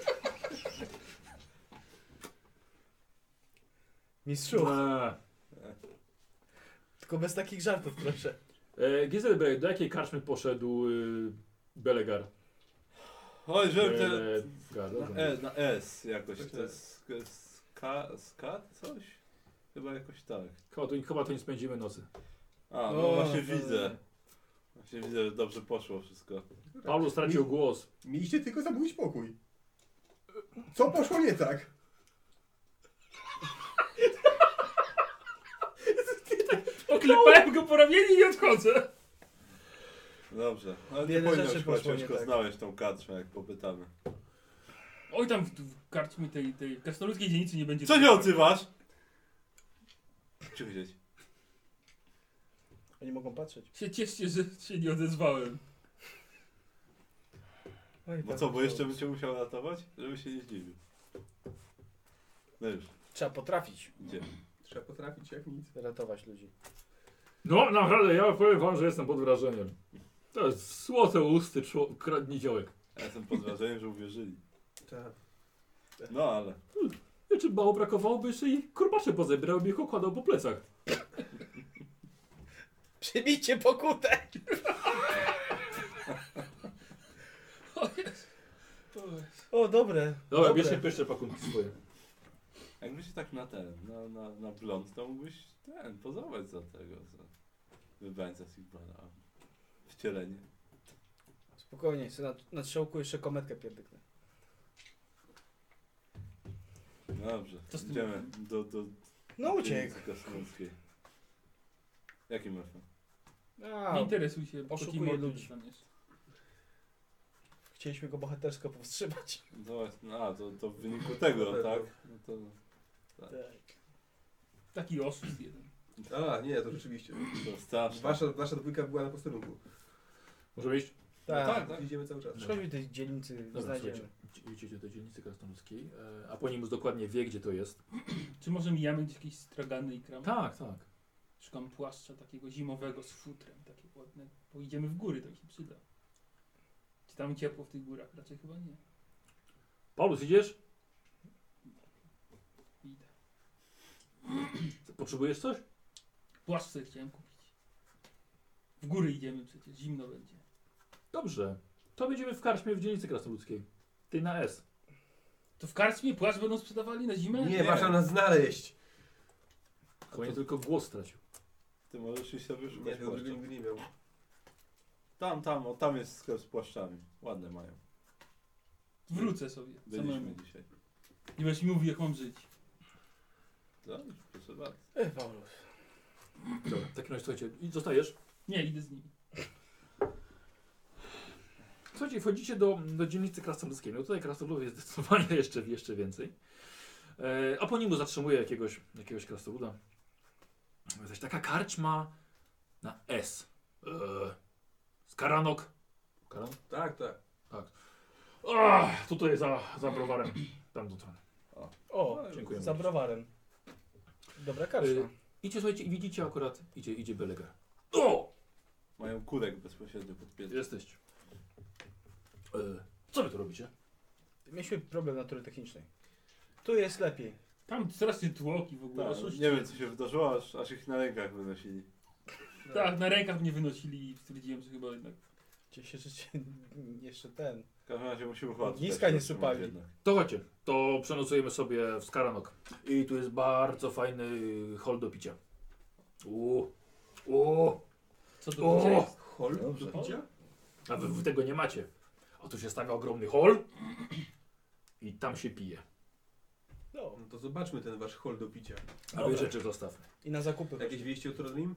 S2: Mistrzu, tylko bez takich żartów, proszę.
S1: Gizelberg, do jakiej karczmy poszedł Belegar?
S5: Oj, żeby te...
S1: Belegar, dobrze.
S5: Na S jakoś, to jest skat coś? Chyba jakoś tak.
S1: Chyba to nie spędzimy nocy.
S5: A,
S2: O,
S5: no właśnie
S2: dobra.
S5: widzę. Właśnie widzę, że dobrze poszło wszystko.
S1: Paulu stracił głos.
S4: Mieliście tylko zamówić pokój. Co poszło nie tak?
S6: Oklepałem go po ramieniu i odchodzę.
S5: Dobrze, ale nie
S2: Wiele
S5: powinno
S2: rzeczy
S5: być chyba
S2: poszło nie
S5: ciężko
S2: tak.
S5: znaleźć tą karczmę, jak popytamy.
S6: Oj, tam w karczmie tej krasnoludzkiej dzielnicy nie będzie...
S5: Co się odzywasz? Cicho gdzieś.
S2: Oni mogą patrzeć.
S6: Się cieszcie, że się nie odezwałem.
S2: Oj,
S5: Bo
S2: tak
S5: co, bo
S2: było.
S5: jeszcze bym cię musiał ratować? Żeby się nie zdziwił. No już,
S2: Trzeba potrafić
S5: idziemy.
S4: Trzeba potrafić jak nic.
S2: ratować ludzi.
S1: No naprawdę, ja powiem wam, że jestem pod wrażeniem. To jest złote usty niziołek.
S5: Ja jestem pod wrażeniem, że uwierzyli.
S4: Tak.
S5: No ale...
S1: Czy mało brakowałoby jeszcze i korbacze pozebrał i ich okładał po plecach.
S2: Przybijcie pokutę!
S6: O Jezu.
S2: O, dobre.
S1: Dobra,
S2: dobre.
S1: bierzcie jeszcze pakunki swoje.
S5: Jakby się tak na na blond, to mógłbyś pozować za tego, za wybrańca Sigmara. Wcielenie.
S2: Spokojnie, sobie na strzałku jeszcze kometkę pierdyknę.
S5: Dobrze,
S6: Co z tym
S5: idziemy
S6: elfem?
S5: do
S2: No uciekł.
S5: Krasnoludzkiej. Jakim elfem?
S2: A,
S6: Nie interesuj się,
S2: oszukuje
S6: po kim
S2: ludzi.
S6: dostaniesz.
S2: chcieliśmy go bohatersko powstrzymać.
S5: No właśnie, to w wyniku tego, tak? No to...
S2: Tak.
S6: Taki oszust jeden.
S4: A, nie, to rzeczywiście.
S5: To straszne.
S4: Wasza dwójka była na posterunku.
S1: Może iść?
S2: Tak.
S5: tak.
S4: Idziemy cały czas.
S2: Szkoda, że tej dzielnicy
S1: Dobra,
S2: znajdziemy.
S1: słuchajcie, idziecie do dzielnicy krasnoludzkiej, a Ponimus dokładnie wie, gdzie to jest.
S6: Czy może mijamy gdzieś jakieś stragany i kram?
S1: Tak, tak.
S6: Szukam płaszcza takiego zimowego z futrem, takiego ładnego. Bo idziemy w góry, to mi się przyda. Czy tam ciepło w tych górach? Raczej chyba nie.
S1: Paulus, idziesz?
S6: Idę.
S1: Potrzebujesz coś?
S6: Płaszcz sobie chciałem kupić. W góry idziemy przecież, zimno będzie.
S1: Dobrze. To będziemy w karczmie w dzielnicy krasnoludzkiej. Ty na S.
S6: To w karczmie płaszcz będą sprzedawali na zimę?
S4: Nie, wasza nas znaleźć.
S1: Chyba nie tylko głos stracił.
S5: Ty możesz iść sobie
S4: Nie,
S5: szukać
S4: tego
S5: płaszcza.
S4: nigdy nie miał.
S5: Tam jest sklep z płaszczami. Ładne mają.
S6: Wrócę sobie
S5: Byliśmy
S6: samemu.
S5: dzisiaj.
S6: Nie będziesz mi mówił, jak mam żyć.
S5: Dobrze, proszę bardzo.
S2: Paulus.
S1: Dobra, w takim razie słuchajcie, i zostajesz.
S6: Nie, idę z nimi.
S1: Słuchajcie, wchodzicie do dzielnicy krasnoludzkiej. No tutaj krasnoludów jest zdecydowanie jeszcze więcej. A po nim zatrzymuje jakiegoś krasnoluda. Jakaś taka karczma na S. Skaranok. Karan?
S4: Tak, tak.
S1: Tutaj za browarem. Tam do strony.
S2: O,
S1: Dziękuję.
S2: za browarem. Dobra karczma.
S1: Idzie, słuchajcie, i widzicie akurat, idzie Belegar. O!
S5: Mają kurek bezpośrednio pod piętą.
S1: Jesteście. Co wy tu robicie?
S2: Mieliśmy problem natury technicznej. Tu jest lepiej.
S6: Tam strasznie tłoki w ogóle.
S5: Tak,
S6: oszuści.
S5: nie wiem co się wydarzyło, aż ich na rękach wynosili.
S6: Tak, na rękach mnie wynosili i stwierdziłem, że chyba jednak...
S2: Cieszę się, że cię jeszcze ten.
S5: W każdym razie musimy chyba
S2: Ogniska
S5: tutaj
S2: nie
S5: się
S2: sypali.
S5: jednak.
S1: To chodźcie, to przenocujemy sobie w Skaranok. I tu jest bardzo fajny hol do picia.
S6: Co do picia jest?
S4: Hol do
S5: Dobrze.
S4: picia?
S1: A wy tego nie macie. Otóż się stawia ogromny hol i tam się pije.
S2: No.
S4: No to zobaczmy ten wasz hol do picia.
S1: A
S2: Dobra.
S1: wy rzeczy zostawmy.
S2: I na zakupy.
S4: Jakieś wieści o Trollnim?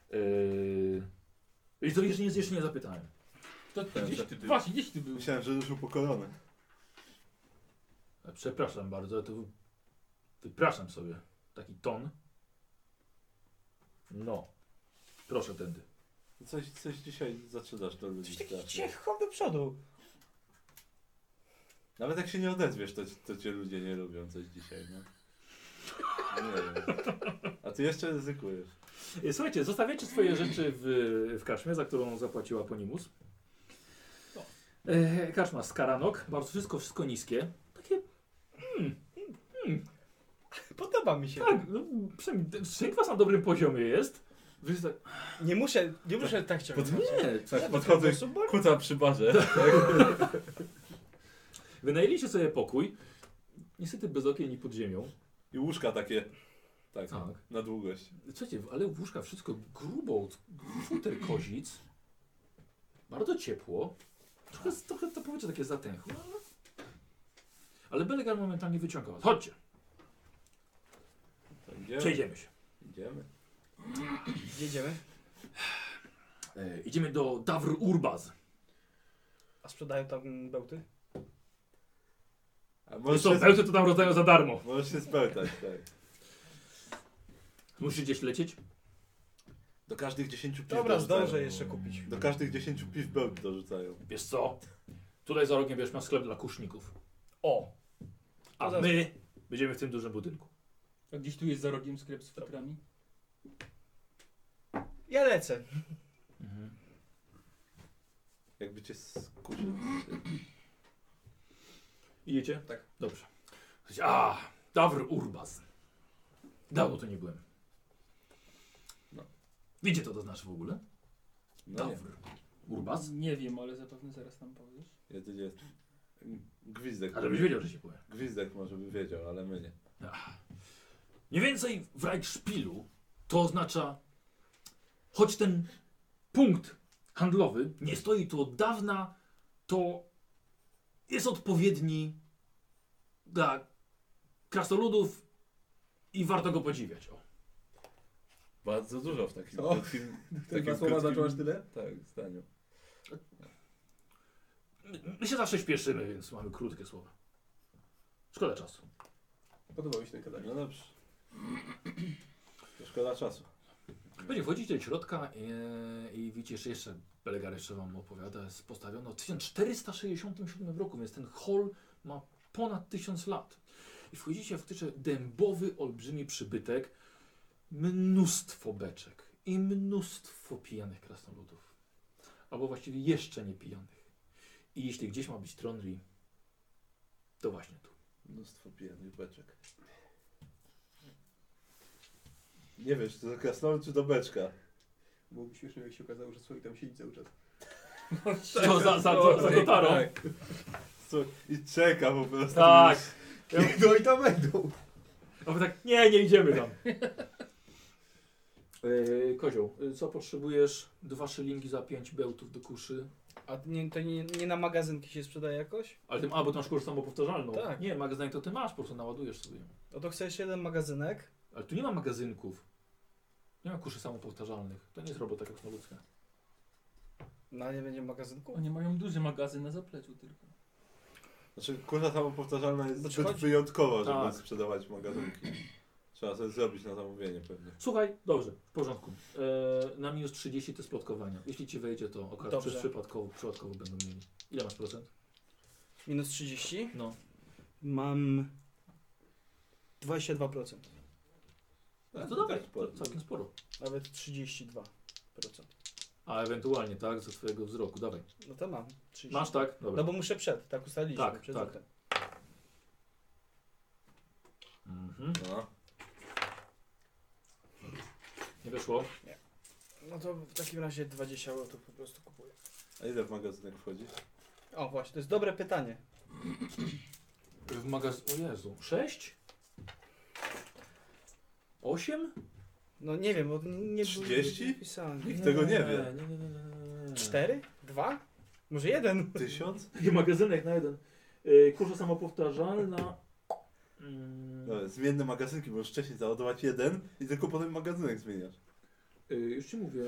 S1: I to jeszcze nie zapytałem.
S6: To
S5: Tak,
S6: gdzieś
S5: tak.
S6: ty, właśnie, gdzieś ty był?
S5: Myślałem, że już upokorony.
S1: Przepraszam bardzo, ale to wypraszam sobie. Taki ton. No. Proszę tędy.
S5: Coś dzisiaj zaczynasz do ludzi
S2: Coś takiego
S5: strasznie.
S2: dzisiaj chod do przodu.
S5: Nawet jak się nie odezwiesz, to cię ludzie nie lubią coś dzisiaj, no. Nie wiem. A ty jeszcze ryzykujesz.
S1: Słuchajcie, zostawiacie swoje rzeczy w karczmie, za którą zapłaciła Ponimus. Karczma z Karanok, bardzo wszystko niskie. Takie,
S2: Podoba mi się.
S1: tak, no, przynajmniej szykwas na dobrym poziomie jest. Wy tak,
S2: Nie muszę tak ciągnąć.
S1: nie,
S5: Tak, podchodzę, kuca przy barze.
S1: wynajęliście sobie pokój, niestety bez okien i pod ziemią.
S5: I łóżka takie, tak,
S1: Tak.
S5: na długość.
S1: Słuchajcie, ale w łóżka wszystko grubo, futer kozic. Bardzo ciepło. Trochę to powietrze takie zatęchłe. Ale Belegar momentalnie wyciąga was. Chodźcie,
S5: To idziemy.
S1: przejdziemy się.
S5: Idziemy.
S2: Gdzie idziemy?
S1: Idziemy do Dawr Urbaz.
S2: A sprzedają tam bełty?
S5: A
S1: Wiesz co, bełty to tam rozdają za darmo.
S5: możesz się spełtać, tak.
S1: Musisz gdzieś lecieć?
S5: Do każdych 10 piw
S2: Dobra,
S5: dorzucają.
S2: zdążę jeszcze kupić.
S5: Do każdych 10 piw bełt dorzucają.
S1: Wiesz co? Tutaj za rogiem będziesz miał sklep dla kuszników.
S2: O!
S1: A
S2: To
S1: my będziemy w tym dużym budynku.
S6: A gdzieś tu jest za rogiem sklep z futrami?
S2: Ja lecę.
S5: Jakby cię skurzył.
S1: Idziecie?
S4: Tak.
S1: Dobrze. Słuchajcie, Dawr Urbaz. Dawno tu nie byłem.
S5: No.
S1: Wiecie, co to znaczy w ogóle?
S5: No nie.
S1: Dawr Urbaz?
S6: Nie wiem, ale zapewne zaraz tam powiesz.
S5: Jedynie gwizdek.
S1: A żebyś wiedział, że się powiem.
S5: Gwizdek może by wiedział, ale my nie.
S1: Mniej więcej w Reichspielu to oznacza, choć ten punkt handlowy nie stoi tu od dawna, to jest odpowiedni dla krasnoludów i warto go podziwiać. O.
S5: Bardzo dużo w takim
S4: Co?
S5: krótkim...
S4: Te dwa słowa
S5: krótkim-
S4: znaczą aż tyle?
S5: Tak, zdaniu.
S1: My się zawsze śpieszymy, więc mamy krótkie słowa. Szkoda czasu.
S4: Podoba mi się ten kadanie.
S5: No dobrze. To szkoda czasu.
S1: Będzie wchodzicie do środka i widzicie, że jeszcze Belegar jeszcze wam opowiada, jest postawiono w 1467 roku, więc ten hol ma ponad 1000 lat. I wchodzicie faktycznie dębowy, olbrzymi przybytek, mnóstwo beczek i mnóstwo pijanych krasnoludów. Albo właściwie jeszcze nie pijanych. I jeśli gdzieś ma być Tronri, to właśnie tu.
S5: Mnóstwo pijanych beczek. Nie wiesz, czy to krasnolud, czy to beczka.
S4: Byłoby śmieszne, jak się okazało, że Słoik tam siedzi cały czas.
S1: Co za kotarą?
S5: Tak. I czeka po prostu.
S1: Tak.
S4: No i tam wejdą.
S1: A wy tak, nie idziemy tam. Kozioł, co potrzebujesz? 2 szylingi za 5 bełtów do kuszy.
S2: A to nie na magazynki się sprzedaje jakoś?
S1: Ale ty, bo ty masz kuszę samopowtarzalną.
S2: Tak.
S1: Nie, magazynek to ty masz, po prostu naładujesz sobie.
S2: No to chcesz jeden magazynek?
S1: Ale tu nie ma magazynków. Nie ma kuszy samopowtarzalnych. To nie jest robota krasnoludzka.
S2: No a nie będzie magazynku?
S6: Oni mają duży magazyn na zapleczu tylko.
S5: Znaczy, kurza samopowtarzalna jest
S2: Znaczy,
S5: zbyt
S2: chodzi-
S5: wyjątkowa, żeby
S1: Tak.
S5: sprzedawać magazynki. Trzeba sobie zrobić na zamówienie pewnie.
S1: Słuchaj, dobrze, w porządku. Na minus 30 to jest plotkowania. Jeśli ci wejdzie, to akurat
S2: Dobrze.
S1: przez przypadkowo będą mieli. Ile masz procent?
S2: Minus 30?
S1: No.
S2: Mam 22%.
S1: No to dawaj,
S5: tak sporo.
S1: to całkiem sporo.
S2: Nawet 32%.
S1: A ewentualnie, tak, za twojego wzroku, dawaj.
S2: No to mam. 30.
S1: Masz, tak? Dobra.
S2: No bo muszę tak ustaliliśmy.
S1: Tak,
S2: przed
S1: tak.
S2: rzutem.
S1: Mhm.
S5: No.
S1: Nie wyszło?
S2: No to w takim razie 20 to po prostu kupuję.
S5: A ile w magazynek wchodzi?
S2: O właśnie, to jest dobre pytanie.
S1: W magazynie. O Jezu. 6? 8?
S2: No nie wiem, bo nie
S5: 30?
S2: było napisane.
S5: Nikt tego nie wie.
S1: Nie.
S2: 4? 2? Może 1?
S5: 1000?
S1: Taki magazynek na jeden. Kurza samopowtarzalna.
S5: No, zmienne magazynki, możesz wcześniej załadować jeden i tylko potem magazynek zmieniasz.
S1: Już ci mówię.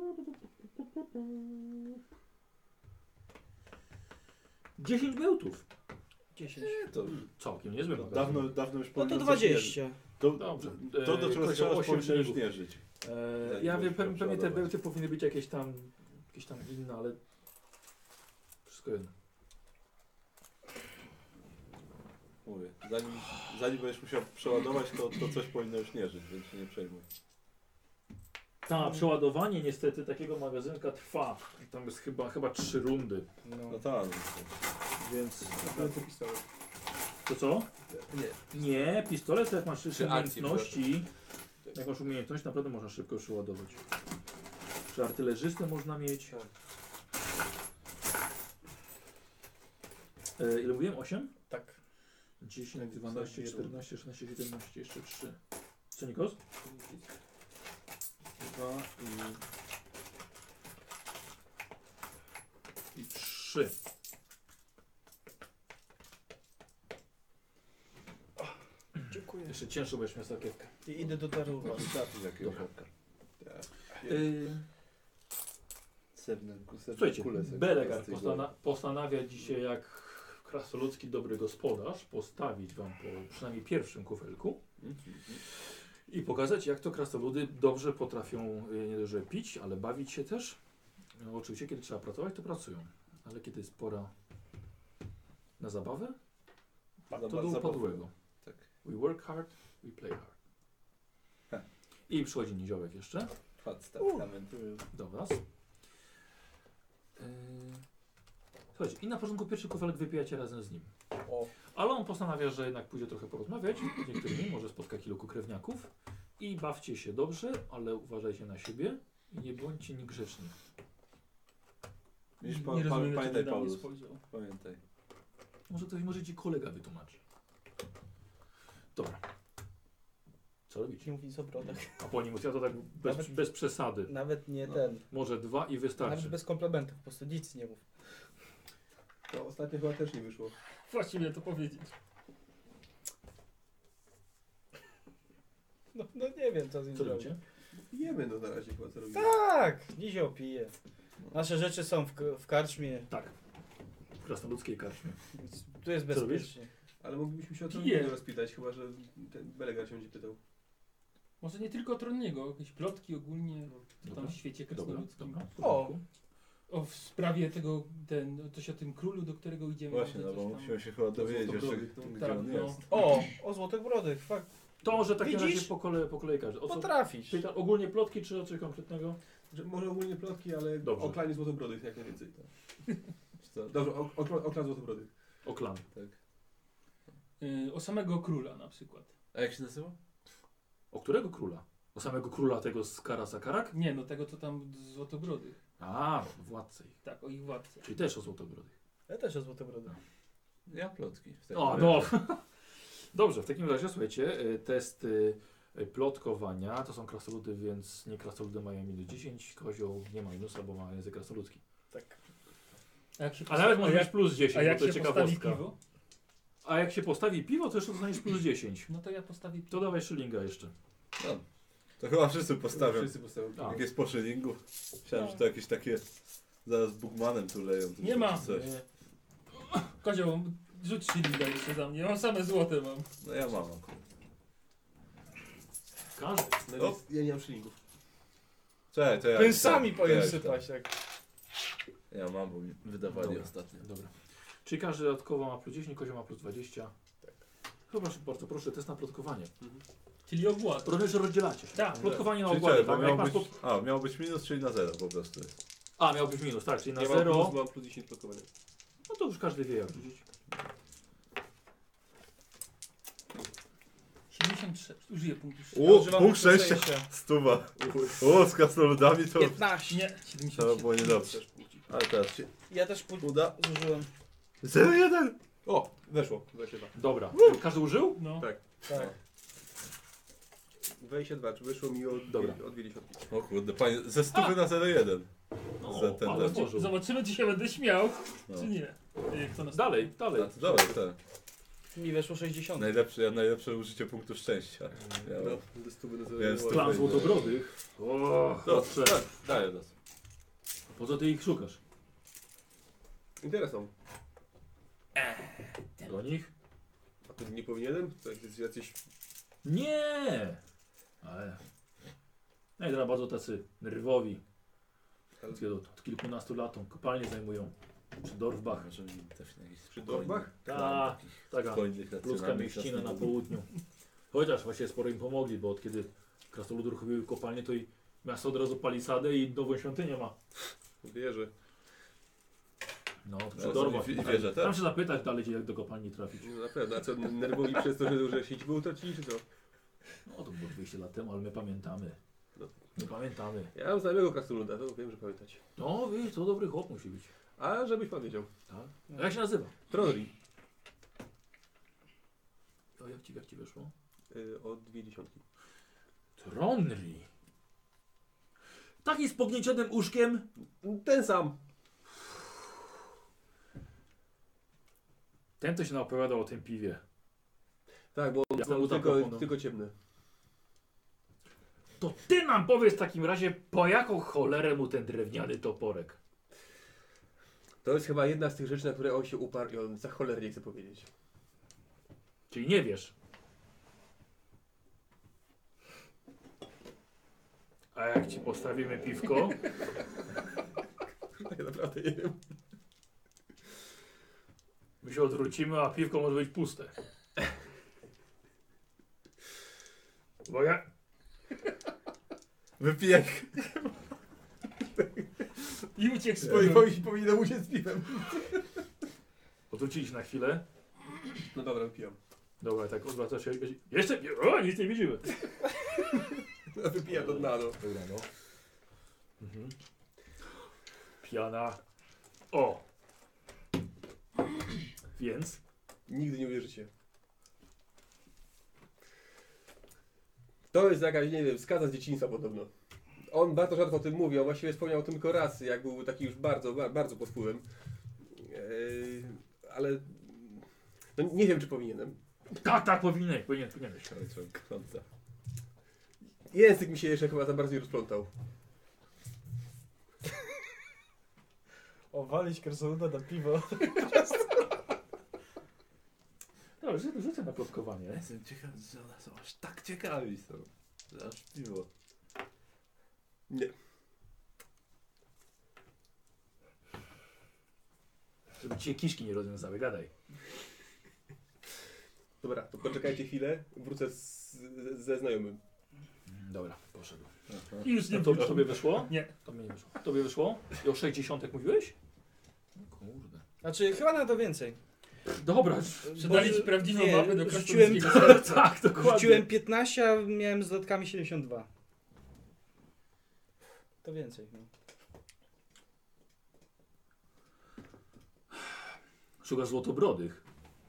S1: 10 bełtów.
S2: 10.
S5: To
S1: Całkiem niezły magazyn.
S5: dawno już
S2: No to
S5: powinno
S2: 20.
S5: To,
S1: Dobrze.
S5: to do czego
S1: Kozioł,
S5: strzelasz
S1: 8
S5: powinno już
S1: szylingów.
S5: nie żyć.
S1: Ja wiem, pewnie te
S5: przeładować.
S1: bełty powinny być jakieś tam inne, ale wszystko jedno.
S5: mówię, zanim będziesz musiał przeładować, to coś powinno już nie żyć, więc się nie przejmuj.
S1: Tak, przeładowanie niestety takiego magazynka trwa. Tam jest chyba 3 rundy,
S5: No tak.
S1: więc...
S4: To pistolet.
S1: To co?
S4: Nie.
S1: Nie, pistolet jak masz
S4: Przy akcji,
S1: umiejętności, jak masz umiejętność, naprawdę można szybko przeładować. Czy artylerzystę można mieć? Ile mówiłem? 8?
S2: Tak.
S1: 10, 12, 14, 16, 17, jeszcze 3. Co Nikos? 2 i 3.
S2: Dziękuję.
S1: Jeszcze ciężko będziesz miał sakiewkę.
S2: I idę do Daruwa.
S5: Trafisz jakiegoś
S1: Dobra.
S5: orka.
S1: Słuchajcie,
S5: kule sobie
S1: Belegar
S5: z tej głowy.
S1: postanawia dzisiaj jak krasnoludzki dobry gospodarz postawić wam po przynajmniej pierwszym kufelku i pokazać jak to krasnoludy dobrze potrafią nie dość, że pić, ale bawić się też. No, oczywiście kiedy trzeba pracować to pracują, ale kiedy jest pora na zabawę, to do upadłego.
S5: Tak.
S1: We work hard, we play hard.
S5: Ha.
S1: I przychodzi niziołek jeszcze
S5: Podstaw awantury.
S1: do was. Słuchajcie, i na początku pierwszy kufelek wypijacie razem z nim.
S2: O.
S1: Ale on postanawia, że jednak pójdzie trochę porozmawiać z niektórymi, może spotka kilku krewniaków. I bawcie się dobrze, ale uważajcie na siebie i nie bądźcie niegrzeczni.
S5: Widzisz,
S6: Nie rozumiem,
S5: pamiętaj,
S6: dlaczego na mnie
S5: Paulus.
S6: spojrzał.
S5: Pamiętaj.
S1: Może ci kolega wytłumaczy. Dobra. Co robicie?
S2: Nie mówić o brodach.
S1: A po nim ja to tak bez przesady.
S2: Nawet nie
S5: No.
S2: ten.
S1: Może 2 i wystarczy.
S2: Nawet bez komplementów. Po prostu nic nie mów.
S4: To ostatnio chyba też nie wyszło.
S6: Właściwie to powiedzieć.
S2: No nie wiem co z nim
S1: Co
S2: zrobić.
S1: robicie?
S4: Pijemy no na razie chyba co robimy.
S2: Tak, Nizio pije. Nasze rzeczy są w karczmie.
S1: Tak. W krasnoludzkiej karczmie.
S2: Więc tu jest
S1: Co robisz?
S2: bezpiecznie.
S4: Ale moglibyśmy się o
S6: Pije.
S4: to rozpytać, chyba że ten Belegar się będzie pytał.
S6: Może nie tylko o Tronniego, jakieś plotki ogólnie co
S1: Dobra.
S6: tam w świecie
S1: Dobra,
S6: krasnoludzkim.
S1: dobra. w
S2: O!
S1: porządku.
S6: O, w sprawie tego, coś o tym królu, do którego idziemy.
S5: Właśnie,
S6: może
S5: no bo
S6: coś tam.
S5: musimy się chyba dowiedzieć jeszcze,
S4: Złotobrodych, no.
S5: gdzie
S6: Tak,
S5: on
S6: no.
S5: jest.
S2: O Złotych Brodych. Fakt.
S1: To może w takim
S2: Widzisz?
S1: razie po kolei każdy. O co?
S2: Potrafisz.
S1: Czyli tak ogólnie plotki czy o coś konkretnego?
S4: Że może ogólnie plotki, ale
S1: Dobrze.
S4: o klanie Złotobrodych jak najwięcej.
S5: Co?
S4: Dobrze, o klan Złotobrodych.
S1: O klan.
S5: Tak.
S6: O samego króla na przykład.
S5: A jak się nazywa?
S1: O którego króla? O samego króla tego z Karasakarak?
S6: Nie, no tego co tam z Złotobrodych.
S1: A, władcy ich.
S6: Tak, o ich władcę.
S1: Czyli też o Złotogrodych.
S2: Ja też o Złote Brody.
S5: Ja plotki. w takim
S1: O,
S5: razie.
S1: no. Dobrze, w takim razie słuchajcie, test plotkowania to są krasnoludy, więc nie krasnoludy mają minus 10, kozioł nie ma minusa, bo ma język krasnoludzki.
S2: Tak.
S6: A jak się
S1: A nawet
S6: posta-
S1: może mieć plus 10,
S6: a
S1: bo
S6: jak
S1: to jest
S6: się postawi
S1: ciekawostka.
S6: piwo?
S1: A jak się postawi piwo, to jeszcze dostaniesz plus 10.
S6: No to ja postawię piwo.
S1: To dawaj szylinga jeszcze.
S5: No. To chyba wszyscy postawią.
S4: Wszyscy postawią.
S1: A.
S5: Jak jest po szylingu. Myślałem, że to jakieś takie... Zaraz Bugmanem tu leją. tu
S6: Nie ma.
S5: Coś.
S1: Nie.
S6: Kozioł, rzuć shilinga jeszcze za mnie. Mam same złote mam.
S5: No ja mam akurat.
S1: Każdy.
S4: No więc ja nie mam szylingów.
S5: Cześć, to ja...
S2: Pensami
S5: to
S2: powinien
S5: ja-
S2: sypać. Tak.
S5: Ja mam, bo mi wydawali
S1: Dobra.
S5: ostatnio.
S1: Dobra. Czyli każdy dodatkowo ma plus 10, kozioł ma plus 20. Tak. Proszę bardzo, proszę, test na plotkowanie.
S6: Czyli ogład.
S1: Rozumiem, że rozdzielacie.
S6: Tak.
S1: Plotkowanie na
S5: Czyli
S1: ogładę,
S5: czekaj, bo
S1: tak? Jak
S5: miał
S1: masz
S5: być...
S1: po...
S5: A, miał być minus, czyli na 0 po prostu.
S1: A, miał być minus, tak, czyli na
S4: Ja
S1: 0.
S4: mam plus 10 blokowania.
S1: No to już każdy wie jak rzucić.
S6: 73. Użyję punktu szczęścia.
S5: O,
S2: Używam
S5: punkt
S2: punktu
S5: szczęścia.
S2: szczęścia.
S5: Stuwa. O, z krasnoludami to...
S2: 15.
S6: Nie,
S5: To
S6: 77.
S5: było niedobrze.
S4: Też punkcik.
S5: Ale teraz się...
S2: Ja też
S5: Uda.
S2: zużyłem.
S5: 0-1!
S4: O, weszło. 22.
S1: Dobra. Każdy użył?
S6: No.
S4: Tak.
S2: Tak.
S4: 22, czy wyszło mi
S1: Dobra.
S4: o 2 dziesiątki.
S5: O kurde, panie, ze 100 na 0,1.
S1: No,
S5: Za ten
S1: ale
S5: test.
S1: włożył.
S6: Zobaczymy, czy się będę śmiał,
S5: No.
S6: czy nie. Kto nas...
S1: Dalej, dalej.
S5: A, to dobra, tak.
S2: Mi weszło 60.
S5: Najlepsze użycie punktu szczęścia. Ja
S4: No, ze 100 na 0.
S5: Więc to-
S1: Klan Złotogrodych. O, dobrze.
S5: Daję dos.
S1: Po co ty ich szukasz?
S4: I teraz są.
S1: Do nich?
S4: A to nie powinienem? To jest jacyś...
S1: Nie! Ale... No i teraz bardzo tacy nerwowi. Od kilkunastu lat kopalnie zajmują. Przy Dorfbach.
S5: Może mi też na jakiś
S4: Przy
S5: spokojny
S4: Dorfbach?
S5: klan
S1: Ta,
S5: takich
S1: taka
S5: spokojnych,
S1: ludzka
S5: racjonalnych
S1: mieścina na
S5: krasnoludów.
S1: południu. Chociaż właśnie sporo im pomogli, bo od kiedy krasnoludy uruchomiły kopalnię, to i miasto od razu palisadę i nową świątynię ma.
S4: Wierzę.
S1: No, to przy
S5: Ale
S1: Dorfbach.
S5: i wierzę
S1: Tam
S5: też.
S1: się zapytać dalej, jak do kopalni trafić.
S4: No na pewno, a co, nerwowi przez to, że siedzibę utracili, czy co?
S1: No to było 200 lat temu, ale my pamiętamy.
S4: No.
S1: My pamiętamy.
S4: Ja mam znajomego krasnoluda, to wiem, że pamiętać.
S1: No wiesz, to dobry chłop musi być.
S4: A żebyś pan wiedział.
S1: Tak? A jak się nazywa?
S4: Tronri.
S1: O, jak ci wyszło?
S4: O 20.
S1: Tronri. Taki z pogniecionym uszkiem.
S4: Ten sam.
S1: Ten to się naopowiadał o tym piwie.
S4: Tak, bo
S1: Ja
S4: to
S1: znowu
S4: tylko,
S1: zaproponuję.
S4: tylko ciemne.
S1: To ty nam powiedz w takim razie, po jaką cholerę mu ten drewniany toporek?
S4: To jest chyba jedna z tych rzeczy, na które on się uparł i on za cholernie chce powiedzieć.
S1: Czyli nie wiesz. A jak ci postawimy piwko?
S4: Ja naprawdę nie wiem.
S1: My się odwrócimy, a piwko może być puste. Bo ja...
S5: Wypijaj.
S1: I uciekł z
S4: Powinno mu się z piwem.
S1: Odwrócili się na chwilę.
S4: No dobra, wypijam.
S1: Dobra, tak odwraca się. Jeszcze... O, nic nie widzimy.
S4: Ja wypijam do dna, no.
S1: Dobra, no. Mhm. Piana. O! Więc?
S4: Nigdy nie uwierzycie. To jest jakaś, nie wiem, skaza z dzieciństwa podobno. On bardzo rzadko o tym mówi, on właściwie wspomniał o tym tylko raz, jak był taki już bardzo pod wpływem. Ale no nie wiem, czy powinienem.
S1: Tak, powinieneś.
S5: Kąta.
S4: Język mi się jeszcze chyba za bardzo nie rozplątał.
S2: Owalić krasnoluda na piwo.
S1: No, rzucę na plotkowanie.
S5: Jestem ciekawy, że one są aż tak ciekawi są. Że aż piwo.
S4: Nie.
S1: Żeby ci się kiszki nie rozwiązały, gadaj.
S4: Dobra, to poczekajcie chwilę, wrócę ze znajomym.
S1: Dobra, poszedł.
S5: Aha.
S1: I już nie to tobie wyszło?
S6: Nie.
S1: To mnie nie wyszło. Tobie wyszło? I o 60 jak mówiłeś? No kurde.
S2: Znaczy, chyba na to więcej.
S1: Dobra.
S6: Sprzedali ci prawdziwą
S2: nie,
S6: mapę do
S2: rzuciłem-
S6: krasnoludzkiego serca.
S1: Tak, dokładnie.
S2: Rzuciłem 15, a miałem z dodatkami 72. To więcej. No.
S1: Szukasz złotobrodych.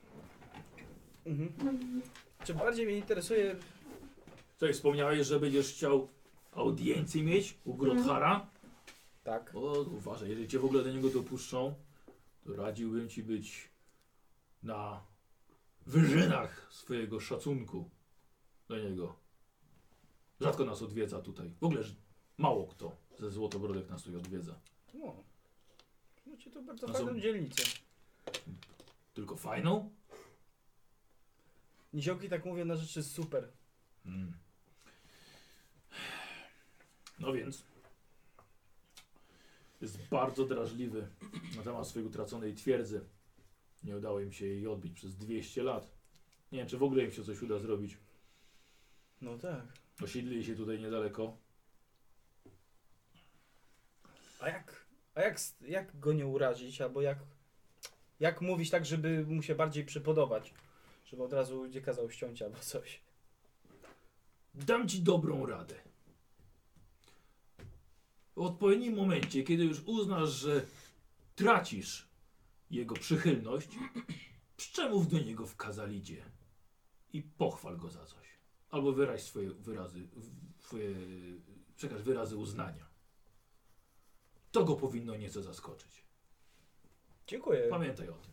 S2: Mhm. Czy bardziej mnie interesuje...
S1: Tutaj wspomniałeś, że będziesz chciał audiencję mieć u Grothara.
S2: Tak.
S1: O, uważaj, jeżeli cię w ogóle do niego dopuszczą, to radziłbym ci być na wyżynach swojego szacunku do niego. Rzadko nas odwiedza tutaj. W ogóle mało kto ze złotobrodek nas tutaj odwiedza.
S2: No. Macie to bardzo
S1: A co?
S2: fajną dzielnicę.
S1: Tylko fajną?
S2: Niziołki tak mówią na rzeczy super.
S1: Mm. No więc jest bardzo drażliwy na temat swojej utraconej twierdzy. Nie udało im się jej odbić przez 200 lat. Nie wiem, czy w ogóle im się coś uda zrobić.
S2: No tak.
S1: Osiedlili się tutaj niedaleko.
S2: Jak go nie urazić, albo jak mówić tak, żeby mu się bardziej przypodobać? Żeby od razu nie kazał ściąć albo coś.
S1: Dam ci dobrą radę. W odpowiednim momencie, kiedy już uznasz, że tracisz jego przychylność, przemów do niego w kazalidzie i pochwal go za coś. Albo wyraź przekaż wyrazy uznania. To go powinno nieco zaskoczyć.
S2: Dziękuję.
S1: Pamiętaj o tym.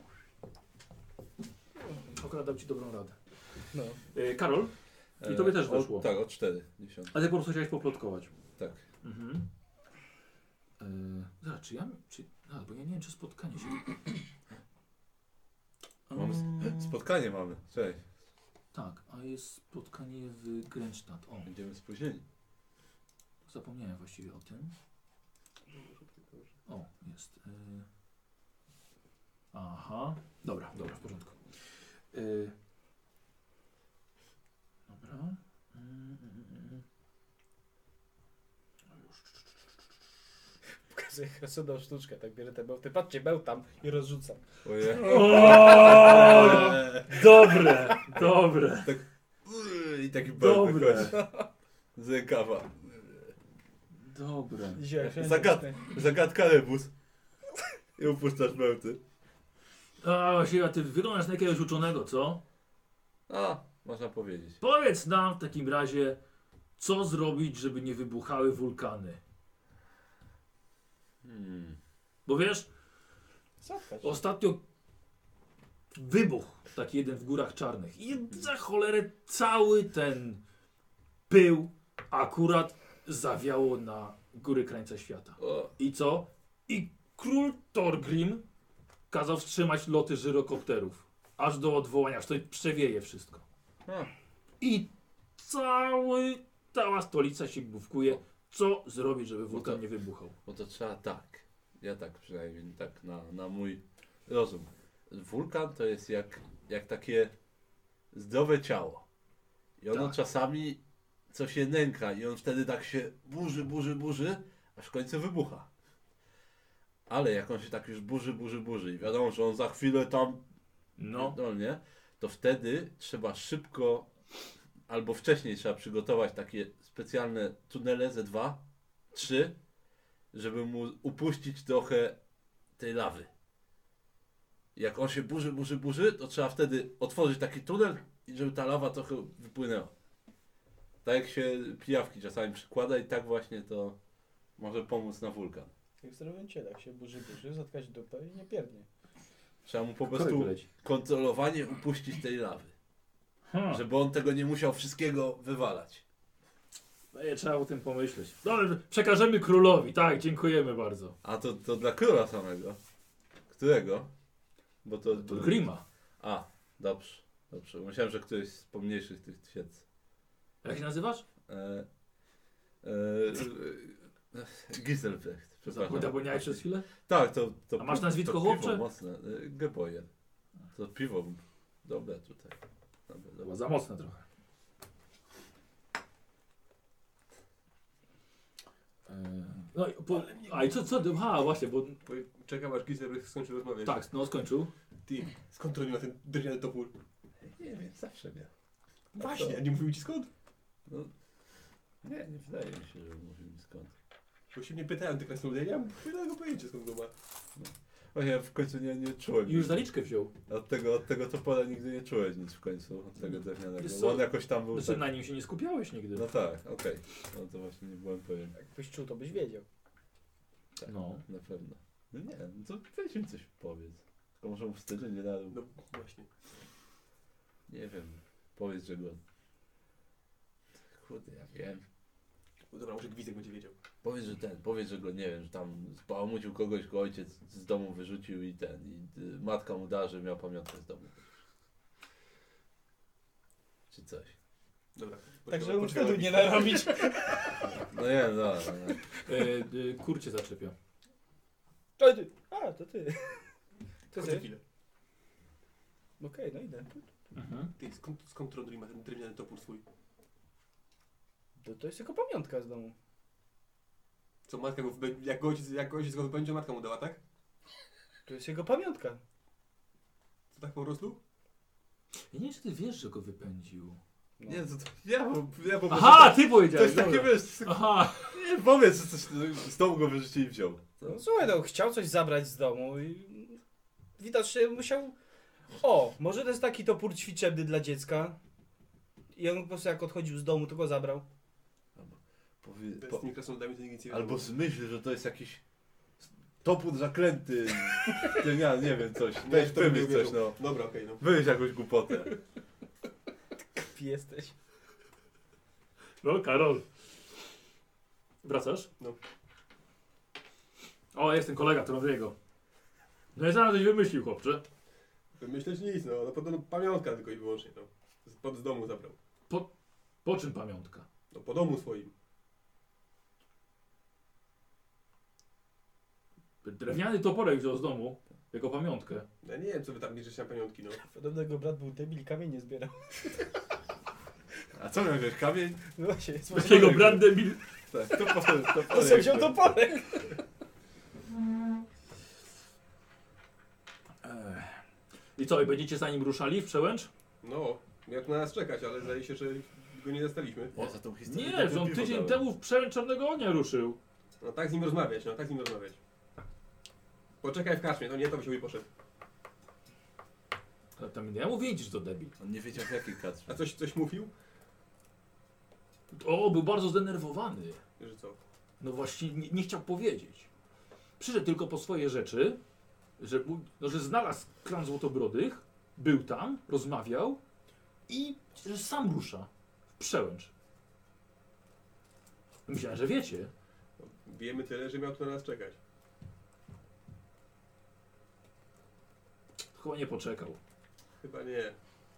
S1: Akurat dam ci dobrą radę.
S2: No.
S1: Karol, i tobie też weszło.
S5: Tak, o 4. 10.
S1: A ty po prostu chciałeś poplotkować.
S5: Tak.
S1: Mhm. Zaraz, bo ja nie wiem, czy spotkanie się...
S5: Spotkanie mamy. Cześć.
S1: Tak, a jest spotkanie w Grenstadt. O,
S5: Będziemy spóźnieni.
S1: zapomniałem właściwie o tym. O, jest. Aha. Dobra, w porządku. Dobra. No już.
S2: Pokazuję krasowną sztuczkę, tak bierę te bełty. Patrzcie, bełt tam i rozrzucam.
S5: Ojej.
S1: O, dobre.
S5: I taki bełt
S1: Dobre.
S5: wychodzi. Z rękawa.
S1: Dobre.
S5: Zagadka rebus. I upuszczasz bełty.
S1: A, właściwie, a ty wyglądasz na jakiegoś uczonego, co?
S5: A, można powiedzieć.
S1: Powiedz nam w takim razie, co zrobić, żeby nie wybuchały wulkany. Bo wiesz, ostatnio wybuch taki jeden w Górach Czarnych i za cholerę cały ten pył akurat zawiało na góry krańca świata.
S5: O,
S1: I co? I król Thorgrim kazał wstrzymać loty żyrokopterów aż do odwołania, aż to przewieje wszystko.
S5: a,
S1: I cała stolica się główkuje, co zrobić, żeby wulkan nie wybuchał.
S5: bo to trzeba tak. Ja tak przynajmniej, tak na mój rozum. Wulkan to jest jak takie zdrowe ciało. I ono
S1: Tak.
S5: czasami coś się nęka i on wtedy tak się burzy, aż w końcu wybucha. Ale jak on się tak już burzy i wiadomo, że on za chwilę tam
S1: No,
S5: dolnie, to wtedy trzeba szybko albo wcześniej trzeba przygotować takie specjalne tunele ze 2, 3, żeby mu upuścić trochę tej lawy. Jak on się burzy, to trzeba wtedy otworzyć taki tunel i żeby ta lawa trochę wypłynęła. Tak jak się pijawki czasami przykłada i tak właśnie to może pomóc na wulkan.
S2: Jak zdrowym ciele, jak się burzy, zatkać dupę i nie pierdnie.
S5: Trzeba mu po
S1: korek
S5: prostu
S1: wyleci.
S5: kontrolowanie upuścić tej lawy.
S1: Ha.
S5: Żeby on tego nie musiał wszystkiego wywalać.
S1: Trzeba o tym pomyśleć. Dobrze, przekażemy królowi, tak, dziękujemy bardzo.
S5: A to dla króla samego. Którego? Bo to...
S1: Thorgrima.
S5: A, dobrze. Myślałem, że któryś z pomniejszych tych księdz.
S1: Jak się nazywasz?
S5: Giselbrecht, przepraszam.
S1: Zapomniałeś przez chwilę?
S5: Tak, to
S1: A masz nazwisko
S5: to
S1: chłopcze?
S5: piwo mocne. Geboyer. To piwo dobre tutaj.
S1: Chyba za mocne trochę. No i a i co? Aha, właśnie, bo
S4: Czekam aż Gisler skończy rozmawiać.
S1: tak, no skończył.
S4: Ty, skąd to nie ma ten drewniany topór?
S5: Nie wiem, zawsze miał.
S4: Właśnie, a nie mówił ci skąd?
S5: No, nie wydaje mi się, że mówił mi skąd.
S4: Bo się mnie pytałem te krasnoludy, ja mam żadnego pojęcia skąd go ma.
S5: Właśnie ja w końcu nie czułem.
S1: I już zaliczkę wziął.
S5: Od tego topora nigdy nie czułeś nic w końcu, od tego drewnianego.
S1: Wiesz
S5: Bo
S1: co?
S5: on jakoś tam był
S1: Znaczy
S5: tak...
S1: na nim się nie skupiałeś nigdy.
S5: No tak, okej. No to właśnie nie byłem pewien.
S2: Jakbyś czuł, to byś wiedział.
S5: Tak,
S1: No.
S5: na pewno. No nie, no to weź mi coś powiedz. Tylko może mu wstydzę nie dał.
S4: No właśnie.
S5: Nie wiem, powiedz, że go... Kurde, ja wiem.
S4: No dobra, może Gwizdek będzie wiedział.
S5: Powiedz, że go, nie wiem, że tam spałamucił kogoś, go ojciec z domu wyrzucił i matka mu da, że miał pamiątkę z domu. Czy coś.
S4: Dobra.
S2: Także wtedy nie narobić.
S5: No nie, no.
S1: Kur cię zaczepia.
S2: To ty. A, to ty. To
S4: Chodź
S2: ty.
S4: chwilę.
S2: Okej, no idę.
S1: Mhm.
S4: Ty, skąd Trondri ma ten drewniany topór swój?
S2: To jest tylko pamiątka z domu.
S4: Co matka go, jak ojciec go wypędził, matka mu dała, tak?
S2: To jest jego pamiątka.
S4: To tak po prostu?
S1: Ja nie wiem, czy ty wiesz, że go wypędził.
S2: No.
S5: Nie, to ja po prostu...
S1: Aha, ty
S5: To
S1: powiedziałeś,
S5: jest takie,
S1: dobra.
S5: wiesz,
S1: Aha.
S5: nie powiedz, że coś z domu go wyrzucił i wziął.
S2: No, słuchaj, no, chciał coś zabrać z domu i widocznie musiał... O, może to jest taki topór ćwiczebny dla dziecka. I on po prostu jak odchodził z domu, to go zabrał.
S4: Z tymi krasnoludami to nic nie
S5: Albo
S4: wiadomo.
S5: zmyśl, że to jest jakiś topór zaklęty. Nie wiem, coś.
S4: Nie,
S5: Weź
S4: to bym
S5: wymyśl
S4: nie
S5: coś,
S4: uwierzył.
S5: no.
S4: Dobra, okej, no.
S5: Wymyśl jakąś głupotę.
S2: Jesteś.
S1: No, Karol. Wracasz?
S4: No.
S1: O, jest ten kolega Trondriego. No i zaraz coś wymyślił, chłopcze.
S4: Myśleć nic, no podobno pamiątka tylko i wyłącznie, no. Z domu zabrał.
S1: Po czym pamiątka?
S4: No po domu swoim.
S1: Drewniany toporek wziął z domu. Jako pamiątkę.
S4: Ja nie wiem, co wy tam bierzecie na pamiątki, no.
S2: Podobno jego brat był debil, kamień nie zbierał.
S5: A co miał wiesz, kamień?
S2: No właśnie,
S1: Takiego brat debil.
S5: Tak, to
S2: to sobie wziął toporek.
S1: I co, i będziecie za nim ruszali w przełęcz?
S4: No, miał tu na nas czekać, ale zdaje się, że go nie zastaliśmy.
S5: O, za tą historię.
S1: Nie, że on tydzień temu w przełęcz Czarnego Ognia ruszył.
S4: No tak z nim rozmawiać, no tak z nim rozmawiać. Poczekaj w karczmie, no nie, to by się mój poszedł.
S1: Ale tam ja mu wiedzieć, że to debil.
S5: On nie wiedział w jakiej katrze.
S4: A coś mówił?
S1: O, był bardzo zdenerwowany.
S4: Że co?
S1: No właśnie nie chciał powiedzieć. Przyszedł tylko po swoje rzeczy, że znalazł klan Złotobrodych, był tam, rozmawiał i że sam rusza w przełęcz. Myślałem, że wiecie.
S4: No, wiemy tyle, że miał tu na nas czekać.
S1: Chyba nie poczekał.
S4: Chyba nie.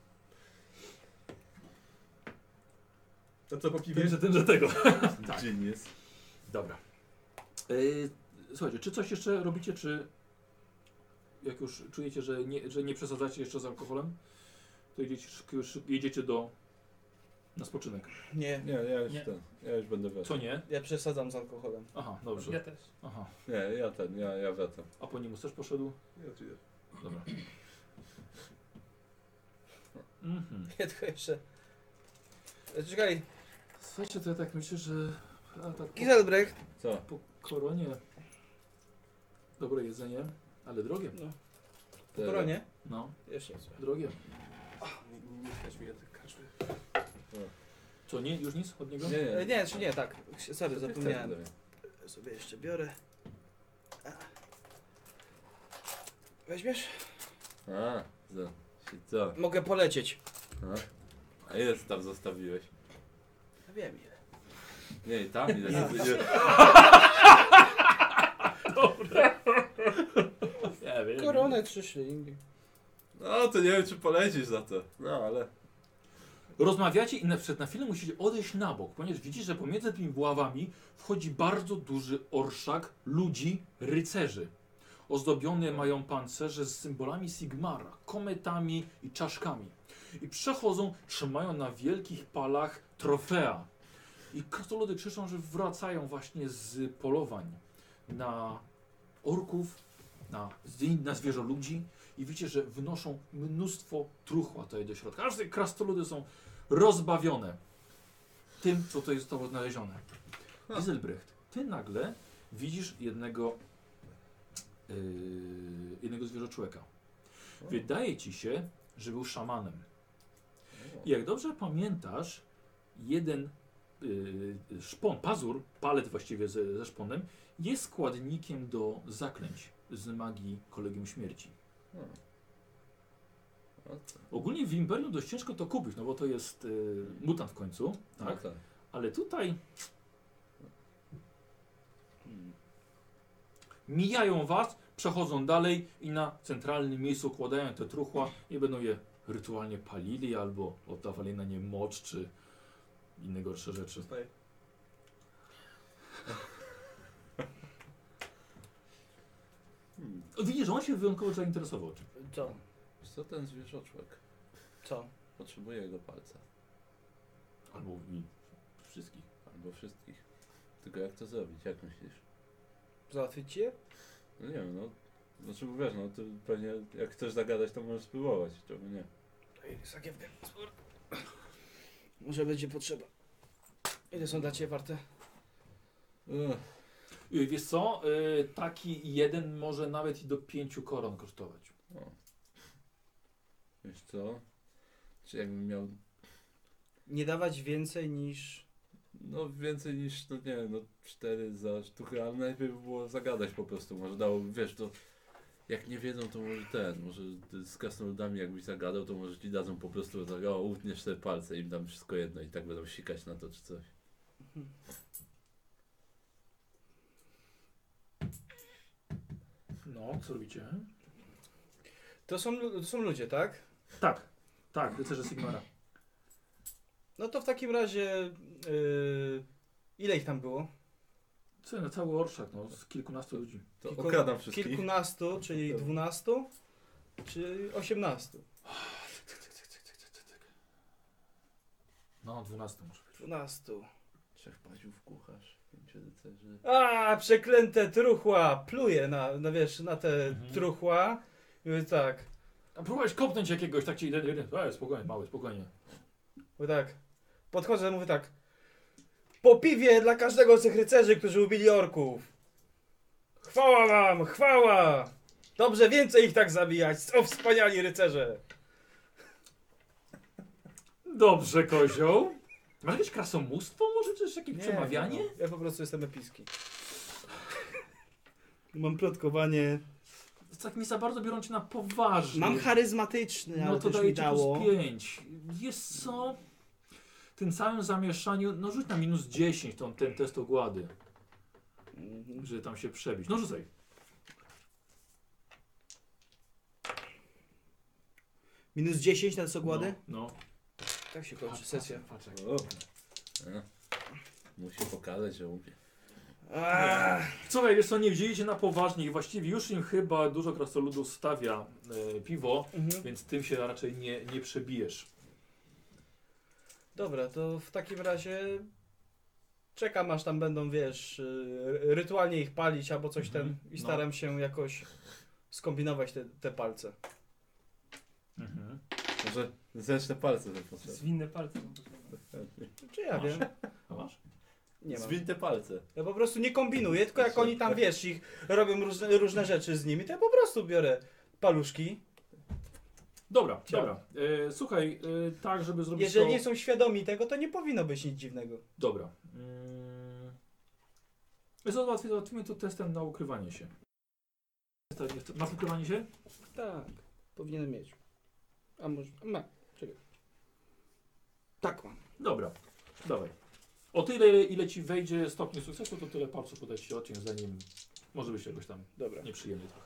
S4: To co po piwie?
S1: Wiem, że ten, że tego. Tak.
S5: Genius.
S1: Dobra. Słuchajcie, czy coś jeszcze robicie, czy jak już czujecie, że nie przesadzacie jeszcze z alkoholem, to już jedziecie na spoczynek.
S2: Nie,
S5: Nie, ja już
S6: Nie.
S5: ja już będę wracał.
S1: Co nie?
S2: ja przesadzam z alkoholem.
S1: Aha, dobrze.
S6: Ja też.
S1: Aha.
S5: Nie, ja wracam.
S1: A po nim też poszedł?
S4: Ja czy nie?
S1: Dobra. Mhm.
S2: Ja tylko jeszcze... Czekaj,
S1: Słuchajcie, to ja tak myślę, że tak
S2: Giselbrecht.
S5: Co?
S1: po koronie dobre jedzenie, ale drogie.
S2: No,
S4: Tak.
S2: po koronie.
S1: No,
S2: Jeszcze co?
S1: drogie.
S4: Nie stać mi na tych karczmy.
S1: Co, nie? Już nic od niego?
S5: Nie.
S2: Nie, czy nie, tak. Sorry, zapomniałem.
S5: Wtedy.
S2: Sobie jeszcze biorę. A. Weźmiesz?
S5: A, co?
S2: Mogę polecieć.
S5: A jest tam zostawiłeś.
S2: Ja wiem ile.
S5: Nie, tam ile.
S1: Ja wiem.
S2: Koronę 3 szylingii.
S5: No to nie wiem, czy polecisz za to. No ale.
S1: Rozmawiacie i na chwilę musicie odejść na bok, ponieważ widzicie, że pomiędzy tymi buławami wchodzi bardzo duży orszak ludzi, rycerzy. Ozdobione mają pancerze z symbolami Sigmara, kometami i czaszkami. I przechodzą, trzymają na wielkich palach trofea. I krasnoludy krzyczą, że wracają właśnie z polowań na orków, na zwierzoludzi. I widzicie, że wnoszą mnóstwo truchła tutaj do środka. Aż te krasnoludy są rozbawione tym, co to zostało znalezione. Giselbrecht, ty nagle widzisz jednego zwierzoczłeka. Wydaje ci się, że był szamanem. I jak dobrze pamiętasz, jeden szpon, pazur, palec właściwie ze szponem, jest składnikiem do zaklęć z magii Kolegium Śmierci. Ogólnie w Imperium dość ciężko to kupić, no bo to jest mutant w końcu, tak?
S5: No tak.
S1: Ale tutaj mijają was, przechodzą dalej i na centralnym miejscu układają te truchła i będą je rytualnie palili albo oddawali na nie mocz czy inne gorsze rzeczy.
S4: Zostaje.
S1: Widzisz, że on się wyjątkowo zainteresował czym.
S2: Co?
S5: Co ten zwierzoczłek?
S2: Co?
S5: Potrzebuje jego palca.
S1: Albo i wszystkich.
S5: Albo wszystkich. Tylko jak to zrobić? Jak myślisz?
S2: Załatwić cię?
S5: No nie wiem, no. Znaczy wiesz, no to pewnie jak chcesz zagadać, to możesz spróbować. Czemu nie?
S2: Sakiewkę. Może będzie potrzeba. Ile są dla ciebie warte?
S1: Wiesz co, taki jeden może nawet i do 5 koron kosztować.
S5: O. Wiesz co? Czy jakbym miał,
S2: Nie dawać więcej niż...
S5: no więcej niż, no nie wiem, no 4 za sztukę, ale najpierw by było zagadać po prostu. Może dało, wiesz, to jak nie wiedzą, to może z krasnoludami jakbyś zagadał, to może ci dadzą po prostu, tak, o, utniesz te palce, im dam wszystko jedno i tak będą sikać na to czy coś.
S1: No, co robicie?
S2: To są ludzie, tak?
S1: Tak, rycerze Sigmara.
S2: No to w takim razie... ile ich tam było?
S1: Co, no, cały orszak, no, z kilkunastu ludzi.
S5: To okradam wszystkich.
S2: Kilkunastu, czyli 12, czy 18?
S1: No, 12 może być.
S2: 12.
S5: 3 paziów kucharz, 5 rycerzy.
S2: A, przeklęte truchła! Pluję wiesz, na te
S1: Mhm.
S2: truchła. I mówię tak,
S1: A próbowałeś kopnąć jakiegoś, tak ci jeden, spokojnie, mały, spokojnie.
S2: mówię tak. Podchodzę, mówię tak. Po piwie dla każdego z tych rycerzy, którzy ubili orków. Chwała wam, chwała! Dobrze, więcej ich tak zabijać. O, wspaniali rycerze!
S1: Dobrze, kozioł. Masz jakieś krasomóstwo może, czy jakieś przemawianie?
S2: no, ja po prostu jestem epicki. Mam plotkowanie.
S1: Tak nie za bardzo biorą cię na poważnie.
S2: Mam charyzmatyczny,
S1: No
S2: ale
S1: to
S2: też
S1: daje
S2: mi
S1: ci
S2: dało.
S1: plus 5. Jest co? W tym całym zamieszaniu, no rzuć na minus 10 ten test ogłady,
S2: Mhm.
S1: żeby tam się przebić. No rzucaj.
S2: Minus 10 na ogłady?
S1: No.
S2: Tak się kończy sesja.
S1: Patrz,
S5: O. Musi pokazać, że umie.
S1: Słuchaj, wiesz co, nie wzięli cię na poważnie i właściwie już im chyba dużo krasnoludów stawia piwo,
S2: Mhm.
S1: więc tym się raczej nie przebijesz.
S2: Dobra, to w takim razie czekam aż tam będą, wiesz, rytualnie ich palić albo coś
S1: Mhm,
S2: ten i
S1: no.
S2: staram się jakoś skombinować te palce.
S1: Mhm.
S5: Może zręczne palce są potrzebne.
S6: Zwinne palce. mam potrzebne.
S2: Czy ja
S1: Masz?
S2: wiem?
S1: A masz?
S2: Nie mam.
S5: Zwin te palce.
S2: Ja po prostu nie kombinuję, tylko jak oni tam, wiesz, ich robią różne rzeczy z nimi, to ja po prostu biorę paluszki.
S1: Dobra,
S2: Ciao.
S1: dobra. Słuchaj, tak żeby zrobić
S2: Jeżeli
S1: to...
S2: nie są świadomi tego, to nie powinno być nic dziwnego.
S1: Dobra. Załatwimy to testem na ukrywanie się. Masz ukrywanie się?
S2: Tak, powinienem mieć. A może... Ma, czekaj. Tak mam.
S1: Dobra, dawaj. O tyle, ile ci wejdzie stopni sukcesu, to tyle palców podać ci odcień, zanim może być jakoś tam
S2: Dobra.
S1: nieprzyjemnie trochę.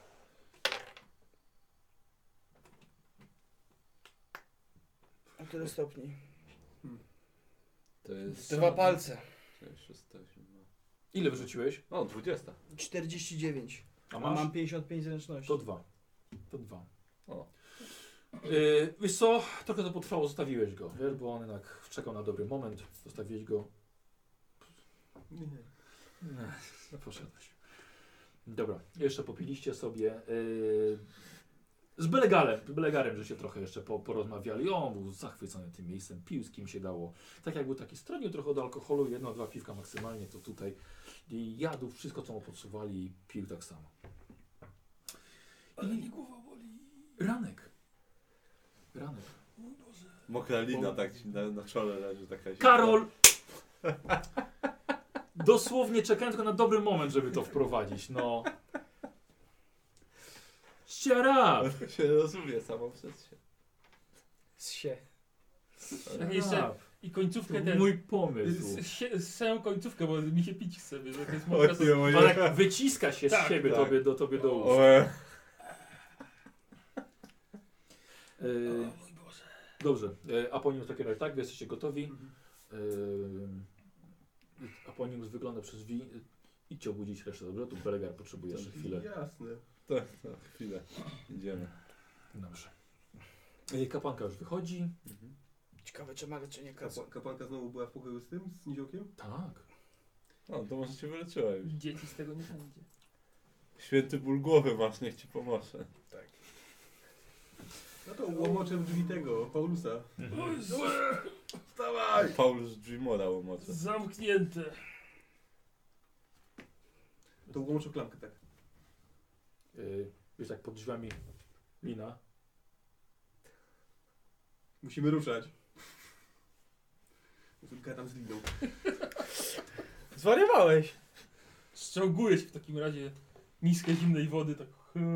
S2: A tyle stopni.
S5: To jest...
S2: 2 palce.
S5: 6, 7,
S1: Ile wyrzuciłeś?
S5: O, 20.
S2: 49.
S1: A
S2: A
S1: masz?
S2: mam 55 zręczności.
S1: To 2. To 2.
S5: O.
S1: Wiesz co, trochę to potrwało, zostawiłeś go, wiesz, bo on jednak czekał na dobry moment, zostawiłeś go. Nie, poszedłeś. Dobra, jeszcze popiliście sobie. Z Belegarem, że się trochę jeszcze porozmawiali. On był zachwycony tym miejscem, pił z kim się dało. Tak jak był taki stronił trochę od alkoholu, 1-2 piwka maksymalnie, to tutaj i jadł wszystko, co mu podsuwali i pił tak samo.
S6: Ale nie głowa boli.
S1: Ranek.
S5: Mokra lina tak ci na czole leży taka.
S1: Karol! Dosłownie czekałem tylko na dobry moment, żeby to wprowadzić, no. Shut up!
S5: się rozumie samo przez się.
S2: Sie.
S6: Tak jeszcze i końcówkę
S1: To
S6: ten.
S1: mój pomysł.
S6: Samą końcówkę, bo mi się pić chce, wiesz, jak jest
S5: O,
S6: mokra, to...
S5: nie, moje-
S1: Ale jak wyciska się z
S6: Tak,
S1: siebie
S5: tak.
S1: tobie do ust.
S5: Oe.
S6: Mój Boże.
S1: Dobrze, Aponius w takim razie tak, wy jesteście gotowi. Aponius wygląda przez drzwi. Idźcie obudzić resztę, dobrze? Tu Belegar potrzebuje jeszcze chwilę.
S4: Jasne.
S5: Tak, chwilę. Idziemy.
S1: Dobrze. Kapłanka już wychodzi.
S5: Mhm.
S2: Ciekawe, czy ma leczenie kaca.
S4: Kapłanka znowu była w pokoju z tym, z niziołkiem?
S1: Tak.
S5: No, to może cię wyleczyła już.
S6: Dzieci z tego nie będzie.
S5: Święty ból głowy masz, niech ci pomoże.
S4: No to łomoczem drzwi tego, Paulusa.
S5: Wstawaj! Paulus Dreamora łomocze.
S6: Zamknięte.
S4: To łomoczą klamkę, tak.
S1: Wiesz, tak pod drzwiami lina.
S4: Musimy ruszać. Gadam z liną.
S2: Zwariowałeś!
S6: Ściąguje się w takim razie miskę zimnej wody, tak.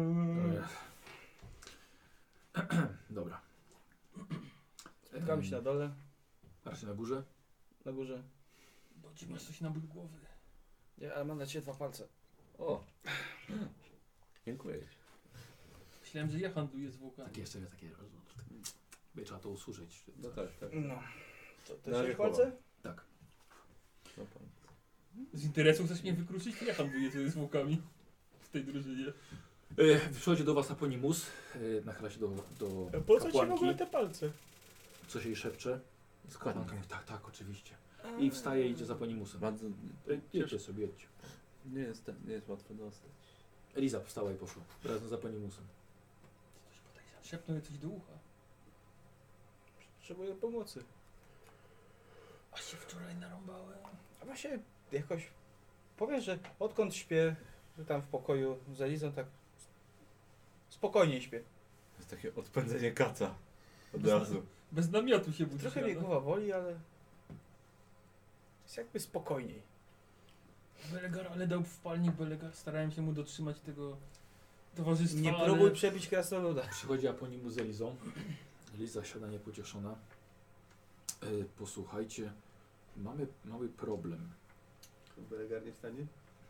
S1: Dobra.
S2: Spotkamy się na dole,
S1: Raczej na górze.
S2: na górze.
S6: Bo ci masz coś na ból głowy.
S2: Nie, ale mam na ciebie 2 palce.
S5: O! Dziękuję ci.
S6: Myślałem, że ja handluję zwłokami.
S1: Takie jeszcze, by trzeba to usłyszeć.
S5: No tak, tak.
S2: No. To
S5: Na
S2: też
S5: razie
S2: 6 palce?
S1: Tak.
S5: No pan.
S6: Z interesu chcesz mnie wykluczyć? To ja handluję z zwłokami w tej drużynie.
S1: Przychodzi do was Aponimus, nachyla się do
S2: Po co ci w
S1: kapłanki,
S2: ogóle te palce?
S1: coś jej szepcze. Kapłanka mówi, tak, tak, oczywiście. I wstaje i idzie za Aponimusem.
S5: Bardzo
S1: Jedźcie sobie, jedźcie.
S5: nie jest łatwo dostać.
S1: Eliza wstała i poszła, razem z Aponimusem.
S6: Szepnął jej coś do ucha.
S2: Potrzebuję pomocy.
S6: A się wczoraj narąbałem.
S2: A właśnie jakoś powiesz, że odkąd śpię, że tam w pokoju z Elizą, tak spokojniej śpię.
S5: To jest takie odpędzenie kaca. Od
S6: Bez-
S5: razu.
S6: Bez namiotu się budzisz
S2: Trochę mnie
S6: rano.
S2: głowa boli, ale jest jakby spokojniej.
S6: Belegar, ale dał wpalnik Belegar. Starałem się mu dotrzymać tego towarzystwa,
S2: Nie
S6: ale...
S2: próbuj przebić krasnoluda.
S1: Przychodzi Aponimus z Elizą. Eliza siada niepocieszona. Posłuchajcie, mamy mały problem.
S4: Belegar nie wstanie?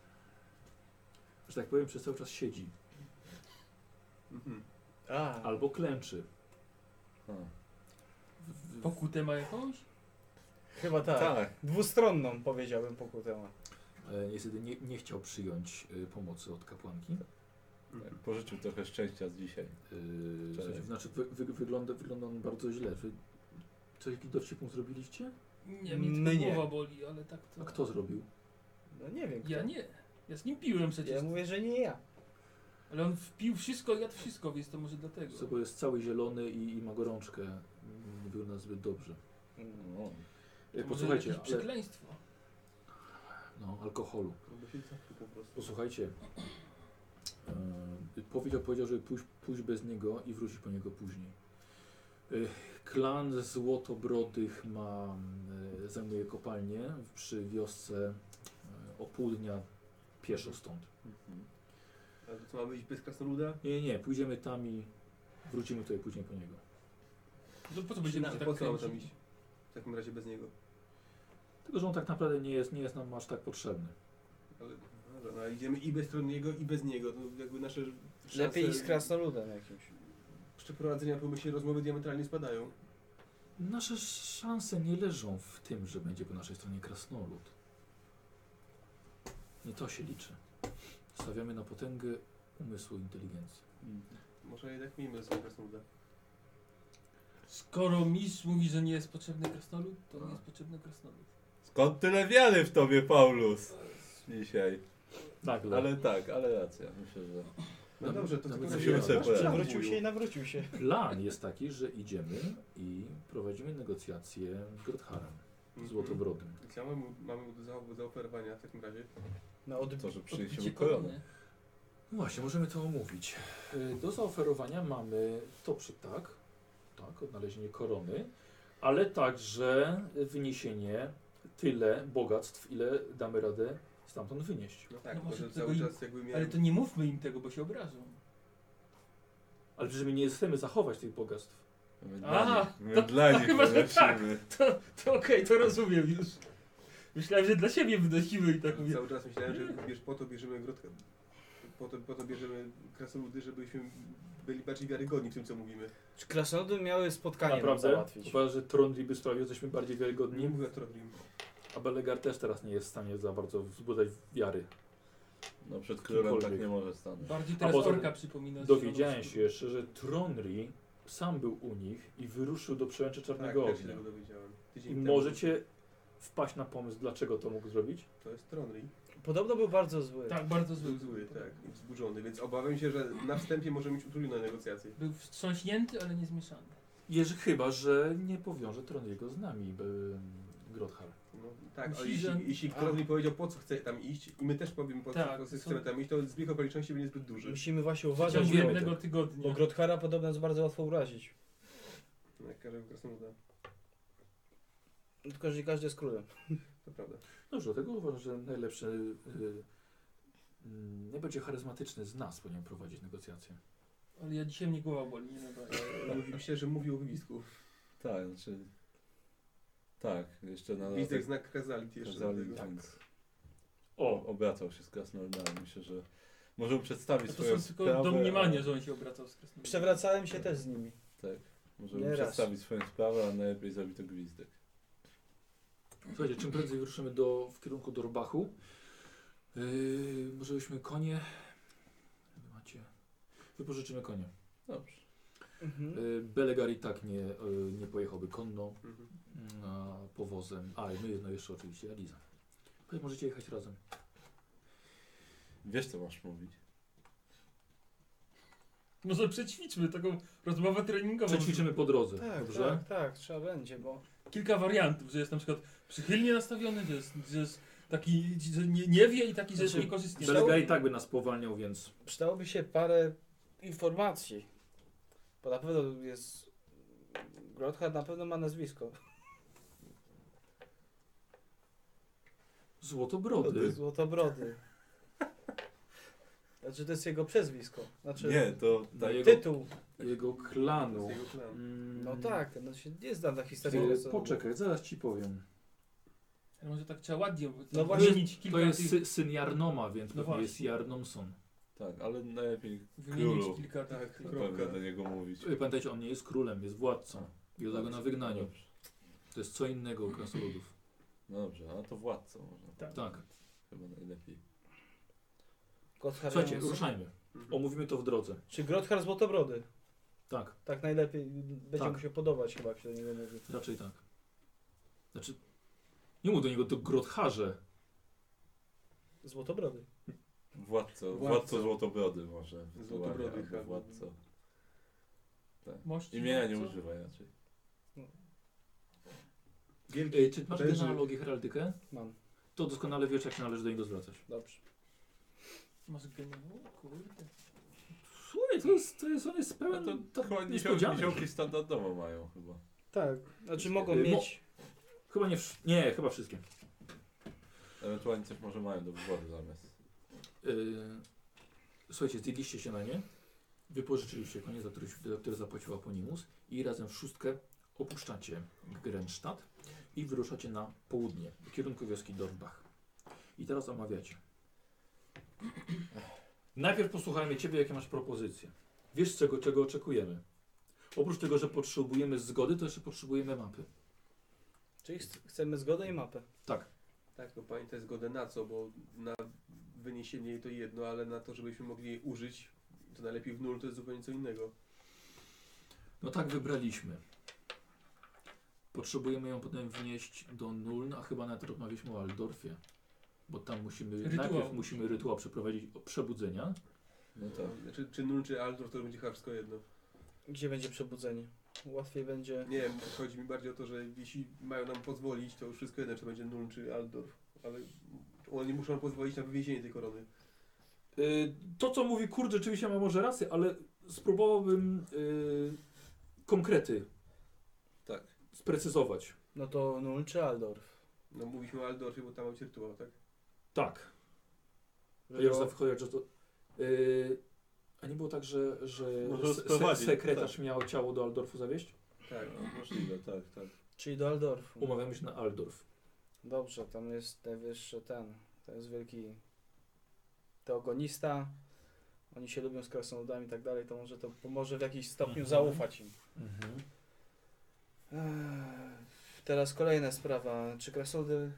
S1: Że tak powiem, przez cały czas siedzi.
S4: Mhm.
S1: Albo klęczy.
S5: A.
S6: Pokutę ma jakąś?
S2: Chyba tak.
S5: Tak.
S2: Dwustronną powiedziałbym pokutę.
S1: Niestety nie chciał przyjąć pomocy od kapłanki.
S5: Pożyczył trochę szczęścia z dzisiaj.
S1: Znaczy wygląda on bardzo źle. Wy coś jakiś dowcip mu zrobiliście?
S6: Nie, mnie
S2: My
S6: tylko
S2: nie.
S6: głowa boli, ale tak to...
S1: A kto zrobił?
S2: No nie wiem.
S6: Ja
S2: kto.
S6: nie. Ja z nim piłem przecież.
S2: Ja mówię, że nie ja.
S6: Ale on wpił wszystko, jadł wszystko, więc to może dlatego.
S1: Bo jest cały zielony i ma gorączkę. Nie wygląda zbyt dobrze.
S5: No.
S6: To może
S1: Posłuchajcie,
S6: jakieś
S1: ale,
S6: przekleństwo.
S1: no, alkoholu.
S4: Bo się zapił po prostu.
S1: Posłuchajcie. Powiedział, żeby pójść bez niego i wrócić po niego później. Klan Złotobrodych zajmuje kopalnię przy wiosce o pół dnia pieszo stąd.
S5: Mhm.
S4: Ale to co, mamy iść bez krasnoluda?
S1: Nie, pójdziemy tam i wrócimy tutaj później po niego.
S6: To po co będziemy się tak
S4: Po co mamy tam
S6: kręcić?
S4: iść? W takim razie bez niego.
S1: Tylko, że on tak naprawdę nie jest nam aż tak potrzebny.
S4: Ale dobra, no, idziemy i bez Troniego i bez niego. To jakby nasze szanse
S2: Lepiej iść z krasnoludem jakimś.
S4: przeprowadzenia pomyślnie rozmowy diametralnie spadają.
S1: Nasze szanse nie leżą w tym, że będzie po naszej stronie krasnolud. Nie to się liczy. Stawiamy na potęgę umysłu i inteligencji.
S4: Może jednak miejmy sobie krasnoluda.
S6: Skoro mistrz mówi, że nie jest potrzebny krasnolud, to nie jest potrzebny krasnolud.
S5: Skąd tyle wiary w tobie, Paulus? Dzisiaj.
S1: Nagle.
S5: Ale racja. Myślę, że...
S4: No dobrze, to
S1: Nawet
S4: tylko
S5: musimy
S4: na
S5: sobie
S4: chwilę.
S5: poradzić.
S2: Nawrócił się i nawrócił się.
S1: Plan jest taki, że idziemy i prowadzimy negocjacje z Grotharem, Złotobrodym.
S4: Więc ja mamy do zaoferowania w takim razie.
S2: No od...
S5: To, że
S6: Odbicie
S5: przyniesiemy koronę.
S6: korony.
S1: No właśnie, możemy to omówić. Do zaoferowania mamy to tak, odnalezienie korony, ale także wyniesienie tyle bogactw, ile damy radę stamtąd wynieść.
S4: No tak,
S6: No może
S4: może
S6: tego
S4: cały
S6: im-
S4: czas jakby miałem...
S6: Ale to nie mówmy im tego, bo się obrażą.
S1: Ale przecież my nie chcemy zachować tych bogactw.
S6: Aha,
S5: My dla nich
S6: chyba, że tak.
S5: wynosimy.
S6: To okej, to rozumiem już. Myślałem, że dla siebie wynosimy i tak mówię.
S4: Cały czas myślałem, że po to bierzemy grotkę. Po to bierzemy krasnoludy, żebyśmy byli bardziej wiarygodni w tym, co mówimy.
S2: Czy krasnoludy miały spotkanie nam
S1: Naprawdę?
S2: załatwić?
S1: Uważasz, że Trondri by sprawił, że jesteśmy bardziej
S4: Nie
S1: wiarygodni?
S4: mówię o Trondrim.
S1: A Belegar też teraz nie jest w stanie za bardzo wzbudzać wiary.
S5: No przed królem tak
S1: Kimkolwiek.
S5: nie może stanąć.
S6: Bardziej teraz
S1: poza-
S6: orka przypomina.
S1: Dowiedziałem się jeszcze, że Tronri sam był u nich i wyruszył do przełęczy
S4: Tak,
S1: Czarnego
S4: też się
S1: Ognia.
S4: tego dowiedziałem.
S1: I
S4: Tydzień temu.
S1: możecie wpaść na pomysł, dlaczego to mógł zrobić?
S4: To jest Trondri.
S2: Podobno był bardzo zły.
S6: Tak, bardzo zły.
S4: Był zły, tak, i wzburzony, więc obawiam się, że na wstępie możemy mieć utrudnione negocjacje.
S6: Był wstrząśnięty, ale nie zmieszany.
S1: Chyba, że nie powiąże Tronriego z nami, Grothar.
S4: No, tak, ale
S6: Myślisz, że-
S4: jeśli ktoś mi powiedział, po co chce tam iść i my też powiemy, po co
S6: Tak,
S4: chcemy tam iść, to zbieg okoliczności będzie zbyt duży.
S2: Musimy właśnie
S6: W
S2: uważać,
S6: ciągu
S2: bo,
S6: jednego tygodnia.
S2: bo Grothara podobno jest bardzo łatwo urazić.
S4: No, jak każdego krasnoluda,
S2: Tylko, że nie każdy jest królem.
S4: to prawda.
S1: Dobrze, dlatego uważam, że najlepszy, najbardziej charyzmatyczny z nas powinien prowadzić negocjacje.
S6: Ale ja dzisiaj mnie głowa boli, nie nadaje.
S4: Myślę, że mówił o gwizdku.
S5: Tak, znaczy... Tak, jeszcze na...
S4: Gwizdek znak Kazality jeszcze. do
S5: Kazali,
S4: tego.
S5: więc
S1: O!
S5: obracał się z krasnoludami. Myślę, że możemy przedstawić
S6: A to
S5: swoją
S6: są tylko
S5: sprawę.
S6: domniemania, że on się obracał z krasnoludem.
S2: Przewracałem się też z nimi.
S5: Tak, możemy
S2: Nie raz.
S5: przedstawić swoją sprawę, a najlepiej zrobić to gwizdek.
S1: Słuchajcie, czym prędzej wyruszymy w kierunku Dorbachu. Może byśmy konie... Macie... Wypożyczymy konie.
S5: Dobrze.
S2: Mhm.
S1: Belegar i tak nie pojechałby konno,
S4: Mhm.
S1: powozem. A, my no jeszcze oczywiście Eliza. Możecie jechać razem.
S5: Wiesz co masz mówić?
S6: Może przećwiczmy taką rozmowę treningową.
S1: Przećwiczymy po drodze,
S2: Tak,
S1: dobrze?
S2: tak, trzeba będzie, bo...
S6: Kilka wariantów, że jest na przykład przychylnie nastawiony, że jest taki, że nie wie i taki, że jest
S2: Znaczy,
S6: niekorzystnie.
S1: Belegar i tak by nas powalniał, więc...
S2: Przydałoby się parę informacji. Bo na pewno jest... Grothard na pewno ma nazwisko.
S1: Złotobrody.
S2: Złotobrody. Znaczy to jest jego przezwisko. Znaczy
S5: Nie, to
S1: Na
S5: tak.
S1: jego,
S2: tytuł.
S1: jego klanu.
S4: To jest jego plan.
S1: Mm,
S2: No tak, no się nie znam na historii.
S1: Poczekaj, zaraz ci powiem.
S6: Ale może tak trzeba ładnie
S2: No właśnie,
S6: wymienić kilka
S1: To jest
S6: tych,
S1: syn Jarnoma, więc
S6: No
S1: pewnie
S6: właśnie.
S1: jest Jarnomson.
S5: Tak, ale najlepiej
S6: wymienić
S5: królu.
S6: kilka
S4: Tak,
S6: tych.
S4: kropka.
S5: pewnie do niego mówić.
S1: Pamiętajcie, on nie jest królem, jest władcą. Jest go na wygnaniu.
S5: Dobrze.
S1: To jest co innego u krasnoludów.
S5: No dobrze, a to władcą można.
S6: Tak.
S1: Tak.
S5: Chyba najlepiej.
S1: Słuchajcie, ruszajmy.
S4: Mhm.
S1: Omówimy to w drodze.
S2: Czy Grothard Złotobrody?
S1: Tak,
S2: Tak najlepiej będzie
S1: Tak.
S2: mu się podobać chyba, jak się do niego mówi.
S1: raczej tak. Znaczy, nie mów do niego to Grotharze.
S2: Złotobrody.
S5: Władco Złotobrody może.
S4: Złotobrody
S5: albo
S4: chyba.
S5: władco.
S6: Mości
S5: Imienia nie
S6: co?
S5: używaj raczej.
S4: Wielki.
S1: Czy masz
S4: potężny-
S1: genealogię, heraldykę?
S2: Mam.
S1: To doskonale wiesz, jak się należy do niego zwracać.
S2: Dobrze.
S6: Masz genowo? Kurde.
S1: Słuchaj, on jest
S5: No
S1: pełen
S5: to chyba
S1: niespodzianek.
S5: niziołki standardowo mają chyba.
S2: Tak. Znaczy mogą
S1: Mo-
S2: mieć...
S1: Chyba nie, chyba wszystkie.
S5: Ewentualnie coś może mają do wyboru zamiast.
S1: Słuchajcie, zjedliście się na nie, wypożyczyliście konie, za które zapłacił Aponimus i razem w szóstkę opuszczacie Grenstadt i wyruszacie na południe, w kierunku wioski Dornbach. I teraz omawiacie. Najpierw posłuchajmy Ciebie, jakie masz propozycje. Wiesz, czego oczekujemy. Oprócz tego, że potrzebujemy zgody, to jeszcze potrzebujemy mapy.
S2: Czyli chcemy zgodę i mapę.
S1: Tak.
S4: Tak, no pamiętaj zgodę na co, bo na wyniesienie jej to jedno, ale na to, żebyśmy mogli jej użyć, to najlepiej w nul to jest zupełnie co innego.
S1: No tak wybraliśmy. Potrzebujemy ją potem wnieść do Nuln, a chyba nawet rozmawialiśmy o Aldorfie. Bo tam najpierw musimy rytuał przeprowadzić przebudzenia.
S5: No tak.
S4: Znaczy, czy nul, czy Aldor, to będzie chyba wszystko jedno.
S2: Gdzie będzie przebudzenie? Łatwiej będzie...
S4: Nie wiem, chodzi mi bardziej o to, że jeśli mają nam pozwolić, to już wszystko jedno, czy będzie nul, czy Aldorf. Ale oni muszą pozwolić na wywiezienie tej korony.
S1: To, co mówi Kurt, rzeczywiście ma może rację, ale spróbowałbym konkrety
S5: Tak.
S1: sprecyzować.
S2: No to Nul czy Aldorf?
S4: No mówiliśmy o Aldorfie, bo tam mam rytuał, tak?
S1: Tak. A
S2: Żeby
S1: ja już
S2: było-
S1: zawychodzę, że to... a nie było tak, że
S5: Może sprowadzić,
S1: sekretarz miał ciało do Aldorfu zawieźć?
S4: Tak.
S5: No, możliwe, tak.
S2: Czyli do Aldorfu.
S1: Umawiamy się na Aldorf.
S2: Dobrze, tam jest najwyższy ten. To jest wielki teogonista. Oni się lubią z krasnoludami i tak dalej, to może to pomoże w jakiś stopniu
S1: Mhm.
S2: zaufać im. Teraz kolejna sprawa. Czy krasnoludy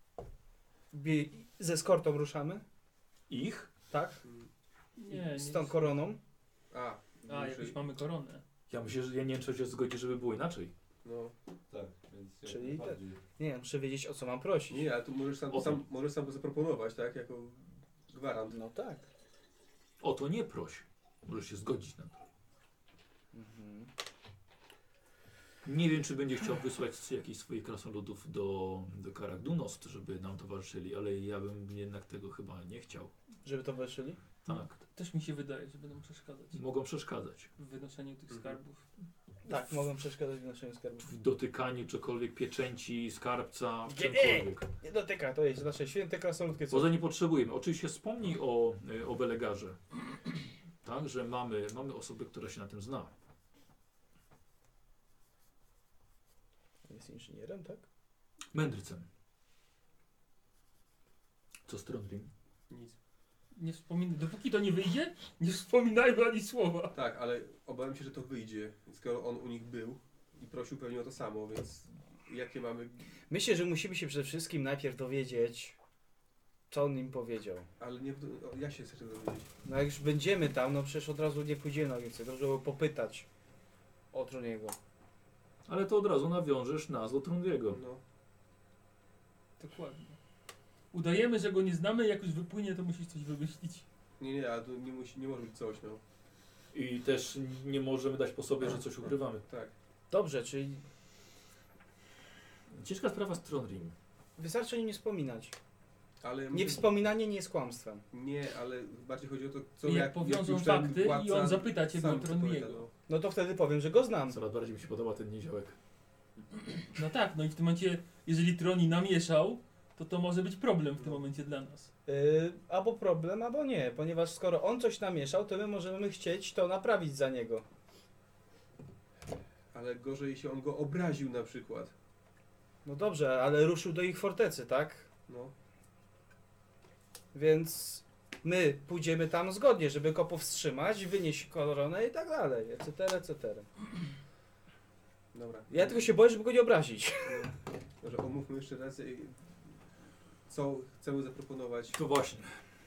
S2: ze eskortą ruszamy?
S1: Ich?
S2: Tak?
S6: Nie,
S2: Z
S6: nie.
S2: tą koroną?
S4: A,
S6: A,
S4: muszę-
S6: jakbyś mamy koronę.
S1: Ja myślę, że ja nie wiem, czy się zgodzi, żeby było inaczej.
S4: No.
S5: Tak, więc jak
S2: Czyli
S5: najbardziej.
S2: Nie, muszę wiedzieć, o co mam prosić.
S4: Nie, ale tu możesz sam,
S1: O co?
S4: możesz sam to zaproponować, tak? Jako gwarant.
S2: No tak.
S1: O to nie proś. Możesz się zgodzić na to.
S2: Mhm.
S1: Nie wiem, czy będzie chciał wysłać jakichś swoich krasnoludów do Karakdunost, żeby nam towarzyszyli, ale ja bym jednak tego chyba nie chciał.
S2: Żeby to weszyli?
S1: Tak,
S6: Też mi się wydaje, że będą przeszkadzać
S1: mogą przeszkadzać
S6: w wynoszeniu tych skarbów.
S2: Tak, mogą przeszkadzać w noszeniu skarbów.
S1: w dotykaniu czegokolwiek pieczęci, skarbca,
S2: Nie,
S1: czegokolwiek.
S2: Nie dotyka, to jest nasze święte krasnoludkie.
S1: Poza nie potrzebujemy. Oczywiście wspomnij o Belegarze. Tak, że mamy osobę, która się na tym zna.
S2: Jest inżynierem, tak?
S1: Mędrcem. Co z Trondrim?
S4: Nic.
S6: Nie wspominaj, dopóki to nie wyjdzie, nie wspominajmy ani słowa.
S4: Tak, ale obawiam się, że to wyjdzie, skoro on u nich był i prosił pewnie o to samo, więc jakie mamy...
S2: Myślę, że musimy się przede wszystkim najpierw dowiedzieć, co on im powiedział.
S4: Ale nie... Ja się chcę tego dowiedzieć.
S2: No jak już będziemy tam, no przecież od razu nie pójdziemy na ulicę. Dobrze było popytać o Troniego.
S1: Ale to od razu nawiążesz nas do Trundiego.
S4: No.
S6: Dokładnie. Udajemy, że go nie znamy, jak już wypłynie, to musisz coś wymyślić.
S4: Nie, a to nie może być coś, no.
S1: I też nie możemy dać po sobie, że coś ukrywamy.
S4: Tak.
S2: Dobrze, czyli
S1: Ciężka sprawa z Tronrim.
S2: wystarczy o nim nie wspominać.
S4: Ale...
S2: Niewspominanie nie jest kłamstwem.
S4: Nie, ale bardziej chodzi o to, co
S6: I jak powiążą
S4: już ten
S6: fakty i
S4: władca
S6: on zapyta cię
S4: sam
S6: o Troniego.
S4: no.
S2: No to wtedy powiem, że go znam.
S1: Coraz bardziej mi się podoba ten niziołek.
S6: No tak, no i w tym momencie, jeżeli Troni namieszał, to może być problem w tym momencie dla nas.
S2: Albo problem, albo nie, ponieważ skoro on coś namieszał, to my możemy chcieć to naprawić za niego.
S4: Ale gorzej, jeśli on go obraził na przykład.
S2: No dobrze, ale ruszył do ich fortecy, tak?
S4: No.
S2: Więc my pójdziemy tam zgodnie, żeby go powstrzymać, wynieść koronę i tak dalej, etc., etc.
S4: Dobra.
S2: Ja tylko się boję, żeby go nie obrazić.
S4: Może omówmy jeszcze raz, co chcemy zaproponować.
S1: To właśnie.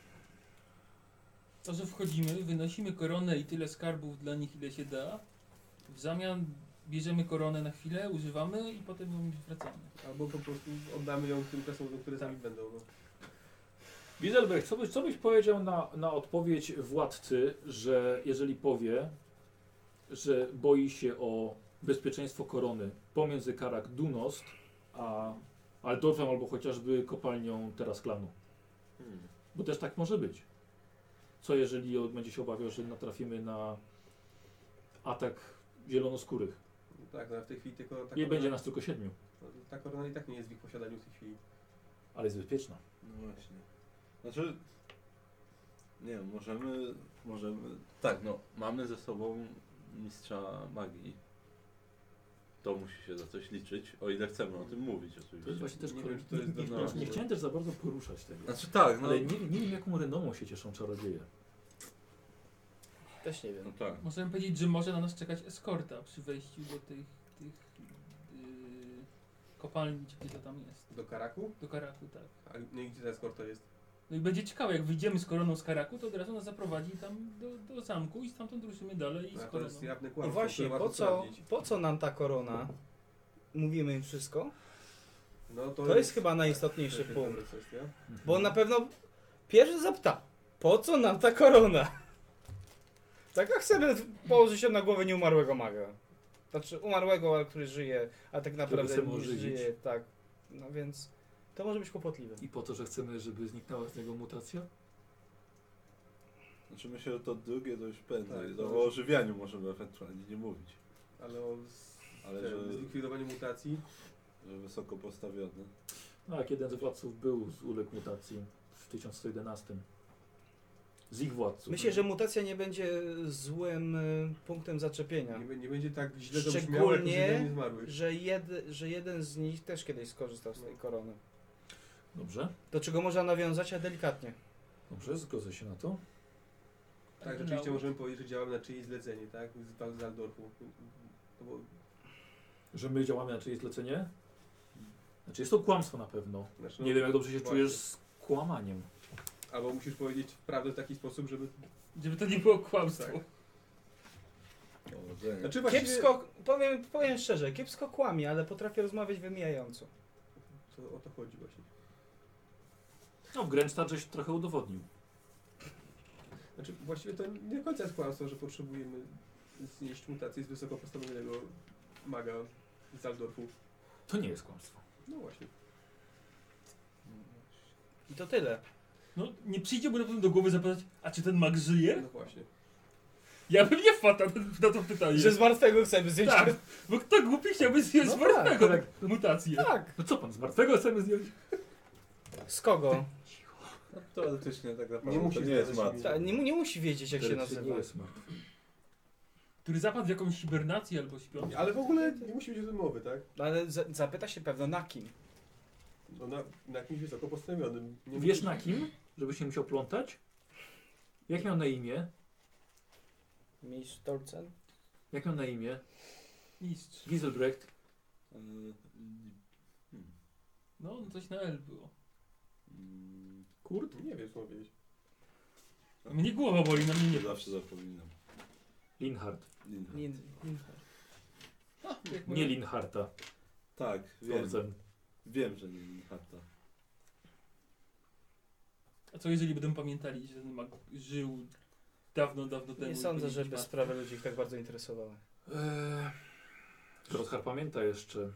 S6: To, że wchodzimy, wynosimy koronę i tyle skarbów dla nich, ile się da. W zamian bierzemy koronę na chwilę, używamy i potem ją zwracamy.
S4: Albo po prostu oddamy ją tym krasnoludom, które sami będą. No.
S1: Wieselbrecht, co byś powiedział na odpowiedź władcy, że jeżeli powie, że boi się o bezpieczeństwo korony pomiędzy Karak Dunost a Altdorfem albo chociażby kopalnią teraz klanu? Bo też tak może być. Co jeżeli będzie się obawiał, że natrafimy na atak zielonoskórych?
S4: Tak, no, a w tej chwili tylko
S1: Nie będzie nas tylko 7,
S4: ta korona i tak nie jest w ich posiadaniu w tej chwili.
S1: ale jest bezpieczna.
S5: No właśnie. Znaczy, nie wiem, możemy, tak, no, mamy ze sobą mistrza magii. To musi się za coś liczyć, o ile chcemy o tym mówić oczywiście.
S1: To jest właśnie też
S4: Nie
S1: nie,
S4: wiem, czy to jest
S1: nie,
S4: dobrze.
S1: nie chciałem też za bardzo poruszać tego.
S5: Znaczy tak, no,
S1: Ale nie wiem jaką renomą się cieszą czarodzieje.
S2: Też nie wiem.
S5: no tak.
S6: Możemy powiedzieć, że może na nas czekać eskorta przy wejściu do tych kopalni, czy gdzie to tam jest.
S4: Do Karaku?
S6: Do Karaku, tak.
S4: A no i gdzie ta eskorta jest?
S6: No i będzie ciekawe, jak wyjdziemy z koroną z Karaku, to od razu nas zaprowadzi tam do zamku i stamtąd ruszymy dalej
S4: No,
S6: z
S4: to
S6: koroną.
S4: jest jawne
S2: I
S4: kłamstwo,
S2: właśnie,
S4: które warto sprawdzić.
S2: po co nam ta korona? Mówimy im wszystko?
S4: No,
S2: To jest chyba najistotniejszy
S4: też
S2: punkt.
S4: dobra kwestia.
S2: Bo on na pewno pierwszy zapyta, po co nam ta korona? Tak jak chcemy położyć się na głowę nieumarłego maga. Znaczy umarłego, który żyje, a tak naprawdę
S1: chcemy
S2: nie
S1: ożywić.
S2: żyje. Tak. No więc to może być kłopotliwe.
S1: I po to, że chcemy, żeby zniknęła z niego mutacja?
S5: Znaczy myślę, że to drugie to już prędzej.
S4: Tak,
S5: To
S4: to
S5: o
S4: już-
S5: ożywianiu możemy ewentualnie nie mówić.
S4: Ale o
S5: Ale
S4: zlikwidowaniu mutacji.
S5: że wysoko postawiony.
S1: No, jak jeden z władców uległ mutacji w 1111. Z ich władców.
S2: Myślę, że mutacja nie będzie złym punktem zaczepienia.
S4: Nie będzie tak źle to brzmiało, jak
S2: Szczególnie,
S4: ożywianie zmarłych.
S2: że jeden z nich też kiedyś skorzystał z tej korony.
S1: Dobrze,
S2: Do czego można nawiązać, a delikatnie.
S1: dobrze, zgodzę się na to.
S4: Tak, rzeczywiście możemy powiedzieć, że działamy na czyjeś zlecenie, tak? Z Waldorfu. To było,
S1: Że my działamy na czyjeś zlecenie? Znaczy jest to kłamstwo na pewno.
S4: znaczy,
S1: Nie wiem jak dobrze się
S4: właśnie.
S1: czujesz z kłamaniem.
S4: Albo musisz powiedzieć prawdę w taki sposób, żeby...
S6: Żeby to nie było kłamstwo.
S4: Tak.
S5: Powodzenia.
S4: Znaczy właściwie...
S2: Kiepsko, powiem szczerze, kiepsko kłamie, ale potrafię rozmawiać wymijająco.
S4: To o to chodzi właśnie.
S1: No w Grenzstad żeś trochę udowodnił.
S4: Znaczy właściwie to nie do końca jest kłamstwo, że potrzebujemy znieść mutację z wysoko postawionego maga z Waldorfu.
S1: To nie jest kłamstwo.
S4: No właśnie.
S2: I to tyle.
S6: No nie przyjdzie mu na pewno do głowy zapytać, a czy ten mag żyje?
S4: No właśnie.
S6: Ja bym nie wpadł na to pytanie.
S2: Że z martwego chcemy zdjąć.
S6: Tak, bo kto głupi chciałby zdjąć
S2: No
S6: z martwego
S1: tak.
S6: mutację.
S2: Tak.
S1: No co pan, z martwego chcemy zdjąć?
S2: Z kogo?
S5: No, teoretycznie tak naprawdę
S4: Nie musi
S5: to nie jest
S4: zgadzać się.
S5: martwe.
S2: Nie musi wiedzieć, jak się
S1: Teoretycznie
S2: nazywa.
S1: nie jest martwy.
S6: Który zapadł w jakąś hibernację albo śpiączkę.
S4: Ale w ogóle nie musi być o tym mowy, tak?
S2: Ale zapyta się pewno na kim.
S4: No na kimś wysoko postawionym. Nie
S1: Wiesz
S4: musi-
S1: na kim? Żebyś nie musiał plątać? Jak miał na imię?
S2: Mistrz Tolcen?
S1: Jak miał na imię?
S6: Mistrz.
S1: Giselbrecht.
S6: No, coś na L było.
S1: Kurt?
S4: Nie wiem, co mam wiedzieć.
S6: Mnie głowa boli, na mnie nie.
S5: Zawsze zapominam.
S1: Linhart.
S6: Jak
S1: Nie
S6: moja-
S1: Linharta.
S5: Tak, wiem.
S1: Tolcen.
S5: Wiem, że nie Linharta.
S6: A co jeżeli będą pamiętali, że ten mag żył dawno, dawno temu?
S2: Nie
S6: i
S2: sądzę,
S6: będzie
S2: żeby
S6: martwy?
S2: sprawy ludzi ich tak bardzo interesowały.
S1: Rothar pamięta jeszcze,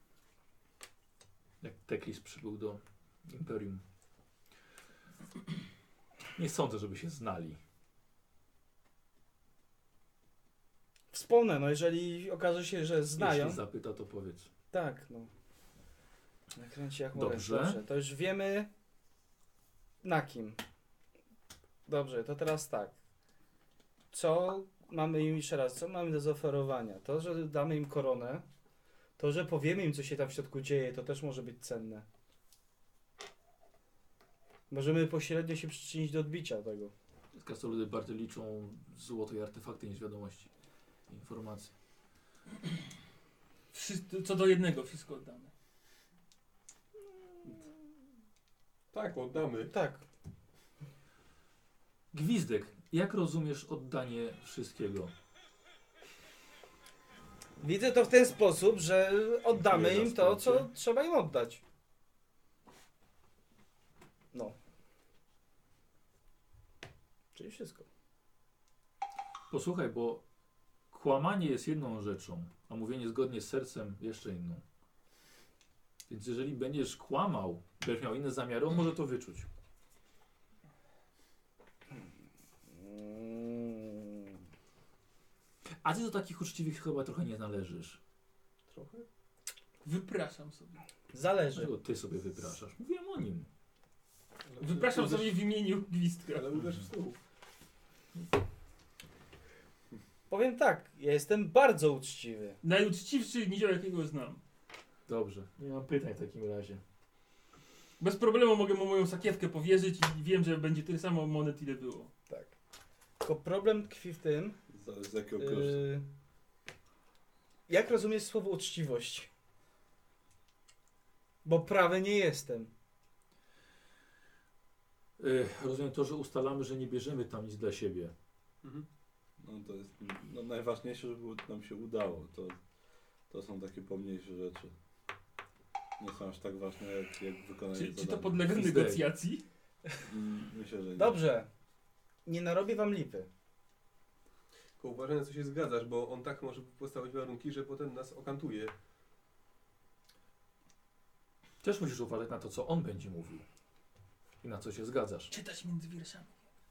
S1: jak Teklis przybył do Imperium. Nie sądzę, żeby się znali.
S2: Wspomnę, no jeżeli okaże się, że znają.
S1: Jeśli zapyta, to powiedz.
S2: Tak, no. Nakręci jak
S1: Dobrze.
S2: mogę. Dobrze, to już wiemy na kim. Dobrze, to teraz tak. Co mamy im jeszcze raz, co mamy do zaoferowania? To, że damy im koronę, to, że powiemy im, co się tam w środku dzieje, to też może być cenne. Możemy pośrednio się przyczynić do odbicia tego.
S1: Krasnoludy bardziej liczą złoto i artefakty niż wiadomości. Informacje.
S6: Co do jednego, wszystko oddamy.
S4: Tak, oddamy.
S2: Tak.
S1: Gwizdek, jak rozumiesz oddanie wszystkiego?
S2: Widzę to w ten sposób, że oddamy
S1: Dziękuję
S2: im
S1: za
S2: to,
S1: wsparcie.
S2: co trzeba im oddać. No. Czyli wszystko.
S1: Posłuchaj, bo kłamanie jest jedną rzeczą, a mówienie zgodnie z sercem jeszcze inną. Więc jeżeli będziesz kłamał, będziesz miał inne zamiary, on może to wyczuć. A ty do takich uczciwych chyba trochę nie należysz.
S4: Trochę?
S6: Wypraszam sobie.
S2: Zależy.
S1: Dlaczego ty sobie wypraszasz? Mówiłem o nim.
S6: Wypraszam sobie w imieniu Gwizdka.
S4: Ale uderz w stół.
S2: Powiem tak, ja jestem bardzo uczciwy.
S6: Najuczciwszy nizioł, jakiego znam.
S1: Dobrze, nie mam pytań w takim razie.
S6: Bez problemu mogę mu moją sakiewkę powierzyć i wiem, że będzie tyle samo monet, ile było.
S2: Tak. Tylko problem tkwi w tym,
S5: Zależy z jakiego kosztu.
S2: jak rozumiesz słowo uczciwość? Bo prawy nie jestem.
S1: Rozumiem to, że ustalamy, że nie bierzemy tam nic dla siebie.
S4: Mhm.
S5: No to jest najważniejsze, żeby nam się udało. To są takie pomniejsze rzeczy. Nie są aż tak ważne jak wykonanie
S6: Czy to
S5: zadania.
S6: podlega
S1: Gwizdek.
S6: negocjacji?
S5: Myślę, że nie.
S2: Dobrze. Nie narobię wam lipy.
S4: Tylko uważaj, na co się zgadzasz, bo on tak może postawić warunki, że potem nas okantuje.
S1: Też musisz uważać na to, co on będzie mówił. I na co się zgadzasz.
S6: Czytać między wierszami.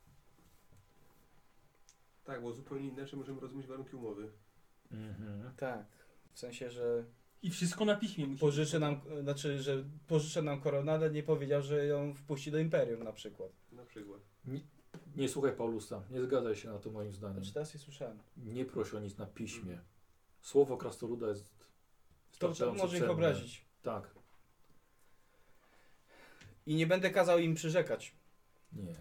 S4: Tak, bo zupełnie inaczej możemy rozumieć warunki umowy.
S1: Mhm.
S2: Tak. W sensie, że
S6: I wszystko na piśmie musi
S2: pożyczy nam, znaczy, że pożyczę nam koronę, ale nie powiedział, że ją wpuści do Imperium na przykład.
S4: Na przykład.
S1: Nie słuchaj Paulusa, nie zgadzaj się na to moim zdaniem.
S2: Znaczy teraz nie słyszałem.
S1: Nie proś o nic na piśmie. Słowo krasnoluda jest
S2: To
S1: wystarczająco
S2: może ich
S1: cenne.
S2: obrazić.
S1: Tak,
S2: I nie będę kazał im przyrzekać.
S1: nie.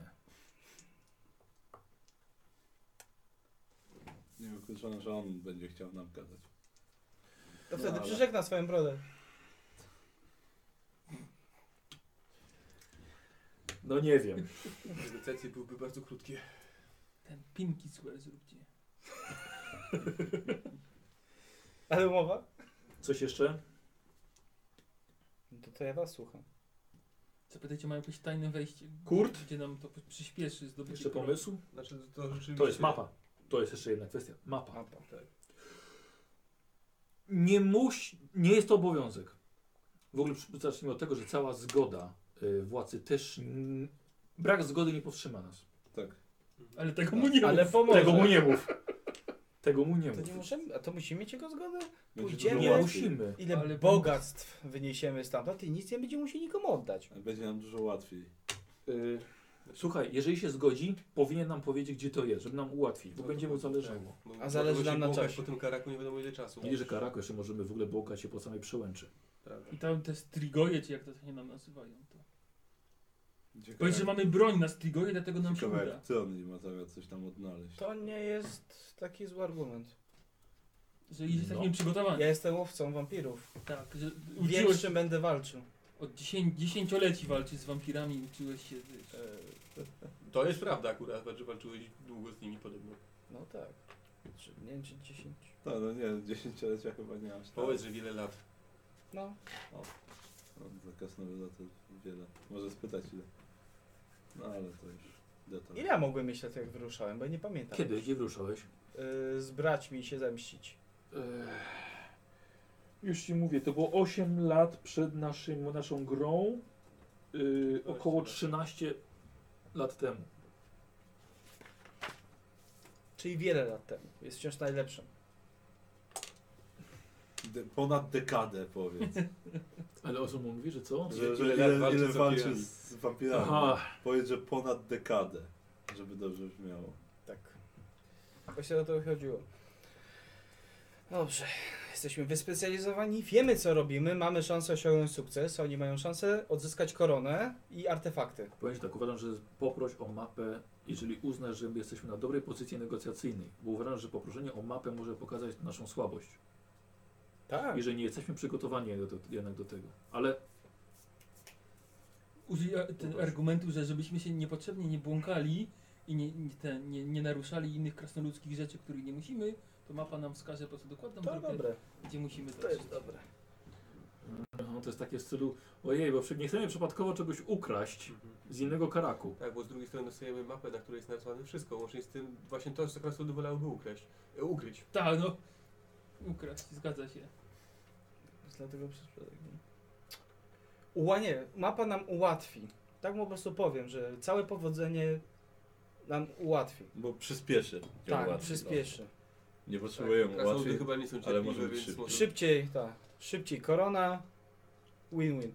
S5: Niewykluczone, że on będzie chciał nam gadać.
S2: To
S5: No,
S2: wtedy
S5: ale-
S2: przyrzekna swoją brodę.
S1: No nie wiem.
S4: Negocjacje byłyby bardzo krótkie.
S6: Ten pinki square zróbcie.
S2: Ale umowa?
S1: Coś jeszcze?
S2: No to ja was słucham.
S6: Zapytajcie, mają jakieś tajne wejście.
S1: Kurt?
S6: Gdzie nam to przyspieszy zdobycie
S1: Jeszcze
S6: korony.
S1: pomysł?
S4: Znaczy to rzeczywiście...
S1: To jest mapa. To jest jeszcze jedna kwestia. Mapa.
S2: Mapa.
S4: Tak.
S1: Nie jest to obowiązek. W ogóle zacznijmy od tego, że cała zgoda władcy też... Brak zgody nie powstrzyma nas.
S5: Tak.
S6: Ale tego mu nie
S2: Ale
S6: mów.
S2: pomoże.
S1: Tego mu nie mów. Tego mu nie
S2: To
S1: mów.
S2: nie możemy, a to musimy mieć jego zgodę?
S5: Będzie
S2: Pójdziemy.
S5: dużo
S1: Nie
S5: łatwiej.
S1: musimy.
S2: Ile
S6: Ale-
S2: bogactw wyniesiemy stamtąd i nic nie będziemy musieli nikomu oddać.
S5: Będzie nam dużo łatwiej.
S1: Słuchaj, jeżeli się zgodzi, powinien nam powiedzieć, gdzie to jest, żeby nam ułatwić, bo będzie mu zależało.
S4: Bo
S2: A zależy
S4: możemy
S2: nam na
S4: się błąkać
S2: czasie.
S4: Po tym karaku nie wiadomo ile czasu.
S1: Widzisz, że Karako jeszcze możemy w ogóle błąkać się po samej przełęczy.
S4: Prawda.
S6: I tam te strigoje, czy jak to się nam nazywają, to...
S5: Ciekawe,
S6: Powiedz, że mamy broń na strigoje, dlatego nam się
S5: ciekawe
S6: uda.
S5: jak Tron nie ma zamiar coś tam odnaleźć.
S2: To nie jest taki zły argument.
S6: Że jesteśmy
S1: No.
S6: przygotowani.
S2: Ja jestem łowcą wampirów.
S6: Tak, że
S2: Wiem,
S6: uczyłeś
S2: z czym będę walczył.
S6: od dziesięcioleci walczyć z wampirami, uczyłeś się, wiesz.
S4: To jest prawda akurat, że walczyłeś długo z nimi podobno.
S2: No tak. Nie wiem, czy 10.
S5: Tak, no nie, 10-lecia chyba nie aż tak.
S4: Powiedz, że wiele lat.
S2: No.
S5: No, za krasnoluda to wiele. Może spytać ile. No ale to już detal.
S2: Ile ja mogłem mieć lat, jak wyruszałem, bo ja nie pamiętam.
S1: Kiedy? Gdzie wyruszałeś?
S2: Z braćmi się zemścić.
S1: Już ci mówię, to było 8 lat przed naszą grą. Około 13 lat temu.
S2: Czyli wiele lat temu. Jest wciąż najlepszym.
S5: Ponad dekadę powiedz.
S1: Ale o co mu mówi, że co?
S5: Że
S4: Ile lat
S5: ile
S4: walczy z
S5: walczy
S4: wampirami?
S5: z wampirami.
S1: Aha.
S5: Powiedz, że ponad dekadę. Żeby dobrze brzmiało.
S2: Tak. Właśnie o to chodziło. Dobrze. Jesteśmy wyspecjalizowani, wiemy co robimy, mamy szansę osiągnąć sukces, oni mają szansę odzyskać koronę i artefakty.
S1: Powiem ci tak, uważam, że poproś o mapę, jeżeli uznasz, że jesteśmy na dobrej pozycji negocjacyjnej, bo uważam, że poproszenie o mapę może pokazać naszą słabość.
S2: Tak.
S1: I że nie jesteśmy przygotowani jednak do tego. Ale
S6: Użyj argumentu, że żebyśmy się niepotrzebnie nie błąkali i nie naruszali innych krasnoludzkich rzeczy, których nie musimy, to mapa nam wskaże po prostu dokładną
S2: To
S6: drogę,
S2: dobre.
S6: gdzie musimy
S2: To
S6: dojść.
S2: jest dobre.
S1: no, to jest takie w stylu, ojej, bo nie chcemy przypadkowo czegoś ukraść z innego karaku.
S4: Tak, bo z drugiej strony dostajemy mapę, na której jest narysowane wszystko, łącznie z tym właśnie to, co krasnoludy wolałyby ukryć.
S6: Tak, no. Ukraść, zgadza się.
S2: Dlatego nie, mapa nam ułatwi. Tak mu po prostu powiem, że całe powodzenie nam ułatwi.
S5: Bo przyspieszy.
S2: Tak,
S5: Łatwiej,
S2: przyspieszy.
S5: no. Nie potrzebujemy
S4: Krasnoludy
S5: łatwiej.
S4: chyba nie są
S5: ale może
S4: cierpliwe,
S5: być
S4: więc
S5: szybciej.
S4: może...
S2: Szybciej, tak. Szybciej korona. Win-win.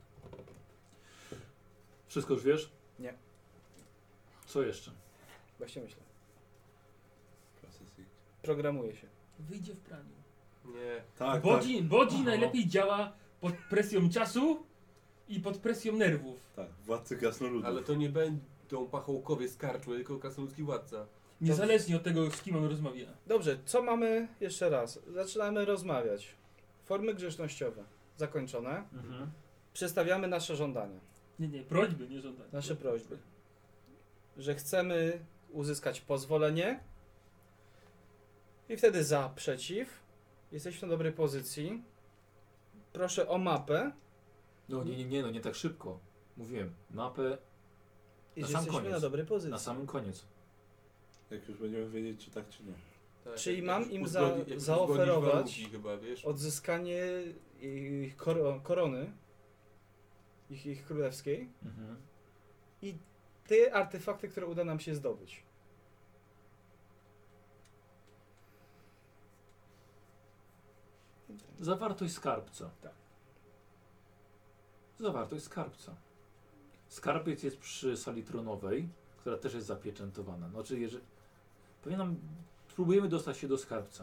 S1: Wszystko już wiesz?
S2: Nie.
S1: Co jeszcze?
S2: Właśnie myślę.
S5: Procesik.
S2: Programuje się.
S6: Wyjdzie w praniu.
S4: Nie.
S5: Tak,
S6: Bodzi najlepiej działa pod presją czasu i pod presją nerwów.
S5: tak. Władcy krasnoludów.
S4: Ale to nie będą pachołkowie z karczmy, tylko krasnoludzki władca.
S6: Niezależnie od tego, z kim on rozmawia.
S2: Dobrze, co mamy jeszcze raz? Zaczynamy rozmawiać. Formy grzecznościowe zakończone. Przedstawiamy nasze żądania,
S6: Nie, prośby, nie żądania.
S2: nasze prośby. Że chcemy uzyskać pozwolenie i wtedy za, przeciw. Jesteśmy na dobrej pozycji. Proszę o mapę
S1: No nie tak szybko. Mówiłem, mapę
S2: i
S1: Na
S2: że
S1: sam
S2: jesteśmy
S1: koniec.
S2: na dobrej pozycji.
S1: na samym koniec.
S5: Jak już będziemy wiedzieć, czy tak, czy nie.
S4: Tak,
S2: Czyli
S4: jak
S2: mam
S4: już
S2: im
S4: uzgodni- jak już
S2: zaoferować
S4: uzgodnisz warunki chyba, wiesz?
S2: odzyskanie ich korony, ich królewskiej, te artefakty, które uda nam się zdobyć.
S1: Zawartość skarbca.
S2: Tak.
S1: Zawartość skarbca. Skarbiec jest przy sali tronowej, która też jest zapieczętowana. Znaczy, jeżeli... Spróbujemy dostać się do skarbca.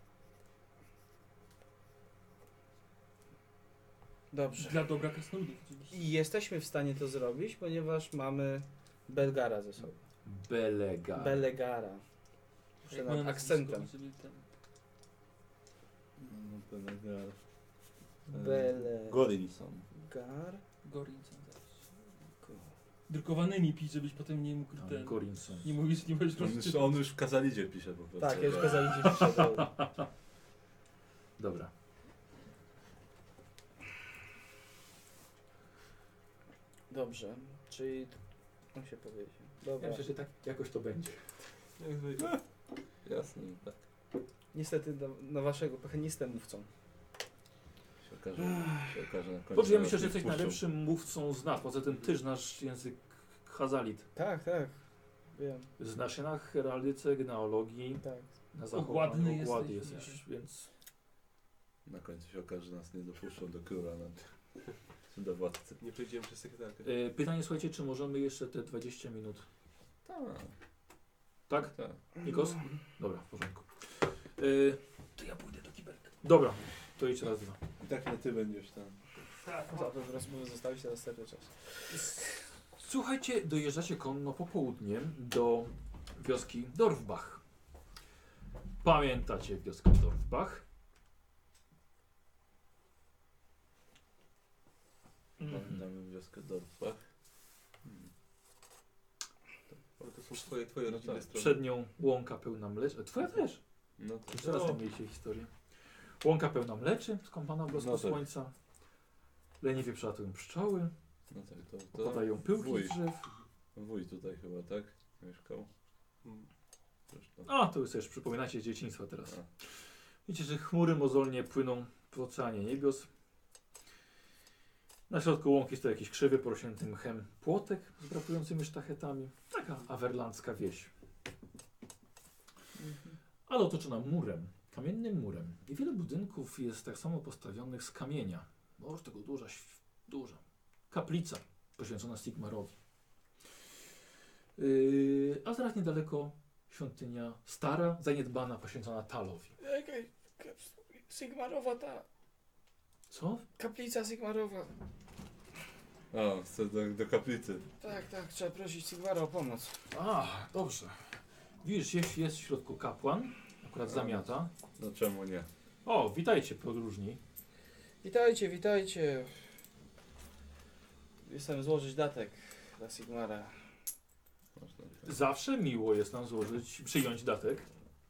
S2: Dobrze.
S6: Dla dobra krasnoludów oczywiście.
S2: I jesteśmy w stanie to zrobić, ponieważ mamy Belgara ze sobą.
S1: Belega.
S2: Belegara. Muszę
S6: Jak
S2: nad
S6: mają
S2: akcentem.
S6: nazwisko, żeby ten-
S5: No, Belegar.
S2: Belegar.
S5: Gorinson.
S6: Gorinson zawsze. Drukowanymi pisz, żebyś potem nie mógł ten...
S1: Gorinson.
S6: Nie możesz rozczytać.
S5: On już w Kazalidzie pisze po prostu.
S2: Tak, ja już kazali gdzieś przeczytał.
S1: Dobra.
S2: Dobrze, czyli... On się powiedzie. Dobra.
S1: Ja myślę, że tak jakoś to będzie.
S4: Jak zwykle.
S5: Jasne, tak.
S2: Niestety na waszego pecha nie jestem mówcą.
S5: Się okaże na końcu.
S1: Dobrze, ja myślę, że
S5: nas
S1: jesteś
S5: wpuszczą.
S1: najlepszym mówcą z nas. Poza tym ty znasz język Hazalit.
S2: Tak, tak. Wiem,
S1: Znasz się na heraldyce, genealogii,
S2: tak.
S1: na
S6: Ogładny
S1: zachowaniu. Ogłady
S6: jesteś,
S1: jesteś, więc...
S5: Na końcu się okaże, że nas nie dopuszczą do króla, czy do władcy.
S4: Nie przejdziemy przez sekretarkę.
S1: Pytanie, słuchajcie, czy możemy jeszcze te 20 minut...
S5: Tak,
S1: Tak?
S5: tak.
S1: Nikos? Dobra, w porządku.
S6: To ja pójdę do kibelka.
S1: Dobra, to idź raz, dwa.
S5: I tak nie ty będziesz tam.
S6: Tak,
S2: Za to rozmowę zostawić na następny czas.
S1: Słuchajcie, dojeżdżacie konno popołudniem do wioski Dorfbach. Pamiętacie wioskę Dorfbach?
S5: Pamiętamy wioskę Dorfbach.
S4: Ale to są twoje rodzinne
S5: tak.
S4: strony.
S1: Przed nią łąka pełna mleczy. Twoja też.
S5: No to
S1: Jeszcze raz tam mieliście historię. Łąka pełna mleczy, skąpana w blasku
S5: No tak.
S1: słońca. Leniwie przelatują pszczoły,
S5: No tak, to
S1: opadają pyłki
S5: wuj.
S1: z drzew.
S5: Wuj tutaj chyba, tak? Mieszkał.
S4: Mm.
S5: Zresztą.
S1: A, to już też przypominacie z dzieciństwa teraz.
S5: A.
S1: Widzicie, że chmury mozolnie płyną w oceanie niebios. Na środku łąki stoi jakiś krzywy, porośnięty mchem płotek z brakującymi sztachetami. Taka awerlandzka wieś. Ale otoczona murem, kamiennym murem. I wiele budynków jest tak samo postawionych z kamienia. Może tego duża kaplica poświęcona Sigmarowi. A zaraz niedaleko świątynia stara, zaniedbana, poświęcona Talowi.
S2: Sigmarowa ta.
S1: Co?
S2: Kaplica Sigmarowa.
S5: A, chcę do kaplicy.
S2: Tak, trzeba prosić Sigmara o pomoc.
S1: A, dobrze. Widzisz, jest w środku kapłan, akurat zamiata.
S5: No czemu nie?
S1: O, witajcie podróżni.
S2: Witajcie. Jestem złożyć datek dla Sigmara.
S5: Można.
S1: Zawsze miło jest nam przyjąć datek.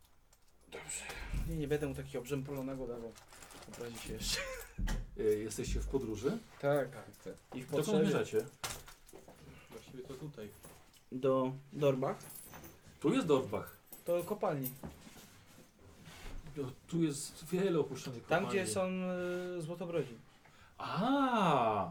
S2: Nie będę mu takiego obrzępolonego dawał. Obrazi się jeszcze.
S1: Jesteście w podróży.
S2: Tak.
S5: Tak.
S2: I w
S1: Dokąd
S2: potrzebie.
S1: zmierzacie?
S4: Właściwie to tutaj.
S2: Do Dorbach.
S1: Tu jest Dorfbach.
S2: To kopalni.
S1: Tu jest wiele opuszczonych
S2: Tam,
S1: kopalni.
S2: gdzie są złotobrodzi.
S1: A,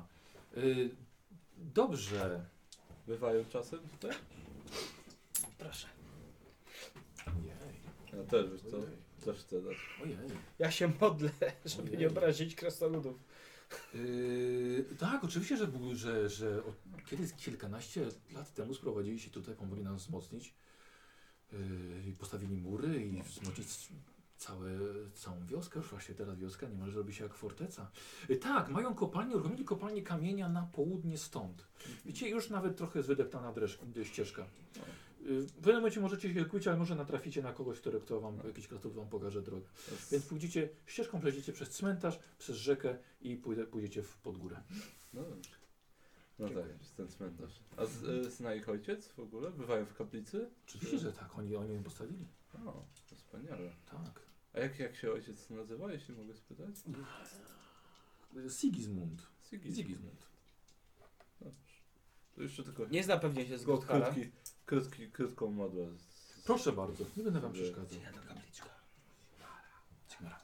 S1: dobrze.
S5: Bywają czasem tutaj?
S2: Proszę.
S1: Ojej,
S5: Ja też, wiesz co? Też chcę dać.
S1: ojej.
S2: Ja się modlę, żeby
S1: Ojej.
S2: nie obrazić krasnoludów.
S1: Tak, oczywiście, że kiedyś kilkanaście lat temu sprowadzili się tutaj, pomogli nam wzmocnić. Postawili mury i wzmocnić całą wioskę. Już właśnie teraz wioska niemalże robi się jak forteca. Tak, mają kopalnię, uruchomili kopalnię kamienia na południe stąd. Widzicie, już nawet trochę jest wydeptana ścieżka. W pewnym momencie możecie się kłócić, ale może natraficie na kogoś, kto wam, jakiś krasnolud wam pokaże drogę. Więc pójdziecie ścieżką, przejdziecie przez cmentarz, przez rzekę i pójdziecie pod górę.
S5: No dobrze. No
S2: Dziękuję.
S5: tak, jest ten cmentarz. A zna ich ojciec w ogóle? Bywają w kaplicy?
S1: Oczywiście, że tak, oni ją postawili.
S5: O, to wspaniale.
S1: Tak.
S5: A jak się ojciec nazywa, jeśli mogę spytać?
S1: Sigismund.
S5: Sigismund. Dobrze. To jeszcze tylko
S2: Nie zna pewnie się z Gotthara.
S5: krótką modłę.
S1: Proszę bardzo, nie będę wam
S5: Dziękuję.
S1: przeszkadzał. Sigmara.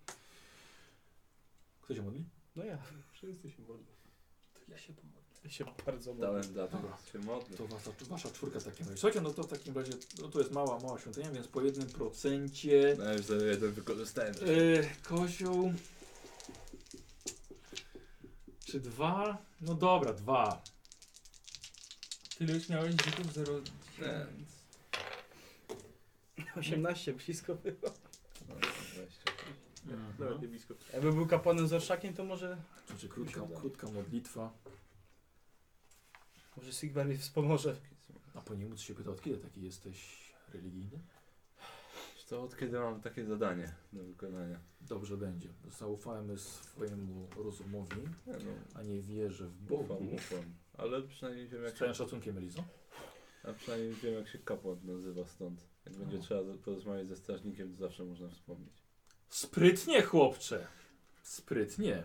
S1: Kto się modli?
S2: No ja.
S4: Wszyscy się modlą.
S6: To ja się pomogę.
S2: Ja się bardzo modlę.
S5: Dałem datek,
S1: Dobra.
S5: się modlę.
S1: To wasza czwórka w takim razie. Słuchajcie, no to w takim razie, no to jest mała świątynia, więc po 1%.
S5: No już za jeden wykorzystałem.
S1: Kozioł. Czy 2? No dobra, 2.
S6: Tyle już miałeś rzutów 0.
S5: Nie.
S2: 18 blisko było.
S5: No, 20.
S4: Nawet nie blisko.
S2: Jakby był kapłanem z orszakiem, to może
S1: Znaczy krótka modlitwa.
S2: Sigmar mi wspomoże.
S1: A po niej móc się pyta, od kiedy taki jesteś religijny?
S5: To od kiedy mam takie zadanie do wykonania?
S1: Dobrze będzie. Zaufajmy swojemu rozumowi,
S5: Nie, no,
S1: a nie wierzę w Bogu.
S5: ufam. Ale przynajmniej wiem
S1: Z
S5: jak
S1: całym
S5: się,
S1: szacunkiem, Elizo.
S5: a przynajmniej wiem jak się kapłan nazywa stąd. Jak będzie trzeba porozmawiać ze strażnikiem, to zawsze można wspomnieć.
S1: Sprytnie, chłopcze. Sprytnie.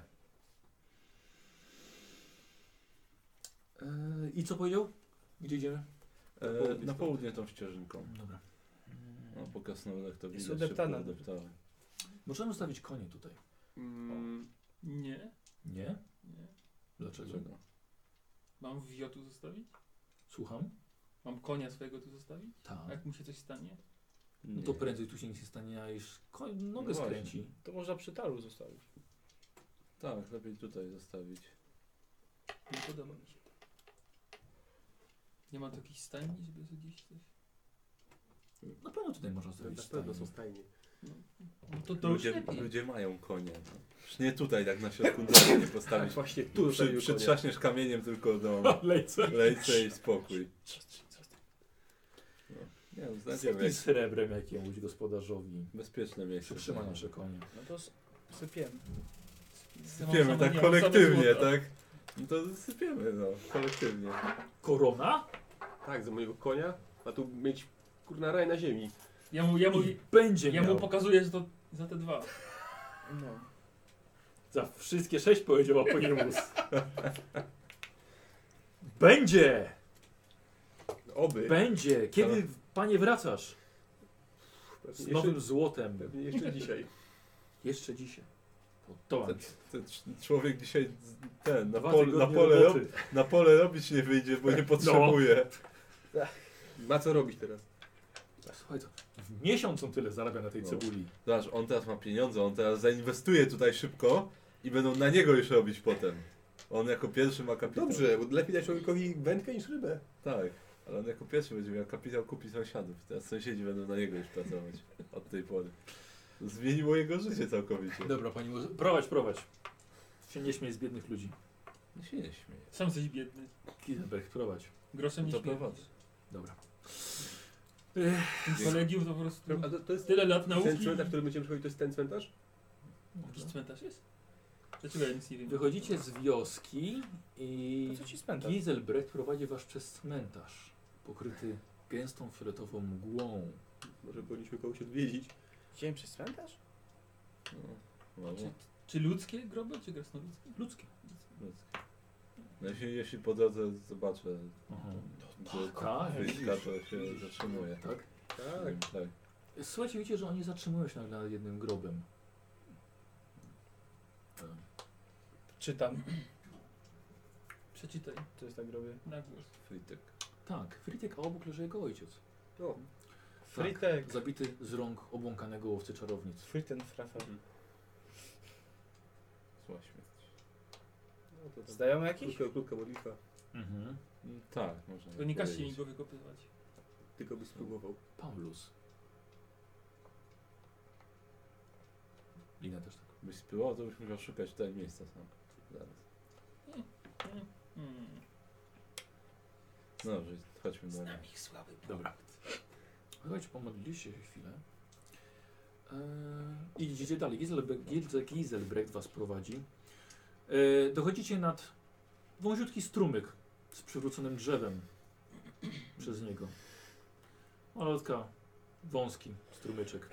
S1: I co powiedział? Gdzie idziemy?
S5: Na południe tą ścieżynką.
S1: Dobra.
S5: No, po krasnoludach to
S2: Jest
S5: widać,
S2: udeptana.
S5: szybko udeptałem.
S1: Możemy ustawić konie tutaj.
S6: Nie.
S1: Nie?
S6: Nie.
S1: Dlaczego?
S5: Dlaczego?
S6: Mam wio tu zostawić?
S1: Słucham?
S6: Mam konia swojego tu zostawić? A
S1: Tak.
S6: jak mu się coś stanie?
S1: No to prędzej tu się nic nie stanie, a już nogę
S5: No właśnie.
S1: skręci.
S2: To można przy talu zostawić.
S5: Tak, lepiej tutaj zostawić.
S6: Nie podoba mi się to. Nie ma tu jakiejś stajni, żeby tu gdzieś coś...
S1: Na pewno tutaj można ustawić
S4: Na pewno
S1: stajnię.
S4: są stajnie.
S6: No to już
S5: Ludzie,
S6: lepiej.
S5: ludzie mają konie. No. Przecież nie tutaj, tak na środku drogi nie postawić.
S2: Właśnie tu
S5: Przytrzaśniesz kamieniem tylko do
S1: Lejce.
S5: lejce i spokój. Nie Nie, no, znajdziemy
S1: Sypnij
S5: jakieś
S1: srebrem jakiemuś gospodarzowi.
S5: bezpieczne miejsce.
S1: Przytrzyma nasze konie.
S2: No to sypiemy.
S5: Sypiemy tak kolektywnie, tak? No to sypiemy, no, kolektywnie.
S1: Korona?
S4: Tak, za mojego konia, a tu mieć kurna raj na ziemi.
S1: I będzie
S6: ja
S1: miał.
S6: mu pokazuję, że to za te 2.
S2: No.
S1: Za wszystkie 6 powiedział Aponimus. Będzie!
S4: Oby.
S1: Będzie! Kiedy, panie, wracasz? Z
S4: Pewnie
S1: nowym
S4: jeszcze,
S1: złotem.
S4: pewnie jeszcze dzisiaj.
S1: Jeszcze dzisiaj. To
S5: Ten człowiek dzisiaj na,
S1: Dwa
S5: pol,
S1: tygodnie
S5: pole
S1: roboty.
S5: na pole robić nie wyjdzie, bo nie potrzebuje.
S4: Ma co robić teraz.
S1: Słuchaj, to w miesiąc on tyle zarabia na tej
S5: No.
S1: cebuli.
S5: Zobacz, on teraz ma pieniądze, on teraz zainwestuje tutaj szybko i będą na niego już robić potem. On jako pierwszy ma kapitał.
S4: Dobrze, bo lepiej dać człowiekowi wędkę niż rybę.
S5: Tak, ale on jako pierwszy będzie miał kapitał kupić sąsiadów. Teraz sąsiedzi będą na niego już pracować od tej pory. Zmieniło jego życie całkowicie.
S1: Dobra, pani mu... Prowadź. Się nie śmiej z biednych ludzi.
S5: No się nie śmieje.
S6: Sam jesteś biedny.
S1: Kizelberg, prowadź.
S6: Groszem nie
S5: To
S6: śmierdzisz.
S5: prowadzę.
S1: Dobra.
S6: W tym kolegium to po prostu
S4: A to jest
S6: tyle lat
S4: ten
S6: nauki.
S4: cmentarz, który będziemy przechodzić, to jest ten cmentarz?
S6: Jakiś cmentarz jest? Dlaczego ja nic nie wiem?
S1: Wychodzicie z wioski i
S2: Po co ci spętasz?
S1: Giselbrecht prowadzi was przez cmentarz, pokryty gęstą fioletową mgłą.
S4: Może powinniśmy kogoś odwiedzić.
S2: Idziemy przez cmentarz?
S5: No,
S6: Czy ludzkie groby, czy krasnoludzkie?
S1: Ludzkie.
S5: no jeśli po drodze zobaczę,
S1: Aha.
S5: że
S1: tak,
S5: wyjska, to się zatrzymuje.
S1: Tak?
S4: Tak.
S5: Tak.
S1: Słuchajcie, widzicie, że oni zatrzymują się nagle nad jednym grobem.
S2: Czytam.
S6: Przeczytaj
S2: To jest tak robię.
S6: na głos.
S5: Fritek.
S1: Tak, Fritek, a obok leży jego ojciec.
S4: O,
S2: Fritek.
S1: Zabity z rąk obłąkanego łowcy czarownic.
S2: Fritten Frafa.
S5: Zła śmierć.
S4: no to
S2: Znajomy jakiś?
S4: krótka modlitwa.
S1: Mhm.
S5: Tak, można.
S6: Tylko nie każcie mi
S5: powiedzieć.
S6: go wykopywać.
S4: Tylko byś spróbował.
S1: Paulus. Lina też tak.
S5: Byś spróbował, to byś musiał szukać tutaj miejsca sam. Zaraz.
S6: Hmm.
S5: No dobrze, chodźmy dalej.
S6: ich słaby.
S1: Dobra. Słuchajcie, pomodliliście się chwilę. I idziecie dalej. Giselbrecht was prowadzi. Dochodzicie nad wąziutki strumyk z przywróconym drzewem przez niego. Malutka, wąski strumyczek.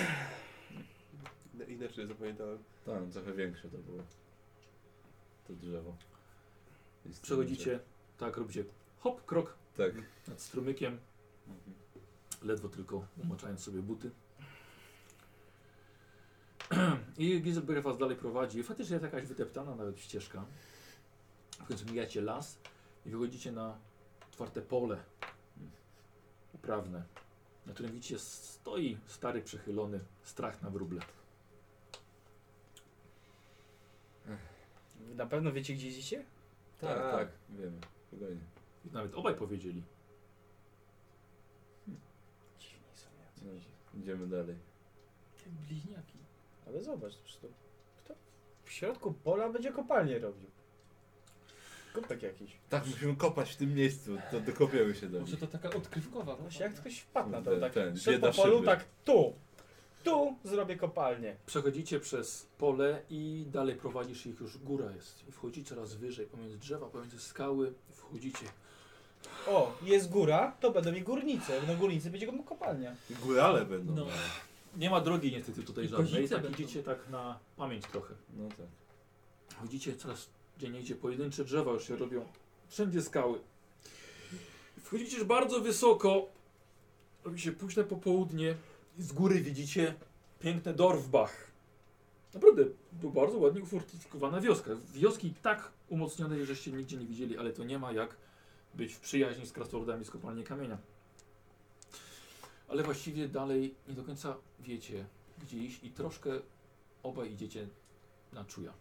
S4: Inaczej zapamiętałem.
S5: Tak, trochę większe to było. To drzewo. I
S1: Przechodzicie, tak, robicie hop, krok
S5: Tak.
S1: nad strumykiem,
S5: Mhm.
S1: ledwo tylko umoczając sobie buty. I Giselbrecht was dalej prowadzi. Faktycznie jest jakaś wyteptana nawet ścieżka. W końcu mijacie las i wychodzicie na otwarte pole uprawne, na którym widzicie stoi stary, przechylony strach na wróble.
S2: Na pewno wiecie, gdzie idziecie?
S5: Tak,
S4: Tak.
S5: tak, wiemy. Spokojnie.
S1: I nawet obaj powiedzieli.
S2: Dziwni są
S5: No,
S2: jacyś.
S5: idziemy dalej.
S6: Jak bliźniaki.
S2: Ale zobacz, przecież to kto w środku pola będzie kopalnię robił. Kopek jakiś.
S5: Tak, musimy kopać w tym miejscu, to dokopiemy się do
S6: Może
S5: nich.
S6: to taka odkrywkowa.
S2: Właśnie jak ktoś wpadł na to,
S5: Ten-
S2: tak
S5: ten,
S2: szedł
S5: bieda
S2: po polu,
S5: szyby.
S2: tak tu zrobię kopalnię.
S1: Przechodzicie przez pole i dalej prowadzisz ich, już góra jest. I wchodzicie coraz wyżej, pomiędzy drzewa, pomiędzy skały. Wchodzicie.
S2: O, jest góra, to będą mi górnice. Na górnicy będzie kopalnia.
S5: Górale będą.
S6: No.
S1: Nie ma drogi niestety tutaj
S6: I
S1: żadnej.
S6: kozice
S1: Tak
S6: będą.
S1: idziecie tak na pamięć trochę.
S5: No tak.
S1: Chodzicie coraz gdzie nie idzie, pojedyncze drzewa już się robią. Wszędzie skały. Wchodzicie już bardzo wysoko. Robi się późne popołudnie. I z góry widzicie piękny Dorfbach. Naprawdę, to bardzo ładnie ufortyfikowana wioska. Wioski tak umocnione, żeście nigdzie nie widzieli, ale to nie ma jak być w przyjaźni z krasnoludami z kopalni kamienia. Ale właściwie dalej nie do końca wiecie, gdzie iść i troszkę obaj idziecie na czuja.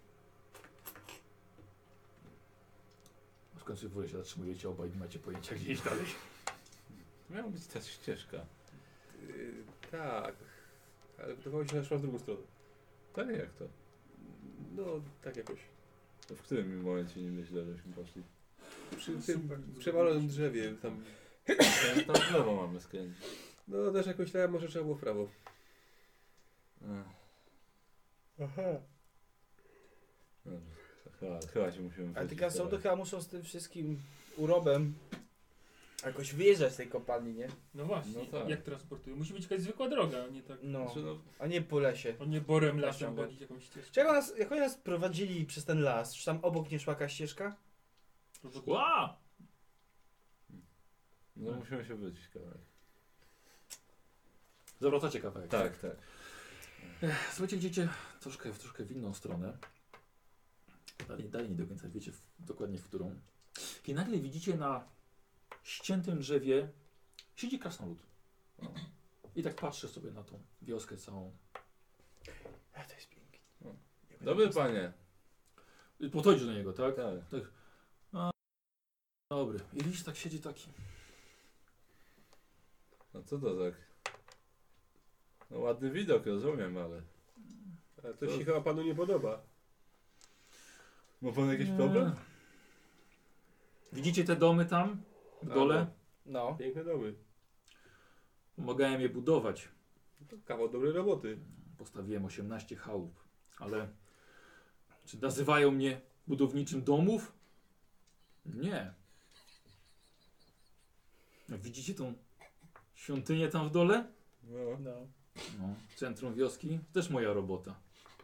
S1: W końcu w ogóle się zatrzymujecie obaj i macie pojęcia, gdzie iść dalej.
S5: Miała być ta ścieżka.
S4: Tak. Ale wydawało się, że szła w drugą stronę.
S5: Tak jak to?
S4: No, tak jakoś.
S5: To w którym momencie nie źle, żeśmy poszli?
S4: Przy tym przewalonym drzewie tam.
S5: Tam w lewo mamy skręcić.
S4: No też jak myślałem, może trzeba było w prawo.
S2: Aha.
S5: Dobrze. Chyba się musimy
S2: A te
S5: wrócić
S2: krasnoludy
S5: teraz.
S2: chyba muszą z tym wszystkim urobem jakoś wyjeżdżać z tej kopalni, nie?
S6: No właśnie,
S5: No tak.
S6: jak transportują? Musi być jakaś zwykła droga, a nie tak.
S2: No,
S5: Znaczy, no,
S2: a nie po lesie.
S6: On nie borem
S2: Lasem
S6: lasem
S2: go.
S6: chodzić jakąś ścieżkę.
S2: Czego nas, jak oni nas prowadzili przez ten las, czy tam obok nie szła jakaś ścieżka?
S1: Ła!
S5: no musimy się wrócić kawałek.
S1: Zawracacie kawałek.
S5: Tak, tak.
S1: Słuchajcie, idziecie troszkę w inną stronę. Dalej nie do końca wiecie dokładnie w którą. I nagle widzicie na ściętym drzewie siedzi krasnolud.
S5: O.
S1: I tak patrzy sobie na tą wioskę całą.
S2: A to jest pięknie.
S5: Dobry panie.
S1: I podchodzi do niego, tak?
S5: Tak.
S1: Dobry. I liść tak siedzi taki.
S5: No co to tak? No ładny widok, rozumiem, ale...
S4: Ale to się chyba panu nie podoba.
S5: Ma pan jakiś problem?
S1: Widzicie te domy tam w dole?
S2: No.
S4: Piękne domy.
S1: Pomagałem je budować.
S4: To kawał dobrej roboty.
S1: Postawiłem 18 chałup. Ale czy nazywają mnie budowniczym domów? Nie. Widzicie tą świątynię tam w dole?
S5: No.
S2: No.
S1: No, centrum wioski. Też moja robota.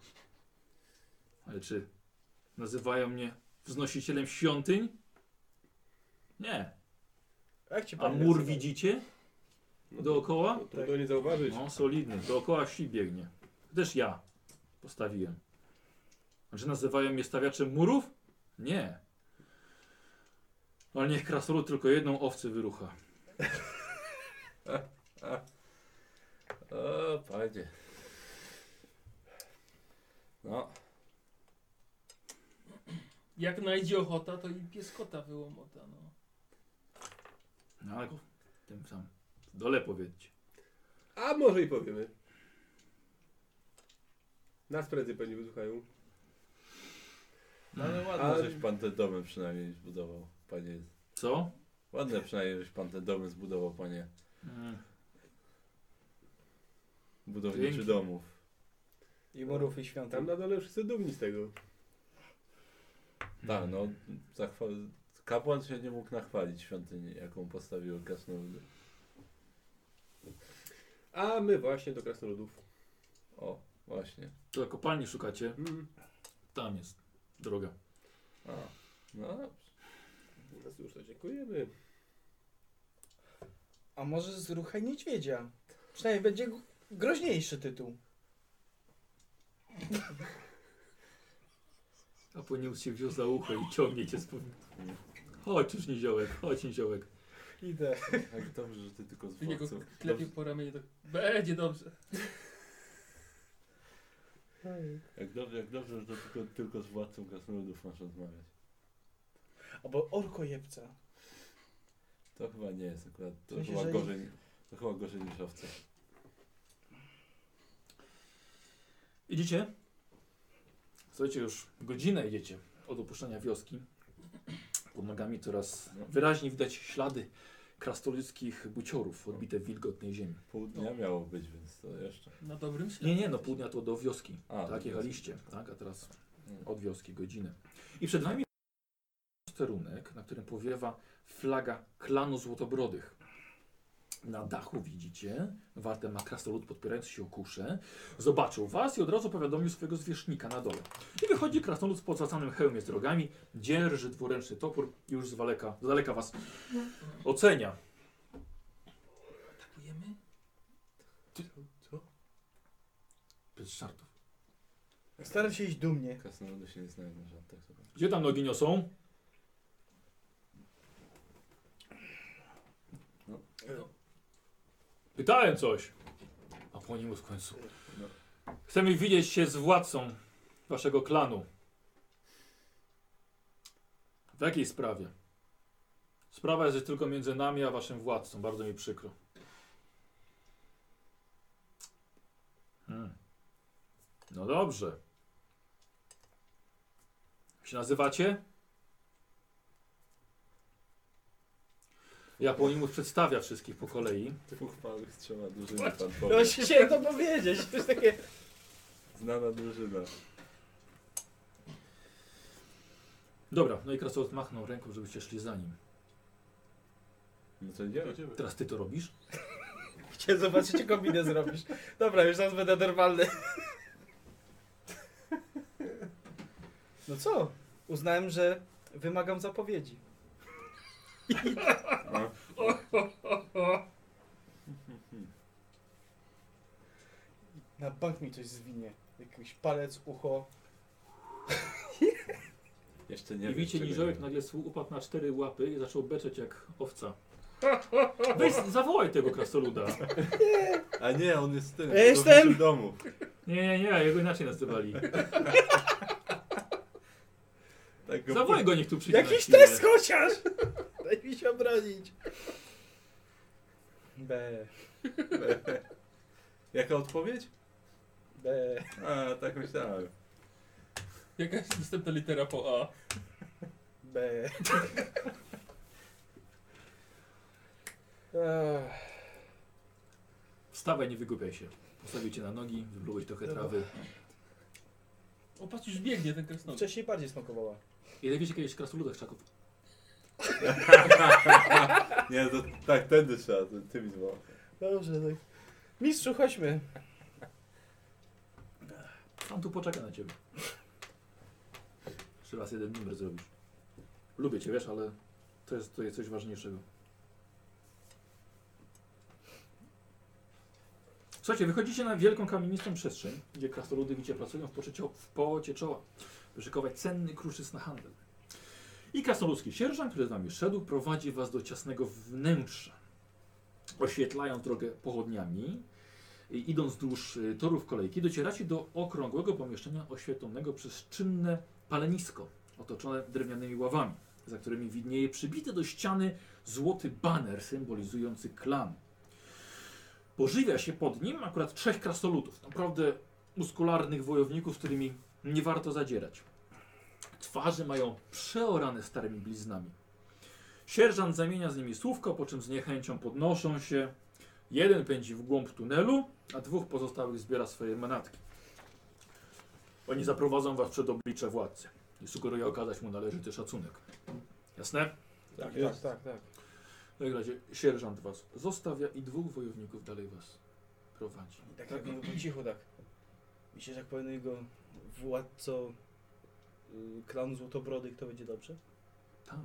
S1: Ale czy nazywają mnie wznosicielem świątyń? Nie.
S2: A jak cię
S1: A
S2: pan
S1: mur
S2: nazywa?
S1: widzicie?
S4: No,
S1: Dookoła?
S4: to trudno nie zauważyć.
S1: No, solidny. Dookoła wsi biegnie. Też ja postawiłem. A czy nazywają mnie stawiaczem murów? Nie. Ale niech krasnolud tylko jedną owcę wyrucha.
S5: O, panie. No.
S6: Jak najdzie ochota, to i pieskota wyłomota, no.
S1: No ale go tym sam w dole powiedzcie.
S4: A może i powiemy. Nas prędzej pewnie wysłuchają.
S5: No ale ładne,
S4: A-
S5: żeś pan te domy przynajmniej zbudował, panie.
S1: Co?
S5: Ładne przynajmniej, żeś pan te domy zbudował, panie. Budowniczy
S1: Dzięki.
S5: domów.
S2: I murów i świątyń.
S4: Tam na dole wszyscy dumni z tego.
S5: Tak, no. Kapłan się nie mógł nachwalić świątyni, jaką postawiły krasnoludy.
S4: A my właśnie do krasnoludów.
S5: O, właśnie.
S1: To kopalni szukacie?
S4: Mm.
S1: Tam jest droga.
S5: A, no dobrze.
S4: No cóż, to dziękujemy.
S2: A może Zruchaj Niedźwiedzia? Przynajmniej będzie groźniejszy tytuł.
S1: A poniósł się wziął za ucho i ciągnie cię z powrotem. Chodź już niziołek, chodź niziołek.
S2: Idę.
S5: Jak dobrze, że ty tylko z
S6: I niego
S5: władców.
S6: klepie po ramieniu, tak będzie dobrze.
S5: Jak dobrze, że to tylko z władcą krasnoludów masz rozmawiać.
S2: Albo orkojebca.
S5: To chyba nie jest akurat. To,
S2: W sensie,
S5: chyba,
S2: że
S5: gorzej, to chyba gorzej niż owce.
S1: Idziecie? Słuchajcie, już godzinę idziecie od opuszczenia wioski. Pod nogami coraz wyraźniej widać ślady krasnoludzkich buciorów odbite w wilgotnej ziemi.
S5: Pół dnia miało być, więc to jeszcze.
S6: Na dobrym śladzie.
S1: Nie, no pół dnia to do wioski.
S5: A,
S1: Tak,
S5: do
S1: jechaliście, tak, a teraz
S5: Mm.
S1: od wioski godzinę. I przed wami posterunek, na którym powiewa flaga klanu Złotobrodych. Na dachu widzicie, wartę ma krasnolud podpierający się o kuszę. Zobaczył was i od razu powiadomił swojego zwierzchnika na dole. I wychodzi krasnolud w pozłacanym hełmie z rogami, dzierży dwuręczny topór i już z daleka was ocenia.
S6: Atakujemy?
S4: Co?
S1: Bez żartów.
S2: Staram się iść dumnie.
S5: Krasnoludy się nie znają na żartach.
S1: Gdzie tam nogi niosą?
S5: No.
S1: Pytałem coś. A po nim w końcu. Chcemy widzieć się z władcą waszego klanu. W jakiej sprawie? Sprawa jest tylko między nami a waszym władcą. Bardzo mi przykro. No dobrze. Jak się nazywacie? Japonimus przedstawia wszystkich po kolei.
S5: Dwóch małych z 3 drużyny, pan
S2: No
S5: powie.
S2: chciałem to powiedzieć. To jest takie...
S5: Znana drużyna.
S1: Dobra, no i krasnolud machnął ręką, żebyście szli za nim.
S5: No co idziemy?
S4: Idziemy.
S1: Teraz ty to robisz?
S2: Chciałem zobaczyć, jak kombinę zrobisz. Dobra, już teraz będę normalny. No co? Uznałem, że wymagam zapowiedzi.
S5: No.
S2: Na bank mi coś zwinie. Jakiś palec, ucho.
S5: Jeszcze nie
S1: I
S5: wiem.
S1: widzicie,
S5: czego
S1: niziołek
S5: nie
S1: nagle upadł na 4 łapy i zaczął beczeć jak owca. Weź, zawołaj tego krasnoluda.
S5: wiem. A nie, on jest tym.
S2: Ja jestem!
S5: w domu.
S1: Nie, jego inaczej nazywali.
S5: Tak go
S1: Zawołaj go, niech tu przyjdzie. na
S2: Jakiś
S1: chwilę.
S2: test chociaż! Daj mi się obronić. B.
S5: Jaka odpowiedź?
S2: B.
S5: A, tak myślałem.
S6: Jakaś następna litera po A.
S2: B.
S1: Wstawaj, nie wygłupiaj się. Postawię cię na nogi, wyplułeś trochę trawy.
S6: O, patrz, już biegnie ten krasnolud.
S2: Wcześniej bardziej smakowała.
S1: I wiecie kiedyś krasnoludach krzaków.
S5: Nie, to tak, tędy trzeba, ty mi zwołał.
S2: Dobrze, tak. Mistrzu, chodźmy.
S1: On tu poczeka na ciebie. Jeszcze raz jeden numer zrobisz. Lubię cię, wiesz, ale to jest coś ważniejszego. Słuchajcie, wychodzicie na wielką kamienistą przestrzeń, gdzie krasnoludy widzicie pracują w pocie czoła, by szykować cenny kruszys na handel. I krasnoludzki sierżant, który z wami szedł, prowadzi was do ciasnego wnętrza, oświetlając drogę pochodniami. I idąc wzdłuż torów kolejki, docieracie do okrągłego pomieszczenia oświetlonego przez czynne palenisko, otoczone drewnianymi ławami, za którymi widnieje przybity do ściany złoty baner symbolizujący klan. Pożywia się pod nim akurat 3 krasnoludów, naprawdę muskularnych wojowników, z którymi nie warto zadzierać. Twarze mają przeorane starymi bliznami. Sierżant zamienia z nimi słówko, po czym z niechęcią podnoszą się. Jeden pędzi w głąb tunelu, a 2 pozostałych zbiera swoje manatki. Oni zaprowadzą was przed oblicze władcy i sugeruję okazać mu należyty szacunek. Jasne?
S5: Tak,
S2: Tak.
S1: W takim razie sierżant was zostawia i 2 wojowników dalej was prowadzi.
S2: Tak, po cichu tak. Myślisz, jak powinien jego władco klanu Złotobrodych, to będzie dobrze?
S1: Tak.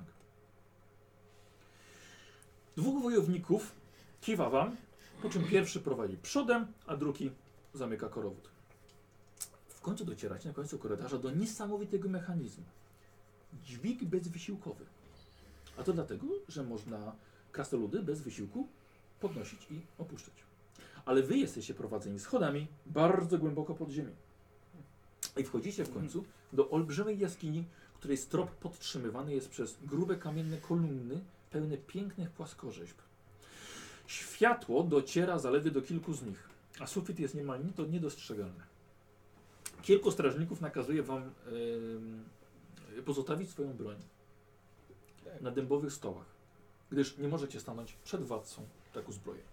S1: 2 wojowników kiwa wam, po czym pierwszy prowadzi przodem, a drugi zamyka korowód. W końcu docieracie na końcu korytarza do niesamowitego mechanizmu. Dźwig bezwysiłkowy. A to dlatego, że można krasnoludy bez wysiłku podnosić i opuszczać. Ale wy jesteście prowadzeni schodami bardzo głęboko pod ziemię. I wchodzicie w końcu do olbrzymiej jaskini, której strop podtrzymywany jest przez grube kamienne kolumny pełne pięknych płaskorzeźb. Światło dociera zaledwie do kilku z nich, a sufit jest niemal niedostrzegalny. Kilku strażników nakazuje wam pozostawić swoją broń na dębowych stołach, gdyż nie możecie stanąć przed władcą tak uzbrojeni.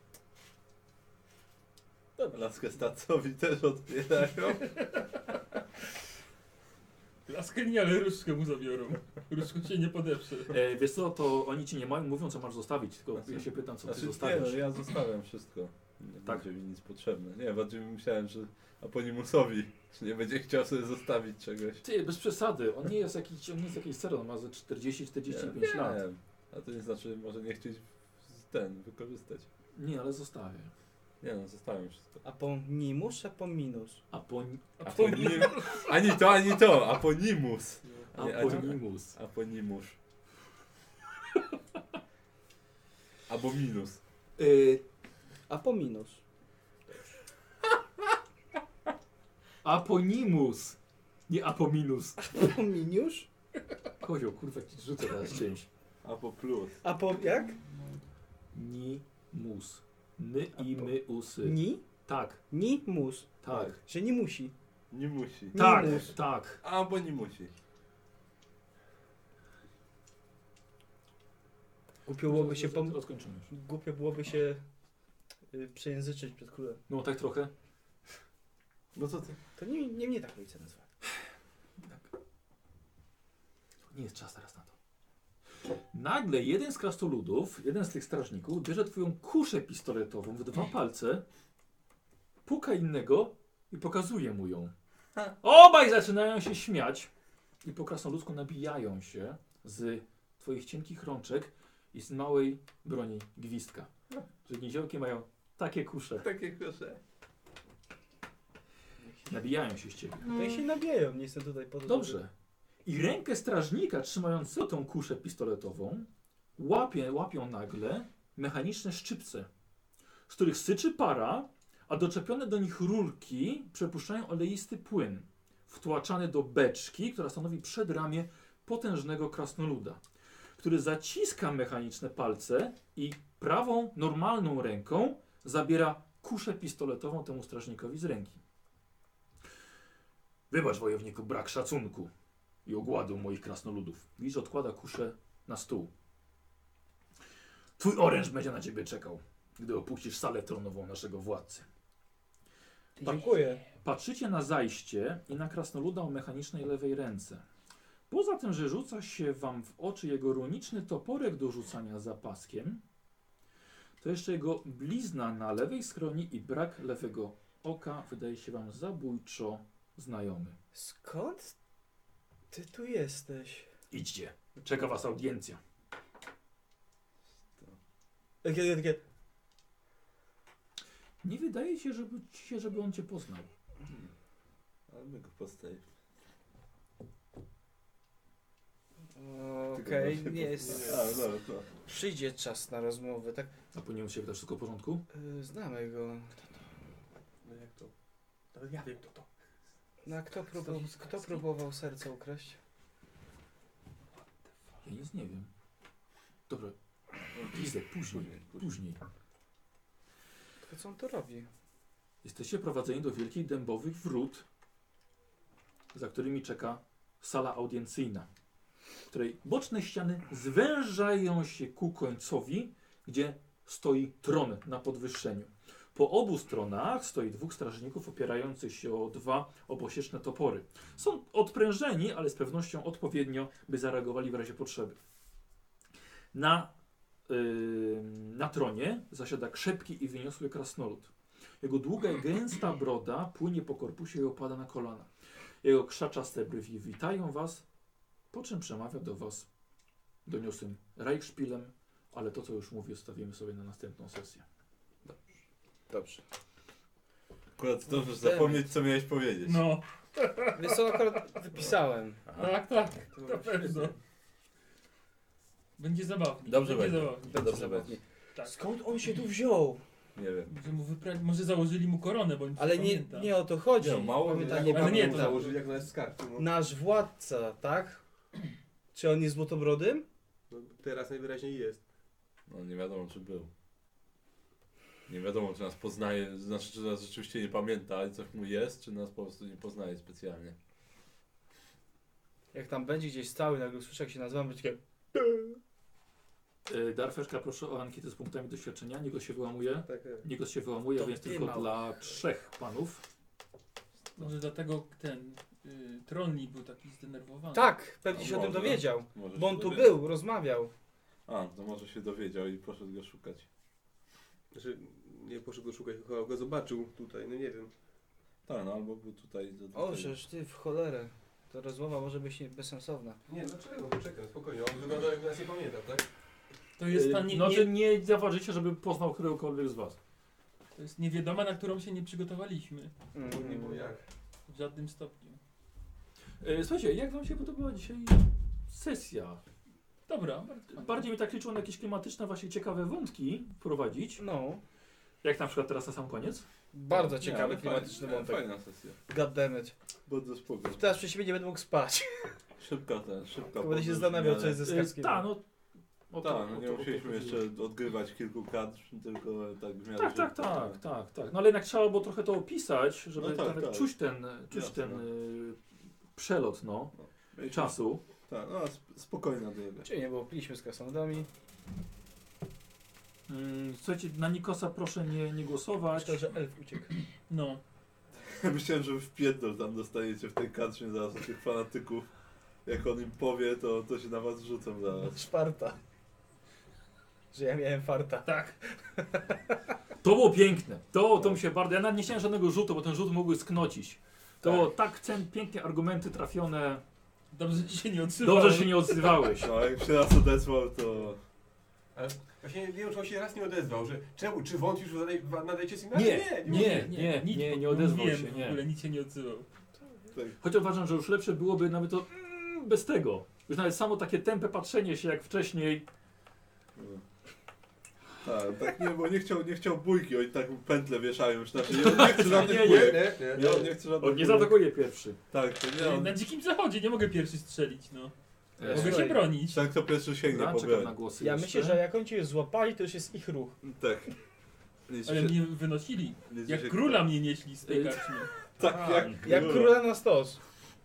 S5: Laskę stacowi też odbierają.
S6: Laskę nie, ale różdżkę mu zabiorą. Różdżką cię nie podeprze.
S1: Wiesz co, to oni ci nie mają, mówią co masz zostawić, tylko ja się pytam co ty
S5: Znaczy, nie,
S1: zostawiasz.
S5: no, ja zostawiam wszystko. Nie
S1: Tak.
S5: będzie mi nic potrzebne. Nie, bardziej myślałem, że Aponimusowi, czy nie będzie chciał sobie zostawić czegoś.
S1: Ty, bez przesady, on nie jest jakiś seron, on ma ze 40-45 lat.
S5: Wiem. A to nie znaczy, może nie chcieć wykorzystać.
S1: Nie, ale zostawię.
S5: Nie no, zostawiam wszystko.
S2: Aponimus, apominus.
S5: Aponim... ani to, Aponimus. Nie,
S1: Aponimus.
S5: Aponimus. Abominus.
S2: Apominus.
S1: Aponimus. Nie apominus.
S2: Apominius?
S1: Kozioł, kurwa, ci rzucę teraz czymś.
S5: Apo plus.
S2: Jak?
S1: Nimus. Ny i my usy.
S2: Ni?
S1: Tak,
S2: Nimus.
S1: tak.
S2: Że nie musi.
S5: Nie musi.
S1: Tak,
S2: Nimus.
S1: tak.
S5: Albo nie musi.
S2: Głupio byłoby się,
S1: Rozkończymy już.
S2: głupio byłoby się przejęzyczyć przed królem.
S1: No tak trochę.
S5: No to ty.
S2: To nie mnie tak ojca nazywa.
S1: Tak. Nie jest czas teraz na to. Nagle jeden z krasnoludów, jeden z tych strażników, bierze twoją kuszę pistoletową w 2 palce, puka innego i pokazuje mu ją. Obaj zaczynają się śmiać i po krasnoludzku nabijają się z twoich cienkich rączek i z małej broni gwizdka. Że niziołki mają takie kusze.
S5: Takie proszę.
S1: Nabijają się z ciebie.
S2: To i się nabijają, nie jestem tutaj po to.
S1: Dobrze. I rękę strażnika trzymającego tą kuszę pistoletową łapią nagle mechaniczne szczypce, z których syczy para, a doczepione do nich rurki przepuszczają oleisty płyn, wtłaczany do beczki, która stanowi przedramię potężnego krasnoluda, który zaciska mechaniczne palce i prawą, normalną ręką zabiera kuszę pistoletową temu strażnikowi z ręki. Wybacz, wojowniku, brak szacunku i ogładu moich krasnoludów. Widzisz, odkłada kuszę na stół. Twój oręż będzie na ciebie czekał, gdy opuścisz salę tronową naszego władcy.
S2: Dziękuję.
S1: Patrzycie na zajście i na krasnoluda o mechanicznej lewej ręce. Poza tym, że rzuca się wam w oczy jego runiczny toporek do rzucania zapaskiem, to jeszcze jego blizna na lewej skroni i brak lewego oka wydaje się wam zabójczo znajomy.
S2: Skąd ty tu jesteś?
S1: Idźcie, czeka was audiencja.
S2: Takie.
S1: Nie wydaje się, żeby on cię poznał.
S5: Ale my go postawimy.
S2: Okej, nie jest.
S5: No.
S2: Przyjdzie czas na rozmowę, tak?
S1: A powinien się pytać, wszystko w porządku?
S2: Znamy go.
S4: No jak to? Nawet ja wiem kto to.
S2: No a kto próbował serce ukraść?
S1: Ja nic nie wiem. Dobra, Izek, później.
S2: To co on to robi?
S1: Jesteście prowadzeni do wielkich dębowych wrót, za którymi czeka sala audiencyjna, której boczne ściany zwężają się ku końcowi, gdzie stoi tron na podwyższeniu. Po obu stronach stoi 2 strażników opierających się o 2 obosieczne topory. Są odprężeni, ale z pewnością odpowiednio, by zareagowali w razie potrzeby. Na tronie zasiada krzepki i wyniosły krasnolud. Jego długa i gęsta broda płynie po korpusie i opada na kolana. Jego krzaczaste brwi witają was, po czym przemawia do was doniosłym Reichspielem, ale to, co już mówię, zostawimy sobie na następną sesję.
S2: Dobrze.
S5: Akurat dobrze zapomnieć, co miałeś powiedzieć.
S6: No,
S2: Wiesz co, akurat wypisałem.
S6: tak, na pewno. Będzie zabawnie.
S5: Dobrze
S6: będzie.
S5: będzie.
S6: Zabawnie.
S5: Dobrze
S2: zabawnie.
S5: będzie.
S6: Tak.
S2: Skąd on się tu wziął?
S5: Nie wiem.
S6: Że mu może założyli mu koronę, bo on
S2: Ale nie o to chodzi.
S5: Nie, mało
S2: Pamiętam,
S5: nie,
S6: ale nie, to
S4: założyli jak nas skarb. No.
S2: Nasz władca, tak? Czy on jest złotobrodym?
S4: No, teraz najwyraźniej jest.
S5: No nie wiadomo, czy był. Nie wiadomo, czy nas poznaje, znaczy, czy nas rzeczywiście nie pamięta i coś mu jest, czy nas po prostu nie poznaje specjalnie.
S2: Jak tam będzie gdzieś stały, nagle usłyszę, jak się nazywam, będzie takie...
S1: Darfeszka, proszę o ankietę z punktami doświadczenia. Nikos się wyłamuje.
S4: Tak,
S1: Nikos się wyłamuje,
S2: To
S1: więc
S2: ty,
S1: tylko
S2: mały.
S1: dla 3 panów.
S6: Może dlatego ten tronnik był taki zdenerwowany.
S2: Tak, pewnie się o tym
S5: Może.
S2: dowiedział.
S5: Może
S2: Bo
S5: się
S2: on tu
S5: dowiedział.
S2: był, rozmawiał.
S5: A, to może się dowiedział i poszedł go szukać.
S4: Znaczy, nie poszedł go szukać, chyba go zobaczył tutaj, no nie wiem.
S5: Tak, no albo był tutaj.
S2: O, żeż ty w cholerę. Ta rozmowa może być bezsensowna.
S4: Nie, dlaczego? Poczekaj, spokojnie, on wygląda jak nas nie pamięta, tak?
S6: To jest ta
S1: Nie zauważycie, żeby poznał któregokolwiek z was.
S6: to jest niewiadoma, na którą się nie przygotowaliśmy.
S4: Nie było jak.
S6: W żadnym stopniu.
S1: Słuchajcie, jak wam się podobała dzisiaj sesja?
S6: Dobra, bardzo fajnie.
S1: Bardziej mi tak liczyło na jakieś klimatyczne, właśnie ciekawe wątki prowadzić.
S2: No,
S1: Jak na przykład teraz na sam koniec.
S2: bardzo
S5: Nie,
S2: ciekawy,
S5: ale
S2: klimatyczny
S5: fajnie,
S2: wątek.
S5: Fajna sesja.
S2: Goddammit.
S5: Bardzo spoko.
S2: Teraz przy siebie nie będę mógł spać.
S5: Szybka.
S2: To będę się zastanawiał, co jest ze Skarskim.
S1: Tak, no.
S5: Tak, no nie musieliśmy jeszcze odgrywać kilku kadr, tylko tak w miarę
S1: Tak.
S5: szybko.
S1: No ale jednak trzeba było trochę to opisać, żeby
S5: No tak,
S1: tak,
S5: tak.
S1: czuć ten
S5: Jasne.
S1: przelot, no,
S5: Mieliśmy-
S1: czasu.
S5: Tak, no spokojna droga.
S2: Czyli nie było, piliśmy z krasnoludami.
S1: Słuchajcie, na Nikosa proszę nie głosować.
S2: Myślę, że elf uciekł.
S6: No.
S5: Myślałem, że wpierdol tam dostajecie w tej karczmie zaraz od tych fanatyków. Jak on im powie, to się na was rzucą zaraz.
S2: Szparta. Że ja miałem farta.
S6: Tak.
S1: To było piękne. To mi się bardzo... Ja nawet nie chciałem żadnego rzutu, bo ten rzut mógłby sknocić. To było tak pięknie argumenty trafione.
S6: Dobrze, że się nie odzywałeś.
S1: Dobrze, że się nie odzywałeś.
S5: No, jak się raz odezwał, to...
S4: Ale właśnie nie wiem, czy on się raz nie odezwał, że czemu, czy wątpisz, że nadajcie sygnał?
S1: Nie odezwał
S6: mówiłem,
S1: się, nie.
S6: W ogóle nic się nie odzywał.
S1: Choć uważam, że już lepsze byłoby nawet to bez tego. Już nawet samo takie tępe patrzenie się jak wcześniej.
S5: No. Tak, nie, bo nie chciał bójki, oni tak pętle wieszają już, znaczy nie chce żadnych
S1: Nie,
S5: bójek.
S4: Nie.
S5: Nie chce żadnych
S1: On nie
S5: bójek.
S1: zaatakuje pierwszy.
S5: Tak, to nie on.
S6: Na dzikim zachodzie nie mogę pierwszy strzelić, no. Mogę się
S2: Słuchaj,
S6: bronić.
S5: Tak, to pierwszy sięgnie
S1: Dobra,
S5: po
S1: czekam
S5: broń.
S1: na głosy
S2: Ja
S1: jeszcze.
S2: myślę, że jak oni cię złapali, to już jest ich ruch.
S5: Tak. Liczy
S6: Ale
S5: się-
S6: mnie wynosili.
S5: liczy
S6: Jak
S5: się-
S6: króla mnie nieśli z tej karczmy.
S5: Tak,
S2: Jak króla na stos.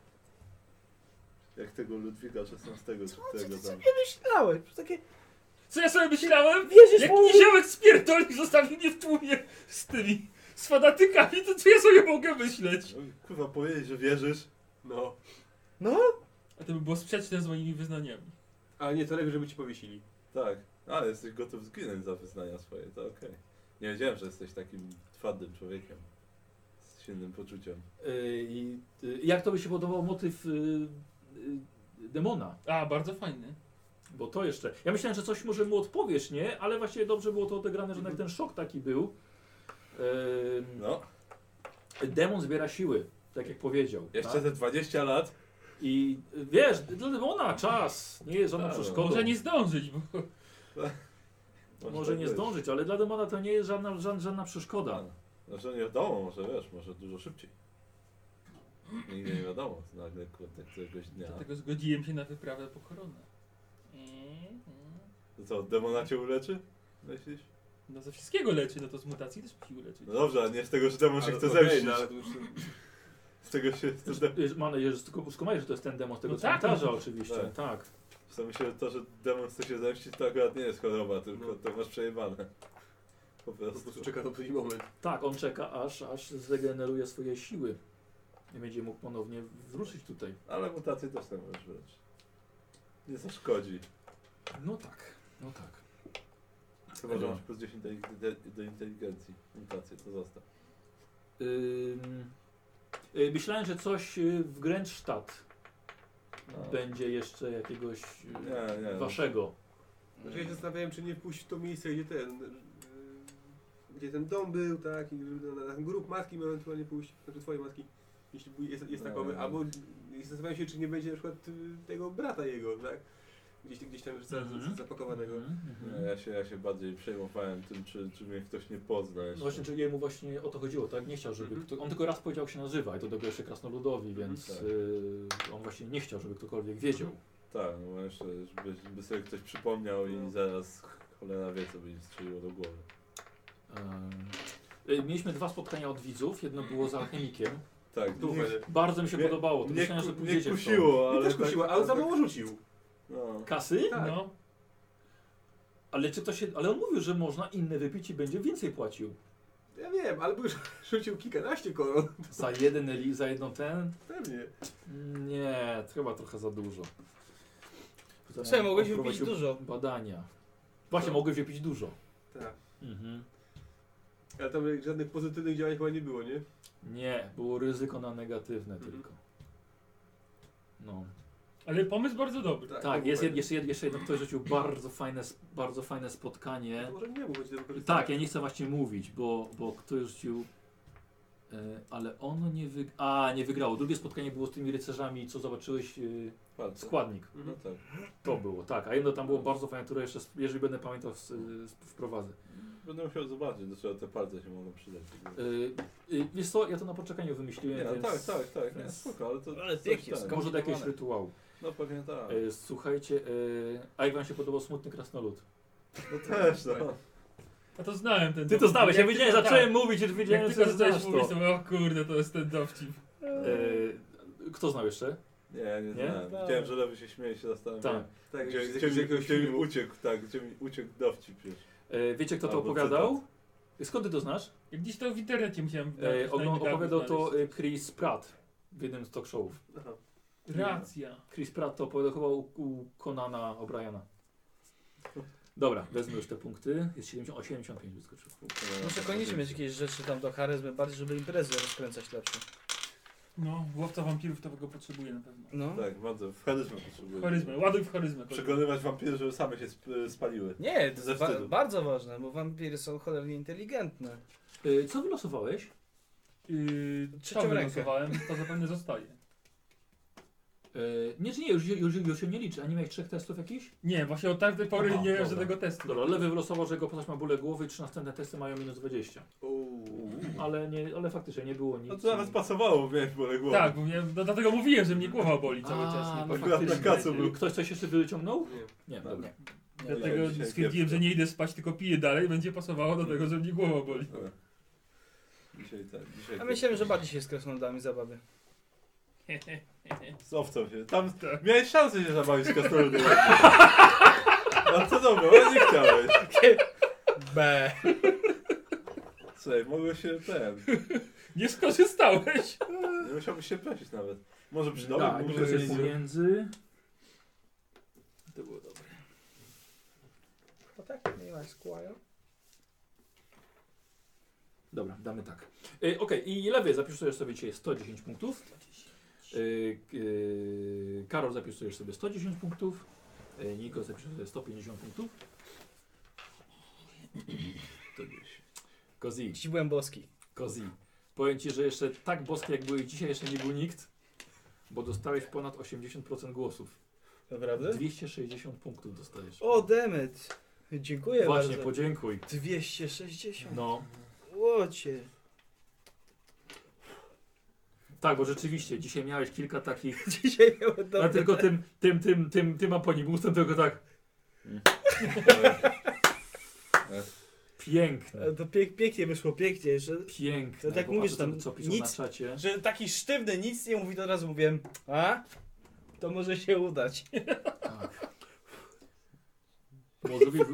S5: Jak tego Ludwika XVI czy tego tam.
S2: Myślałem, że takie...
S6: Co ja sobie myślałem?
S2: Wierzysz
S6: Jak
S2: mu?
S6: niziołek spierdoli zostawił mnie w tłumie z tymi, z fanatykami, to co ja sobie mogę myśleć?
S5: No, kurwa, powiedzieć, że wierzysz?
S4: No.
S2: No?
S6: A to by było sprzeczne z moimi wyznaniami.
S4: Ale nie, to lepiej, żeby ci powiesili.
S5: Tak. Ale jesteś gotów zginąć za wyznania swoje, to okej. Nie wiedziałem, że jesteś takim twardym człowiekiem. Z silnym poczuciem.
S1: Jak to by się podobał motyw demona?
S6: A, bardzo fajny.
S1: Bo to jeszcze. Ja myślałem, że coś może mu odpowiesz, nie? Ale właściwie dobrze było to odegrane, że jednak ten szok taki był.
S5: No,
S1: Demon zbiera siły, tak jak powiedział.
S5: jeszcze
S1: tak?
S5: te 20 lat.
S1: I wiesz, dla demona czas nie jest żadną
S5: Tak, no.
S1: przeszkodą.
S6: Może nie zdążyć, bo
S1: Może
S5: tak
S1: nie
S5: być.
S1: zdążyć, ale dla demona to nie jest żadna przeszkoda.
S5: Znaczy nie wiadomo, może wiesz, może dużo szybciej. Nigdy nie wiadomo, nagle kurde któregoś dnia.
S6: dlatego zgodziłem się na wyprawę po koronę.
S5: To co, demona cię uleczy? Myślisz?
S6: No ze wszystkiego leczy, no to z mutacji też musi uleczyć.
S5: No dobrze, a nie z tego, że demon się
S4: Ale
S5: chce
S4: okej,
S5: zemścić.
S4: no, ale to już...
S5: Z tego się chce zemścić.
S1: Mam nadzieję, że skumajesz, że to jest ten demon z tego
S6: No tak,
S1: cmentarza
S6: no.
S1: oczywiście.
S5: Tak.
S1: Tak.
S5: W sensie to, że demon chce się zemścić, to akurat nie jest choroba, tylko
S4: No.
S5: to masz przejebane. Po
S4: Po
S5: prostu.
S4: prostu czeka na ten moment.
S1: Tak, on czeka aż zregeneruje swoje siły. I będzie mógł ponownie wrócić tutaj.
S5: Ale mutacje też tam możesz wyleczyć. Nie zaszkodzi.
S1: No tak, no tak.
S5: Chyba, że masz plus 10 do inteligencji. Mutacje, to zostaw.
S1: Myślałem, że coś w Grenzstadt
S5: No.
S1: będzie jeszcze jakiegoś
S5: Nie.
S1: waszego.
S4: Znaczy ja się zastanawiałem, czy nie pójść w to miejsce, gdzie ten dom był, tak, i żeby na ten grób matki ewentualnie pójść, znaczy twojej matki, jeśli jest
S5: Nie,
S4: takowy,
S5: nie.
S4: albo zastanawiałem się, czy nie będzie na przykład tego brata jego, tak, gdzieś tam
S1: Mhm.
S4: zapakowanego.
S5: Nie, ja się bardziej przejmowałem tym, czy mnie ktoś nie pozna
S1: No
S5: jeszcze.
S1: właśnie, czyli jemu właśnie o to chodziło, tak? Nie chciał, żeby
S4: Mhm.
S1: on tylko raz powiedział, jak się nazywa i to dopiero jeszcze krasnoludowi, więc
S5: Tak.
S1: on właśnie nie chciał, żeby ktokolwiek wiedział.
S5: Tak, no bo jeszcze, żeby sobie ktoś przypomniał
S4: No.
S5: i zaraz cholera wie, co by im strzeliło do głowy.
S1: Mieliśmy 2 spotkania od widzów, jedno było z alchemikiem.
S5: Tak,
S4: Tu
S5: mnie,
S1: Bardzo mi się
S5: Mnie-
S1: podobało, to
S5: mnie,
S1: myślałem, że
S5: mnie
S1: pójdziecie w to.
S5: kusiło,
S4: Ale
S5: ale
S4: też kusiła, ale za mało rzucił.
S5: No.
S1: Kasy?
S4: Tak.
S6: No,
S1: Ale czy to się. Ale on mówił, że można inne wypić i będzie więcej płacił.
S4: Ja wiem, ale już rzucił kilkanaście koron.
S1: Za jeden za jedną ten?
S4: Pewnie.
S1: Nie, to chyba trochę za dużo.
S2: Słuchaj, mogłeś wypić
S1: Prowadził
S2: dużo.
S1: Badania. Właśnie,
S4: Co?
S1: mogłeś wypić dużo.
S4: Tak.
S1: Mhm.
S4: Ale tam żadnych pozytywnych działań chyba nie było, nie?
S1: Nie, było ryzyko na negatywne
S4: Mhm.
S1: tylko. No.
S6: ale pomysł bardzo dobry.
S1: Tak, jest jeszcze jedno, ktoś rzucił bardzo fajne spotkanie.
S4: To może nie mówić tego korzystać.
S1: Tak, ja nie chcę właśnie mówić, bo ktoś rzucił. Ale ono nie wygrało. Drugie spotkanie było z tymi rycerzami, co zobaczyłeś
S5: Palce.
S1: składnik.
S5: No
S4: Mhm.
S5: tak.
S1: To było, tak. A jedno tam było bardzo fajne, które jeszcze, jeżeli będę pamiętał, wprowadzę.
S5: Będę musiał zobaczyć, do czego te palce się mogą przydać.
S1: Wiesz co, ja to na poczekaniu wymyśliłem,
S5: Nie, no,
S1: więc
S5: tak, nie,
S1: więc-
S5: spoko, ale to
S2: Ale
S5: coś
S2: pięknie,
S5: ten.
S1: może do jakiegoś rytuału.
S5: No pewnie tak.
S1: Słuchajcie, a jak wam się podobał Smutny Krasnolud?
S5: No też, no.
S6: A to znałem ten
S1: Ty to
S6: dowcip.
S1: znałeś, ja
S6: Jak
S1: wiedziałem,
S6: tylko-
S1: zacząłem
S6: tak.
S1: mówić, że
S6: Jak
S1: wiedziałem,
S6: tylko
S1: że
S6: zacząłeś
S1: znasz
S6: mówić,
S1: to.
S6: to mówię, o kurde, to jest ten dowcip.
S1: Kto znał jeszcze?
S5: Nie
S1: Nie?
S5: znałem. Widziałem, że lewy się śmieje i się zastanawiam.
S1: Tak.
S4: Tak,
S5: Gdzie
S4: z jakiegoś
S5: mi
S4: filmu.
S5: uciekł, tak, gdzie mi uciekł dowcip już.
S1: Wiecie, kto to
S5: Albo
S1: opowiadał? Skąd ty to znasz?
S6: Jak gdzieś to w internecie musiałem...
S1: Opowiadał to Chris Pratt w jednym z talk showów.
S4: Aha.
S6: Racja.
S1: Chris Pratt to opowiadał chyba u Conana O'Briana. Dobra, wezmę już te punkty. Jest 75 wyskoczył.
S2: Muszę koniecznie mieć jakieś rzeczy tam do charyzmy, bardziej żeby imprezy rozkręcać lepsze.
S6: No, łowca wampirów to go potrzebuje na pewno.
S2: No.
S5: Tak, bardzo. W charyzmę potrzebuję.
S6: Charyzmę, ładuj w charyzmę.
S5: Przekonywać wampiry, żeby same się spaliły.
S2: Nie, to
S5: Ze
S2: jest
S5: wstydu.
S2: bardzo ważne, bo wampiry są cholernie inteligentne.
S1: Co wylosowałeś?
S2: Trzecią
S6: To
S2: rękę.
S6: wylosowałem, to zapewne zostaje.
S1: Nie, już się nie liczy. A nie miałeś 3 testów jakichś?
S6: Nie, właśnie od tamtej pory
S1: Aha,
S6: nie miałem
S1: dobra.
S6: żadnego testu.
S1: Dobra, lewy wylosował, że jego postać ma bóle głowy i 3 następne testy mają minus 20. Ale faktycznie nie było nic.
S5: No to nawet pasowało, miałeś bole głowy.
S6: Tak, bo no, dlatego mówiłem, że mnie głowa boli cały czas.
S1: A,
S6: Nie?
S1: no
S5: Akurat na
S1: faktycznie.
S5: kacu był.
S1: Ktoś coś jeszcze wyciągnął?
S4: Nie.
S1: Nie, dobra.
S6: Dlatego
S5: Ja dzisiaj
S6: stwierdziłem,
S5: kiepsko.
S6: że nie idę spać, tylko piję dalej, będzie pasowało do tego, że mnie głowa boli.
S5: Dobra. Dzisiaj
S2: A myślałem, że bardziej się z krasnoludami zabawy.
S5: z owcą się. Tam
S6: Tak.
S5: miałeś szansę się zabawić z krasnoludem. No to dobra, ale nie chciałeś.
S2: B.
S5: Słuchaj, mogło się
S6: Nie skorzystałeś.
S5: Nie musiałbyś się prosić nawet. Może przy domu,
S1: Tak,
S5: może
S1: Nikos jest
S5: nie.
S1: pomiędzy. To było dobre.
S2: No tak, nie ma Squire.
S1: Dobra, damy tak. Okej, i lewy zapisujesz sobie dzisiaj 110 punktów. Karol zapisujesz sobie 110 punktów. Nikos zapisujesz sobie 150 punktów.
S5: To gdzieś.
S1: Kozi,
S2: Ci byłem boski.
S1: Kozi. Powiem Ci, że jeszcze tak boski jak byłeś dzisiaj jeszcze nie był nikt, bo dostałeś ponad 80% głosów.
S2: Naprawdę?
S1: 260 punktów dostajesz.
S2: O, demet. Dziękuję
S1: Właśnie,
S2: bardzo.
S1: podziękuj.
S2: 260.
S1: No.
S2: Łocie.
S1: Tak, bo rzeczywiście dzisiaj miałeś kilka takich.
S2: Dzisiaj miałem dobre.
S1: A tylko tym aponibusem, tylko tak. Piękne.
S2: To pięknie wyszło, pięknie. Że,
S1: Piękne.
S2: To tak
S1: Bo
S2: mówisz,
S1: patrzę,
S2: tam
S1: co piszą
S2: nic-
S1: na czacie.
S2: że taki sztywny nic nie mówi, to od razu mówiłem, a? To może się udać.
S1: Tak. Może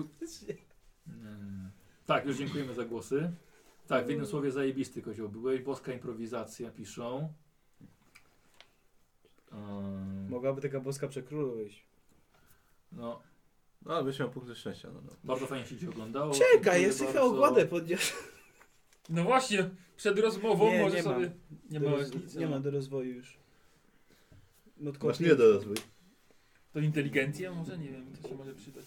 S1: Tak, już dziękujemy za głosy. Tak, w jednym słowie zajebisty kozioł byłeś. Boska improwizacja piszą.
S2: Mogłaby taka boska przekrólować.
S1: No,
S5: No ale byś miał punkty szczęścia. No.
S1: bardzo fajnie się Ci oglądało.
S2: Czekaj,
S1: Dziękuję
S2: jeszcze
S1: bardzo.
S2: chyba ogładę podniosę.
S6: No właśnie, przed rozmową
S2: Nie,
S6: może
S2: nie
S6: sobie... Nie ma
S2: Nie ma do rozwoju już. No,
S5: Masz nie do rozwoju.
S6: To inteligencja? Może nie wiem, to się może przydać.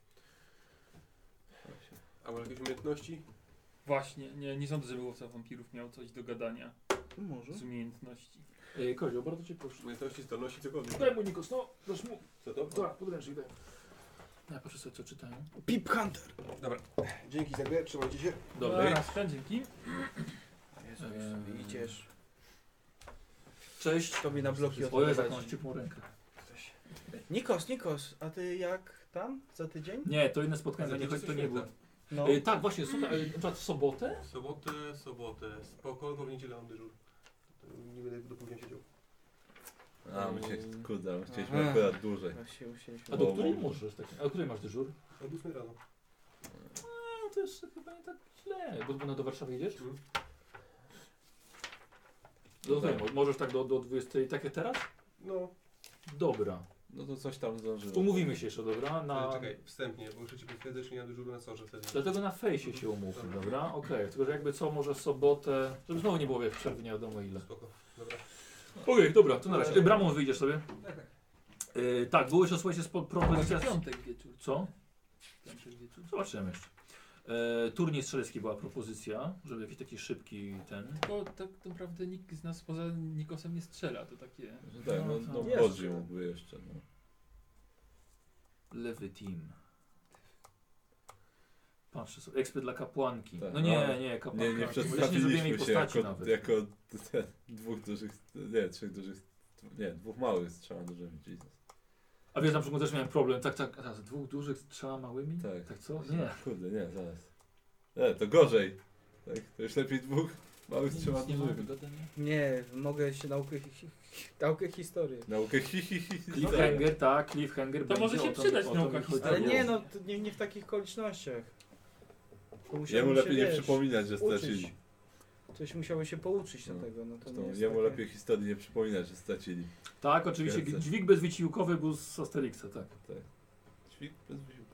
S4: A może jakieś umiejętności?
S6: Właśnie, nie sądzę, żeby łowca wampirów miał coś do gadania
S2: Może.
S6: z umiejętności.
S1: Kozioł, bardzo Cię proszę.
S4: Umiejętności, zdolności, cokolwiek.
S1: Daj mu Nikos, no, proszę mu.
S4: Co to?
S1: Tak, podręcznik daj. Ja patrzę sobie co czytają.
S2: Pip Hunter.
S4: Dobra. Dzięki za grę, trzymajcie się.
S1: Dobry.
S6: Dzięki.
S2: Jezu, sobie idziesz.
S1: Cześć.
S2: To mi na bloki
S1: O, jest
S2: odpowiadać.
S1: jakąś ciepłą rękę.
S2: Nikos, a ty jak tam? Za tydzień?
S1: Nie, to inne spotkanie, nie, choć to nie było.
S2: No.
S1: Tak, właśnie, słuchaj, na przykład w sobotę?
S4: Sobotę. Spoko, bo w niedzielę mam dyżur. Nie będę do później siedział.
S5: A, my się, kurde, my chcieliśmy
S2: Aha.
S5: akurat dłużej.
S2: Właśnie usięliśmy.
S1: A do której możesz? Tak, a do której masz dyżur?
S4: O 8 rano.
S1: No to jeszcze chyba nie tak źle. Bo do Warszawy jedziesz?
S4: Mhm.
S1: Możesz tak do 20, tak jak teraz?
S4: No,
S1: Dobra.
S5: No to coś tam zdążyło.
S1: Umówimy się jeszcze, dobra?
S4: czekaj, wstępnie, bo muszę ci potwierdzić, że nie mam dyżuru na sorze wtedy.
S1: Dlatego na fejsie się umówmy, dobra? Okej, tylko że jakby co, może w sobotę, żeby znowu nie było wiesz, przerwy nie wiadomo ile.
S4: Spoko, dobra.
S1: Okej, dobra, to na razie. Bramą wyjdziesz sobie?
S4: Tak, tak.
S1: Tak, było jeszcze, słuchajcie, propozycja...
S6: Piątek wieczór.
S1: Co?
S6: Piątek wieczór.
S1: Zobaczymy jeszcze. Turniej strzelecki była propozycja, żeby jakiś taki szybki ten...
S6: Tylko tak naprawdę nikt z nas poza Nikosem nie strzela, to takie...
S5: Że tak, no
S2: Jeszcze.
S5: Bodzi mógłby jeszcze, no.
S1: Lewy team. Patrzę sobie. Ekspert dla kapłanki.
S5: Tak,
S1: no
S5: no.
S1: nie, kapłanka.
S5: Nie, nie
S1: Bo ja nie zrobiłem jej
S5: przedstawiliśmy się
S1: postaci
S5: jako,
S1: nawet.
S5: jako dwóch dużych, nie, trzech dużych, nie, dwóch małych z trzema dużymi, Jesus.
S1: A wiesz, na przykład też miałem problem. Tak, a z dwóch dużych z trzema małymi?
S5: Tak.
S1: Tak co? Nie.
S5: Kurde, nie, zaraz. Nie, to gorzej. Tak, to już lepiej dwóch małych z trzema
S6: Nic nie ma do
S5: dużymi.
S6: gadania.
S2: Nie, mogę się naukę historii.
S5: Naukę hi.
S1: Cliffhanger, tak, cliffhanger
S6: To może
S1: będzie
S6: się
S1: o to-
S6: przydać
S1: o to
S6: nauka
S1: mi
S6: historii.
S2: Ale
S1: chodziło.
S2: nie, no to nie w takich okolicznościach. To musiałbym
S5: Jemu
S2: się,
S5: lepiej nie
S2: wiesz,
S5: przypominać, że
S2: uczyć.
S5: stracili.
S2: Coś musiało się pouczyć
S5: No.
S2: do tego. No to nie
S5: Zresztą
S2: jest
S5: jemu
S2: takie...
S5: lepiej historii nie przypominać, że stracili.
S1: Tak, oczywiście.
S5: Zgadza się.
S1: Dźwig bezwysiłkowy był z Asterixa, tak.
S5: Dźwig bez wysiłku.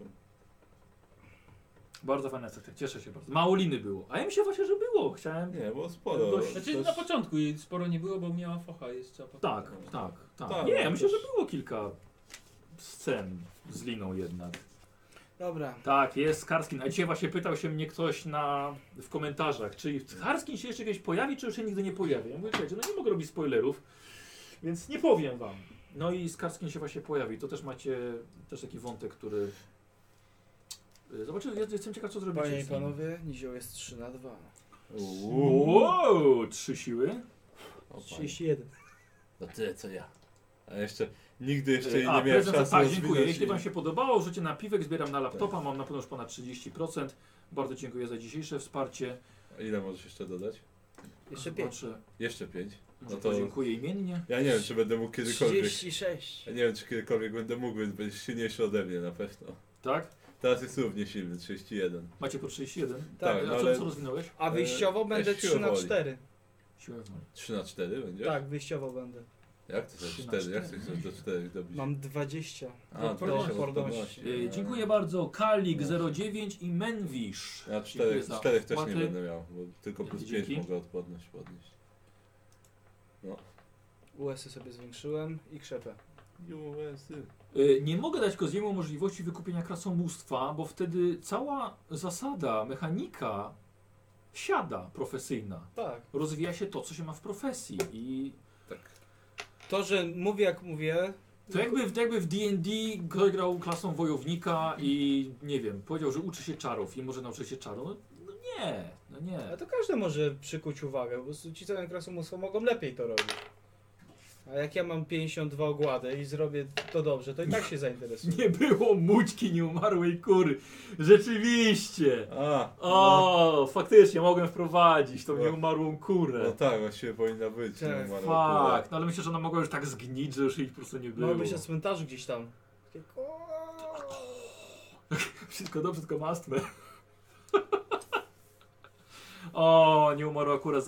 S1: Bardzo fajna sekcja, cieszę się bardzo. Mało liny było. A ja mi się właśnie, że było. Chciałem.
S5: Nie, było sporo.
S1: Dość-
S6: Znaczy
S5: Dość-
S6: na początku jej sporo nie było, bo miała focha jeszcze. A potem...
S1: Tak, tak, tak.
S5: Tak,
S1: Nie, ja
S5: no
S1: myślę,
S5: też-
S1: że było kilka scen z liną jednak.
S2: Dobra.
S1: Tak, jest Skarskin. A dzisiaj właśnie pytał się mnie ktoś w komentarzach, czy Skarskin się jeszcze kiedyś pojawi, czy już się nigdy nie pojawi. Ja mówię, czekajcie, no nie mogę robić spoilerów, więc nie powiem wam. No i Skarskin się właśnie pojawi. To też macie taki wątek, który... Zobaczymy, jestem ciekaw, co zrobicie.
S2: Panie i
S1: z nim.
S2: panowie, Nizioł jest 3-2.
S1: Wow, 3 siły.
S5: O, panie.
S2: 31.
S5: No tyle co ja. A jeszcze nigdy jeszcze nie
S1: A,
S5: miałem
S1: prezent,
S5: czasu
S1: tak,
S5: rozwinąć
S1: dziękuję. Jeśli
S5: i-
S1: wam się podobało, rzucie na piwek, zbieram na laptopa, mam na pewno już ponad 30%. Bardzo dziękuję za dzisiejsze wsparcie.
S5: A ile możesz jeszcze dodać?
S2: Jeszcze 5.
S1: Zobaczę,
S5: Jeszcze 5.
S1: może
S5: No to-
S1: podziękuję imiennie.
S5: Ja nie wiem, czy będę mógł kiedykolwiek.
S2: 36.
S5: Ja nie wiem, czy kiedykolwiek będę mógł, więc będziesz silniejszy ode mnie na pewno.
S1: Tak?
S5: Teraz jest równie silny, 31.
S1: Macie po 31?
S2: Tak,
S1: A
S5: no
S1: co,
S5: ale-
S1: co rozwinąłeś?
S2: A wyjściowo będę
S5: siłę
S2: 3-4.
S1: Siłę woli.
S5: 3/4 będzie?
S2: Tak, wyjściowo będę.
S5: Jak to za
S1: 3 na
S5: 4? Jak
S1: 4?
S5: chcesz do 4 dobić?
S2: Mam 20.
S5: A,
S2: odporności.
S5: 20 odporności.
S1: Dziękuję bardzo. Kalik09 i Menwisz.
S5: Ja
S1: Dziękuję
S5: 4
S1: za
S5: też nie
S1: wpłaty.
S5: będę miał, bo tylko plus
S1: Dzięki.
S5: 5 mogę odporność podnieść.
S2: US-y sobie zwiększyłem i krzepę.
S5: USy.
S1: Nie mogę dać Koziemu możliwości wykupienia krasomóstwa, bo wtedy cała zasada, mechanika siada profesyjna.
S2: Tak.
S1: Rozwija się to, co się ma w profesji i
S5: Tak.
S2: To, że mówię jak mówię,
S1: to jakby w D&D ktoś grał klasą wojownika i nie wiem, powiedział, że uczy się czarów i może nauczyć się czarów. No nie, no nie.
S2: a to każdy może przykuć uwagę, po prostu ci co mają krasomóstwo mogą lepiej to robić. A jak ja mam 52 ogłady i zrobię to dobrze, to i tak się zainteresuję.
S1: Nie było mućki nieumarłej kury. Rzeczywiście.
S5: A!
S1: O, faktycznie mogłem wprowadzić tą
S5: No.
S1: nieumarłą
S5: No
S1: kurę.
S5: tak, właściwie powinna być.
S2: Tak,
S5: nie umarła
S1: Fakt, no ale myślę, że ona mogła już tak zgnić, że już jej po prostu nie było.
S2: No być na cmentarzu gdzieś tam. Takie,
S1: Wszystko dobrze, tylko ma astmę. O, nie umarła akurat,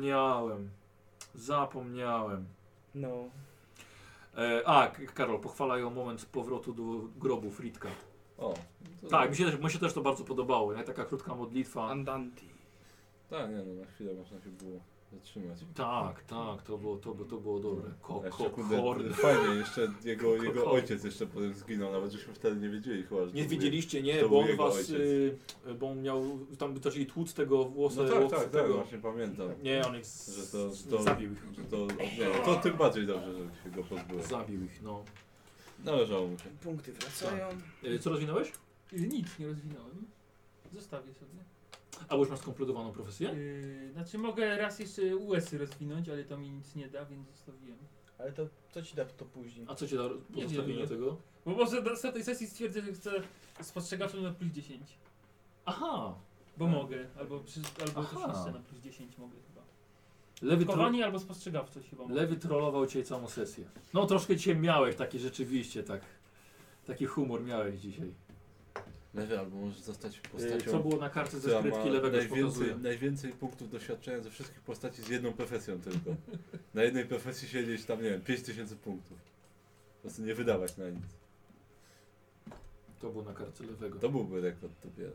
S1: zapomniałem.
S2: no.
S1: Karol, pochwalają moment powrotu do grobu Fritka.
S5: O! To
S1: Tak, mi się też to bardzo podobało, nie? Taka krótka modlitwa.
S2: Andanti.
S5: Tak, nie no, na chwilę można się było zatrzymać.
S1: Tak, to było dobre.
S5: A jeszcze, kurde,
S1: Hordy.
S5: fajnie, jeszcze jego
S1: Hordy.
S5: ojciec jeszcze potem zginął, nawet żeśmy wtedy nie wiedzieli chyba, że
S1: Nie
S5: to był
S1: widzieliście, nie,
S5: to
S1: bo
S5: był
S1: on
S5: jego
S1: was,
S5: ojciec.
S1: bo on miał, tam zaczęli tłuc tego włosa,
S5: No tak,
S1: łowcy
S5: tak, tak,
S1: tego.
S5: właśnie pamiętam.
S1: Nie, on ich
S5: Że to-
S1: zabił ich.
S5: Że to, nie, no to tym bardziej dobrze, że się go pozbyłem.
S1: Zabił ich, no.
S5: Należało mu się.
S2: Punkty wracają.
S1: Co rozwinąłeś?
S6: Nic nie rozwinąłem. Zostawię sobie.
S1: Albo już masz skompletowaną profesję?
S6: Znaczy mogę raz jeszcze US-y rozwinąć, ale to mi nic nie da, więc zostawiłem.
S2: Ale to co ci da to później?
S1: A co cię da
S6: Nie
S1: pozostawienie
S6: wiem.
S1: tego?
S6: Bo może na tej sesji stwierdzę, że chcę spostrzegawczą na plus 10.
S1: Aha!
S6: Bo mogę, albo coś
S1: Aha.
S6: jeszcze na plus 10 mogę chyba.
S1: Lewy,
S6: Chowanie albo spostrzegawczość chyba mogę.
S1: Lewy trollował cię całą sesję. No troszkę dzisiaj miałeś taki rzeczywiście, tak. Taki humor miałeś dzisiaj.
S5: Lewy albo możesz zostać postacią,
S1: Co było na kartce ze
S5: która
S1: skrytki
S5: ma
S1: lewego już pokazuje.
S5: najwięcej punktów doświadczenia ze wszystkich postaci z jedną profesją tylko. Na jednej profesji siedzieć tam, nie wiem, 5000 punktów. Po prostu nie wydawać na nic.
S1: To było na kartce lewego.
S5: To byłby rekord dopiero.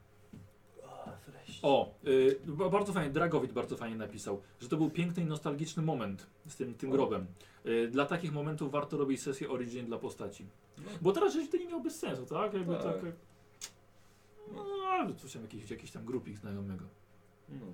S1: O, bardzo fajnie, Dragowit bardzo fajnie napisał, że to był piękny i nostalgiczny moment z tym grobem. Dla takich momentów warto robić sesję Origin dla postaci. Bo teraz rzeczywiście to nie miał bez sensu, tak? Jakby
S5: Tak.
S1: tak. No, ale tu są jakiś tam grupik znajomego.
S5: No.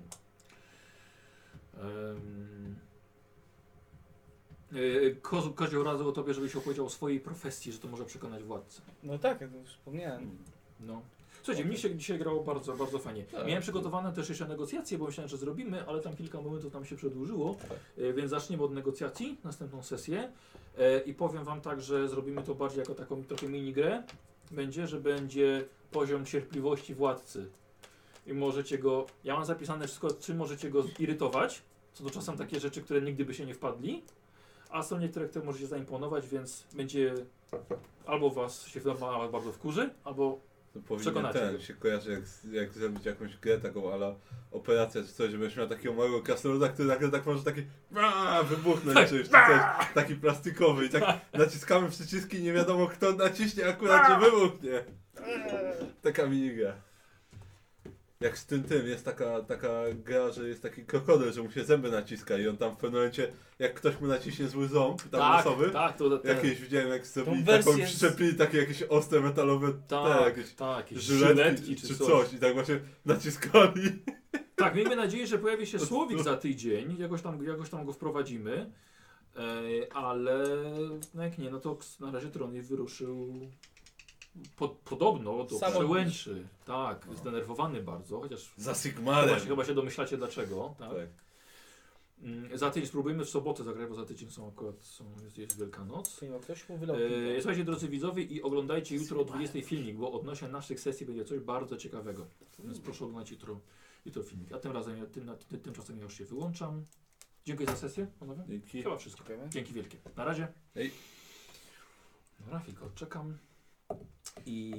S1: Kozioł radził o tobie, żebyś opowiedział o swojej profesji, że to może przekonać władcę.
S2: No tak, jak już wspomniałem.
S1: No. Słuchajcie, mnie się dzisiaj grało bardzo, bardzo fajnie.
S5: Tak.
S1: Miałem przygotowane też jeszcze negocjacje, bo myślałem, że zrobimy, ale tam kilka momentów nam się przedłużyło,
S5: Tak.
S1: więc zaczniemy od negocjacji, następną sesję i powiem wam tak, że zrobimy to bardziej jako taką trochę minigrę. Będzie, że będzie poziom cierpliwości władcy i możecie go, ja mam zapisane wszystko, czym możecie go zirytować, co to czasem takie rzeczy, które nigdy by się nie wpadli, a są niektóre, które możecie zaimponować, więc będzie albo was się bardzo wkurzy, albo
S5: No powinien
S1: Przekonacie
S5: ten,
S1: go.
S5: się kojarzy jak zrobić jakąś grę taką ala operację czy coś, żebyś miał takiego małego krasnoluda, który nagle tak może taki wybuchnąć czymś, czy coś, taki plastikowy i tak naciskamy przyciski i nie wiadomo kto naciśnie akurat, że wybuchnie. Taka minigra. Jak z tym jest taka gra, że jest taki krokodyl, że mu się zęby naciska i on tam w pewnym momencie, jak ktoś mu naciśnie zły ząb, tam
S1: Tak,
S5: nosowy,
S1: tak, to
S5: jakieś widziałem jak zrobili
S2: wersję
S5: taką, przyczepili takie jakieś ostre metalowe jakieś
S1: jakieś
S5: żyletki czy coś i tak właśnie naciskali.
S1: Tak, miejmy nadzieję, że pojawi się słowik za tydzień, jakoś tam go wprowadzimy, ale no jak nie, no to na razie Trony wyruszył podobno do
S2: Samotnie.
S1: przełęczy. Tak, zdenerwowany bardzo, chociaż
S5: Za Sigmarem.
S1: chyba się domyślacie dlaczego. Tak?
S5: Tak.
S1: Za tydzień spróbujemy w sobotę zagrać, bo za tydzień jest Wielkanoc.
S2: Ktoś mu wylał
S1: Słuchajcie drodzy widzowie i oglądajcie jutro o 20 filmik, bo odnośnie naszych sesji będzie coś bardzo ciekawego. Więc proszę oglądać jutro filmik. A tymczasem ja już się wyłączam. Dziękuję za sesję, panowie.
S5: Dzięki.
S1: Chyba wszystko. Dzięki wielkie. Na razie.
S5: Hej.
S1: Dobra, chwilkę czekam. I